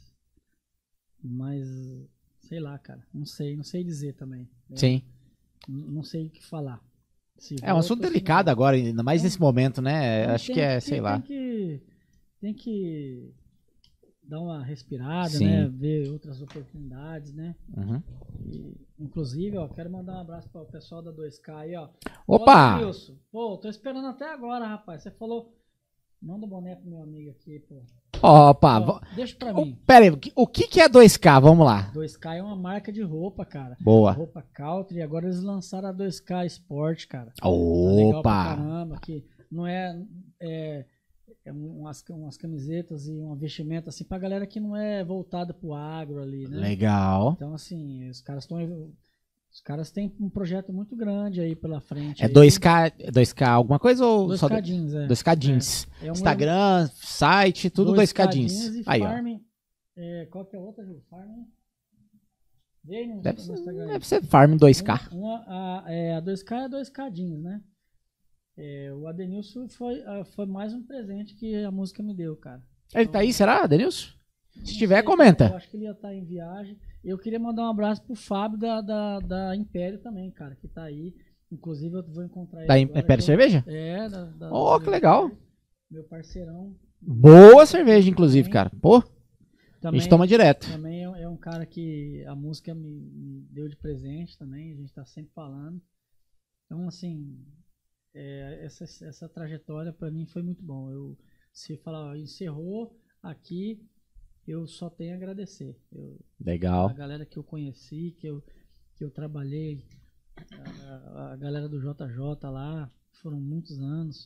[SPEAKER 6] mas sei lá, cara. Não sei dizer também.
[SPEAKER 4] Sim.
[SPEAKER 6] Não sei o que falar. Se
[SPEAKER 4] É um
[SPEAKER 6] volta,
[SPEAKER 4] assunto
[SPEAKER 6] se não
[SPEAKER 4] delicado
[SPEAKER 6] volta.
[SPEAKER 4] agora, ainda mais nesse momento, né?
[SPEAKER 6] Então,
[SPEAKER 4] Acho
[SPEAKER 6] tem
[SPEAKER 4] que é, sei lá.
[SPEAKER 6] Tem que dar uma respirada,
[SPEAKER 4] Sim.
[SPEAKER 6] né? Ver outras oportunidades, né?
[SPEAKER 4] Uhum.
[SPEAKER 6] E, inclusive, ó, quero mandar um abraço para o pessoal da 2K aí, ó.
[SPEAKER 4] Opa!
[SPEAKER 6] Ô, Denilson, pô, tô esperando até agora, rapaz. Você falou, manda o boné pro meu amigo aqui, pô.
[SPEAKER 4] Opa!
[SPEAKER 6] Ó, deixa pra mim.
[SPEAKER 4] Pera aí, o que é 2K? Vamos lá.
[SPEAKER 6] 2K é uma marca de roupa, cara.
[SPEAKER 4] Boa.
[SPEAKER 6] Roupa country. Agora eles lançaram a 2K Sport, cara. Tá legal pra
[SPEAKER 4] Opa!
[SPEAKER 6] caramba, que não é umas camisetas e um vestimento assim pra galera que não é voltada pro agro ali, né?
[SPEAKER 4] Legal.
[SPEAKER 6] Então, assim, os caras têm um projeto muito grande aí pela frente.
[SPEAKER 4] É
[SPEAKER 6] aí.
[SPEAKER 4] 2K alguma coisa ou
[SPEAKER 6] 2K
[SPEAKER 4] só
[SPEAKER 6] jeans, é.
[SPEAKER 4] 2K jeans?
[SPEAKER 6] É um
[SPEAKER 4] Instagram, site, tudo 2K jeans.
[SPEAKER 6] e
[SPEAKER 4] Aí, ó.
[SPEAKER 6] Farm. Qual que é a outra, Ju? Farm? Vê no
[SPEAKER 4] Deve
[SPEAKER 6] Instagram.
[SPEAKER 4] ser Farm 2K.
[SPEAKER 6] A 2K é 2K jeans, né? O Adenilson foi mais um presente que a música me deu, cara.
[SPEAKER 4] Ele tá aí, será, Denilson? Se
[SPEAKER 6] Não
[SPEAKER 4] tiver,
[SPEAKER 6] sei,
[SPEAKER 4] comenta.
[SPEAKER 6] Eu acho que ele ia estar em viagem. Eu queria mandar um abraço pro Fábio da Império também, cara, que tá aí. Inclusive, eu vou encontrar ele
[SPEAKER 4] Da
[SPEAKER 6] agora,
[SPEAKER 4] Império
[SPEAKER 6] que
[SPEAKER 4] Cerveja?
[SPEAKER 6] Oh,
[SPEAKER 4] que legal.
[SPEAKER 6] Meu parceirão.
[SPEAKER 4] Boa cerveja, inclusive, cara. Pô, a
[SPEAKER 6] Também,
[SPEAKER 4] gente toma direto.
[SPEAKER 6] também é um cara que a música me deu de presente também. A gente tá sempre falando. Então, assim, essa trajetória pra mim foi muito bom. Se falar, encerrou aqui, eu só tenho a agradecer.
[SPEAKER 4] Legal.
[SPEAKER 6] A galera que eu conheci, que eu trabalhei, a galera do JJ lá, foram muitos anos.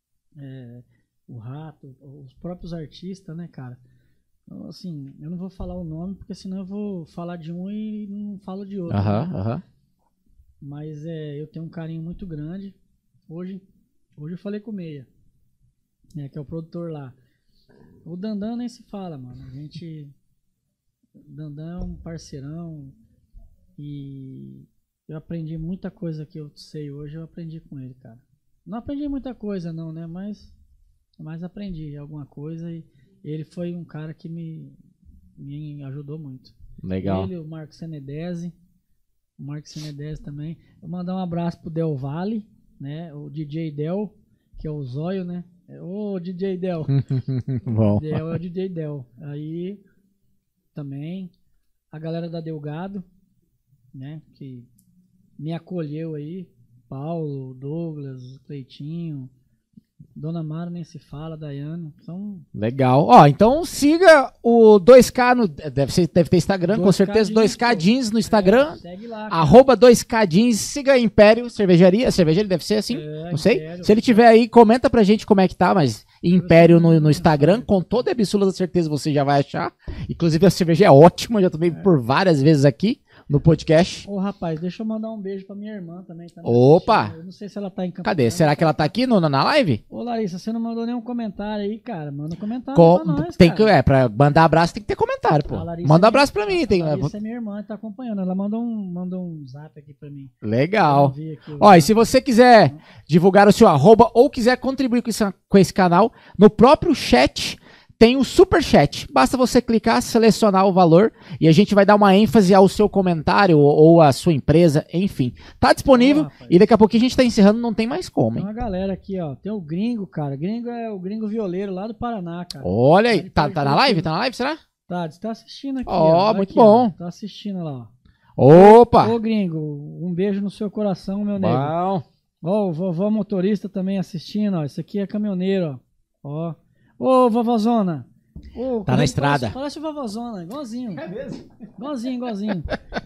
[SPEAKER 6] O Rato, os próprios artistas, né, cara? Então, assim, eu não vou falar o nome, porque senão eu vou falar de um e não falo de outro.
[SPEAKER 4] Aham,
[SPEAKER 6] né?
[SPEAKER 4] aham.
[SPEAKER 6] Mas eu tenho um carinho muito grande. Hoje eu falei com o Meia, que é o produtor lá. O Dandan nem se fala, mano. Dandan é um parceirão e eu aprendi muita coisa que eu sei hoje, eu aprendi com ele, cara. Não aprendi muita coisa não, né? Mas aprendi alguma coisa e ele foi um cara que me ajudou muito.
[SPEAKER 4] Legal.
[SPEAKER 6] Ele, o Marco Senedese. O Marco Senedese também. Eu mandar um abraço pro Del Valle, né? O DJ Del, que é o Zóio, né? Ô, DJ Del.
[SPEAKER 4] Bom.
[SPEAKER 6] Del é o DJ Del. Aí também a galera da Delgado, né? Que me acolheu aí. Paulo, Douglas, Cleitinho. Dona Mara nem se fala, Daiane. São
[SPEAKER 4] Legal. Ó, então siga o 2K no... Deve ter Instagram, com
[SPEAKER 6] 2K
[SPEAKER 4] certeza.
[SPEAKER 6] Jeans,
[SPEAKER 4] 2K Jeans no Instagram.
[SPEAKER 6] segue lá.
[SPEAKER 4] Arroba 2K Jeans. Siga a Império Cervejaria. A cervejaria deve ser assim? Não sei.
[SPEAKER 6] Império.
[SPEAKER 4] Se ele tiver aí, comenta pra gente como é que tá, mas Império no Instagram, com toda a absoluta certeza você já vai achar. Inclusive a cerveja é ótima, já tomei por várias vezes aqui no podcast.
[SPEAKER 6] Ô, rapaz, deixa eu mandar um beijo pra minha irmã também. Tá me
[SPEAKER 4] Opa!
[SPEAKER 6] assistindo. Eu não sei se ela tá em Campo
[SPEAKER 4] Cadê?
[SPEAKER 6] Grande.
[SPEAKER 4] Será que ela tá aqui na live?
[SPEAKER 6] Ô, Larissa, você não mandou nenhum comentário aí, cara. Manda um comentário
[SPEAKER 4] Com-
[SPEAKER 6] pra nós,
[SPEAKER 4] tem
[SPEAKER 6] cara.
[SPEAKER 4] que, pra mandar abraço tem que ter comentário, pô.
[SPEAKER 6] A Larissa
[SPEAKER 4] Manda
[SPEAKER 6] é
[SPEAKER 4] abraço pra mim. Tem,
[SPEAKER 6] A Larissa é minha irmã, tá acompanhando. Ela mandou um zap aqui pra mim.
[SPEAKER 4] Legal.
[SPEAKER 6] Eu vi aqui o
[SPEAKER 4] Ó, e
[SPEAKER 6] zap.
[SPEAKER 4] se você quiser divulgar o seu arroba ou quiser contribuir com esse canal, no próprio chat tem o super chat. Basta você clicar, selecionar o valor e a gente vai dar uma ênfase ao seu comentário ou à sua empresa, enfim. Tá disponível
[SPEAKER 6] Rapaz.
[SPEAKER 4] e daqui a pouquinho a gente tá encerrando, não tem mais como,
[SPEAKER 6] Tem
[SPEAKER 4] hein?
[SPEAKER 6] uma galera aqui, ó. Tem o Gringo, cara. Gringo é o Gringo Violeiro lá do Paraná, cara.
[SPEAKER 4] Olha aí,
[SPEAKER 6] Ele
[SPEAKER 4] tá
[SPEAKER 6] pode
[SPEAKER 4] na
[SPEAKER 6] fazer
[SPEAKER 4] live?
[SPEAKER 6] tudo.
[SPEAKER 4] Tá na live, será?
[SPEAKER 6] Tá, você tá assistindo aqui.
[SPEAKER 4] Ó,
[SPEAKER 6] Olha
[SPEAKER 4] muito
[SPEAKER 6] aqui, ó.
[SPEAKER 4] bom.
[SPEAKER 6] Tá assistindo lá, ó.
[SPEAKER 4] Opa!
[SPEAKER 6] Ô, Gringo, um beijo no seu coração, meu nego.
[SPEAKER 4] Bom.
[SPEAKER 6] Ó, o vovó motorista também assistindo, ó. Esse aqui é caminhoneiro, ó. Ó. Ô, vovózona. Ô,
[SPEAKER 4] Tá na estrada.
[SPEAKER 6] Parece o vovózona, igualzinho. É mesmo? Igualzinho.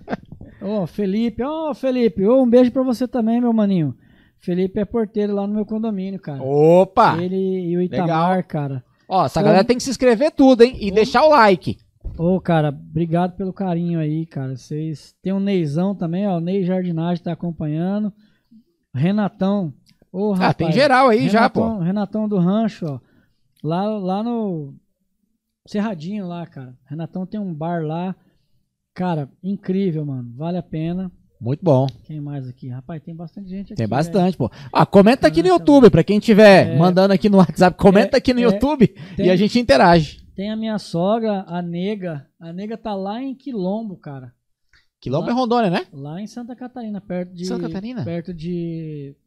[SPEAKER 6] Ô, Felipe. Ô, Felipe. Ô, um beijo pra você também, meu maninho. Felipe é porteiro lá no meu condomínio, cara.
[SPEAKER 4] Opa!
[SPEAKER 6] Ele e o Itamar,
[SPEAKER 4] legal.
[SPEAKER 6] cara.
[SPEAKER 4] Ó, essa galera tem que se inscrever tudo, hein? E deixar o like.
[SPEAKER 6] Ô, cara, obrigado pelo carinho aí, cara. Vocês tem o Neizão também, ó. O Ney Jardinagem tá acompanhando. Renatão. Ô, rapaz.
[SPEAKER 4] Tem geral aí já, pô.
[SPEAKER 6] Renatão do Rancho, ó. Lá no Cerradinho lá, cara. Renatão tem um bar lá. Cara, incrível, mano. Vale a pena.
[SPEAKER 4] Muito bom.
[SPEAKER 6] Quem mais aqui? Rapaz, tem bastante gente aqui.
[SPEAKER 4] Tem
[SPEAKER 6] velho.
[SPEAKER 4] bastante, pô. Ah, comenta aqui no YouTube, pra quem tiver mandando aqui no WhatsApp, comenta aqui no YouTube e a gente interage.
[SPEAKER 6] Tem a minha sogra, a Nega. A Nega tá lá em Quilombo, cara.
[SPEAKER 4] Quilombo é Rondônia, né?
[SPEAKER 6] Lá em Santa Catarina, perto de...
[SPEAKER 4] Santa Catarina?
[SPEAKER 6] Perto de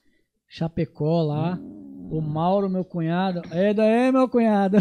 [SPEAKER 6] Chapecó, lá. O Mauro, meu cunhado. É daí, meu cunhado.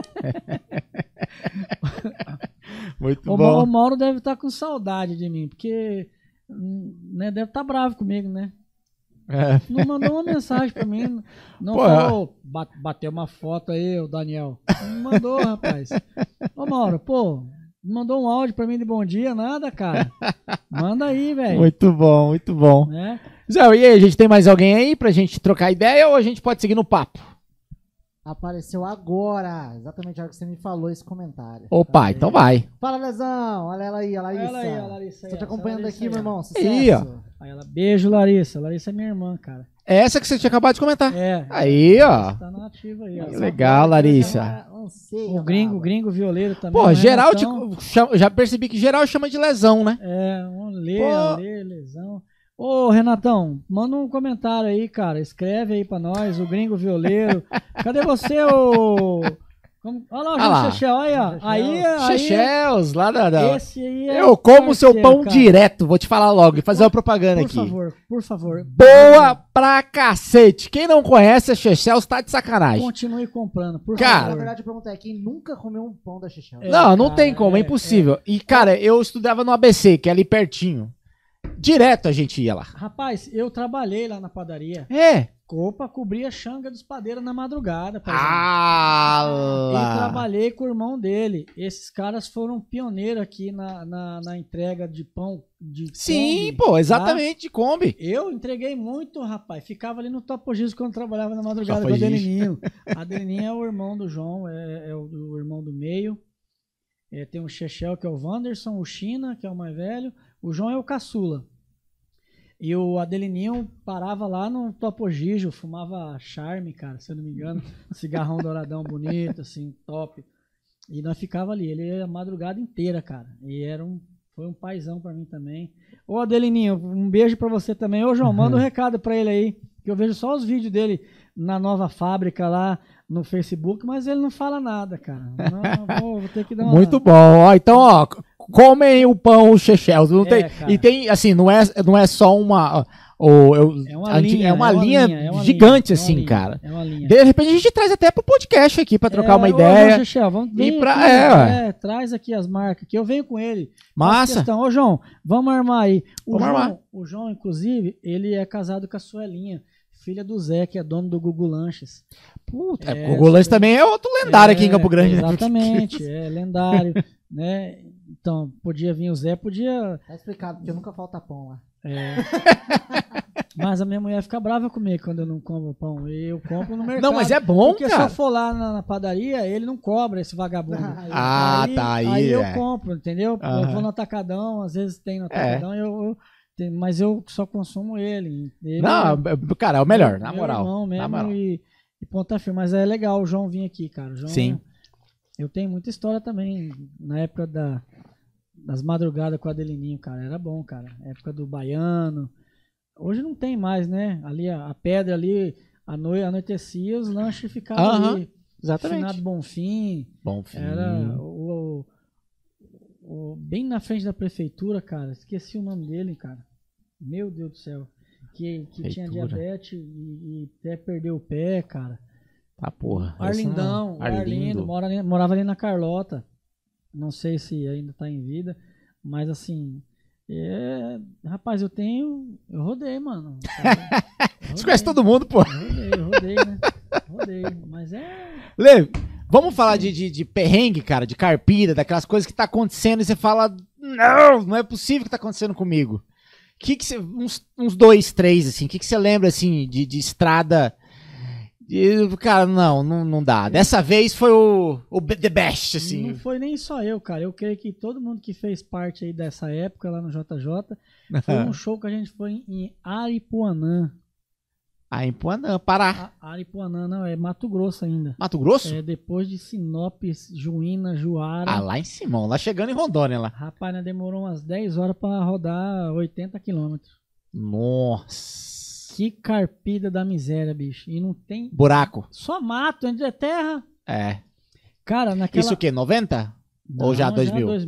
[SPEAKER 4] Muito
[SPEAKER 6] O
[SPEAKER 4] bom.
[SPEAKER 6] Mauro deve estar com saudade de mim, porque né, deve estar bravo comigo, né?
[SPEAKER 4] É.
[SPEAKER 6] Não mandou uma mensagem pra mim. Não
[SPEAKER 4] Pô,
[SPEAKER 6] falou, bateu uma foto aí, o Daniel. Não mandou, rapaz. Ô, Mauro, pô, não mandou um áudio pra mim de bom dia, nada, cara. Manda aí, velho.
[SPEAKER 4] Muito bom, muito bom.
[SPEAKER 6] Né?
[SPEAKER 4] Zé, e aí, a gente tem mais alguém aí pra gente trocar ideia ou a gente pode seguir no papo?
[SPEAKER 5] Apareceu agora, exatamente a hora que você me falou esse comentário.
[SPEAKER 4] Opa,
[SPEAKER 5] Tá
[SPEAKER 4] então
[SPEAKER 5] aí.
[SPEAKER 4] vai.
[SPEAKER 5] Fala, Lesão, olha ela aí, a Larissa.
[SPEAKER 6] Olha aí, a Larissa aí,
[SPEAKER 5] Tô te
[SPEAKER 6] essa
[SPEAKER 5] acompanhando
[SPEAKER 6] Larissa
[SPEAKER 5] aqui,
[SPEAKER 6] aí,
[SPEAKER 5] meu
[SPEAKER 6] ó.
[SPEAKER 5] irmão, sucesso.
[SPEAKER 4] Aí, ó.
[SPEAKER 6] Aí ela, beijo, Larissa. Larissa é minha irmã, cara.
[SPEAKER 4] É essa que você tinha acabado de comentar.
[SPEAKER 6] É.
[SPEAKER 4] Aí, ó.
[SPEAKER 6] Tá na ativa aí, ó.
[SPEAKER 4] Que legal, Larissa.
[SPEAKER 6] O gringo violeiro também.
[SPEAKER 4] Pô,
[SPEAKER 6] o
[SPEAKER 4] geral,
[SPEAKER 6] Renatão.
[SPEAKER 4] já percebi que geral chama de lesão, né?
[SPEAKER 6] É, um
[SPEAKER 4] Pô.
[SPEAKER 6] lesão. Ô, Renatão, manda um comentário aí, cara. Escreve aí pra nós, o gringo violeiro. Cadê você, ô... Olha lá, o Chechel, aí, ó. Aí,
[SPEAKER 4] Chechels, lá da...
[SPEAKER 6] esse aí é
[SPEAKER 4] Eu como
[SPEAKER 6] parceiro,
[SPEAKER 4] seu pão
[SPEAKER 6] cara.
[SPEAKER 4] direto, vou te falar logo e fazer uma propaganda aqui.
[SPEAKER 6] Por favor.
[SPEAKER 4] Boa pra cacete. Quem não conhece a Chechels tá de sacanagem.
[SPEAKER 6] Continue comprando, por
[SPEAKER 4] Cara,
[SPEAKER 5] Na
[SPEAKER 6] favor.
[SPEAKER 5] verdade, a pergunta é quem nunca comeu um pão da Chechel?
[SPEAKER 4] Não
[SPEAKER 6] cara,
[SPEAKER 4] tem como, é impossível. E, cara, eu estudava no ABC, que é ali pertinho. Direto a gente ia lá.
[SPEAKER 6] Rapaz, eu trabalhei lá na padaria.
[SPEAKER 4] É.
[SPEAKER 6] Copa cobria a xanga dos padeiros na madrugada, pai.
[SPEAKER 4] Ah,
[SPEAKER 6] E
[SPEAKER 4] lá.
[SPEAKER 6] trabalhei com o irmão dele. Esses caras foram pioneiros aqui na entrega de pão de
[SPEAKER 4] Sim,
[SPEAKER 6] Kombi,
[SPEAKER 4] pô,
[SPEAKER 6] tá?
[SPEAKER 4] exatamente, de Kombi.
[SPEAKER 6] Eu entreguei muito, rapaz. Ficava ali no Topo Giz quando trabalhava na madrugada
[SPEAKER 4] Topo
[SPEAKER 6] com o
[SPEAKER 4] Giz.
[SPEAKER 6] Adelininho. Adelininho é o irmão do João, é o irmão do meio. Tem o Chechel, que é o Wanderson, o China, que é o mais velho. O João é o caçula. E o Adelininho parava lá no Topo Gijo, fumava Charme, cara, se eu não me engano. Cigarrão douradão bonito, assim, top. E nós ficava ali, ele ia a madrugada inteira, cara. E foi um paizão pra mim também. Ô Adelininho, um beijo pra você também. Ô João, manda um recado pra ele aí, que eu vejo só os vídeos dele na nova fábrica lá no Facebook, mas ele não fala nada, cara. Não, vou ter que dar uma...
[SPEAKER 4] Muito bom. Ó, então, ó, comem o pão Chechels. Não tem,
[SPEAKER 6] cara.
[SPEAKER 4] e tem, assim, não é só uma... É uma linha gigante, assim, cara.
[SPEAKER 6] É uma linha.
[SPEAKER 4] De repente a gente traz até pro podcast aqui pra trocar uma
[SPEAKER 6] Ô,
[SPEAKER 4] ideia.
[SPEAKER 6] João Chechel, vamos
[SPEAKER 4] E
[SPEAKER 6] vir
[SPEAKER 4] pra-
[SPEAKER 6] aqui, traz aqui as marcas, que eu venho com ele.
[SPEAKER 4] Massa.
[SPEAKER 6] Faço questão. Ô, João, vamos armar aí.
[SPEAKER 4] Vamos armar.
[SPEAKER 6] O João, inclusive, ele é casado com a Suelinha, filha do Zé, que é dono do Gugu Lanches.
[SPEAKER 4] Puta, o Gugu Lanches também é outro lendário aqui em Campo Grande. né?
[SPEAKER 6] Exatamente, é lendário, né? Então, podia vir o Zé, podia...
[SPEAKER 5] Tá explicado, porque nunca falta pão lá.
[SPEAKER 6] Mas a minha mulher fica brava comigo quando eu não compro pão. Eu compro no mercado.
[SPEAKER 4] Não, mas é bom,
[SPEAKER 6] porque
[SPEAKER 4] cara.
[SPEAKER 6] se eu for lá na padaria, ele não cobra esse vagabundo.
[SPEAKER 4] Aí
[SPEAKER 6] eu
[SPEAKER 4] é.
[SPEAKER 6] compro, entendeu? Eu vou no atacadão, às vezes tem no atacadão, mas eu só consumo ele.
[SPEAKER 4] Não, cara, é o melhor, na
[SPEAKER 6] meu
[SPEAKER 4] moral.
[SPEAKER 6] irmão mesmo,
[SPEAKER 4] na moral.
[SPEAKER 6] E ponta firme. Mas é legal o João vir aqui, cara. O João,
[SPEAKER 4] Sim.
[SPEAKER 6] Eu tenho muita história também na época das madrugadas com o Adelininho, cara. Era bom, cara. Época do Baiano. Hoje não tem mais, né? Ali a pedra ali, anoitecia, os lanches ficavam ali.
[SPEAKER 4] Exatamente.
[SPEAKER 6] Finado Bonfim. Era bem na frente da prefeitura, cara. Esqueci o nome dele, cara. Meu Deus do céu. Que tinha diabetes e até perdeu o pé, cara.
[SPEAKER 4] Tá, porra.
[SPEAKER 6] Arlindão.
[SPEAKER 4] Arlindo.
[SPEAKER 6] Morava ali na Carlota. Não sei se ainda tá em vida. Mas assim... rapaz, eu rodei, mano.
[SPEAKER 4] Você conhece todo mundo, pô.
[SPEAKER 6] Eu rodei, né? Rodei, mas
[SPEAKER 4] Lê, vamos falar de perrengue, cara, de carpida, daquelas coisas que tá acontecendo e você fala, não é possível que tá acontecendo comigo. Que você, uns 2, 3, assim, que você lembra, assim, de estrada? Cara, não dá. Dessa vez foi o the best, assim.
[SPEAKER 6] Não foi nem só eu, cara. Eu creio que todo mundo que fez parte aí dessa época lá no JJ foi um show que a gente foi em Aripuanã.
[SPEAKER 4] Em Puanã, Pará.
[SPEAKER 6] Aripuanã, não, é Mato Grosso ainda.
[SPEAKER 4] Mato Grosso?
[SPEAKER 6] É depois de Sinop, Juína, Juara.
[SPEAKER 4] Lá em Simão, lá chegando em Rondônia lá.
[SPEAKER 6] Rapaz, né, demorou umas 10 horas pra rodar 80 quilômetros.
[SPEAKER 4] Nossa.
[SPEAKER 6] Que carpida da miséria, bicho. E não tem...
[SPEAKER 4] Buraco.
[SPEAKER 6] Só mato, onde é terra. Cara, naquela...
[SPEAKER 4] Isso o quê, 90? Não, ou já 2000?
[SPEAKER 6] Já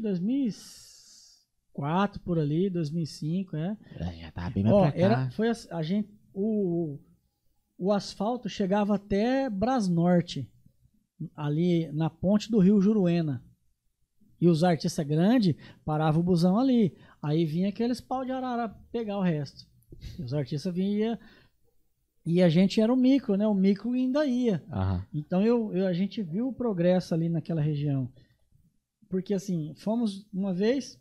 [SPEAKER 6] 2004, por ali, 2005,
[SPEAKER 4] Já tava bem mais pra cá.
[SPEAKER 6] Foi a gente... O asfalto chegava até Brasnorte, ali na ponte do Rio Juruena. E os artistas grandes paravam o busão ali. Aí vinha aqueles pau de arara pegar o resto. E os artistas vinham e a gente era o micro, né? O micro ainda ia. Então a gente viu o progresso ali naquela região. Porque assim, fomos uma vez,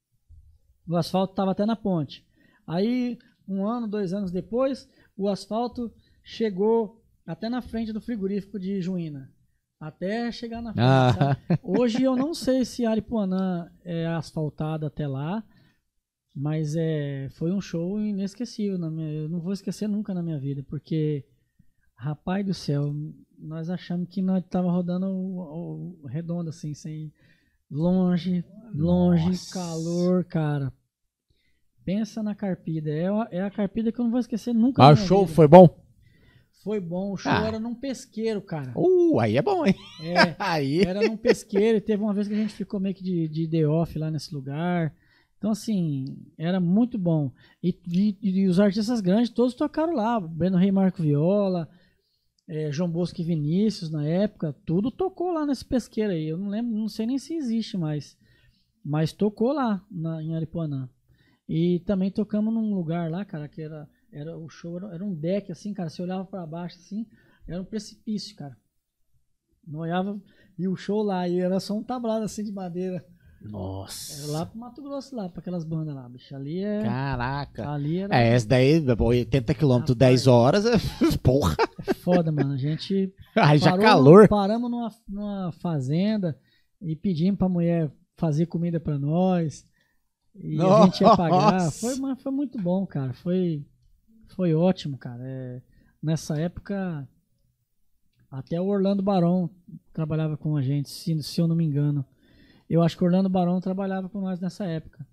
[SPEAKER 6] o asfalto estava até na ponte. Aí, 1 ano, 2 anos depois, o asfalto chegou até na frente do frigorífico de Juína. Até chegar na frente, sabe? Hoje eu não sei se Aripuanã é asfaltado até lá, mas foi um show inesquecível. Eu não vou esquecer nunca na minha vida, porque, rapaz do céu, nós achamos que nós tava rodando o redondo, assim, sem longe,
[SPEAKER 4] Nossa.
[SPEAKER 6] calor, cara. Pensa na carpida. É a carpida que eu não vou esquecer nunca.
[SPEAKER 4] O show vida. Foi bom?
[SPEAKER 6] Foi bom. O show era num pesqueiro, cara.
[SPEAKER 4] Aí é bom, hein?
[SPEAKER 6] Aí. Era num pesqueiro. E teve uma vez que a gente ficou meio que de day off lá nesse lugar. Então, assim, era muito bom. E os artistas grandes todos tocaram lá. Breno Rei, Marco Viola, João Bosco e Vinícius, na época. Tudo tocou lá nesse pesqueiro aí. Eu não lembro, não sei nem se existe mais. Mas tocou lá em Aripuanã. E também tocamos num lugar lá, cara, que era o show, era um deck, assim, cara, você olhava pra baixo, assim, era um precipício, cara. Não olhava, e o show lá, e era só um tablado, assim, de madeira.
[SPEAKER 4] Nossa.
[SPEAKER 6] Era lá pro Mato Grosso, lá, pra aquelas bandas lá, bicho, ali
[SPEAKER 4] Caraca.
[SPEAKER 6] Ali era...
[SPEAKER 4] Essa daí, 80 km, 10 horas, porra.
[SPEAKER 6] É foda, mano, a gente...
[SPEAKER 4] Aí já calor.
[SPEAKER 6] Paramos numa fazenda e pedimos pra mulher fazer comida pra nós. E a gente ia pagar. Foi muito bom, cara. Foi ótimo, cara. Nessa época, até o Orlando Barão trabalhava com a gente, se eu não me engano. Eu acho que o Orlando Barão trabalhava com nós nessa época.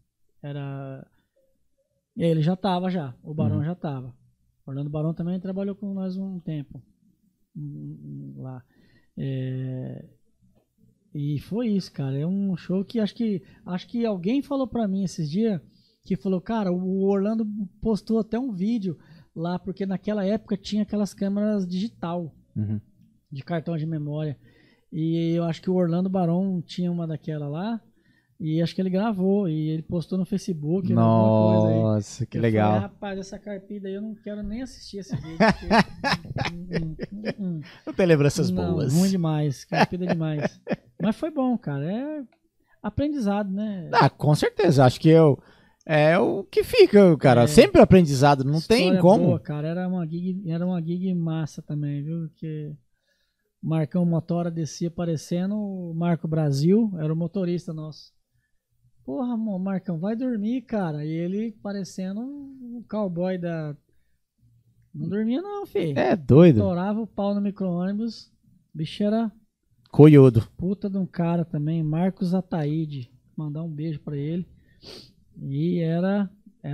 [SPEAKER 6] Ele já tava já. O Barão já tava. O Orlando Barão também trabalhou com nós um tempo. Lá. E foi isso, cara. É um show que acho que alguém falou pra mim esses dias, que falou, cara, o Orlando postou até um vídeo lá, porque naquela época tinha aquelas câmeras digital, de cartão de memória. E eu acho que o Orlando Barão tinha uma daquela lá, E acho que ele gravou e ele postou no Facebook. Alguma coisa aí.
[SPEAKER 4] Nossa, que
[SPEAKER 6] Eu
[SPEAKER 4] legal.
[SPEAKER 6] Falei, rapaz, essa carpida aí eu não quero nem assistir esse vídeo.
[SPEAKER 4] Não tem lembranças
[SPEAKER 6] Não,
[SPEAKER 4] boas.
[SPEAKER 6] ruim demais, carpida demais. Mas foi bom, cara. É aprendizado, né?
[SPEAKER 4] Ah, com certeza. Acho que é o que fica, cara.
[SPEAKER 6] É.
[SPEAKER 4] Sempre aprendizado. Não tem
[SPEAKER 6] História
[SPEAKER 4] como.
[SPEAKER 6] boa, cara. Era uma gig massa também, viu? Porque o Marcão Motora descia parecendo o Marco Brasil, era o motorista nosso. Porra, Marcão, vai dormir, cara. E ele parecendo o cowboy da... Não dormia não, filho.
[SPEAKER 4] É doido.
[SPEAKER 6] Estourava o pau no micro-ônibus. Bicho era
[SPEAKER 4] Coiodo.
[SPEAKER 6] puta de um cara também, Marcos Ataíde. Mandar um beijo pra ele. E era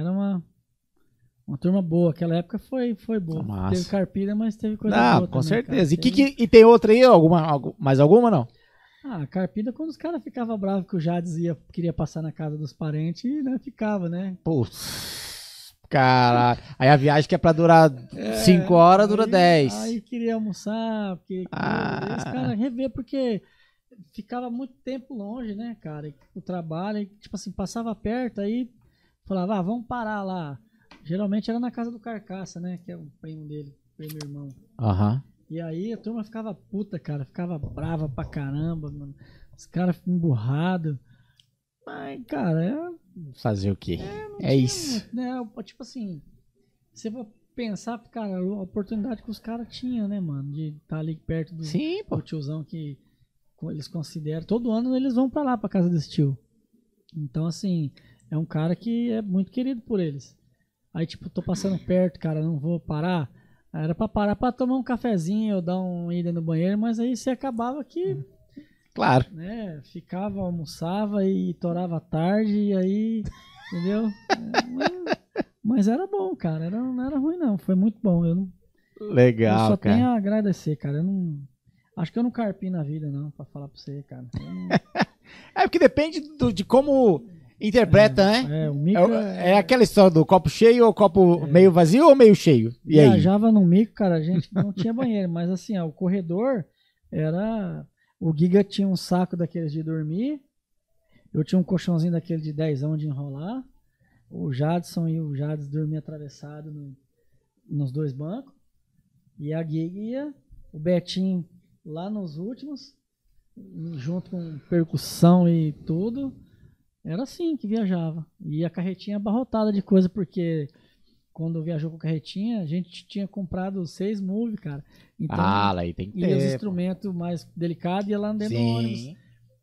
[SPEAKER 6] uma turma boa. Aquela época foi boa.
[SPEAKER 4] Massa.
[SPEAKER 6] Teve carpida, mas teve coisa
[SPEAKER 4] Ah,
[SPEAKER 6] boa
[SPEAKER 4] com
[SPEAKER 6] também,
[SPEAKER 4] certeza.
[SPEAKER 6] cara.
[SPEAKER 4] E tem outra aí? Mais alguma não?
[SPEAKER 6] Ah, carpida quando os caras ficavam bravos que o Jades queria passar na casa dos parentes e né, ficava, né?
[SPEAKER 4] Putz. Caralho. Aí a viagem que é pra durar 5 horas, dura 10.
[SPEAKER 6] Aí queria almoçar, porque
[SPEAKER 4] Ah.
[SPEAKER 6] os caras rever, porque ficava muito tempo longe, né, cara? O trabalho, e, tipo assim, passava perto, aí falava, vamos parar lá. Geralmente era na casa do Carcaça, né? Que é o primo dele, primo irmão.
[SPEAKER 4] Aham.
[SPEAKER 6] E aí a turma ficava puta, cara. Ficava brava pra caramba, mano. Os caras emburrados. Mas, cara,
[SPEAKER 4] Fazer o quê?
[SPEAKER 6] não
[SPEAKER 4] É
[SPEAKER 6] tinha
[SPEAKER 4] isso.
[SPEAKER 6] muito, né? Tipo assim, você vai pensar, cara, a oportunidade que os caras tinham, né, mano? De estar ali perto do,
[SPEAKER 4] Sim, pô.
[SPEAKER 6] do tiozão que eles consideram. Todo ano eles vão pra lá, pra casa desse tio. Então, assim, é um cara que é muito querido por eles. Aí, tipo, tô passando perto, cara, não vou parar. Era pra parar pra tomar um cafezinho ou dar uma ida no banheiro, mas aí você acabava que,
[SPEAKER 4] Claro.
[SPEAKER 6] né, ficava, almoçava e torava à tarde, e aí, entendeu? Mas era bom, cara, não era ruim não, foi muito bom. Eu
[SPEAKER 4] Legal,
[SPEAKER 6] só
[SPEAKER 4] cara.
[SPEAKER 6] tenho a agradecer, cara. Eu não, acho que eu não carpi na vida, não, pra falar pra você, cara. Eu não-
[SPEAKER 4] É porque depende de como interpreta, né?
[SPEAKER 6] o micro
[SPEAKER 4] É aquela história do copo cheio ou copo meio vazio ou meio cheio? E aí?
[SPEAKER 6] viajava no mico, cara, a gente não tinha banheiro, mas assim, ó, o corredor era... O Giga tinha um saco daqueles de dormir, eu tinha um colchãozinho daquele de 10 de enrolar, o Jadson e o Jades dormiam atravessado nos dois bancos, e a Giga ia, o Betinho lá nos últimos, junto com percussão e tudo. Era assim que viajava. E a carretinha abarrotada de coisa, porque quando viajou com a carretinha, a gente tinha comprado 6 Move, cara. Então,
[SPEAKER 4] Lá aí tem que
[SPEAKER 6] ia os
[SPEAKER 4] ter. Pô.
[SPEAKER 6] instrumentos mais delicados, ia lá dentro do ônibus.
[SPEAKER 4] Sim.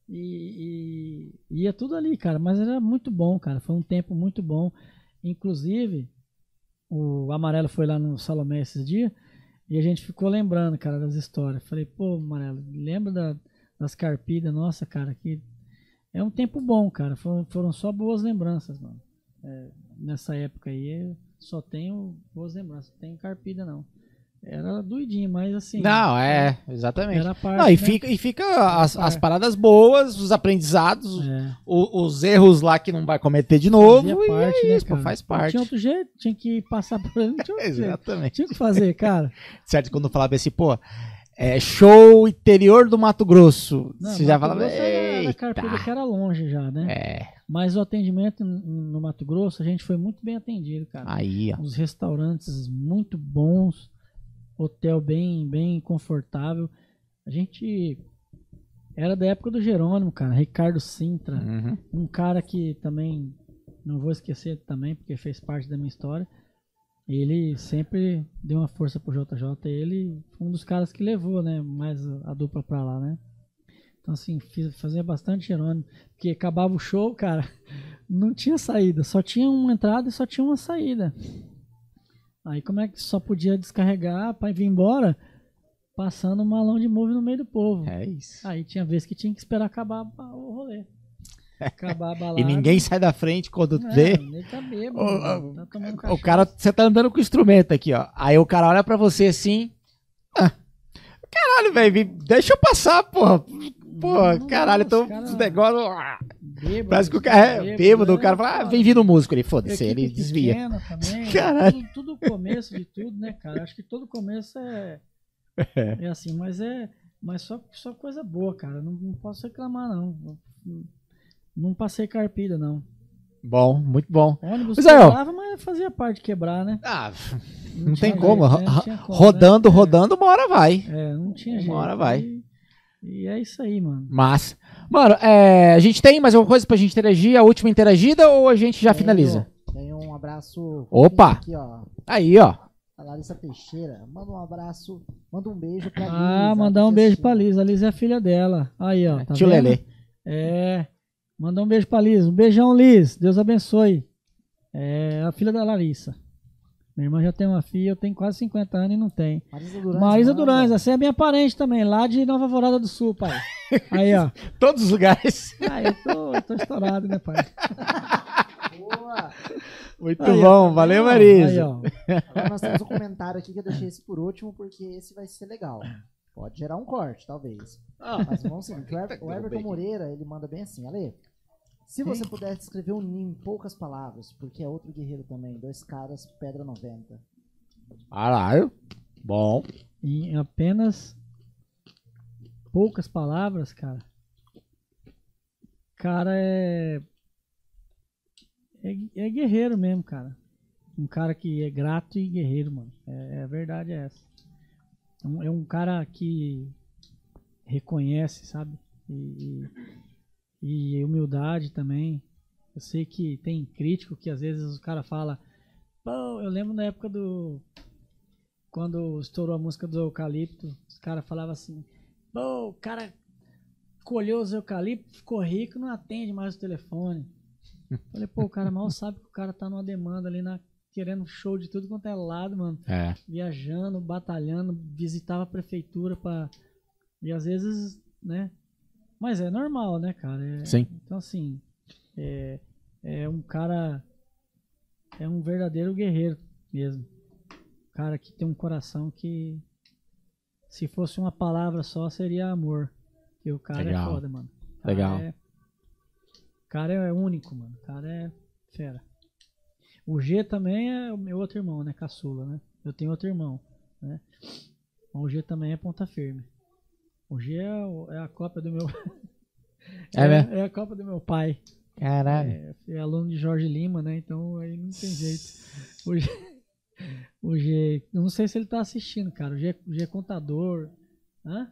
[SPEAKER 6] E ia tudo ali, cara. Mas era muito bom, cara. Foi um tempo muito bom. Inclusive, o Amarelo foi lá no Salomé esses dias e a gente ficou lembrando, cara, das histórias. Falei, pô, Amarelo, lembra das carpidas? Nossa, cara, que é um tempo bom, cara. Foram só boas lembranças, mano. Nessa época aí, eu só tenho boas lembranças. Não tenho carpida, não. Era doidinho, mas assim...
[SPEAKER 4] Não, exatamente.
[SPEAKER 6] Era parte,
[SPEAKER 4] Não,
[SPEAKER 6] né?
[SPEAKER 4] e fica as paradas boas, os aprendizados,
[SPEAKER 6] É.
[SPEAKER 4] os erros lá que não vai cometer de novo.
[SPEAKER 6] Fazia
[SPEAKER 4] E
[SPEAKER 6] parte,
[SPEAKER 4] é
[SPEAKER 6] né,
[SPEAKER 4] isso, pô,
[SPEAKER 6] cara?
[SPEAKER 4] faz
[SPEAKER 6] Não
[SPEAKER 4] parte.
[SPEAKER 6] tinha outro jeito, tinha que passar por ele, não tinha outro jeito.
[SPEAKER 4] Exatamente.
[SPEAKER 6] Tinha que fazer, cara.
[SPEAKER 4] Certo, quando eu falava assim, pô, show interior do Mato Grosso.
[SPEAKER 6] Não,
[SPEAKER 4] Você já
[SPEAKER 6] Mato
[SPEAKER 4] falava,
[SPEAKER 6] Grosso era
[SPEAKER 4] eita.
[SPEAKER 6] carpida que era longe já, né? Mas o atendimento no Mato Grosso, a gente foi muito bem atendido, cara.
[SPEAKER 4] Aí, ó.
[SPEAKER 6] Os restaurantes muito bons, hotel bem confortável. A gente era da época do Jerônimo, cara. Ricardo Sintra,
[SPEAKER 4] Uhum.
[SPEAKER 6] um cara que também, não vou esquecer também, porque fez parte da minha história. Ele sempre deu uma força pro JJ. Ele foi um dos caras que levou, né, mais a dupla pra lá, né? Então, assim, fazia bastante Jerônimo. Porque acabava o show, cara, não tinha saída. Só tinha uma entrada e só tinha uma saída. Aí como é que só podia descarregar pra vir embora? Passando um malão de move no meio do povo.
[SPEAKER 4] É isso.
[SPEAKER 6] Aí tinha vez que tinha que esperar acabar o rolê. Acabar a balada.
[SPEAKER 4] E ninguém sai da frente quando
[SPEAKER 6] Não,
[SPEAKER 4] vê.
[SPEAKER 6] nem tá bêbado, tá tomando
[SPEAKER 4] O
[SPEAKER 6] cachaça.
[SPEAKER 4] cara, você tá andando com o instrumento aqui, ó. Aí o cara olha pra você assim. Caralho, velho, deixa eu passar, porra. Porra,
[SPEAKER 6] Não,
[SPEAKER 4] caralho,
[SPEAKER 6] os
[SPEAKER 4] então
[SPEAKER 6] cara-
[SPEAKER 4] os negócios.
[SPEAKER 6] Bêbado,
[SPEAKER 4] Parece que o cara é bêbado, o cara fala, vem vindo músico. Ele, foda-se,
[SPEAKER 6] Equipe
[SPEAKER 4] ele desvia.
[SPEAKER 6] pequena também,
[SPEAKER 4] Caralho.
[SPEAKER 6] tudo começo de tudo, né, cara? Acho que todo começo é assim, mas só coisa boa, cara. Não posso reclamar, não. Não passei carpida, não.
[SPEAKER 4] Bom, muito bom.
[SPEAKER 6] Ônibus
[SPEAKER 4] Pois é, ó.
[SPEAKER 6] quebrava, mas fazia parte de quebrar, né?
[SPEAKER 4] Ah, não
[SPEAKER 6] tinha
[SPEAKER 4] tem como.
[SPEAKER 6] jeito, né? Não tinha como,
[SPEAKER 4] Rodando,
[SPEAKER 6] né?
[SPEAKER 4] rodando, uma hora vai.
[SPEAKER 6] Não tinha jeito.
[SPEAKER 4] Uma hora vai.
[SPEAKER 6] E é isso aí, mano.
[SPEAKER 4] Mas, mano, a gente tem mais alguma coisa pra gente interagir? A última interagida ou a gente já finaliza?
[SPEAKER 5] Tem um abraço.
[SPEAKER 4] Opa!
[SPEAKER 5] Aqui, ó.
[SPEAKER 4] Aí, ó.
[SPEAKER 5] A Larissa Teixeira. Manda um abraço. Manda um beijo pra Liz.
[SPEAKER 6] Mandar um beijo pra Liz. A Liz é a filha dela. Aí, ó. Tá
[SPEAKER 4] Tio
[SPEAKER 6] vendo?
[SPEAKER 4] Lelê.
[SPEAKER 6] Mandar um beijo pra Liz. Um beijão, Liz. Deus abençoe. É a filha da Larissa. Minha irmã já tem uma filha, eu tenho quase 50 anos e não tem. Marisa Durães, essa é minha parente também, lá de Nova Alvorada do Sul, pai. Aí, ó.
[SPEAKER 4] Todos os lugares.
[SPEAKER 6] Eu tô estourado, né, pai?
[SPEAKER 5] Boa!
[SPEAKER 4] Muito aí, bom, valeu, Marisa.
[SPEAKER 5] Aí, ó. Agora nós temos um comentário aqui que eu deixei esse por último, porque esse vai ser legal. Pode gerar um corte, talvez. Mas vamos seguir. O Everton Moreira, ele manda bem assim, Ale. Se você pudesse descrever o Ninho em poucas palavras, porque é outro guerreiro também, 2 caras, pedra 90.
[SPEAKER 4] Caralho. Bom.
[SPEAKER 6] Em apenas poucas palavras, cara. Cara é guerreiro mesmo, cara. Um cara que é grato e guerreiro, mano. A verdade é essa. É um cara que reconhece, sabe? E humildade também. Eu sei que tem crítico que às vezes o cara fala, pô, eu lembro na época quando estourou a música do Eucalipto, os caras falavam assim, pô, o cara colheu os eucaliptos, ficou rico, não atende mais o telefone. Falei, pô, o cara mal sabe que o cara tá numa demanda ali, querendo show de tudo quanto é lado, mano. Viajando, batalhando, visitava a prefeitura e às vezes, né? Mas é normal, né, cara?
[SPEAKER 4] Sim.
[SPEAKER 6] Então, assim, é um cara, é um verdadeiro guerreiro mesmo. Um cara que tem um coração que, se fosse uma palavra só, seria amor. Porque o cara é foda, mano.
[SPEAKER 4] Legal.
[SPEAKER 6] O cara é único, mano. O cara é fera. O G também é o meu outro irmão, né? Caçula, né? Eu tenho outro irmão, né? O G também é ponta firme. O G é a cópia do meu... é a cópia do meu pai.
[SPEAKER 4] Caralho.
[SPEAKER 6] É aluno de Jorge Lima, né? Então aí não tem jeito. O G... Eu não sei se ele tá assistindo, cara. O G é contador. Hã?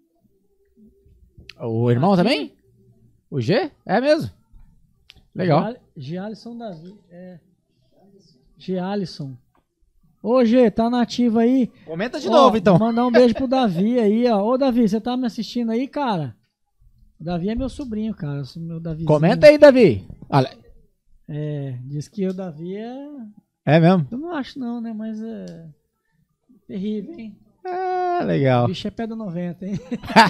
[SPEAKER 4] O irmão também? O G? É mesmo. Legal.
[SPEAKER 6] G. Alisson Davi. G. Alisson. Ô, G, tá nativo aí?
[SPEAKER 4] Comenta de novo, então.
[SPEAKER 6] Vou mandar um beijo pro Davi aí, ó. Ô, Davi, você tá me assistindo aí, cara? O Davi é meu sobrinho, cara. Meu Davizinho.
[SPEAKER 4] Comenta aí, Davi. Olha.
[SPEAKER 6] Diz que o Davi é...
[SPEAKER 4] É mesmo?
[SPEAKER 6] Eu não acho não, né? Mas é terrível, hein?
[SPEAKER 4] Legal.
[SPEAKER 6] O bicho é pé do 90, hein?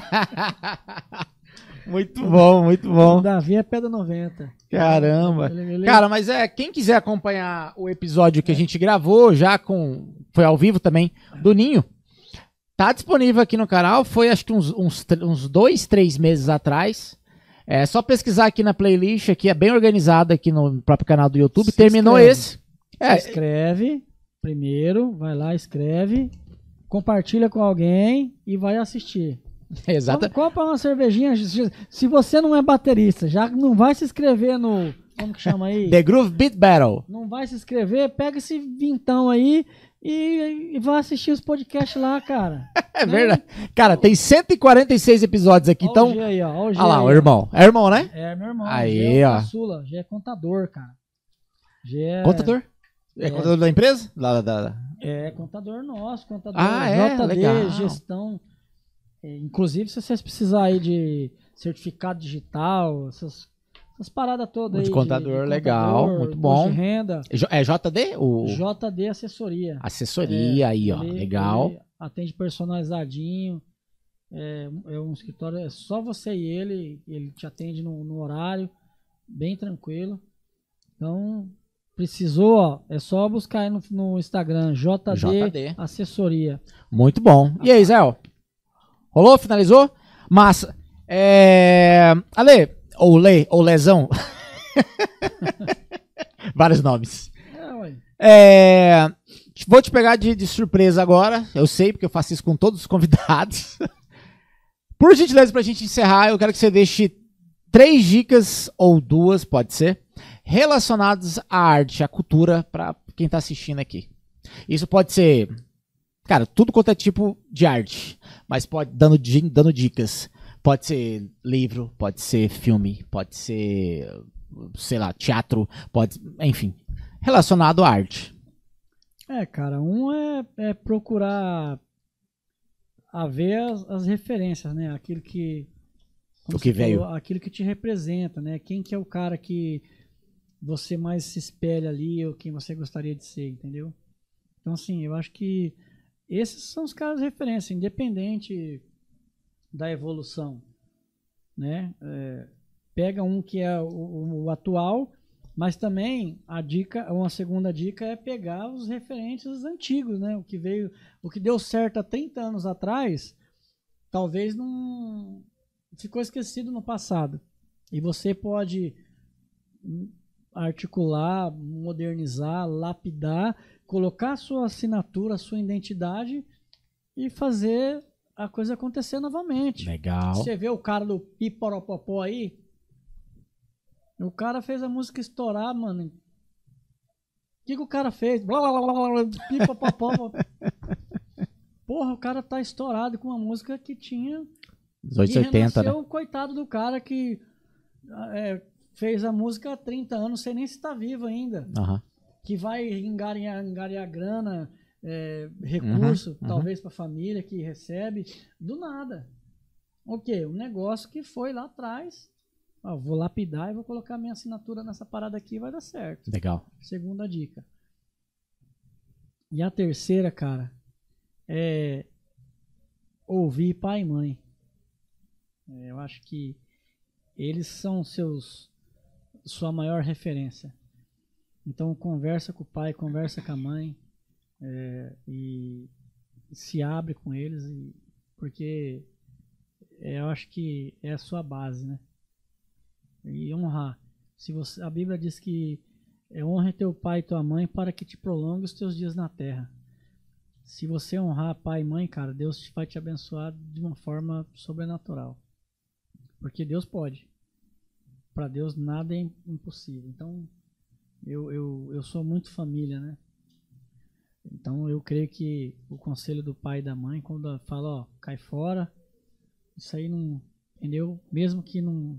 [SPEAKER 4] Muito bom, muito bom.
[SPEAKER 6] O Davi é pé do 90.
[SPEAKER 4] Caramba. Cara, mas quem quiser acompanhar o episódio que a gente gravou, foi ao vivo também, do Ninho, tá disponível aqui no canal, foi acho que uns 2, 3 meses atrás. É só pesquisar aqui na playlist, aqui é bem organizado aqui no próprio canal do YouTube. Terminou esse.
[SPEAKER 6] Se inscreve primeiro, vai lá, escreve, compartilha com alguém e vai assistir.
[SPEAKER 4] Exato.
[SPEAKER 6] Compra uma cervejinha. Se você não é baterista, já não vai se inscrever no... Como que chama aí?
[SPEAKER 4] The Groove Beat Battle.
[SPEAKER 6] Não vai se inscrever, pega esse vintão aí e vai assistir os podcasts lá, cara.
[SPEAKER 4] É verdade. Cara, tem 146 episódios aqui, então...
[SPEAKER 6] Olha o G aí, ó.
[SPEAKER 4] Olha lá, o irmão. É irmão, né?
[SPEAKER 6] É, meu irmão.
[SPEAKER 4] Aí,
[SPEAKER 6] G é
[SPEAKER 4] ó.
[SPEAKER 6] caçula, G é contador, cara. G é...
[SPEAKER 4] Contador? É contador da empresa?
[SPEAKER 6] É contador nosso, contador
[SPEAKER 4] JD,
[SPEAKER 6] legal. Gestão. Inclusive, se vocês precisarem aí de certificado digital, essas paradas todas aí.
[SPEAKER 4] De contador, legal, muito bom.
[SPEAKER 6] De renda.
[SPEAKER 4] É JD?
[SPEAKER 6] JD Assessoria.
[SPEAKER 4] Assessoria, aí, ó. Legal.
[SPEAKER 6] Ele atende personalizadinho. É um escritório, é só você e ele te atende no horário, bem tranquilo. Então, precisou, ó, é só buscar aí no Instagram, JD Assessoria.
[SPEAKER 4] Muito bom. E aí, Zé? Rolou? Finalizou? Massa. Ale, ou Lezão. Vários nomes. Vou te pegar de surpresa agora. Eu sei, porque eu faço isso com todos os convidados. Por gentileza, pra gente encerrar, eu quero que você deixe 3 dicas ou 2, pode ser, relacionadas à arte, à cultura, para quem tá assistindo aqui. Isso pode ser, cara, tudo quanto é tipo de arte, mas pode dando dicas. Pode ser livro, pode ser filme, pode ser, sei lá, teatro, pode, enfim, relacionado à arte.
[SPEAKER 6] Cara, é procurar a ver as referências, né? Aquilo que
[SPEAKER 4] o que veio,
[SPEAKER 6] aquilo que te representa, né? Quem que é o cara que você mais se espelha ali ou quem você gostaria de ser, entendeu? Então, assim, eu acho que esses são os caras de referência, independente da evolução, né? Pega um que é o atual, mas também uma segunda dica é pegar os referentes antigos, né? O que deu certo há 30 anos atrás, talvez não ficou esquecido no passado. E você pode articular, modernizar, lapidar, colocar a sua assinatura, a sua identidade e fazer a coisa acontecer novamente.
[SPEAKER 4] Legal.
[SPEAKER 6] Você vê o cara do Piporopopó aí, o cara fez a música estourar, mano. O que o cara fez? Blá, blá, blá, blá, Pipopopó. Porra, o cara tá estourado com uma música que tinha...
[SPEAKER 4] 1880, né?
[SPEAKER 6] o coitado do cara que fez a música há 30 anos, não sei nem se tá vivo ainda.
[SPEAKER 4] Uhum.
[SPEAKER 6] Que vai angariar grana, recurso, talvez pra família que recebe, do nada. Ok, um negócio que foi lá atrás, vou lapidar e vou colocar minha assinatura nessa parada aqui e vai dar certo.
[SPEAKER 4] Legal.
[SPEAKER 6] Segunda dica. E a terceira, cara, é ouvir pai e mãe. Eu acho que eles são sua maior referência. Então conversa com o pai, conversa com a mãe, e se abre com eles, porque eu acho que é a sua base, né? E honrar. A Bíblia diz que honre teu pai e tua mãe para que te prolongue os teus dias na terra. Se você honrar pai e mãe, cara, Deus vai te abençoar de uma forma sobrenatural. Porque Deus pode. Para Deus nada é impossível. Então, eu sou muito família, né? Então, eu creio que o conselho do pai e da mãe, quando fala, cai fora, isso aí não... Entendeu? Mesmo que não...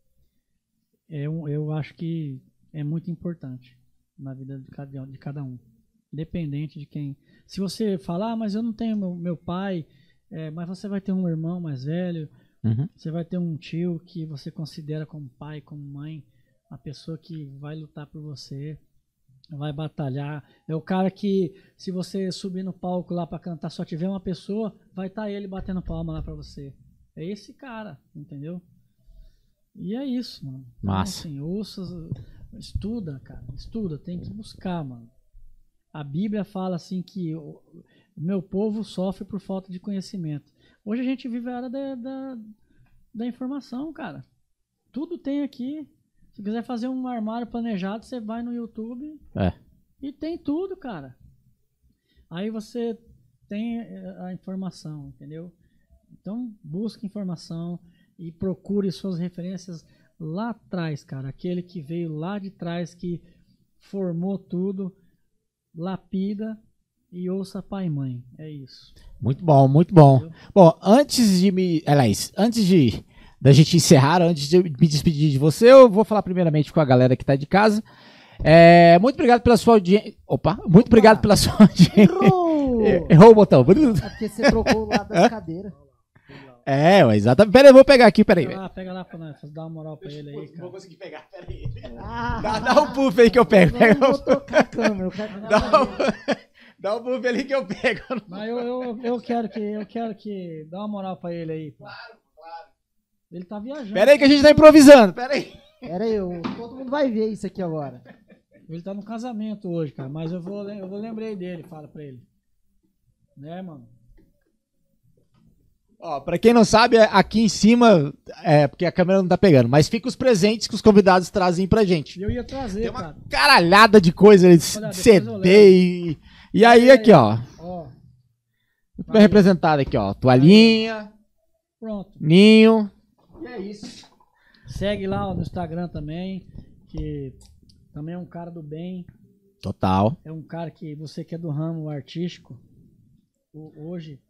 [SPEAKER 6] Eu acho que é muito importante na vida de cada um. Independente de quem... Se você falar, mas eu não tenho meu pai, mas você vai ter um irmão mais velho, você vai ter um tio que você considera como pai, como mãe, a pessoa que vai lutar por você, vai batalhar. É o cara que, se você subir no palco lá pra cantar, só tiver uma pessoa, vai estar ele batendo palma lá pra você. É esse cara, entendeu? E é isso, mano.
[SPEAKER 4] Massa.
[SPEAKER 6] Então, assim, ouça, estuda, cara. Estuda, tem que buscar, mano. A Bíblia fala assim que o meu povo sofre por falta de conhecimento. Hoje a gente vive a era da informação, cara. Tudo tem aqui. Se quiser fazer um armário planejado, você vai no YouTube e tem tudo, cara. Aí você tem a informação, entendeu? Então busque informação e procure suas referências lá atrás, cara. Aquele que veio lá de trás, que formou tudo, lapida e ouça pai e mãe. É isso.
[SPEAKER 4] Muito bom, muito bom. Entendeu? Bom, antes da gente encerrar, antes de me despedir de você, eu vou falar primeiramente com a galera que tá de casa. Muito obrigado pela sua audiência. Muito obrigado pela sua audiência. Errou o botão.
[SPEAKER 5] É porque você trocou o lado das cadeiras.
[SPEAKER 4] Exatamente. Pera aí, eu vou pegar aqui, pera aí.
[SPEAKER 6] Pega lá pra nós, dá uma moral pra ele aí, cara.
[SPEAKER 4] Não vou conseguir pegar, pera aí. Dá um puff aí que eu pego.
[SPEAKER 5] Eu vou tocar a câmera, eu quero
[SPEAKER 4] Dá um puff ali que eu pego.
[SPEAKER 6] Mas eu quero que dá uma moral pra ele aí. Pô. Claro. Ele tá viajando.
[SPEAKER 4] Pera aí que a gente tá improvisando, pera aí.
[SPEAKER 5] Todo mundo vai ver isso aqui agora.
[SPEAKER 6] Ele tá no casamento hoje, cara, mas eu vou lembrar dele, fala pra ele. Né, mano?
[SPEAKER 4] Pra quem não sabe, aqui em cima, porque a câmera não tá pegando, mas fica os presentes que os convidados trazem pra gente.
[SPEAKER 6] Eu ia trazer,
[SPEAKER 4] tem uma caralhada de coisa, de CD e aí aqui, ó. Muito bem representado aqui, ó. Toalhinha.
[SPEAKER 6] Pronto.
[SPEAKER 4] Ninho. E é isso.
[SPEAKER 6] Segue lá ó, no Instagram também, que também é um cara do bem.
[SPEAKER 4] Total.
[SPEAKER 6] É um cara que você que é do ramo artístico, hoje,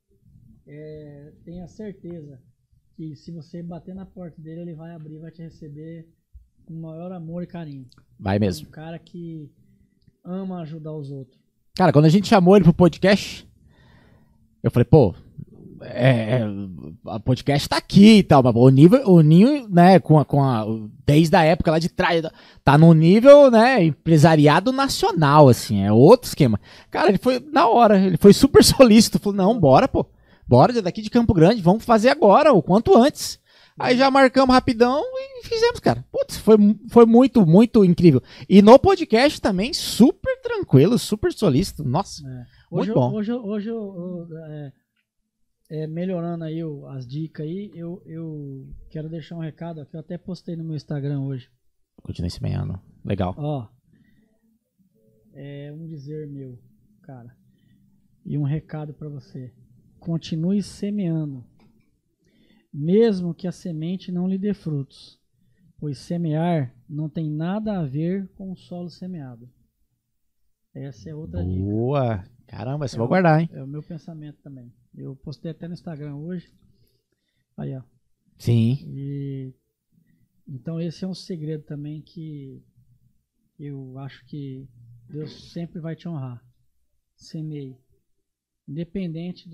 [SPEAKER 6] tenha certeza que se você bater na porta dele, ele vai abrir, vai te receber com o maior amor e carinho.
[SPEAKER 4] Vai mesmo.
[SPEAKER 6] Um cara que ama ajudar os outros.
[SPEAKER 4] Cara, quando a gente chamou ele pro podcast, eu falei, pô, a podcast tá aqui e tal, mas o Ninho, né, desde a época lá de trás, tá no nível, né, empresariado nacional, assim, é outro esquema. Cara, ele foi na hora, ele foi super solícito, falou, não, bora, pô, bora daqui de Campo Grande, vamos fazer agora, o quanto antes. Aí já marcamos rapidão e fizemos, cara. Putz, foi muito, muito incrível. E no podcast também, super tranquilo, super solícito. Nossa, muito bom.
[SPEAKER 6] Hoje melhorando aí as dicas aí, eu quero deixar um recado aqui, eu até postei no meu Instagram hoje.
[SPEAKER 4] Continue semeando. Legal.
[SPEAKER 6] Ó, um dizer meu, cara, e um recado pra você. Continue semeando. Mesmo que a semente não lhe dê frutos, pois semear não tem nada a ver com o solo semeado. Essa é outra dica.
[SPEAKER 4] Boa! Caramba, você vai guardar, hein?
[SPEAKER 6] É o meu pensamento também. Eu postei até no Instagram hoje. Aí, ó.
[SPEAKER 4] Sim.
[SPEAKER 6] Então esse é um segredo também que eu acho que Deus sempre vai te honrar. Semeie. Independente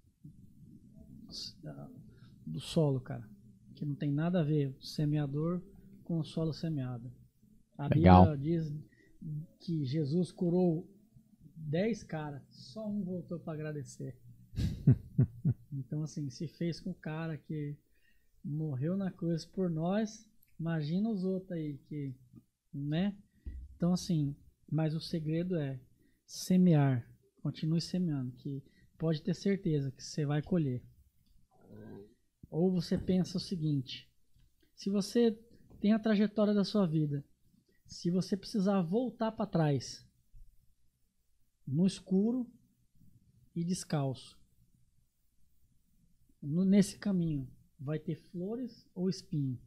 [SPEAKER 6] do solo, cara, que não tem nada a ver o semeador com o solo semeado. A
[SPEAKER 4] Legal.
[SPEAKER 6] Bíblia diz que Jesus curou 10 caras, só um voltou para agradecer. Então assim, se fez com o cara que morreu na cruz por nós, imagina os outros aí que, né? Então assim, mas o segredo é semear, continue semeando, que pode ter certeza que você vai colher. Ou você pensa o seguinte, se você tem a trajetória da sua vida, se você precisar voltar para trás, no escuro e descalço, nesse caminho, vai ter flores ou espinho?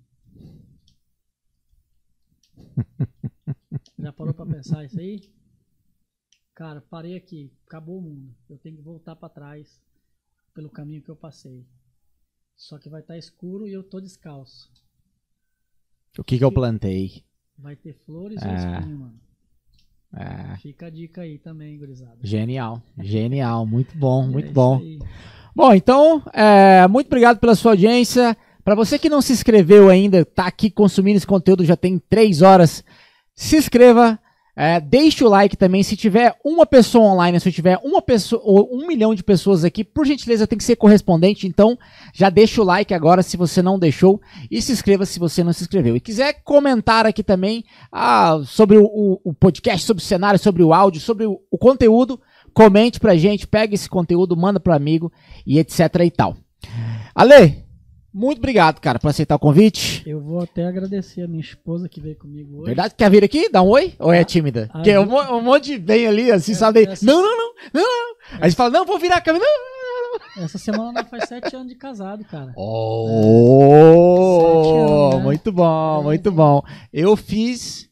[SPEAKER 6] Já parou para pensar isso aí? Cara, parei aqui, acabou o mundo, eu tenho que voltar para trás pelo caminho que eu passei. Só que vai estar escuro e eu tô descalço.
[SPEAKER 4] O que eu plantei?
[SPEAKER 6] Vai ter flores ou espinho, mano?
[SPEAKER 4] É.
[SPEAKER 6] Fica a dica aí também, gurizada.
[SPEAKER 4] Genial, genial, muito bom, muito
[SPEAKER 6] isso
[SPEAKER 4] bom.
[SPEAKER 6] aí.
[SPEAKER 4] Bom, então, muito obrigado pela sua audiência. Para você que não se inscreveu ainda, tá aqui consumindo esse conteúdo já tem 3 horas, se inscreva. Deixe o like também, se tiver uma pessoa online, se tiver uma pessoa ou 1 milhão de pessoas aqui, por gentileza tem que ser correspondente, então já deixa o like agora se você não deixou e se inscreva se você não se inscreveu. E quiser comentar aqui também sobre o podcast, sobre o cenário, sobre o áudio, sobre o conteúdo, comente pra gente, pega esse conteúdo, manda pro amigo e etc e tal. Ale, muito obrigado, cara, por aceitar o convite.
[SPEAKER 6] Eu vou até agradecer a minha esposa que veio comigo hoje.
[SPEAKER 4] Verdade? Quer vir aqui? Dá um oi? Ou é tímida? Porque um monte vem ali, assim, sabe? Não. Aí você fala, não, vou virar a câmera. Não.
[SPEAKER 6] Essa semana nós faz 7 anos de casado, cara.
[SPEAKER 4] 7
[SPEAKER 6] anos, né?
[SPEAKER 4] Muito bom, muito bom. Eu fiz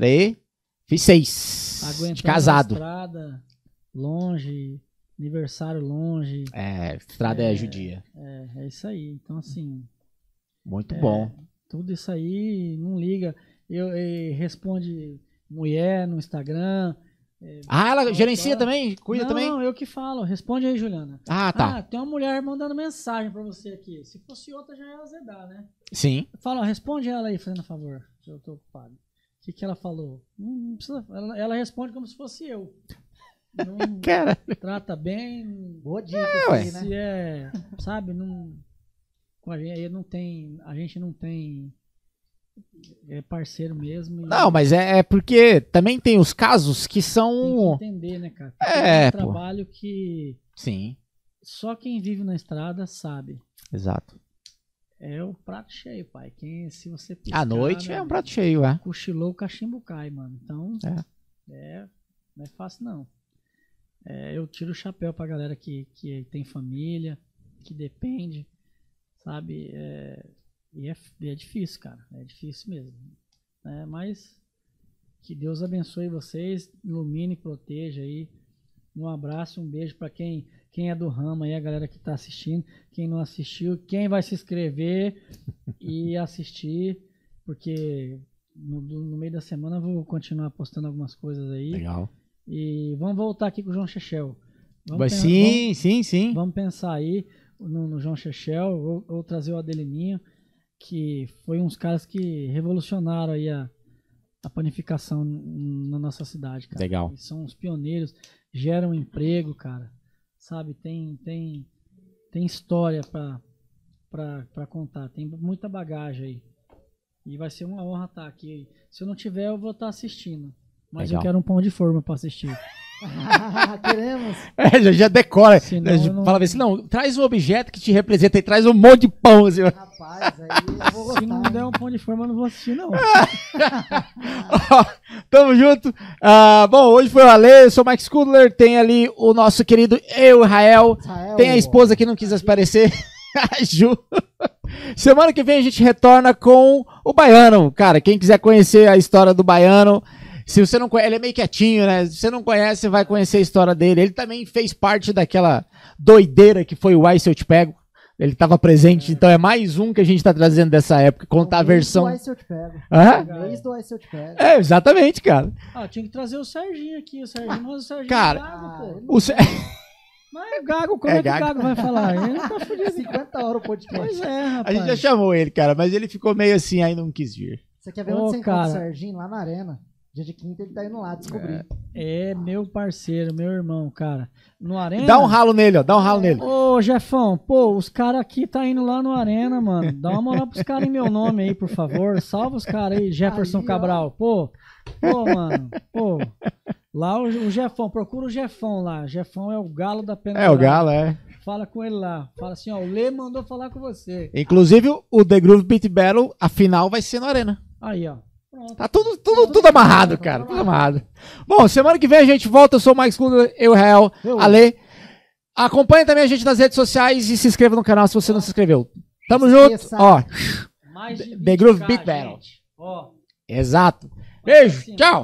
[SPEAKER 4] 6
[SPEAKER 6] Aguentando
[SPEAKER 4] de casado.
[SPEAKER 6] Estrada, longe, aniversário longe.
[SPEAKER 4] Estrada é judia.
[SPEAKER 6] É isso aí. Então, assim.
[SPEAKER 4] Muito bom.
[SPEAKER 6] Tudo isso aí, não liga. Eu responde mulher no Instagram.
[SPEAKER 4] Ela gerencia também? Cuida também?
[SPEAKER 6] Não, eu que falo. Responde aí, Juliana.
[SPEAKER 4] Tá.
[SPEAKER 6] Tem uma mulher mandando mensagem pra você aqui. Se fosse outra, já ia azedar, né?
[SPEAKER 4] Sim.
[SPEAKER 6] Fala, responde ela aí, fazendo favor. Eu tô ocupado. O que ela falou? Não precisa. Ela responde como se fosse eu. Não
[SPEAKER 4] Cara.
[SPEAKER 6] Trata bem.
[SPEAKER 5] Boa dica isso aí, né?
[SPEAKER 6] Se sabe, não. Com a gente não tem. A gente não tem. É parceiro mesmo.
[SPEAKER 4] Não, mas é porque também tem os casos que
[SPEAKER 6] Tem
[SPEAKER 4] são.
[SPEAKER 6] que entender, né, cara? Porque é um trabalho que.
[SPEAKER 4] Sim.
[SPEAKER 6] Só quem vive na estrada sabe.
[SPEAKER 4] Exato.
[SPEAKER 6] É o prato cheio, pai. Se você piscar,
[SPEAKER 4] À noite
[SPEAKER 6] né,
[SPEAKER 4] é um prato cheio,
[SPEAKER 6] cochilou, o cachimbo cai, mano. Então, não é fácil, não. Eu tiro o chapéu pra galera que tem família, que depende, sabe? E é difícil, cara. É difícil mesmo. Mas que Deus abençoe vocês, ilumine, proteja aí. Um abraço, um beijo pra quem é do ramo aí, a galera que tá assistindo. Quem não assistiu, quem vai se inscrever e assistir, porque no meio da semana eu vou continuar postando algumas coisas aí.
[SPEAKER 4] Legal.
[SPEAKER 6] E vamos voltar aqui com o João Chechel.
[SPEAKER 4] Sim.
[SPEAKER 6] Vamos pensar aí no João Chechel, ou trazer o Adelininho, que foi uns caras que revolucionaram aí a panificação na nossa cidade, cara.
[SPEAKER 4] Legal.
[SPEAKER 6] Eles são os pioneiros, geram emprego, cara. Sabe, tem história pra contar, tem muita bagagem aí. E vai ser uma honra estar aqui. Se eu não tiver, eu vou estar assistindo. Mas
[SPEAKER 4] Legal.
[SPEAKER 6] Eu quero um pão de forma pra assistir.
[SPEAKER 5] Queremos.
[SPEAKER 4] Já decora.
[SPEAKER 6] Senão eu não-
[SPEAKER 4] Fala assim, não, traz um objeto que te representa e traz um monte de pão. Assim.
[SPEAKER 5] Rapaz, aí eu vou
[SPEAKER 6] Se não
[SPEAKER 5] gostar.
[SPEAKER 6] der um pão de forma, eu não vou assistir, não.
[SPEAKER 4] Ó, tamo junto. Bom, hoje foi o Ale, eu sou o Mike Scudler, tem ali o nosso querido Israel,
[SPEAKER 5] Israel.
[SPEAKER 4] tem a esposa que não quis aparecer, a Ju. Semana que vem a gente retorna com o Baiano. Cara, quem quiser conhecer a história do Baiano, se você não conhece, ele é meio quietinho, né? Se você não conhece, você vai conhecer a história dele. Ele também fez parte daquela doideira que foi o Ai Se Eu Te Pego. Ele estava presente, então é mais um que a gente tá trazendo dessa época, contar a versão.
[SPEAKER 5] Mês do Ai Se Eu Te Pego.
[SPEAKER 4] Hã?
[SPEAKER 5] Mês do Ai Se Eu Te Pego.
[SPEAKER 4] É, exatamente, cara.
[SPEAKER 6] Tinha que trazer o Serginho aqui. Mas o Serginho
[SPEAKER 4] Cara,
[SPEAKER 6] é gago, pô.
[SPEAKER 4] O Ce-
[SPEAKER 6] Mas é gago, como
[SPEAKER 4] É
[SPEAKER 6] é que
[SPEAKER 4] gago.
[SPEAKER 6] o gago vai falar? Ele tá fudido.
[SPEAKER 5] 50 horas o podcast.
[SPEAKER 6] Pois é,
[SPEAKER 4] A
[SPEAKER 6] rapaz.
[SPEAKER 4] gente já chamou ele, cara, mas ele ficou meio assim, aí não quis vir.
[SPEAKER 5] Você quer ver
[SPEAKER 6] Ô,
[SPEAKER 5] onde você encontra
[SPEAKER 6] cara.
[SPEAKER 5] o Serginho? Lá na arena. Dia de quinta ele tá indo lá descobrir.
[SPEAKER 6] É meu parceiro, meu irmão, cara. No Arena.
[SPEAKER 4] Dá um ralo nele, ó, dá um ralo nele.
[SPEAKER 6] Ô, Jefão, pô, os caras aqui tá indo lá no Arena, mano. Dá uma moral pros caras em meu nome aí, por favor. Salva os caras aí, Jefferson
[SPEAKER 5] Aí, ó.
[SPEAKER 6] Cabral. Pô, mano. Pô. Lá o Jefão, procura o Jefão lá. Jefão é o galo da pena.
[SPEAKER 4] É, o Galo, é.
[SPEAKER 6] Fala com ele lá. Fala assim, ó, o Lê mandou falar com você.
[SPEAKER 4] Inclusive, o The Groove Beat Battle, a final vai ser no Arena.
[SPEAKER 6] Aí, ó. Pronto.
[SPEAKER 4] Tá tudo amarrado, cara. Tudo amarrado. Bom, semana que vem a gente volta. Eu sou o Mike Scudler, eu, Israel, Ale. Acompanhe também a gente nas redes sociais e se inscreva no canal se você não se inscreveu. Tamo junto.
[SPEAKER 5] esqueça.
[SPEAKER 4] Ó,
[SPEAKER 6] Mais de
[SPEAKER 4] The Groove
[SPEAKER 6] 20K,
[SPEAKER 4] Beat Battle.
[SPEAKER 6] gente. Ó.
[SPEAKER 4] exato. Beijo, tchau.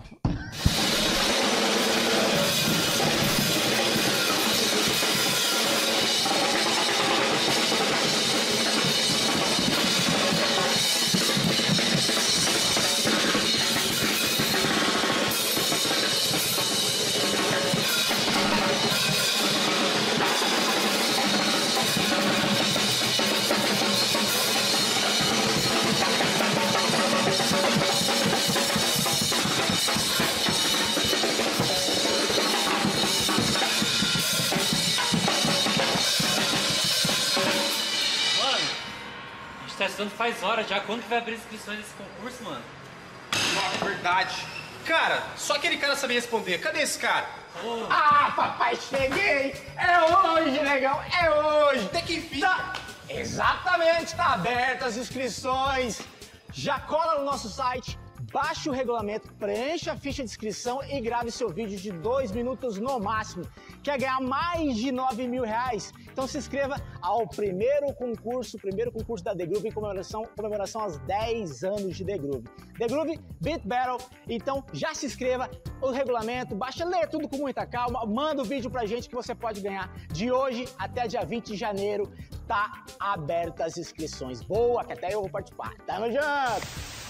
[SPEAKER 1] Mano, a gente tá estudando faz horas já. Quando que vai abrir inscrições desse concurso, mano?
[SPEAKER 2] Nossa, verdade. Cara, só aquele cara sabia responder. Cadê esse cara?
[SPEAKER 3] Ah, papai, cheguei! É hoje, negão, é hoje!
[SPEAKER 2] Até que enfim.
[SPEAKER 3] Exatamente, tá abertas as inscrições. Já cola no nosso site, baixe o regulamento, preencha a ficha de inscrição e grave seu vídeo de 2 minutos no máximo. Quer ganhar mais de R$9.000? Então se inscreva ao primeiro concurso da The Groove em comemoração aos 10 anos de The Groove. The Groove Beat Battle. Então já se inscreva, o regulamento, baixa, lê tudo com muita calma, manda o vídeo pra gente que você pode ganhar. De hoje até dia 20 de janeiro, tá aberta as inscrições. Boa, que até eu vou participar. Tamo junto!